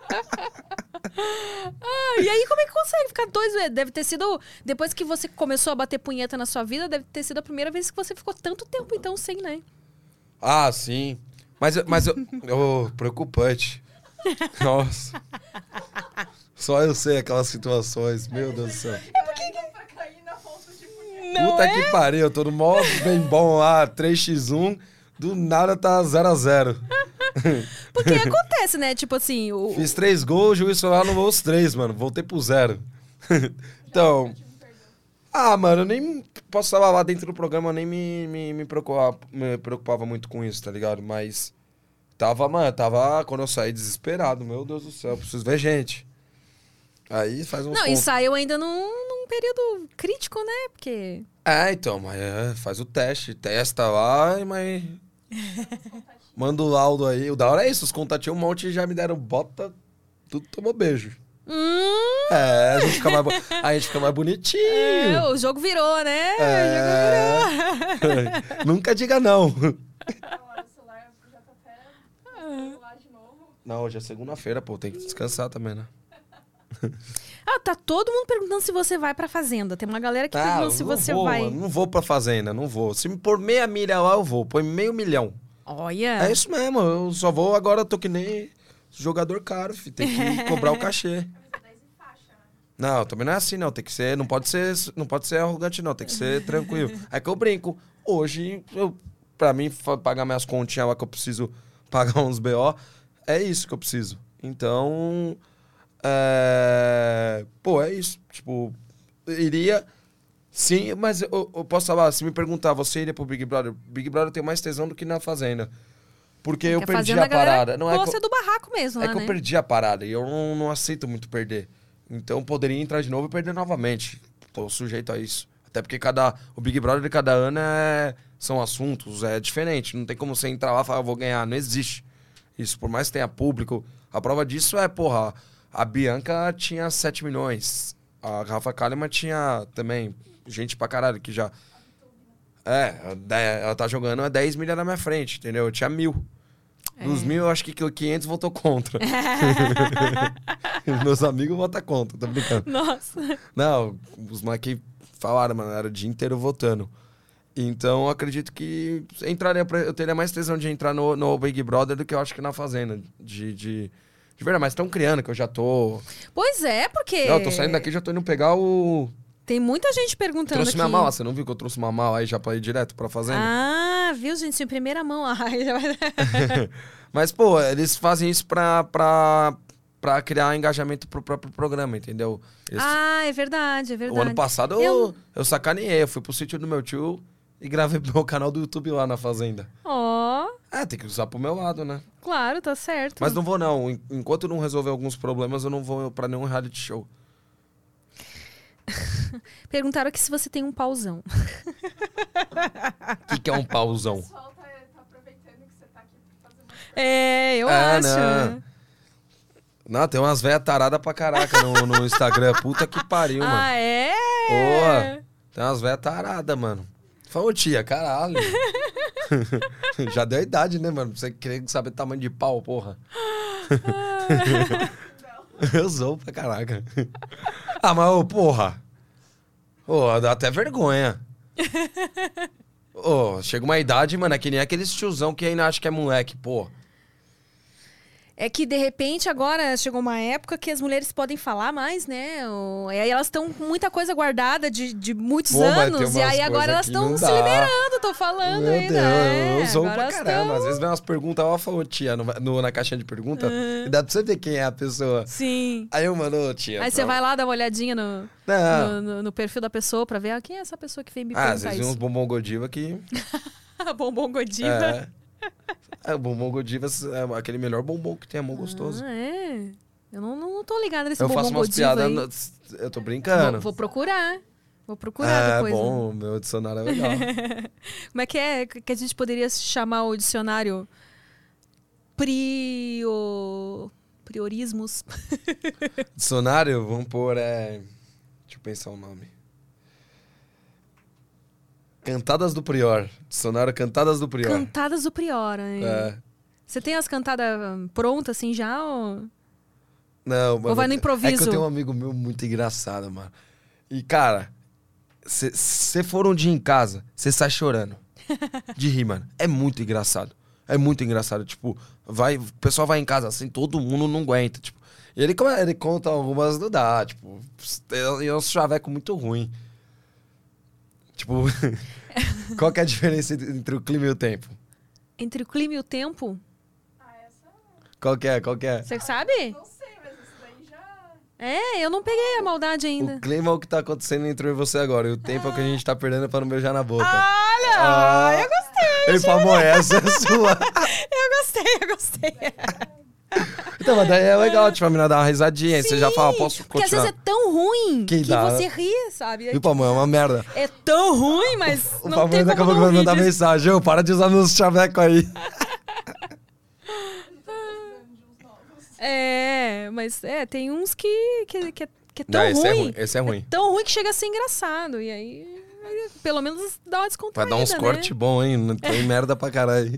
[SPEAKER 1] Ah, e aí, como é que consegue ficar dois meses? Deve ter sido... Depois que você começou a bater punheta na sua vida, deve ter sido a primeira vez que você ficou tanto tempo, então, sem, né?
[SPEAKER 2] Ah, sim. Mas, mas eu... Oh, preocupante. Nossa. Só eu sei aquelas situações. Meu Deus do céu.
[SPEAKER 3] É porque pra cair na falta de punheta.
[SPEAKER 1] Não
[SPEAKER 2] Puta
[SPEAKER 1] é?
[SPEAKER 2] que pariu. Eu tô no mó bem bom lá, três a um. Do nada tá zero a zero.
[SPEAKER 1] Porque acontece, né? Tipo assim... O...
[SPEAKER 2] Fiz três gols, o juiz foi lá no os três, mano. Voltei pro zero. Então... Ah, mano, eu nem posso falar lá dentro do programa, eu nem me, me, me, preocupava, me preocupava muito com isso, tá ligado? Mas tava, mano, tava quando eu saí desesperado, meu Deus do céu, preciso ver gente. Aí faz uns
[SPEAKER 1] Não, e
[SPEAKER 2] pontos.
[SPEAKER 1] saiu ainda num, num período crítico, né? Porque...
[SPEAKER 2] É, então, mas é, faz o teste, testa lá, mas... Manda o laudo aí. O da hora é isso, os contatinhos um monte já me deram bota, tudo tomou beijo.
[SPEAKER 1] Hum...
[SPEAKER 2] É, a gente fica mais, bo... a gente fica mais bonitinho.
[SPEAKER 1] É, o jogo virou, né?
[SPEAKER 2] É...
[SPEAKER 1] O jogo virou.
[SPEAKER 2] Nunca diga não.
[SPEAKER 3] Não, o celular já tá até lá de novo.
[SPEAKER 2] Não, hoje é segunda-feira, pô, tem que descansar também, né?
[SPEAKER 1] Ah, tá todo mundo perguntando se você vai pra fazenda. Tem uma galera que
[SPEAKER 2] Ah,
[SPEAKER 1] pergunta se
[SPEAKER 2] não
[SPEAKER 1] você
[SPEAKER 2] vou,
[SPEAKER 1] vai.
[SPEAKER 2] mano, não vou pra fazenda, não vou. Se me pôr meia milha lá, eu vou. Põe meio milhão.
[SPEAKER 1] Olha.
[SPEAKER 2] É isso mesmo, eu só vou agora, eu tô que nem jogador caro, filho. Tem que cobrar o cachê. Não, também não é assim, não. Tem que ser, não pode ser, não pode ser arrogante, não. Tem que ser tranquilo. É que eu brinco. Hoje, eu, pra mim, fa- pagar minhas continhas lá que eu preciso pagar uns B O, é isso que eu preciso. Então, é... pô, é isso. Tipo, iria... Sim, mas eu, eu posso falar, se me perguntar, você iria pro Big Brother? Big Brother tem mais tesão do que na Fazenda. Porque eu
[SPEAKER 1] Porque
[SPEAKER 2] perdi
[SPEAKER 1] Fazenda,
[SPEAKER 2] a parada.
[SPEAKER 1] galera
[SPEAKER 2] Não é que
[SPEAKER 1] gosta
[SPEAKER 2] eu-
[SPEAKER 1] do barraco mesmo,
[SPEAKER 2] é
[SPEAKER 1] lá,
[SPEAKER 2] que eu
[SPEAKER 1] né?
[SPEAKER 2] perdi a parada e eu não, não aceito muito perder. Então poderia entrar de novo e perder novamente. Tô sujeito a isso. Até porque cada, o Big Brother de cada ano é, são assuntos, é diferente. Não tem como você entrar lá e falar, eu vou ganhar. Não existe. Isso, por mais que tenha público. A prova disso é, porra, a Bianca tinha sete milhões. A Rafa Kalimann tinha também gente pra caralho que já... É, ela tá jogando a dez milhões na minha frente, entendeu? Eu tinha mil. Dos
[SPEAKER 1] É.
[SPEAKER 2] mil, eu acho que quinhentos votou contra. Meus amigos votam contra, tô brincando.
[SPEAKER 1] Nossa.
[SPEAKER 2] Não, os moleques falaram, mano, era o dia inteiro votando. Então, eu acredito que entraria pra, eu teria mais tesão de entrar no, no Big Brother do que eu acho que na Fazenda. De, de, de verdade, mas estão criando, que eu já tô...
[SPEAKER 1] Pois é, porque...
[SPEAKER 2] Não, eu tô saindo daqui e já tô indo pegar o...
[SPEAKER 1] Tem muita gente perguntando
[SPEAKER 2] Trouxe
[SPEAKER 1] aqui.
[SPEAKER 2] minha mala, você não viu que eu trouxe uma mala aí já pra ir direto pra Fazenda?
[SPEAKER 1] Ah, viu, gente? Em primeira mão. Ai, já vai-
[SPEAKER 2] Mas, pô, eles fazem isso pra, pra, pra criar engajamento pro próprio programa, entendeu? Eles-
[SPEAKER 1] Ah, é verdade, é
[SPEAKER 2] o
[SPEAKER 1] verdade.
[SPEAKER 2] ano passado eu,
[SPEAKER 1] Eu-
[SPEAKER 2] eu sacaneei, eu fui pro sítio do meu tio e gravei pro meu canal do YouTube lá na Fazenda.
[SPEAKER 1] Ó,
[SPEAKER 2] É, tem que usar pro meu lado, né?
[SPEAKER 1] claro, tá certo.
[SPEAKER 2] Mas não vou não, En- enquanto eu não resolver alguns problemas, eu não vou pra nenhum reality show.
[SPEAKER 1] Perguntaram aqui se você tem um pauzão.
[SPEAKER 2] O que, que é um
[SPEAKER 3] O
[SPEAKER 2] pauzão?
[SPEAKER 3] pessoal tá, tá aproveitando que você tá aqui pra fazer uma...
[SPEAKER 1] É, eu
[SPEAKER 2] Ah,
[SPEAKER 1] acho.
[SPEAKER 2] não. Não, tem umas velhas taradas pra caraca no, no Instagram. Puta que pariu, mano.
[SPEAKER 1] Ah, é?
[SPEAKER 2] Boa. Tem umas velhas taradas, mano. Falou, tia, caralho. Já deu a idade, né, mano? Pra você querer saber o tamanho de pau, porra. Eu sou pra caraca. Ah, mas, ô, porra. Ô, dá até vergonha. Ô, chega uma idade, mano, é que nem aqueles tiozão que ainda acha que é moleque, pô.
[SPEAKER 1] É que, de repente, agora chegou uma época que as mulheres podem falar mais, né? O- E aí elas estão com muita coisa guardada de, de muitos
[SPEAKER 2] Pô, mas tem
[SPEAKER 1] anos.
[SPEAKER 2] umas
[SPEAKER 1] E aí agora
[SPEAKER 2] coisas
[SPEAKER 1] elas
[SPEAKER 2] que
[SPEAKER 1] estão
[SPEAKER 2] não
[SPEAKER 1] se
[SPEAKER 2] dá.
[SPEAKER 1] liberando, tô falando
[SPEAKER 2] Meu
[SPEAKER 1] ainda.
[SPEAKER 2] Deus,
[SPEAKER 1] é.
[SPEAKER 2] eu sou
[SPEAKER 1] Agora
[SPEAKER 2] pra
[SPEAKER 1] elas
[SPEAKER 2] caramba.
[SPEAKER 1] tão-
[SPEAKER 2] Às vezes vem umas perguntas, ela falou, tia, no, no- na caixinha de pergunta, e dá pra você ver quem é a pessoa.
[SPEAKER 1] Sim.
[SPEAKER 2] Aí eu, mano, ô, tia.
[SPEAKER 1] Aí você
[SPEAKER 2] pra-
[SPEAKER 1] vai lá dar uma olhadinha no,
[SPEAKER 2] Não.
[SPEAKER 1] no, no- no perfil da pessoa pra ver ah, quem é essa pessoa que veio me
[SPEAKER 2] Ah, às
[SPEAKER 1] perguntar
[SPEAKER 2] vezes vem uns
[SPEAKER 1] isso.
[SPEAKER 2] bombom Godiva que...
[SPEAKER 1] Bombom Godiva.
[SPEAKER 2] É. É, o bombom Godiva é aquele melhor bombom que tem, é mó gostoso.
[SPEAKER 1] Ah, é. Eu não, não, não tô ligada nesse
[SPEAKER 2] eu
[SPEAKER 1] bombom
[SPEAKER 2] faço umas
[SPEAKER 1] Godiva
[SPEAKER 2] piadas,
[SPEAKER 1] aí.
[SPEAKER 2] no- eu tô brincando.
[SPEAKER 1] Vou, vou procurar. Vou procurar
[SPEAKER 2] é
[SPEAKER 1] depois. né?
[SPEAKER 2] bom, meu dicionário é legal.
[SPEAKER 1] Como é que é que a gente poderia chamar o dicionário? Prio... Priorismos.
[SPEAKER 2] Dicionário, vamos pôr, é... Deixa eu pensar o nome. Cantadas do Prior. Dicionário Cantadas do Prior.
[SPEAKER 1] Cantadas do Prior. hein?
[SPEAKER 2] É.
[SPEAKER 1] Você tem as cantadas hum, prontas assim já? Ou...
[SPEAKER 2] Não, mano.
[SPEAKER 1] Ou vai no
[SPEAKER 2] É que
[SPEAKER 1] improviso?
[SPEAKER 2] eu tenho um amigo meu muito engraçado, mano. E, cara, se você for um dia em casa, você sai chorando. De rir, mano. É muito engraçado. É muito engraçado. Tipo, vai, o pessoal vai em casa assim, todo mundo não aguenta. Tipo, e ele, come- ele conta algumas não dá. Tipo, e é um chaveco muito ruim. Tipo, qual que é a diferença entre o clima e o tempo?
[SPEAKER 1] Entre o clima e o tempo?
[SPEAKER 3] Ah, essa...
[SPEAKER 2] Qual que é? Qual que é?
[SPEAKER 1] Você sabe?
[SPEAKER 3] Não sei, mas isso daí já...
[SPEAKER 1] É, eu não peguei a maldade ainda.
[SPEAKER 2] O clima é o que tá acontecendo entre eu e você agora. E o tempo é o que a gente tá perdendo pra não beijar na boca.
[SPEAKER 1] Olha!
[SPEAKER 2] Ah.
[SPEAKER 1] Eu gostei!
[SPEAKER 2] Ei, Pamonha, essa é sua.
[SPEAKER 1] Eu gostei, eu gostei.
[SPEAKER 2] Então, mas daí é legal, tipo, a menina dá uma risadinha. Aí você já fala, posso
[SPEAKER 1] Porque às
[SPEAKER 2] continuar.
[SPEAKER 1] vezes é tão ruim
[SPEAKER 2] Que
[SPEAKER 1] que,
[SPEAKER 2] dá.
[SPEAKER 1] você ri, sabe?
[SPEAKER 2] E o Pamonha é uma merda.
[SPEAKER 1] É tão ruim, mas
[SPEAKER 2] O
[SPEAKER 1] não tem
[SPEAKER 2] Pamonha daqui a
[SPEAKER 1] como
[SPEAKER 2] pouco
[SPEAKER 1] não
[SPEAKER 2] vai
[SPEAKER 1] rir
[SPEAKER 2] mandar
[SPEAKER 1] disso.
[SPEAKER 2] mensagem. Ô, para de usar meus chavecos aí.
[SPEAKER 1] É, mas é, tem uns que, que, que, é, que é tão
[SPEAKER 2] Não, esse é
[SPEAKER 1] ruim.
[SPEAKER 2] ruim. Esse é ruim.
[SPEAKER 1] Tão ruim que chega a ser engraçado. E aí, aí, pelo menos dá uma
[SPEAKER 2] Vai
[SPEAKER 1] descontraída,
[SPEAKER 2] dar uns
[SPEAKER 1] né?
[SPEAKER 2] cortes bons, hein? Não tem merda pra caralho.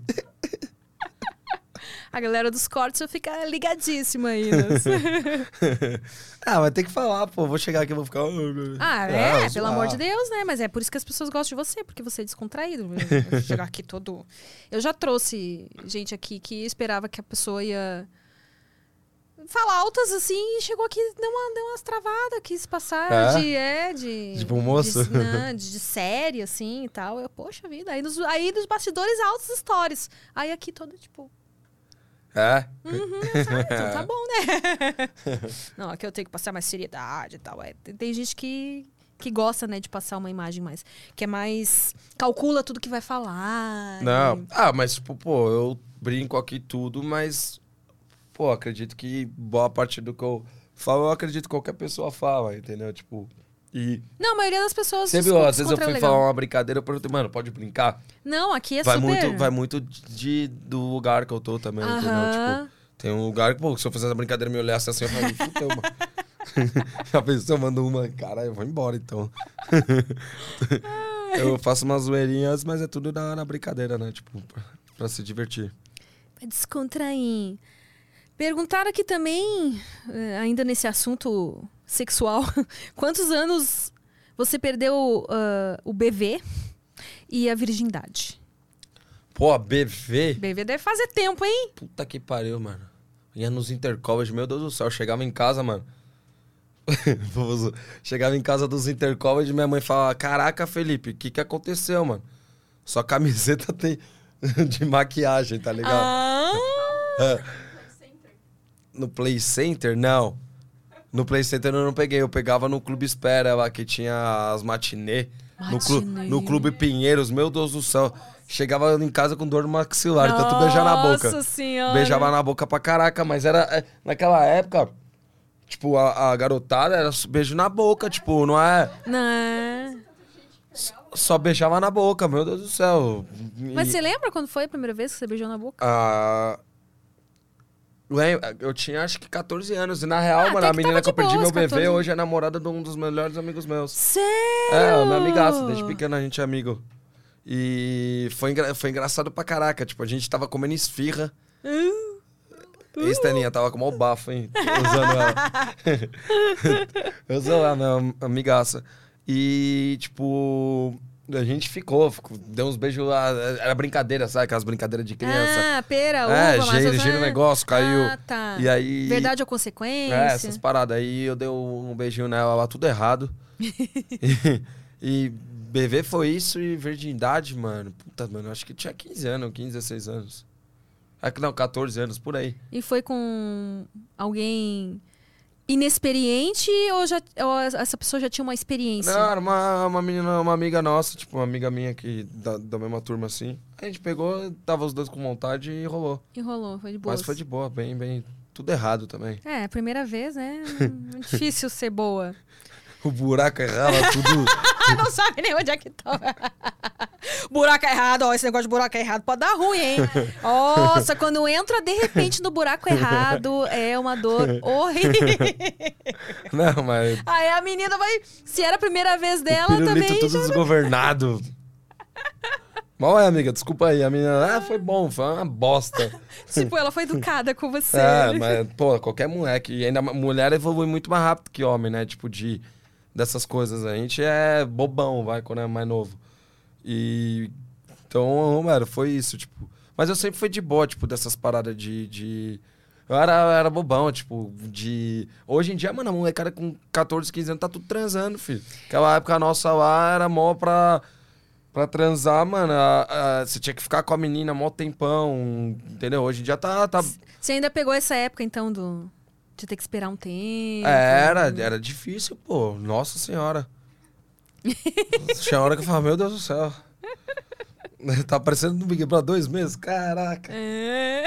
[SPEAKER 1] A galera dos cortes já fica ligadíssima aí. Né?
[SPEAKER 2] Ah, mas tem que falar, pô. Vou chegar aqui e vou ficar...
[SPEAKER 1] Ah, é,
[SPEAKER 2] vou
[SPEAKER 1] pelo
[SPEAKER 2] zoar.
[SPEAKER 1] amor de Deus, né? Mas é por isso que as pessoas gostam de você, porque você é descontraído. Chegar aqui todo... Eu já trouxe gente aqui que esperava que a pessoa ia falautas, assim, e chegou aqui, deu, uma, deu umas travadas, quis passar
[SPEAKER 2] É?
[SPEAKER 1] de... É, de...
[SPEAKER 2] Tipo um moço?
[SPEAKER 1] De, não, de, de série, assim, e tal. Eu, poxa vida. Aí, nos, aí dos bastidores, altas stories. Aí aqui todo, tipo...
[SPEAKER 2] É?
[SPEAKER 1] Uhum, eu falei, ah, então tá bom, né? Não, aqui eu tenho que passar mais seriedade e tal. É, tem, tem gente que, que gosta, né, de passar uma imagem mais... Que é mais... Calcula tudo que vai falar.
[SPEAKER 2] Não.
[SPEAKER 1] e-
[SPEAKER 2] Ah, mas, tipo, pô, eu brinco aqui tudo, mas, pô, acredito que boa parte do que eu falo, eu acredito que qualquer pessoa fala, entendeu? Tipo, e
[SPEAKER 1] Não, a maioria das pessoas...
[SPEAKER 2] sempre,
[SPEAKER 1] descontra-
[SPEAKER 2] ó, às vezes eu fui
[SPEAKER 1] descontra
[SPEAKER 2] falar
[SPEAKER 1] legal.
[SPEAKER 2] uma brincadeira, eu perguntei, mano, pode brincar?
[SPEAKER 1] Não, aqui é
[SPEAKER 2] vai,
[SPEAKER 1] super...
[SPEAKER 2] muito, vai muito de, do lugar que eu tô também, entendeu?
[SPEAKER 1] Aham.
[SPEAKER 2] Tipo, tem um lugar que, pô, se eu fizesse a brincadeira e me olhasse assim, eu falei, fudeu, mano. Já pensou, mando uma, cara, eu vou embora, então. Eu faço umas zoeirinhas, mas é tudo na, na brincadeira, né? Tipo, pra, pra se divertir.
[SPEAKER 1] Pra descontrair. Perguntaram aqui também, eh, ainda nesse assunto sexual, quantos anos você perdeu ah, o B V e a virgindade?
[SPEAKER 2] Pô, B V?
[SPEAKER 1] B V deve fazer tempo, hein?
[SPEAKER 2] Puta que pariu, mano. Ia nos intercollege, meu Deus do céu. Eu chegava em casa, mano. Chegava em casa dos intercollege e minha mãe falava, caraca, Felipe, o que que aconteceu, mano? Sua camiseta tem de maquiagem, tá ligado?
[SPEAKER 1] Ah,
[SPEAKER 2] É. No Play Center, não. No Play Center eu não peguei. Eu pegava no Clube Espera lá, que tinha as matinê. No, clu
[SPEAKER 1] Matinê.
[SPEAKER 2] no Clube Pinheiros, meu Deus do céu. Chegava em casa com dor no maxilar, tanto beijar na boca.
[SPEAKER 1] Nossa senhora.
[SPEAKER 2] Beijava na boca pra caraca, mas era... é, naquela época, tipo, a, a garotada era beijo na boca, tipo, não é...
[SPEAKER 1] Não.
[SPEAKER 2] Só beijava na boca, meu Deus do céu.
[SPEAKER 1] Mas
[SPEAKER 2] E-
[SPEAKER 1] você lembra quando foi a primeira vez que você beijou na boca?
[SPEAKER 2] Ah, lem- eu tinha acho que catorze anos. E na real,
[SPEAKER 1] Ah,
[SPEAKER 2] mano,
[SPEAKER 1] até
[SPEAKER 2] a
[SPEAKER 1] que
[SPEAKER 2] menina
[SPEAKER 1] tava
[SPEAKER 2] que eu
[SPEAKER 1] de
[SPEAKER 2] perdi
[SPEAKER 1] boas,
[SPEAKER 2] meu bebê
[SPEAKER 1] catorze.
[SPEAKER 2] hoje é namorada de um dos melhores amigos meus.
[SPEAKER 1] Sério?
[SPEAKER 2] É, minha amigaça, desde pequena a gente é amigo. E foi, engra- foi engraçado pra caraca. Tipo, a gente tava comendo esfirra.
[SPEAKER 1] Uh,
[SPEAKER 2] E a Estelinha tava com o bafo, hein? Usando ela. Eu usando ela, minha amigaça. E, tipo, a gente ficou, ficou deu uns beijos lá. Era brincadeira, sabe? Aquelas brincadeiras de criança.
[SPEAKER 1] Ah, pera, uva,
[SPEAKER 2] É,
[SPEAKER 1] mas
[SPEAKER 2] gira,
[SPEAKER 1] você-
[SPEAKER 2] gira o negócio, caiu.
[SPEAKER 1] Ah, tá.
[SPEAKER 2] E aí...
[SPEAKER 1] Verdade ou consequência?
[SPEAKER 2] É, essas paradas. Aí eu dei um beijinho nela lá, tudo errado. e, e B V foi isso e virgindade, mano. Puta, mano, acho que tinha quinze anos, quinze, dezesseis anos. É que não, catorze anos, por aí.
[SPEAKER 1] E foi com alguém inexperiente ou, já, ou essa pessoa já tinha uma experiência?
[SPEAKER 2] Não, era uma, uma menina, uma amiga nossa, tipo, uma amiga minha que da, da mesma turma assim. A gente pegou, tava os dois com vontade e rolou.
[SPEAKER 1] E rolou, foi de boa.
[SPEAKER 2] Mas foi de boa, bem, bem. Tudo errado também.
[SPEAKER 1] É, primeira vez, né? É difícil ser boa.
[SPEAKER 2] O buraco errava tudo.
[SPEAKER 1] Ah, não sabe nem onde é que tá. Buraco errado, ó, esse negócio de buraco errado pode dar ruim, hein? Nossa, quando entra de repente no buraco errado, é uma dor horrível.
[SPEAKER 2] Não, mas.
[SPEAKER 1] Aí a menina vai. Se era a primeira vez dela,
[SPEAKER 2] Pirulito
[SPEAKER 1] também.
[SPEAKER 2] tudo desgovernado. Mal é, amiga, desculpa aí. A menina, ah, foi bom, foi uma bosta.
[SPEAKER 1] Tipo, ela foi educada com você.
[SPEAKER 2] É, mas, pô, qualquer moleque. E ainda mulher evolui muito mais rápido que homem, né? Tipo, de. Dessas coisas. A gente é bobão, vai, quando é mais novo. E. Então, mano, foi isso, tipo. Mas eu sempre fui de boa, tipo, dessas paradas de. de... Eu era, eu era bobão, tipo, de. Hoje em dia, mano, a molecada com catorze, quinze anos tá tudo transando, filho. Aquela época nossa lá era mó pra. Pra transar, mano, a- a- você tinha que ficar com a menina mó tempão, entendeu? Hoje em dia tá. tá...
[SPEAKER 1] Você ainda pegou essa época, então, do. De ter que esperar um tempo.
[SPEAKER 2] Era, era difícil, pô. Nossa senhora. Tinha hora que eu falava, meu Deus do céu. Tá aparecendo no Big Brother dois meses? Caraca.
[SPEAKER 1] É.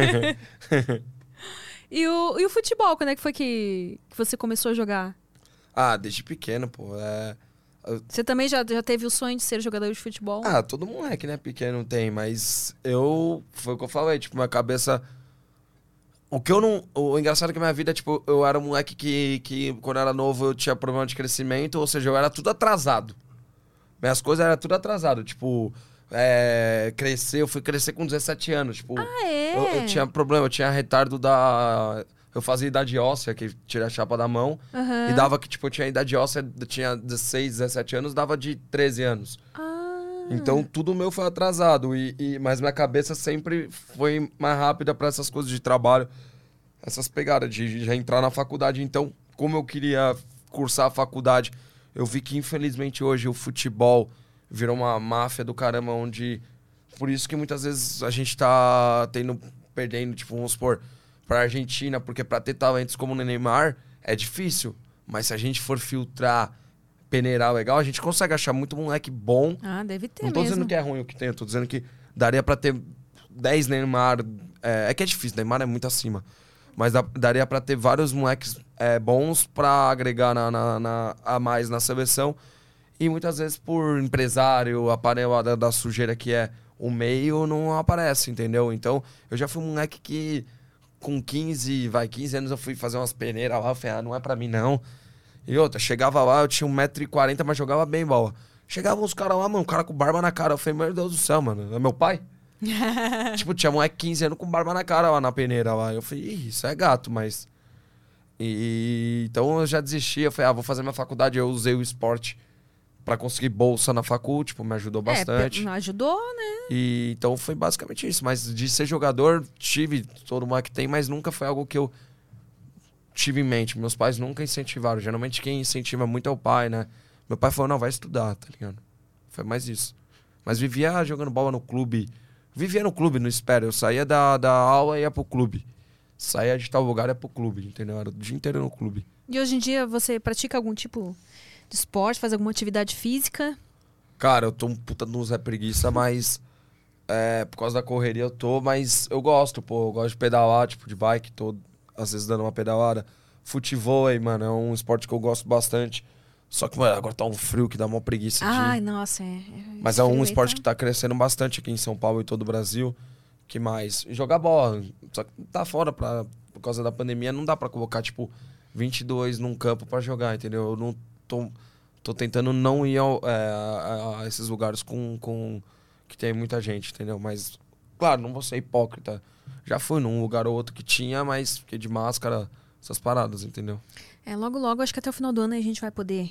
[SPEAKER 1] e, o, e o futebol, quando é que foi que, que você começou a jogar?
[SPEAKER 2] Ah, desde pequeno, pô. É...
[SPEAKER 1] Você também já, já teve o sonho de ser jogador de futebol?
[SPEAKER 2] Ah, todo moleque, né? Pequeno tem, mas eu. Foi o que eu falei, tipo, minha cabeça. O que eu não. O engraçado é que minha vida, tipo, eu era um moleque que, que quando eu era novo eu tinha problema de crescimento, ou seja, eu era tudo atrasado. Minhas coisas eram tudo atrasado. Tipo, é, crescer, eu fui crescer com dezessete anos. Tipo,
[SPEAKER 1] Ah, é?
[SPEAKER 2] eu, eu tinha problema, eu tinha retardo da. Eu fazia idade óssea, que tira a chapa da mão.
[SPEAKER 1] Aham.
[SPEAKER 2] E dava que, tipo, eu tinha idade óssea, eu tinha dezesseis, dezessete anos, dava de treze anos.
[SPEAKER 1] Ah.
[SPEAKER 2] Então, tudo meu foi atrasado. E, e- mas minha cabeça sempre foi mais rápida pra essas coisas de trabalho. essas pegadas de já entrar na faculdade. Então, como eu queria cursar a faculdade, eu vi que, infelizmente, hoje o futebol virou uma máfia do caramba, onde... Por isso que muitas vezes a gente tá tendo, perdendo, tipo, vamos supor, pra Argentina, porque pra ter talentos como o Neymar é difícil. Mas se a gente for filtrar, peneirar legal, a gente consegue achar muito moleque bom.
[SPEAKER 1] Ah, deve ter
[SPEAKER 2] Não tô
[SPEAKER 1] mesmo.
[SPEAKER 2] dizendo que é ruim o que tem, eu tô dizendo que daria pra ter dez Neymar. É, é que é difícil, Neymar é muito acima. Mas dá, daria pra ter vários moleques é, bons pra agregar na, na, na, a mais na seleção. E muitas vezes por empresário, a panelada da sujeira que é o meio, não aparece, entendeu? Então, eu já fui um moleque que com quinze, vai, quinze anos eu fui fazer umas peneiras lá, eu falei, ah, não é pra mim não. E outra, chegava lá, eu tinha um metro e quarenta, mas jogava bem bola. Chegavam uns caras lá, mano, um cara com barba na cara. Eu falei, meu Deus do céu, mano, é meu pai? Tipo, tinha moleque quinze anos com barba na cara lá na peneira lá. Eu falei, ih, isso é gato, mas... E... Então eu já desisti, eu falei, ah, vou fazer minha faculdade. Eu usei o esporte pra conseguir bolsa na facul, tipo, me ajudou bastante.
[SPEAKER 1] É, ajudou, né?
[SPEAKER 2] E então foi basicamente isso. Mas de ser jogador, tive todo mundo que tem, mas nunca foi algo que eu tive em mente. Meus pais nunca incentivaram. Geralmente quem incentiva muito é o pai, né? Meu pai falou, não, vai estudar, tá ligado? Foi mais isso. Mas vivia jogando bola no clube. Vivia no clube, no espera. Eu saía da, da aula e ia pro clube. Saía de tal lugar e ia pro clube, entendeu? Era o dia inteiro no clube.
[SPEAKER 1] E hoje em dia você pratica algum tipo de esporte, faz alguma atividade física?
[SPEAKER 2] Cara, eu tô um puta de um Zé Preguiça, mas... É, por causa da correria eu tô, mas eu gosto, pô. Eu gosto de pedalar, tipo, de bike. Tô, às vezes, dando uma pedalada. Futevôlei, mano, é um esporte que eu gosto bastante. Só que, mano, agora tá um frio que dá uma preguiça de...
[SPEAKER 1] Ai, nossa, é.
[SPEAKER 2] Mas é um esporte que tá crescendo bastante aqui em São Paulo e todo o Brasil. Que mais? E jogar bola. Só que tá fora pra, por causa da pandemia. Não dá pra colocar, tipo, vinte e dois num campo pra jogar, entendeu? Eu não tô, tô tentando não ir ao, é, a, a esses lugares com, com que tem muita gente, entendeu? Mas, claro, não vou ser hipócrita. Já fui num lugar ou outro que tinha, mas fiquei de máscara, essas paradas, entendeu?
[SPEAKER 1] É, logo, logo, acho que até o final do ano a gente vai poder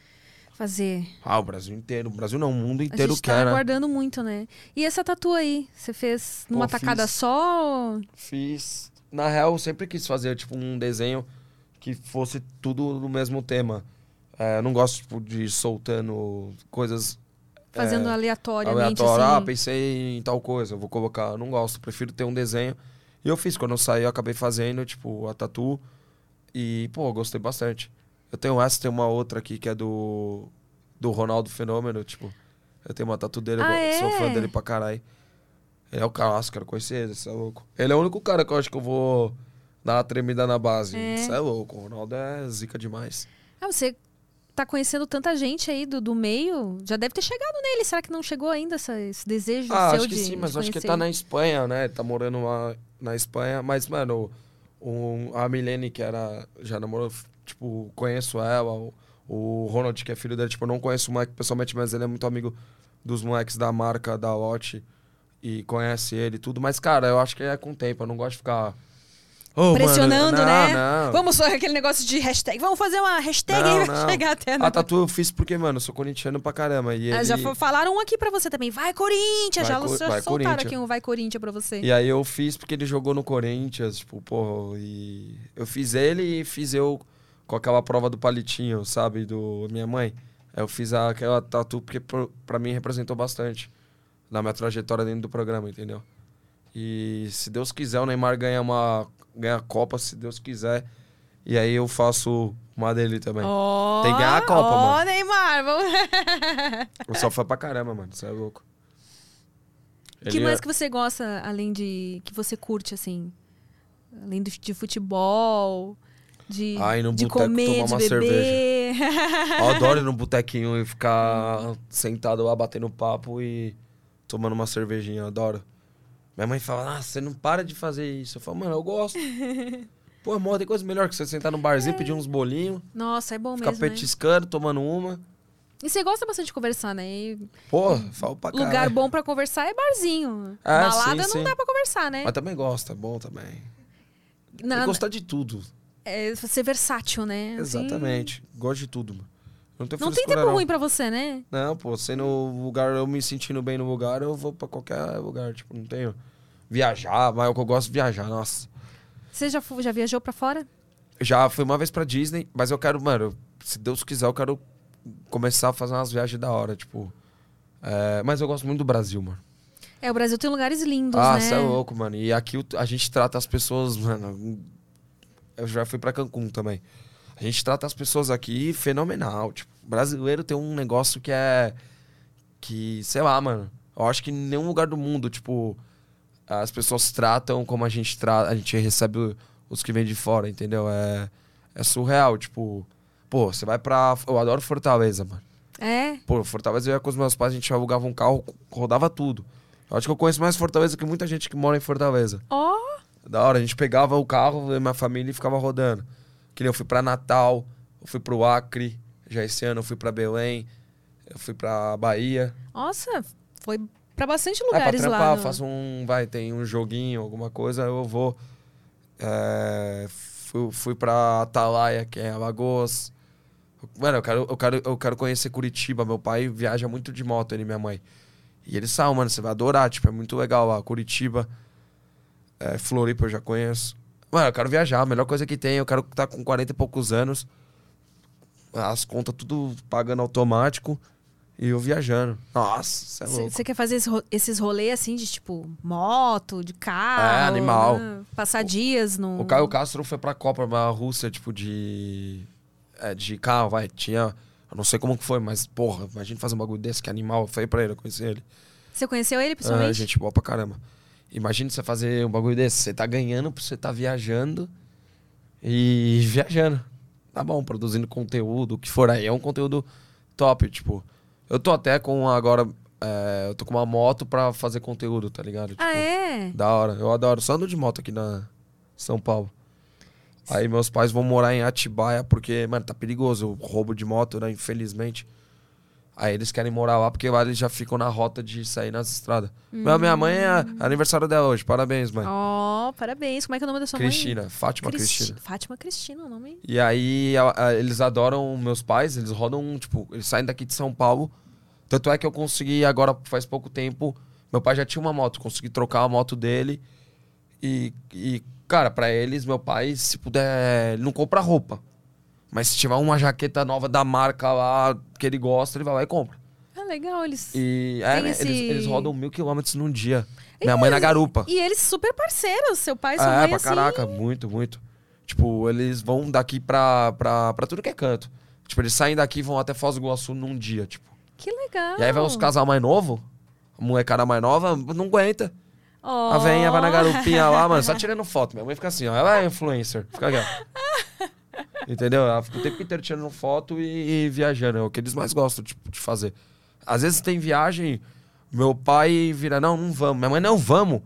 [SPEAKER 1] fazer...
[SPEAKER 2] Ah, o Brasil inteiro. O Brasil não, o mundo
[SPEAKER 1] A
[SPEAKER 2] inteiro
[SPEAKER 1] gente tá
[SPEAKER 2] quer, né?
[SPEAKER 1] aguardando muito, né? E essa tatu aí, você fez numa
[SPEAKER 2] Pô,
[SPEAKER 1] tacada
[SPEAKER 2] fiz.
[SPEAKER 1] só?
[SPEAKER 2] Fiz. Na real, eu sempre quis fazer, tipo, um desenho que fosse tudo no mesmo tema. É, eu não gosto, tipo, de ir soltando coisas...
[SPEAKER 1] Fazendo
[SPEAKER 2] é,
[SPEAKER 1] aleatoriamente,
[SPEAKER 2] aleatório. Ah,
[SPEAKER 1] assim.
[SPEAKER 2] pensei em tal coisa, eu vou colocar. Eu não gosto, prefiro ter um desenho. E eu fiz. Quando eu saí, eu acabei fazendo, tipo, a tatu. E, pô, eu gostei bastante. Eu tenho essa, tem uma outra aqui que é do... Do Ronaldo Fenômeno, tipo... Eu tenho uma tatu dele, eu
[SPEAKER 1] Ah,
[SPEAKER 2] go-
[SPEAKER 1] é?
[SPEAKER 2] sou fã dele pra caralho. Ele é o clássico, quero conhecer ele, você é louco. Ele é o único cara que eu acho que eu vou dar uma tremida na base.
[SPEAKER 1] É.
[SPEAKER 2] Você é louco, o Ronaldo é zica demais.
[SPEAKER 1] Ah, você tá conhecendo tanta gente aí do, do meio, já deve ter chegado nele. Será que não chegou ainda essa, esse desejo
[SPEAKER 2] Ah,
[SPEAKER 1] seu
[SPEAKER 2] acho que
[SPEAKER 1] de
[SPEAKER 2] sim, mas
[SPEAKER 1] de
[SPEAKER 2] eu acho que
[SPEAKER 1] conhecer?
[SPEAKER 2] tá na Espanha, né? Ele tá morando lá na Espanha. Mas, mano, o, a Milene, que era, já namorou, tipo, conheço ela. O, o Ronald, que é filho dele, tipo, eu não conheço o moleque pessoalmente, mas ele é muito amigo dos moleques da marca, da Lotte. E conhece ele e tudo. Mas, cara, eu acho que é com o tempo. Eu não gosto de ficar... Ô,
[SPEAKER 1] Pressionando,
[SPEAKER 2] mano,
[SPEAKER 1] né?
[SPEAKER 2] Não, não.
[SPEAKER 1] Vamos só aquele negócio de hashtag. Vamos fazer uma hashtag
[SPEAKER 2] Não,
[SPEAKER 1] aí pra
[SPEAKER 2] não.
[SPEAKER 1] chegar até... No...
[SPEAKER 2] A tatu eu fiz porque, mano, eu sou corintiano pra caramba. E,
[SPEAKER 1] Ah,
[SPEAKER 2] ele...
[SPEAKER 1] já fa- falaram um aqui pra você também. Vai, Corinthians!
[SPEAKER 2] Vai
[SPEAKER 1] Já,
[SPEAKER 2] Co-
[SPEAKER 1] já
[SPEAKER 2] vai,
[SPEAKER 1] soltaram
[SPEAKER 2] Corinthians.
[SPEAKER 1] aqui um Vai, Corinthians pra você.
[SPEAKER 2] e aí eu fiz porque ele jogou no Corinthians, tipo, pô, e... Eu fiz ele e fiz eu com aquela prova do palitinho, sabe, do minha mãe. Aí eu fiz a- aquela tatu porque pro- pra mim representou bastante na minha trajetória dentro do programa, entendeu? E se Deus quiser, o Neymar ganha uma ganha a Copa, se Deus quiser. E aí eu faço uma dele também.
[SPEAKER 1] Ó,
[SPEAKER 2] Tem que ganhar a Copa,
[SPEAKER 1] ó,
[SPEAKER 2] mano.
[SPEAKER 1] Neymar, vamos...
[SPEAKER 2] Eu sou fã pra caramba, mano, você é louco.
[SPEAKER 1] O que
[SPEAKER 2] Ele
[SPEAKER 1] mais
[SPEAKER 2] é-
[SPEAKER 1] que você gosta, além de... Que você curte, assim? Além do, de futebol, de,
[SPEAKER 2] Ah, ir no
[SPEAKER 1] de
[SPEAKER 2] boteco
[SPEAKER 1] comer,
[SPEAKER 2] tomar
[SPEAKER 1] de
[SPEAKER 2] uma
[SPEAKER 1] beber.
[SPEAKER 2] Eu adoro ir no botequinho e ficar sentado lá, batendo papo e tomando uma cervejinha, eu adoro. Minha mãe fala, ah, você não para de fazer isso. Eu falo, mano, eu gosto. Pô, amor, tem coisa melhor que você sentar num barzinho, pedir uns bolinhos,
[SPEAKER 1] Nossa, é bom
[SPEAKER 2] ficar
[SPEAKER 1] mesmo, né?
[SPEAKER 2] petiscando, tomando uma.
[SPEAKER 1] E você gosta bastante de conversar, né? E
[SPEAKER 2] Pô, falo pra caralho.
[SPEAKER 1] lugar bom pra conversar é barzinho.
[SPEAKER 2] É,
[SPEAKER 1] Balada
[SPEAKER 2] sim,
[SPEAKER 1] não
[SPEAKER 2] sim.
[SPEAKER 1] dá pra conversar, né?
[SPEAKER 2] Mas também gosta, é bom também. Tem
[SPEAKER 1] Na-
[SPEAKER 2] que gostar de tudo.
[SPEAKER 1] é ser versátil, né? Assim,
[SPEAKER 2] Exatamente. Gosto de tudo, mano. Não tem
[SPEAKER 1] não tem
[SPEAKER 2] frescura,
[SPEAKER 1] tempo
[SPEAKER 2] não.
[SPEAKER 1] ruim pra você, né?
[SPEAKER 2] Não, pô, sendo o lugar, eu me sentindo bem no lugar, eu vou pra qualquer lugar. Tipo, não tenho... Viajar, mas é o que eu gosto de viajar, nossa.
[SPEAKER 1] Você já, fu- já viajou pra fora?
[SPEAKER 2] Já fui uma vez pra Disney, mas eu quero, mano, se Deus quiser, eu quero começar a fazer umas viagens da hora, tipo... é, mas eu gosto muito do Brasil, mano.
[SPEAKER 1] É, o Brasil tem lugares lindos,
[SPEAKER 2] Ah,
[SPEAKER 1] né?
[SPEAKER 2] você é louco, mano. E aqui o- a gente trata as pessoas, mano... Eu já fui pra Cancún também. A gente trata as pessoas aqui fenomenal. Tipo, brasileiro tem um negócio que é... Que, sei lá, mano. Eu acho que em nenhum lugar do mundo, tipo... As pessoas tratam como a gente trata... A gente recebe os que vêm de fora, entendeu? É, é surreal, tipo... Pô, você vai pra... Eu adoro Fortaleza, mano.
[SPEAKER 1] É?
[SPEAKER 2] Pô, Fortaleza eu ia com os meus pais, a gente alugava um carro, rodava tudo. Eu acho que eu conheço mais Fortaleza que muita gente que mora em Fortaleza.
[SPEAKER 1] Ó,
[SPEAKER 2] Da hora, a gente pegava o carro, eu e minha família, e ficava rodando. Que nem eu fui pra Natal, eu fui pro Acre, já esse ano eu fui pra Belém, eu fui pra Bahia.
[SPEAKER 1] nossa, foi pra bastante
[SPEAKER 2] É, pra
[SPEAKER 1] lugares
[SPEAKER 2] trampar,
[SPEAKER 1] lá.
[SPEAKER 2] eu
[SPEAKER 1] no-
[SPEAKER 2] faço um, vai, tem um joguinho, alguma coisa, eu vou. É, fui, fui pra Atalaia, que é Alagoas. Mano, eu quero, eu, quero, eu quero conhecer Curitiba, meu pai viaja muito de moto, ele e minha mãe. E eles sabem, mano, você vai adorar, tipo, é muito legal lá, Curitiba. É, Floripa eu já conheço. Mano, eu quero viajar, a melhor coisa que tem. Eu quero estar com quarenta e poucos anos. As contas tudo pagando automático. E eu viajando. Nossa, você é louco.
[SPEAKER 1] Você quer fazer esse ro- esses rolês assim de tipo moto, de carro?
[SPEAKER 2] É, animal.
[SPEAKER 1] né? Passar dias no.
[SPEAKER 2] O Caio Castro foi pra Copa, pra Rússia, tipo, de... É, de carro, vai. Tinha... Eu não sei como que foi, mas, porra, imagina fazer um bagulho desse, que animal. Eu falei pra ele, eu conheci ele.
[SPEAKER 1] Você conheceu ele
[SPEAKER 2] É,
[SPEAKER 1] pessoalmente?
[SPEAKER 2] gente boa pra caramba. Imagina você fazer um bagulho desse. Você tá ganhando pra você tá viajando e viajando. Tá bom, produzindo conteúdo, o que for aí. É um conteúdo top, tipo... Eu tô até com agora... é, eu tô com uma moto pra fazer conteúdo, tá ligado? Tipo,
[SPEAKER 1] Ah, é?
[SPEAKER 2] da hora. Eu adoro. Só ando de moto aqui na São Paulo. Aí meus pais vão morar em Atibaia porque, mano, tá perigoso o roubo de moto, né? Infelizmente. Aí eles querem morar lá porque lá eles já ficam na rota de sair nas estradas. Mas minha mãe é aniversário dela hoje. Parabéns, mãe.
[SPEAKER 1] Ó, parabéns. Como é que é o nome da sua
[SPEAKER 2] Cristina.
[SPEAKER 1] mãe?
[SPEAKER 2] Fátima
[SPEAKER 1] Cristi-
[SPEAKER 2] Cristina.
[SPEAKER 1] Fátima Cristina, o nome?
[SPEAKER 2] E aí a- a- eles adoram meus pais. Eles rodam, tipo, eles saem daqui de São Paulo. Tanto é que eu consegui agora, faz pouco tempo... Meu pai já tinha uma moto. Consegui trocar a moto dele. E, e cara, pra eles, meu pai, se puder... Ele não compra roupa. Mas se tiver uma jaqueta nova da marca lá que ele gosta, ele vai lá e compra.
[SPEAKER 1] Ah, legal. Eles...
[SPEAKER 2] E é,
[SPEAKER 1] Tem
[SPEAKER 2] né,
[SPEAKER 1] esse-
[SPEAKER 2] eles, eles rodam mil quilômetros num dia. Minha mãe na garupa.
[SPEAKER 1] E eles super parceiros, seu pai e sua
[SPEAKER 2] É,
[SPEAKER 1] mãe
[SPEAKER 2] pra
[SPEAKER 1] assim.
[SPEAKER 2] caraca, muito, muito. Tipo, eles vão daqui pra, pra, pra tudo que é canto. Tipo, eles saem daqui e vão até Foz do Iguaçu num dia, tipo.
[SPEAKER 1] Que legal.
[SPEAKER 2] E aí vai uns casal mais novo, a molecada mais nova, não aguenta.
[SPEAKER 1] Oh.
[SPEAKER 2] A veinha vai na garupinha lá, mano, só tirando foto. Minha mãe fica assim, ó, ela é influencer. Fica aqui, ó. Entendeu? Ela fica o tempo inteiro tirando foto e, e viajando. É o que eles mais gostam tipo, de fazer. Às vezes tem viagem, meu pai vira, não, não vamos. Minha mãe, não, vamos.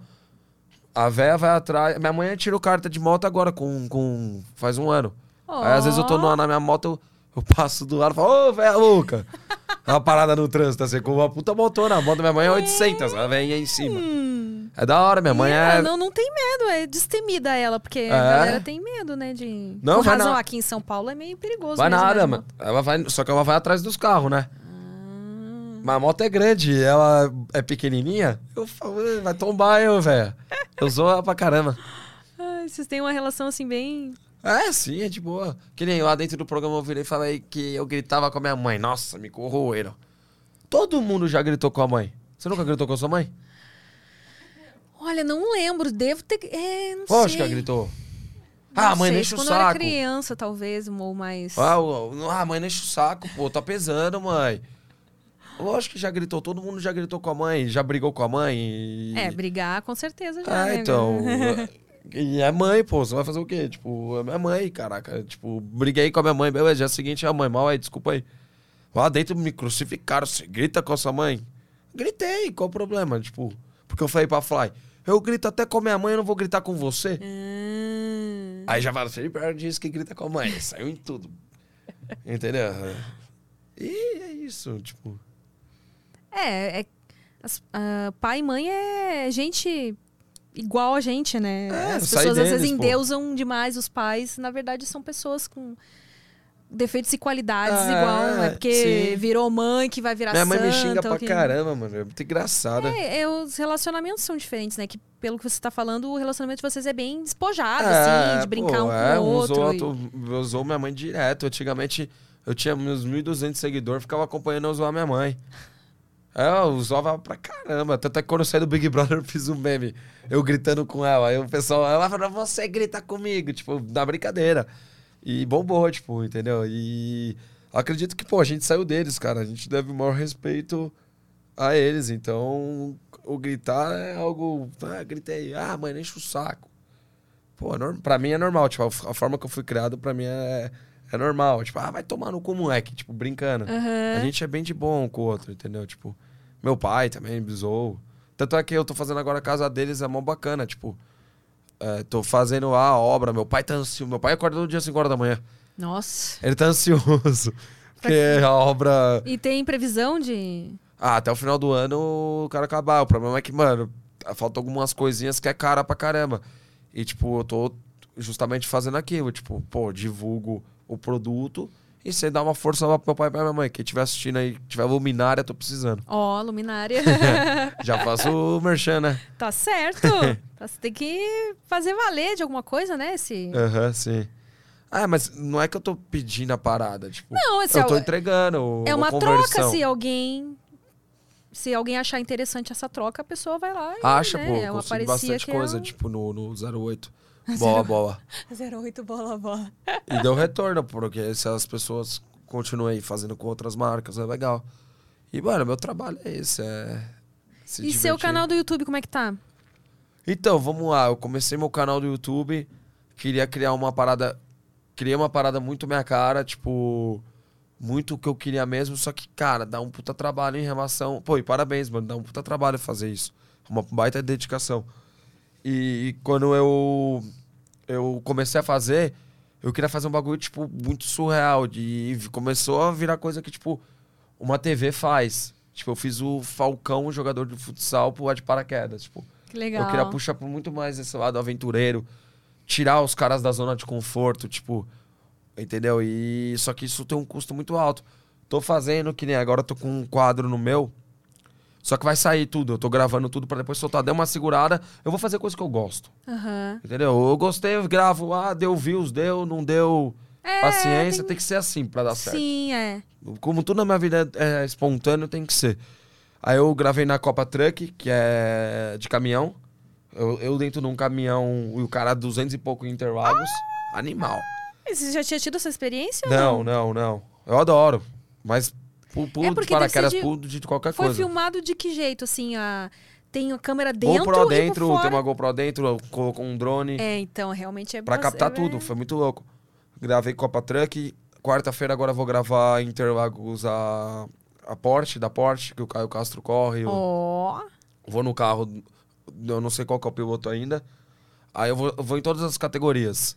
[SPEAKER 2] A véia vai atrás. Minha mãe tirou carta de moto agora, com, com faz um ano.
[SPEAKER 1] Oh.
[SPEAKER 2] Aí às vezes eu tô no- na minha moto, eu, eu passo do lado e falo, ô, véia louca. Uma parada no trânsito, assim, com uma puta motona. A moto da minha mãe é oitocentos, a véia em cima.
[SPEAKER 1] Hum.
[SPEAKER 2] É da hora, minha mãe
[SPEAKER 1] E
[SPEAKER 2] é...
[SPEAKER 1] ela não, não tem medo, é destemida ela, porque a
[SPEAKER 2] É.
[SPEAKER 1] galera tem medo, né, de...
[SPEAKER 2] Não,
[SPEAKER 1] Com
[SPEAKER 2] vai
[SPEAKER 1] razão,
[SPEAKER 2] na-
[SPEAKER 1] aqui em São Paulo é meio perigoso
[SPEAKER 2] Vai
[SPEAKER 1] mesmo,
[SPEAKER 2] nada,
[SPEAKER 1] né,
[SPEAKER 2] mano. Ela vai, só que ela vai atrás dos carros, né?
[SPEAKER 1] Ah.
[SPEAKER 2] Mas a moto é grande, ela é pequenininha. Eu falo, "Ê, vai tombar eu, velho. Eu sou ela pra caramba.
[SPEAKER 1] Ai, vocês têm uma relação, assim, bem...
[SPEAKER 2] É, sim, é de boa. Que nem lá dentro do programa eu virei e falei que eu gritava com a minha mãe. Nossa, me corroeram. Todo mundo já gritou com a mãe. Você nunca gritou com a sua mãe?
[SPEAKER 1] Olha, não lembro, devo ter... É, não
[SPEAKER 2] Lógico
[SPEAKER 1] sei.
[SPEAKER 2] que ela gritou.
[SPEAKER 1] Não
[SPEAKER 2] Ah, a mãe
[SPEAKER 1] sei,
[SPEAKER 2] não enche o
[SPEAKER 1] quando eu era
[SPEAKER 2] saco.
[SPEAKER 1] criança, talvez, ou mais...
[SPEAKER 2] Ah, o- ah, a mãe não enche o saco, pô. Tá pesando, mãe. Lógico que já gritou. Todo mundo já gritou com a mãe. Já brigou com a mãe. E...
[SPEAKER 1] É, brigar com certeza já,
[SPEAKER 2] Ah,
[SPEAKER 1] né?
[SPEAKER 2] então. E é mãe, pô. Você vai fazer o quê? Tipo, é minha mãe, caraca. Tipo, briguei com a minha mãe. Beleza, dia seguinte é a mãe. Mal aí, desculpa aí. Lá dentro me crucificaram. Você grita com a sua mãe? Gritei, qual o problema? Tipo, porque eu falei pra Fly. Eu grito até com a minha mãe, eu não vou gritar com você.
[SPEAKER 1] Hum.
[SPEAKER 2] Aí já fala, Felipe disse que grita com a mãe. Saiu em tudo. Entendeu? E é isso, tipo.
[SPEAKER 1] É, é as- ah, pai e mãe é gente igual a gente, né?
[SPEAKER 2] É,
[SPEAKER 1] As
[SPEAKER 2] sai
[SPEAKER 1] pessoas às vezes
[SPEAKER 2] deles, pô.
[SPEAKER 1] endeusam demais os pais. Na verdade, são pessoas com defeitos e qualidades
[SPEAKER 2] Ah,
[SPEAKER 1] igual, não é porque
[SPEAKER 2] sim.
[SPEAKER 1] virou mãe que vai virar
[SPEAKER 2] Minha
[SPEAKER 1] santa.
[SPEAKER 2] mãe me xinga pra
[SPEAKER 1] que...
[SPEAKER 2] caramba, mano. É muito engraçada.
[SPEAKER 1] É, é, os relacionamentos são diferentes, né? Que pelo que você tá falando, o relacionamento de vocês é bem despojado,
[SPEAKER 2] É,
[SPEAKER 1] assim, de brincar
[SPEAKER 2] pô,
[SPEAKER 1] um com
[SPEAKER 2] é,
[SPEAKER 1] o outro.
[SPEAKER 2] Usou,
[SPEAKER 1] e-
[SPEAKER 2] outro, usou minha mãe direto. Antigamente, eu tinha meus mil e duzentos seguidores, ficava acompanhando eu usar minha mãe. É, eu usava pra caramba. Tanto é que quando eu saí do Big Brother, eu fiz um meme. Eu gritando com ela. Aí o pessoal, ela falou, você grita comigo. Tipo, na brincadeira. E bombou, tipo, entendeu? E acredito que, pô, a gente saiu deles, cara. A gente deve o maior respeito a eles. Então, o gritar é algo... Ah, gritei. Ah, mãe, não enche o saco. Pô, é norm... pra mim é normal. Tipo, a forma que eu fui criado, pra mim é, é normal. Tipo, ah, vai tomar no cu, moleque. Tipo, brincando.
[SPEAKER 1] Aham.
[SPEAKER 2] A gente é bem de bom um com o outro, entendeu? Tipo, meu pai também me zoou. Tanto é que eu tô fazendo agora a casa deles, é mó bacana. Tipo, é, tô fazendo a obra. Meu pai tá ansioso. Meu pai acorda todo dia às cinco horas da manhã.
[SPEAKER 1] Nossa.
[SPEAKER 2] Ele tá ansioso. Porque a obra...
[SPEAKER 1] E tem previsão de...
[SPEAKER 2] Ah, até o final do ano o cara acabar. O problema é que, mano, faltam algumas coisinhas que é cara pra caramba. E, tipo, eu tô justamente fazendo aquilo. Tipo, pô, divulgo o produto e você dá uma força lá pro meu pai e pra minha mãe. Quem estiver assistindo aí, tiver luminária, tô precisando.
[SPEAKER 1] Ó, luminária.
[SPEAKER 2] Já faço o merchan, né?
[SPEAKER 1] Tá certo. Tá, você tem que fazer valer de alguma coisa, né? Esse...
[SPEAKER 2] Aham, sim. Ah, mas não é que eu tô pedindo a parada, tipo...
[SPEAKER 1] Não, esse
[SPEAKER 2] eu
[SPEAKER 1] é
[SPEAKER 2] tô
[SPEAKER 1] o-
[SPEAKER 2] entregando
[SPEAKER 1] É uma
[SPEAKER 2] conversão.
[SPEAKER 1] troca, se alguém... Se alguém achar interessante essa troca, a pessoa vai lá e,
[SPEAKER 2] Acha,
[SPEAKER 1] né?
[SPEAKER 2] pô,
[SPEAKER 1] é uma
[SPEAKER 2] consigo
[SPEAKER 1] parecia
[SPEAKER 2] bastante
[SPEAKER 1] que
[SPEAKER 2] coisa,
[SPEAKER 1] é um...
[SPEAKER 2] tipo, no, no zero oito. Bola, bola.
[SPEAKER 1] zero oito bola bola.
[SPEAKER 2] E deu retorno, porque se as pessoas continuam aí fazendo com outras marcas, é legal. E, mano, meu trabalho é esse, é... se
[SPEAKER 1] E seu
[SPEAKER 2] divertir.
[SPEAKER 1] canal do YouTube, como é que tá?
[SPEAKER 2] Então, vamos lá. Eu comecei meu canal do YouTube, queria criar uma parada... Criei uma parada muito minha cara, tipo... Muito o que eu queria mesmo, só que, cara, dá um puta trabalho em relação... Pô, e parabéns, mano, dá um puta trabalho fazer isso. Uma baita dedicação. E, quando eu... Eu comecei a fazer... Eu queria fazer um bagulho, tipo, muito surreal. De, começou a virar coisa que, tipo, uma T V faz. Tipo, eu fiz o Falcão, jogador de futsal, pular de paraquedas, tipo...
[SPEAKER 1] Que legal.
[SPEAKER 2] Eu queria puxar por muito mais esse lado aventureiro. Tirar os caras da zona de conforto, tipo... Entendeu? E só que isso tem um custo muito alto. Tô fazendo, que nem agora, tô com um quadro no meu. Só que vai sair tudo. Eu tô gravando tudo pra depois soltar. Deu uma segurada, eu vou fazer coisa que eu gosto.
[SPEAKER 1] Aham.
[SPEAKER 2] Entendeu? Eu gostei, eu gravo. Ah, deu views, deu, não deu.
[SPEAKER 1] É,
[SPEAKER 2] Paciência,
[SPEAKER 1] tem-
[SPEAKER 2] tem... que ser assim pra dar certo.
[SPEAKER 1] Sim, é.
[SPEAKER 2] Como tudo na minha vida é, é espontâneo, tem que ser. Aí eu gravei na Copa Truck, que é de caminhão. Eu, eu dentro de um caminhão e o cara duzentos e pouco em Interlagos. Animal.
[SPEAKER 1] E você já tinha tido essa experiência ou
[SPEAKER 2] Não, não, não. Eu adoro. Mas pulo, pulo
[SPEAKER 1] É
[SPEAKER 2] de
[SPEAKER 1] porque deve
[SPEAKER 2] paraquedas,
[SPEAKER 1] ser de-
[SPEAKER 2] pulo de qualquer
[SPEAKER 1] Foi
[SPEAKER 2] coisa.
[SPEAKER 1] filmado de que jeito, assim? A... Tem a câmera dentro
[SPEAKER 2] GoPro
[SPEAKER 1] e
[SPEAKER 2] dentro,
[SPEAKER 1] por fora?
[SPEAKER 2] tem uma GoPro dentro, colocou um drone
[SPEAKER 1] É, então, realmente é...
[SPEAKER 2] pra
[SPEAKER 1] você-
[SPEAKER 2] captar
[SPEAKER 1] é-
[SPEAKER 2] tudo. Foi muito louco. Gravei Copa Truck. Quarta-feira agora eu vou gravar em Interlagos a, a Porsche, da Porsche, que o Caio Castro corre. Eu
[SPEAKER 1] Ó...
[SPEAKER 2] vou no carro, eu não sei qual que é o piloto ainda. Aí eu vou, eu vou em todas as categorias.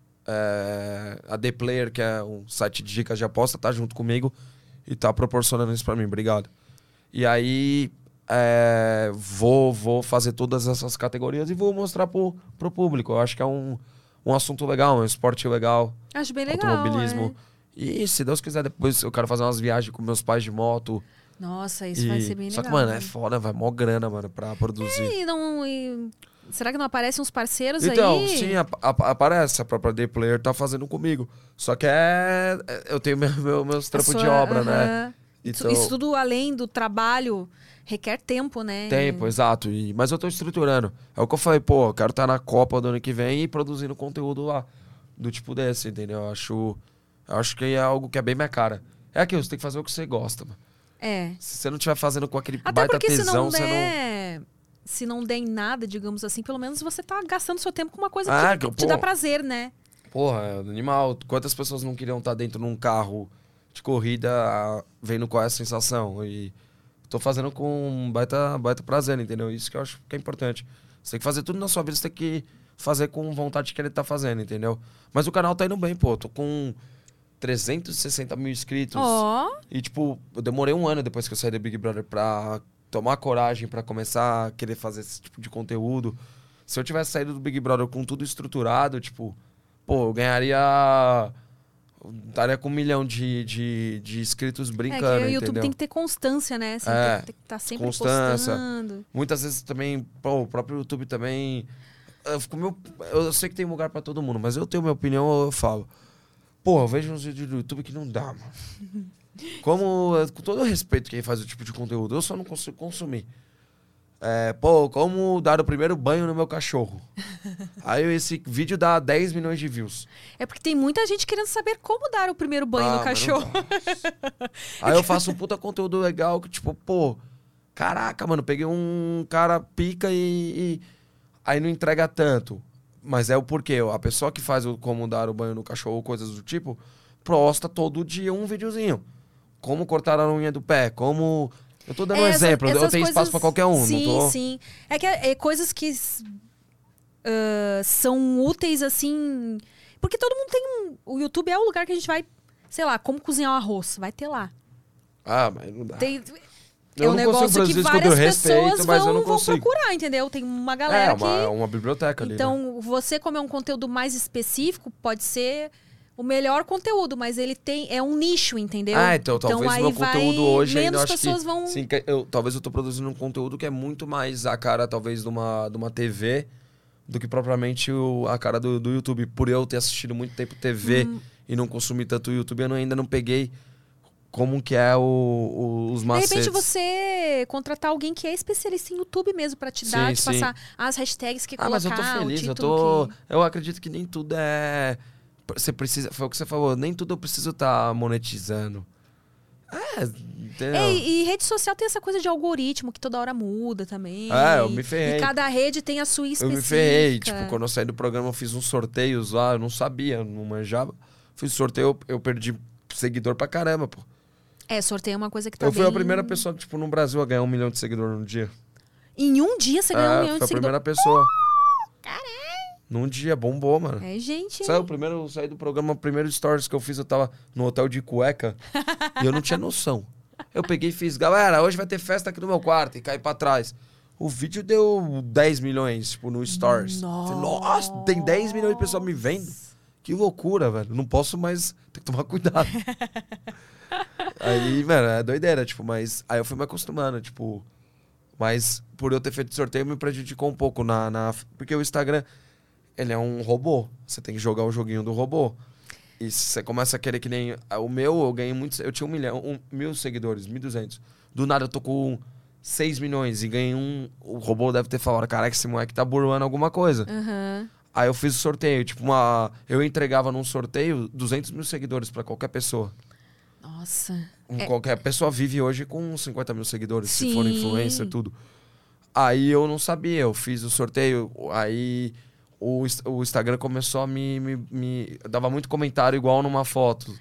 [SPEAKER 2] É, a The Player, que é um site de dicas de aposta, tá junto comigo e tá proporcionando isso pra mim. Obrigado. E aí, é, vou, vou fazer todas essas categorias e vou mostrar pro, pro público. Eu acho que é um, um assunto legal, um esporte legal.
[SPEAKER 1] Acho bem legal,
[SPEAKER 2] Automobilismo.
[SPEAKER 1] é.
[SPEAKER 2] E se Deus quiser, depois eu quero fazer umas viagens com meus pais de moto.
[SPEAKER 1] Nossa, isso
[SPEAKER 2] E-
[SPEAKER 1] vai ser bem
[SPEAKER 2] Só
[SPEAKER 1] legal.
[SPEAKER 2] que, mano,
[SPEAKER 1] né?
[SPEAKER 2] é foda, vai mó grana, mano, pra produzir.
[SPEAKER 1] E não... e- Será que não aparecem uns parceiros
[SPEAKER 2] Então,
[SPEAKER 1] aí?
[SPEAKER 2] sim, ap- ap- aparece. A própria The Player tá fazendo comigo. Só que é... é- Eu tenho meu, meu- meus
[SPEAKER 1] A
[SPEAKER 2] trampos de
[SPEAKER 1] sua-
[SPEAKER 2] obra, né?
[SPEAKER 1] aham. Isso,
[SPEAKER 2] Então,
[SPEAKER 1] isso tudo além do trabalho requer tempo, né?
[SPEAKER 2] tempo, exato. E, mas eu tô estruturando. É o que eu falei, pô, eu quero estar na Copa do ano que vem e produzindo conteúdo lá. Do tipo desse, entendeu? Eu acho, eu acho que é algo que é bem minha cara. É aquilo, você tem que fazer o que você gosta, mano.
[SPEAKER 1] É.
[SPEAKER 2] Se você não estiver fazendo com aquele
[SPEAKER 1] Até
[SPEAKER 2] baita
[SPEAKER 1] porque se
[SPEAKER 2] tesão,
[SPEAKER 1] não
[SPEAKER 2] você não...
[SPEAKER 1] der... Se não der em nada, digamos assim, pelo menos você tá gastando seu tempo com uma coisa
[SPEAKER 2] Ah,
[SPEAKER 1] que
[SPEAKER 2] que-
[SPEAKER 1] te
[SPEAKER 2] pô.
[SPEAKER 1] dá prazer, né?
[SPEAKER 2] Porra, é animal. Quantas pessoas não queriam estar dentro de um carro de corrida ah, vendo qual é a sensação? E tô fazendo com um baita, baita prazer, entendeu? Isso que eu acho que é importante. Você tem que fazer tudo na sua vida, você tem que fazer com vontade que ele tá fazendo, entendeu? Mas o canal tá indo bem, pô. Tô com trezentos e sessenta mil inscritos.
[SPEAKER 1] Ó,
[SPEAKER 2] E, tipo, eu demorei um ano depois que eu saí do Big Brother pra tomar coragem pra começar a querer fazer esse tipo de conteúdo. Se eu tivesse saído do Big Brother com tudo estruturado, tipo, pô, eu ganharia estaria com um milhão de, de, de inscritos brincando,
[SPEAKER 1] É que o YouTube
[SPEAKER 2] entendeu?
[SPEAKER 1] tem que ter constância, né? Você
[SPEAKER 2] É,
[SPEAKER 1] tem que estar sempre
[SPEAKER 2] constância.
[SPEAKER 1] postando.
[SPEAKER 2] Muitas vezes também, pô, o próprio YouTube também... Eu, fico meu, eu sei que tem lugar pra todo mundo, mas eu tenho minha opinião, eu falo. Pô, eu vejo uns vídeos do YouTube que não dá, mano. Como, com todo o respeito quem faz o tipo de conteúdo, eu só não consigo consumir. É, pô, como dar o primeiro banho no meu cachorro. Aí esse vídeo dá dez milhões de views.
[SPEAKER 1] É porque tem muita gente querendo saber como dar o primeiro banho
[SPEAKER 2] Ah,
[SPEAKER 1] no
[SPEAKER 2] mas
[SPEAKER 1] cachorro.
[SPEAKER 2] não dá. Aí eu faço um puta conteúdo legal que, tipo, pô, caraca, mano, peguei um cara pica e, e aí não entrega tanto. Mas é o porquê. A pessoa que faz o como dar o banho no cachorro ou coisas do tipo, posta todo dia um videozinho. Como cortar a unha do pé, como... Eu tô dando um
[SPEAKER 1] É, essa-
[SPEAKER 2] exemplo, eu
[SPEAKER 1] essas
[SPEAKER 2] tenho espaço
[SPEAKER 1] coisas-
[SPEAKER 2] pra qualquer um,
[SPEAKER 1] Sim,
[SPEAKER 2] não tô...
[SPEAKER 1] sim. É que é, é coisas que ah, são úteis, assim... Porque todo mundo tem um... O YouTube é o lugar que a gente vai... Sei lá, como cozinhar um arroz. Vai ter lá.
[SPEAKER 2] Ah, mas não dá.
[SPEAKER 1] Tem...
[SPEAKER 2] Eu
[SPEAKER 1] é um
[SPEAKER 2] não consigo
[SPEAKER 1] negócio
[SPEAKER 2] fazer
[SPEAKER 1] que
[SPEAKER 2] isso com
[SPEAKER 1] várias
[SPEAKER 2] todo respeito,
[SPEAKER 1] pessoas
[SPEAKER 2] mas eu
[SPEAKER 1] vão,
[SPEAKER 2] não
[SPEAKER 1] vão
[SPEAKER 2] consigo.
[SPEAKER 1] procurar, entendeu? Tem uma
[SPEAKER 2] É,
[SPEAKER 1] galera
[SPEAKER 2] uma,
[SPEAKER 1] que...
[SPEAKER 2] uma biblioteca ali, né?
[SPEAKER 1] Então, você, como é um conteúdo mais específico, pode ser o melhor conteúdo, mas ele tem é um nicho, entendeu?
[SPEAKER 2] Ah, então, talvez
[SPEAKER 1] aí
[SPEAKER 2] meu
[SPEAKER 1] vai-
[SPEAKER 2] conteúdo hoje ainda
[SPEAKER 1] menos
[SPEAKER 2] acho
[SPEAKER 1] pessoas
[SPEAKER 2] que,
[SPEAKER 1] vão...
[SPEAKER 2] sim, que eu, talvez eu tô produzindo um conteúdo que é muito mais a cara, talvez, de uma, de uma T V do que propriamente o, a cara do, do YouTube. Por eu ter assistido muito tempo T V
[SPEAKER 1] Hum.
[SPEAKER 2] e não consumir tanto YouTube, eu não- ainda não peguei como que é o, o- os
[SPEAKER 1] De
[SPEAKER 2] macetes.
[SPEAKER 1] repente você contratar alguém que é especialista em YouTube mesmo pra te dar,
[SPEAKER 2] Sim,
[SPEAKER 1] te
[SPEAKER 2] sim.
[SPEAKER 1] passar as hashtags que
[SPEAKER 2] Ah,
[SPEAKER 1] colocar,
[SPEAKER 2] mas eu tô
[SPEAKER 1] o
[SPEAKER 2] feliz, eu
[SPEAKER 1] título
[SPEAKER 2] tô...
[SPEAKER 1] que...
[SPEAKER 2] Eu acredito que nem tudo é... Você precisa... Foi o que você falou, nem tudo eu preciso estar monetizando. É, entendeu?
[SPEAKER 1] É, e rede social tem essa coisa de algoritmo que toda hora muda também.
[SPEAKER 2] É, eu me ferrei.
[SPEAKER 1] E cada rede tem a sua
[SPEAKER 2] Eu
[SPEAKER 1] específica.
[SPEAKER 2] me ferrei, tipo, quando eu saí do programa eu fiz uns sorteios lá, eu não sabia, não manjava. Fiz sorteio, eu, eu perdi seguidor pra caramba, pô.
[SPEAKER 1] É, sorteio é uma coisa que tá
[SPEAKER 2] Eu fui
[SPEAKER 1] bem...
[SPEAKER 2] a primeira pessoa, tipo, no Brasil a ganhar um milhão de seguidores num dia.
[SPEAKER 1] Em um dia você ganhou um
[SPEAKER 2] É,
[SPEAKER 1] milhão
[SPEAKER 2] foi
[SPEAKER 1] de
[SPEAKER 2] a primeira
[SPEAKER 1] seguidores.
[SPEAKER 2] pessoa. Caralho! Num dia, bombou, mano.
[SPEAKER 1] É, gente.
[SPEAKER 2] Saiu o primeiro, eu saí do programa, o primeiro stories que eu fiz, eu tava no hotel de cueca e eu não tinha noção. Eu peguei e fiz, galera, hoje vai ter festa aqui no meu quarto, e caí pra trás. O vídeo deu dez milhões, tipo, no stories.
[SPEAKER 1] Nossa.
[SPEAKER 2] Falei, nossa, tem dez milhões de pessoas me vendo? Que loucura, velho. Não posso mais, tem que tomar cuidado. Aí, mano, é doideira, tipo, mas... Aí eu fui me acostumando, tipo... Mas por eu ter feito sorteio me prejudicou um pouco na, na... Porque o Instagram, ele é um robô. Você tem que jogar o joguinho do robô. E se você começa a querer que nem... O meu, eu ganhei muitos... Eu tinha um milhão, um, mil seguidores, mil e duzentos. Do nada eu tô com seis milhões e ganhei um... O robô deve ter falado, caraca, esse moleque tá burlando alguma coisa.
[SPEAKER 1] Aham.
[SPEAKER 2] Aí eu fiz o sorteio, tipo uma... Eu entregava num sorteio duzentos mil seguidores pra qualquer pessoa.
[SPEAKER 1] Nossa.
[SPEAKER 2] Um-
[SPEAKER 1] É.
[SPEAKER 2] Qualquer pessoa vive hoje com cinquenta mil seguidores, se for
[SPEAKER 1] Sim.
[SPEAKER 2] influencer, tudo. Aí eu não sabia, eu fiz o sorteio, aí o, Ins- o Instagram começou a me, me, me- dava muito comentário igual numa foto.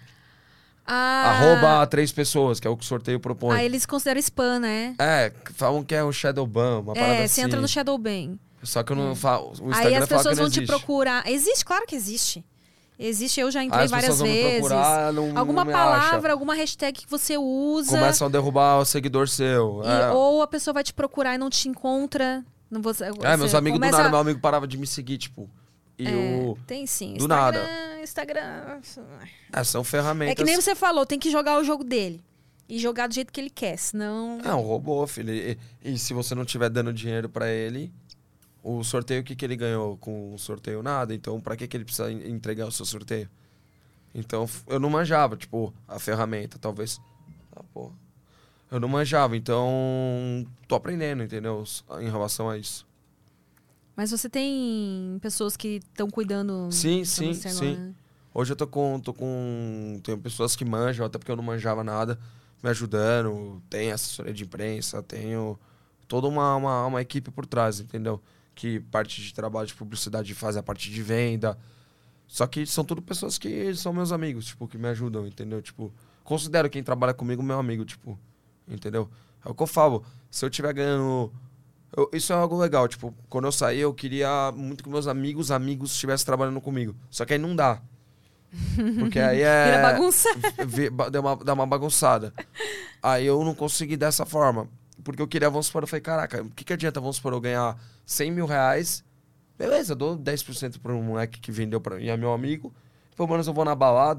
[SPEAKER 1] Ah,
[SPEAKER 2] Arroba três pessoas, que é o que o sorteio propõe.
[SPEAKER 1] Aí eles consideram spam, né?
[SPEAKER 2] É, falam que é o Shadow Ban, uma parada
[SPEAKER 1] É,
[SPEAKER 2] assim.
[SPEAKER 1] você entra no Shadowban.
[SPEAKER 2] Só que eu não falo. O Instagram
[SPEAKER 1] Aí as
[SPEAKER 2] fala que
[SPEAKER 1] pessoas
[SPEAKER 2] não
[SPEAKER 1] vão te
[SPEAKER 2] existe.
[SPEAKER 1] procurar. Existe, claro que existe. Existe, eu já
[SPEAKER 2] Aí
[SPEAKER 1] entrei
[SPEAKER 2] as
[SPEAKER 1] várias
[SPEAKER 2] pessoas vão me
[SPEAKER 1] vezes.
[SPEAKER 2] procurar, não,
[SPEAKER 1] Alguma
[SPEAKER 2] não me
[SPEAKER 1] palavra,
[SPEAKER 2] acha.
[SPEAKER 1] alguma hashtag que você usa.
[SPEAKER 2] Começam a derrubar o seguidor seu.
[SPEAKER 1] e-
[SPEAKER 2] é.
[SPEAKER 1] Ou a pessoa vai te procurar e não te encontra. Não você,
[SPEAKER 2] É, meus
[SPEAKER 1] você
[SPEAKER 2] amigos
[SPEAKER 1] começa
[SPEAKER 2] do nada,
[SPEAKER 1] a-
[SPEAKER 2] meu amigo parava de me seguir, tipo. E
[SPEAKER 1] É,
[SPEAKER 2] o.
[SPEAKER 1] tem sim.
[SPEAKER 2] do
[SPEAKER 1] Instagram,
[SPEAKER 2] nada.
[SPEAKER 1] Instagram.
[SPEAKER 2] É, são ferramentas.
[SPEAKER 1] É que nem você falou, tem que jogar o jogo dele. E jogar do jeito que ele quer, senão...
[SPEAKER 2] É um robô, filho. E, e se você não tiver dando dinheiro pra ele, o sorteio, o que, que ele ganhou com o sorteio? Nada. Então, pra que, que ele precisa en- entregar o seu sorteio? Então, f- eu não manjava, tipo, a ferramenta, talvez. Ah, porra. Eu não manjava, então tô aprendendo, entendeu? S- Em relação a isso.
[SPEAKER 1] Mas você tem pessoas que estão cuidando
[SPEAKER 2] Sim,
[SPEAKER 1] pra
[SPEAKER 2] sim,
[SPEAKER 1] você
[SPEAKER 2] sim.
[SPEAKER 1] agora?
[SPEAKER 2] Hoje eu tô com, tô com. Tenho pessoas que manjam, até porque eu não manjava nada, me ajudando. Tem assessoria de imprensa, tenho toda uma, uma, uma equipe por trás, entendeu? Que parte de trabalho de publicidade faz a parte de venda. Só que são tudo pessoas que são meus amigos, tipo, que me ajudam, entendeu? Tipo, considero quem trabalha comigo meu amigo, tipo, entendeu? É o que eu falo. Se eu estiver ganhando. eu- isso é algo legal, tipo, quando eu saí, eu queria muito que meus amigos, amigos estivessem trabalhando comigo. Só que aí não dá. Porque aí é.
[SPEAKER 1] Vira bagunça.
[SPEAKER 2] vi- ba- dá uma, dá uma bagunçada. Aí eu não consegui dessa forma. Porque eu queria, vamos supor, eu falei, caraca, o que, que adianta, vamos supor, eu ganhar cem mil reais? Beleza, eu dou dez por cento para um moleque que vendeu pra mim, é meu amigo. Pelo menos eu vou na balada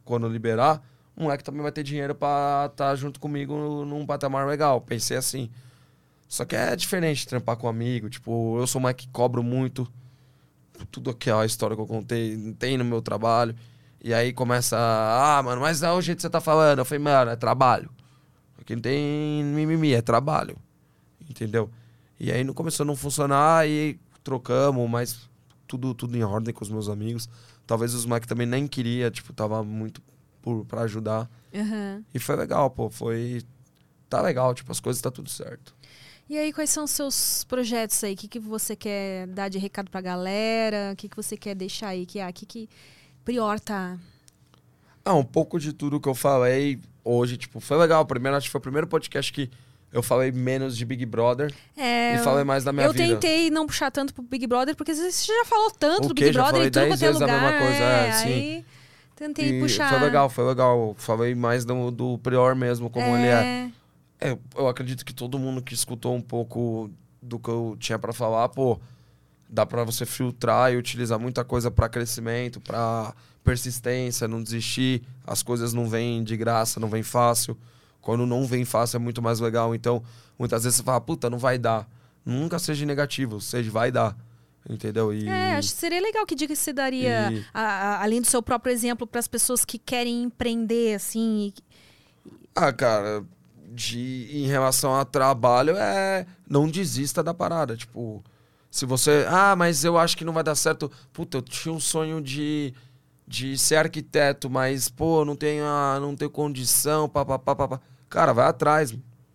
[SPEAKER 2] quando liberar, o moleque também vai ter dinheiro pra estar junto comigo num patamar legal. Pensei assim. Só que é diferente trampar com amigo. Tipo, eu sou um moleque que cobro muito. Tudo aqui, ó, a história que eu contei, tem no meu trabalho. E aí começa, ah, mano, mas é o jeito que você tá falando. Eu falei, mano, é trabalho. Aqui não tem mimimi, é trabalho. Entendeu? E aí não começou a não funcionar e trocamos, mas tudo, tudo em ordem com os meus amigos. Talvez os moleques também nem queria, tipo, tava muito por, pra ajudar.
[SPEAKER 1] Uhum.
[SPEAKER 2] E foi legal, pô, foi... Tá legal, tipo, as coisas tá tudo certo.
[SPEAKER 1] E aí, quais são os seus projetos aí? O que, que você quer dar de recado pra galera? O que, que você quer deixar aí? Que, ah, que, que Prior tá...
[SPEAKER 2] Ah, um pouco de tudo que eu falei hoje, tipo, foi legal. Primeiro, acho que foi o primeiro podcast que eu falei menos de Big Brother
[SPEAKER 1] é,
[SPEAKER 2] e falei mais da minha
[SPEAKER 1] eu
[SPEAKER 2] vida.
[SPEAKER 1] Eu tentei não puxar tanto pro Big Brother, porque às vezes você já falou tanto
[SPEAKER 2] o
[SPEAKER 1] do
[SPEAKER 2] quê?
[SPEAKER 1] Big
[SPEAKER 2] Já
[SPEAKER 1] Brother
[SPEAKER 2] falei
[SPEAKER 1] e tudo
[SPEAKER 2] dez
[SPEAKER 1] quanto é
[SPEAKER 2] vezes
[SPEAKER 1] lugar.
[SPEAKER 2] a mesma coisa, é,
[SPEAKER 1] aí
[SPEAKER 2] sim.
[SPEAKER 1] tentei
[SPEAKER 2] E
[SPEAKER 1] puxar.
[SPEAKER 2] foi legal, foi legal. Falei mais do, do Prior mesmo, como
[SPEAKER 1] é...
[SPEAKER 2] ele é. é. Eu acredito que todo mundo que escutou um pouco do que eu tinha pra falar, pô, dá pra você filtrar e utilizar muita coisa pra crescimento, pra persistência, não desistir. As coisas não vêm de graça, não vêm fácil. Quando não vem fácil é muito mais legal. Então, muitas vezes você fala, puta, não vai dar. Nunca seja negativo, seja, vai dar. Entendeu? E...
[SPEAKER 1] É, acho que seria legal. Que dica você daria,
[SPEAKER 2] e...
[SPEAKER 1] a, a, além do seu próprio exemplo, para as pessoas que querem empreender, assim? E...
[SPEAKER 2] Ah, cara, de, em relação a trabalho, é não desista da parada. Tipo, se você... Ah, mas eu acho que não vai dar certo. Puta, eu tinha um sonho de... de ser arquiteto, mas, pô, não tenho, a, não tenho condição, papapá, papá. Cara, vai atrás.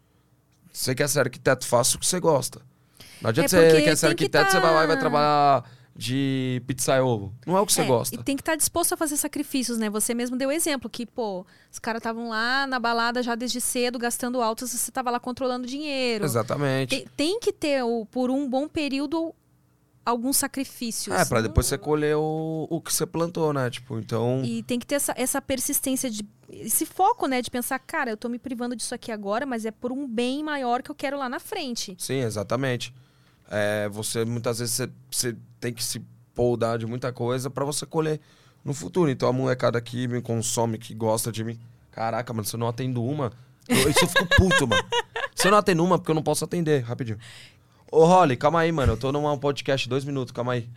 [SPEAKER 2] Você quer ser arquiteto, faça o que você gosta. Não adianta
[SPEAKER 1] é
[SPEAKER 2] você quer ser
[SPEAKER 1] que
[SPEAKER 2] arquiteto,
[SPEAKER 1] tá...
[SPEAKER 2] você vai lá e vai trabalhar de pizzaiolo. Não é o que você
[SPEAKER 1] é,
[SPEAKER 2] gosta.
[SPEAKER 1] E tem que estar tá disposto a fazer sacrifícios, né? Você mesmo deu exemplo que, pô, os caras estavam lá na balada já desde cedo, gastando altos, e você tava lá controlando dinheiro.
[SPEAKER 2] Exatamente.
[SPEAKER 1] Tem, tem que ter, o, por um bom período, alguns sacrifícios.
[SPEAKER 2] É, pra
[SPEAKER 1] não...
[SPEAKER 2] depois você colher o, o que você plantou, né? Tipo, então...
[SPEAKER 1] E tem que ter essa, essa persistência, de esse foco, né? De pensar, cara, eu tô me privando disso aqui agora, mas é por um bem maior que eu quero lá na frente.
[SPEAKER 2] Sim, exatamente. É, você, muitas vezes, você, você tem que se poldar de muita coisa pra você colher no futuro. Então, a molecada que me consome, que gosta de mim... Caraca, mano, se eu não atendo uma... Eu, isso eu fico puto, mano. Se eu não atendo uma, porque eu não posso atender. Rapidinho. Ô, Holly, calma aí, mano. Eu tô num podcast, dois minutos, calma aí.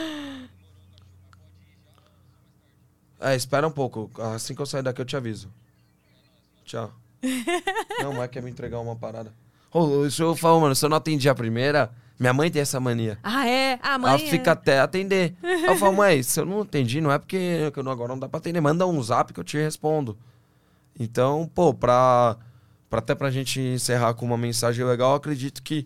[SPEAKER 2] É, espera um pouco. Assim que eu sair daqui, eu te aviso. Tchau. Não, mas quer me entregar uma parada. Ô, isso eu falo, mano, se eu não atendi a primeira, minha mãe tem essa mania.
[SPEAKER 1] Ah, é? A mãe
[SPEAKER 2] Ela
[SPEAKER 1] é.
[SPEAKER 2] fica até atender. Eu falo, mãe, se eu não atendi, não é porque eu não, agora não dá pra atender. Manda um zap que eu te respondo. Então, pô, pra, pra até pra gente encerrar com uma mensagem legal, eu acredito que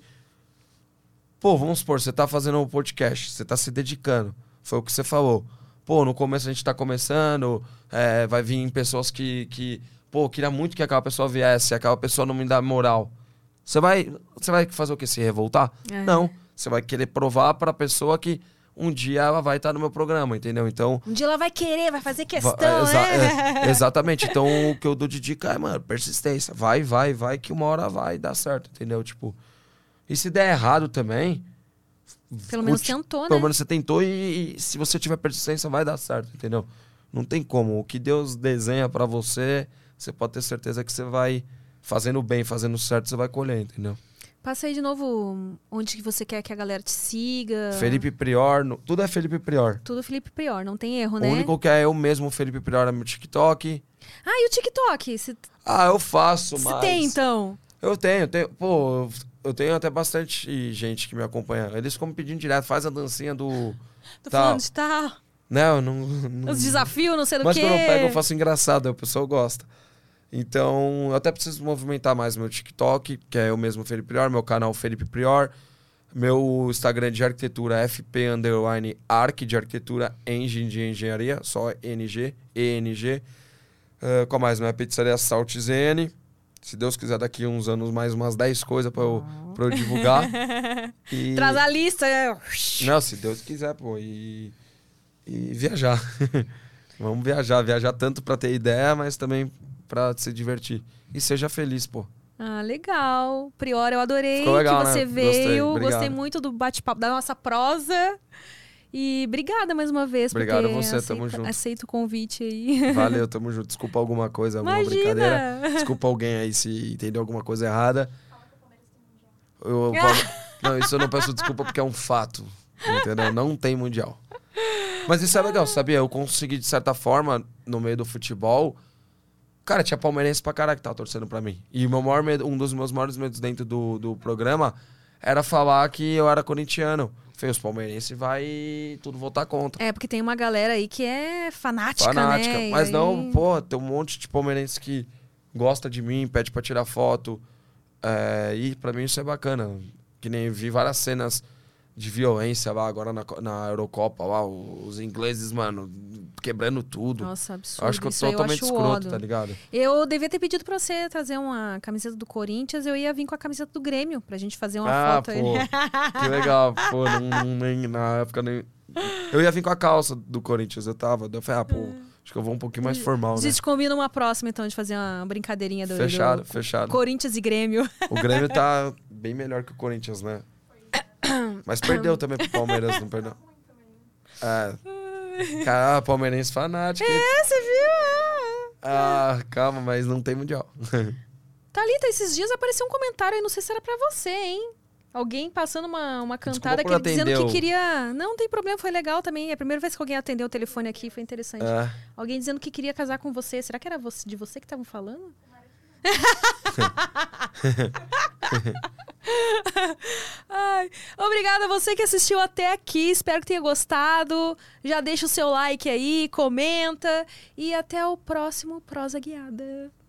[SPEAKER 2] pô, vamos supor, você tá fazendo um podcast, você tá se dedicando. Foi o que você falou. Pô, no começo a gente tá começando, é, vai vir pessoas que, que... Pô, queria muito que aquela pessoa viesse, aquela pessoa não me dá moral. Você vai, você vai fazer o quê? Se revoltar?
[SPEAKER 1] É.
[SPEAKER 2] Não. Você vai querer provar pra pessoa que um dia ela vai estar no meu programa, entendeu? Então...
[SPEAKER 1] Um dia ela vai querer, vai fazer questão,
[SPEAKER 2] va- exa-
[SPEAKER 1] né?
[SPEAKER 2] é, exatamente. Então, o que eu dou de dica é, mano, persistência. Vai, vai, vai, que uma hora vai dar certo, entendeu? Tipo... E se der errado também...
[SPEAKER 1] Pelo menos
[SPEAKER 2] curte,
[SPEAKER 1] tentou, né?
[SPEAKER 2] Pelo menos você tentou e, e se você tiver persistência, vai dar certo, entendeu? Não tem como. O que Deus desenha pra você, você pode ter certeza que você vai fazendo bem, fazendo certo, você vai colher, entendeu?
[SPEAKER 1] Passa aí de novo onde que você quer que a galera te siga.
[SPEAKER 2] Felipe Prior, no, tudo é Felipe Prior.
[SPEAKER 1] Tudo Felipe Prior, não tem erro,
[SPEAKER 2] O
[SPEAKER 1] né?
[SPEAKER 2] único que é eu mesmo, Felipe Prior, é meu TikTok.
[SPEAKER 1] Ah, e o TikTok? Você
[SPEAKER 2] Ah, eu faço, mas...
[SPEAKER 1] tem, então?
[SPEAKER 2] Eu tenho, tenho. Pô, eu- eu tenho até bastante gente que me acompanha. Eles ficam me pedindo direto, faz a dancinha do...
[SPEAKER 1] Tô
[SPEAKER 2] Tal.
[SPEAKER 1] falando de tal.
[SPEAKER 2] Não, não... não
[SPEAKER 1] Os desafios, não sei do
[SPEAKER 2] Mas
[SPEAKER 1] quê.
[SPEAKER 2] quando eu pego, eu faço engraçado, aí o pessoal gosta. Então, eu até preciso movimentar mais meu TikTok, que é eu mesmo, Felipe Prior, meu canal Felipe Prior, meu Instagram de arquitetura, F P underline Arc, de arquitetura, Engine de engenharia, só N G, E N G. Uh, qual mais? Minha pizzaria Salt Z N. Se Deus quiser, daqui uns anos, mais umas dez coisas pra eu, pra eu divulgar. E...
[SPEAKER 1] Traz a lista.
[SPEAKER 2] Não, se Deus quiser, pô. E, e viajar. Vamos viajar. Viajar tanto pra ter ideia, mas também pra se divertir. E seja feliz, pô.
[SPEAKER 1] Ah, legal. Prior, eu adorei
[SPEAKER 2] Ficou legal,
[SPEAKER 1] que você
[SPEAKER 2] né? Gostei,
[SPEAKER 1] veio.
[SPEAKER 2] obrigado.
[SPEAKER 1] Gostei muito do bate-papo, da nossa prosa. E obrigada mais uma vez
[SPEAKER 2] Obrigado
[SPEAKER 1] por ter
[SPEAKER 2] você,
[SPEAKER 1] aceita,
[SPEAKER 2] tamo junto.
[SPEAKER 1] aceito o convite aí.
[SPEAKER 2] Valeu, tamo junto. Desculpa alguma coisa, alguma
[SPEAKER 1] Imagina.
[SPEAKER 2] brincadeira. Desculpa alguém aí se entendeu alguma coisa errada. Eu, eu, não, isso eu não peço desculpa porque é um fato. Entendeu? Não tem mundial. Mas isso é legal, sabia? Eu consegui, de certa forma, no meio do futebol... Cara, tinha palmeirense pra caralho que tava torcendo pra mim. E o meu maior medo, um dos meus maiores medos dentro do, do programa era falar que eu era corintiano. Falei, os palmeirenses vai tudo votar contra.
[SPEAKER 1] É, porque tem uma galera aí que é fanática,
[SPEAKER 2] Fanática.
[SPEAKER 1] né?
[SPEAKER 2] Mas
[SPEAKER 1] E
[SPEAKER 2] não,
[SPEAKER 1] aí-
[SPEAKER 2] pô, tem um monte de palmeirense que gosta de mim, pede pra tirar foto. É, e pra mim isso é bacana. Que nem vi várias cenas de violência lá agora na, na Eurocopa, lá, os ingleses, mano, quebrando tudo.
[SPEAKER 1] Nossa, absurdo.
[SPEAKER 2] Eu acho que eu
[SPEAKER 1] Isso aí
[SPEAKER 2] totalmente
[SPEAKER 1] acho
[SPEAKER 2] escroto,
[SPEAKER 1] ódio.
[SPEAKER 2] tá ligado?
[SPEAKER 1] Eu devia ter pedido pra você trazer uma camiseta do Corinthians, eu ia vir com a camiseta do Grêmio, pra gente fazer uma
[SPEAKER 2] Ah,
[SPEAKER 1] foto
[SPEAKER 2] pô,
[SPEAKER 1] aí.
[SPEAKER 2] que legal. Pô, não, não- nem, na época nem... Eu ia vir com a calça do Corinthians, eu tava. Daí eu falei, ah, pô, acho que eu vou um pouquinho mais formal,
[SPEAKER 1] A
[SPEAKER 2] né?
[SPEAKER 1] gente combina uma próxima, então, de fazer uma brincadeirinha do,
[SPEAKER 2] Fechado,
[SPEAKER 1] do
[SPEAKER 2] fechado.
[SPEAKER 1] Corinthians e Grêmio.
[SPEAKER 2] O Grêmio tá bem melhor que o Corinthians, né? Mas perdeu também pro Palmeiras, não perdeu? É. Cara, palmeirense fanático.
[SPEAKER 1] É, você viu?
[SPEAKER 2] Ah, calma, mas não tem mundial.
[SPEAKER 1] Thalita, esses dias apareceu um comentário aí, não sei se era pra você, hein? Alguém passando uma, uma cantada
[SPEAKER 2] por
[SPEAKER 1] que, dizendo
[SPEAKER 2] atender
[SPEAKER 1] que
[SPEAKER 2] o-
[SPEAKER 1] queria... Não, não tem problema, foi legal também. É a primeira vez que alguém atendeu o telefone aqui, foi interessante.
[SPEAKER 2] É.
[SPEAKER 1] Alguém dizendo que queria casar com você. Será que era você- de você que estavam falando? Ai, obrigada a você que assistiu até aqui. Espero que tenha gostado. Já deixa o seu like aí, comenta. E até o próximo Prosa Guiada.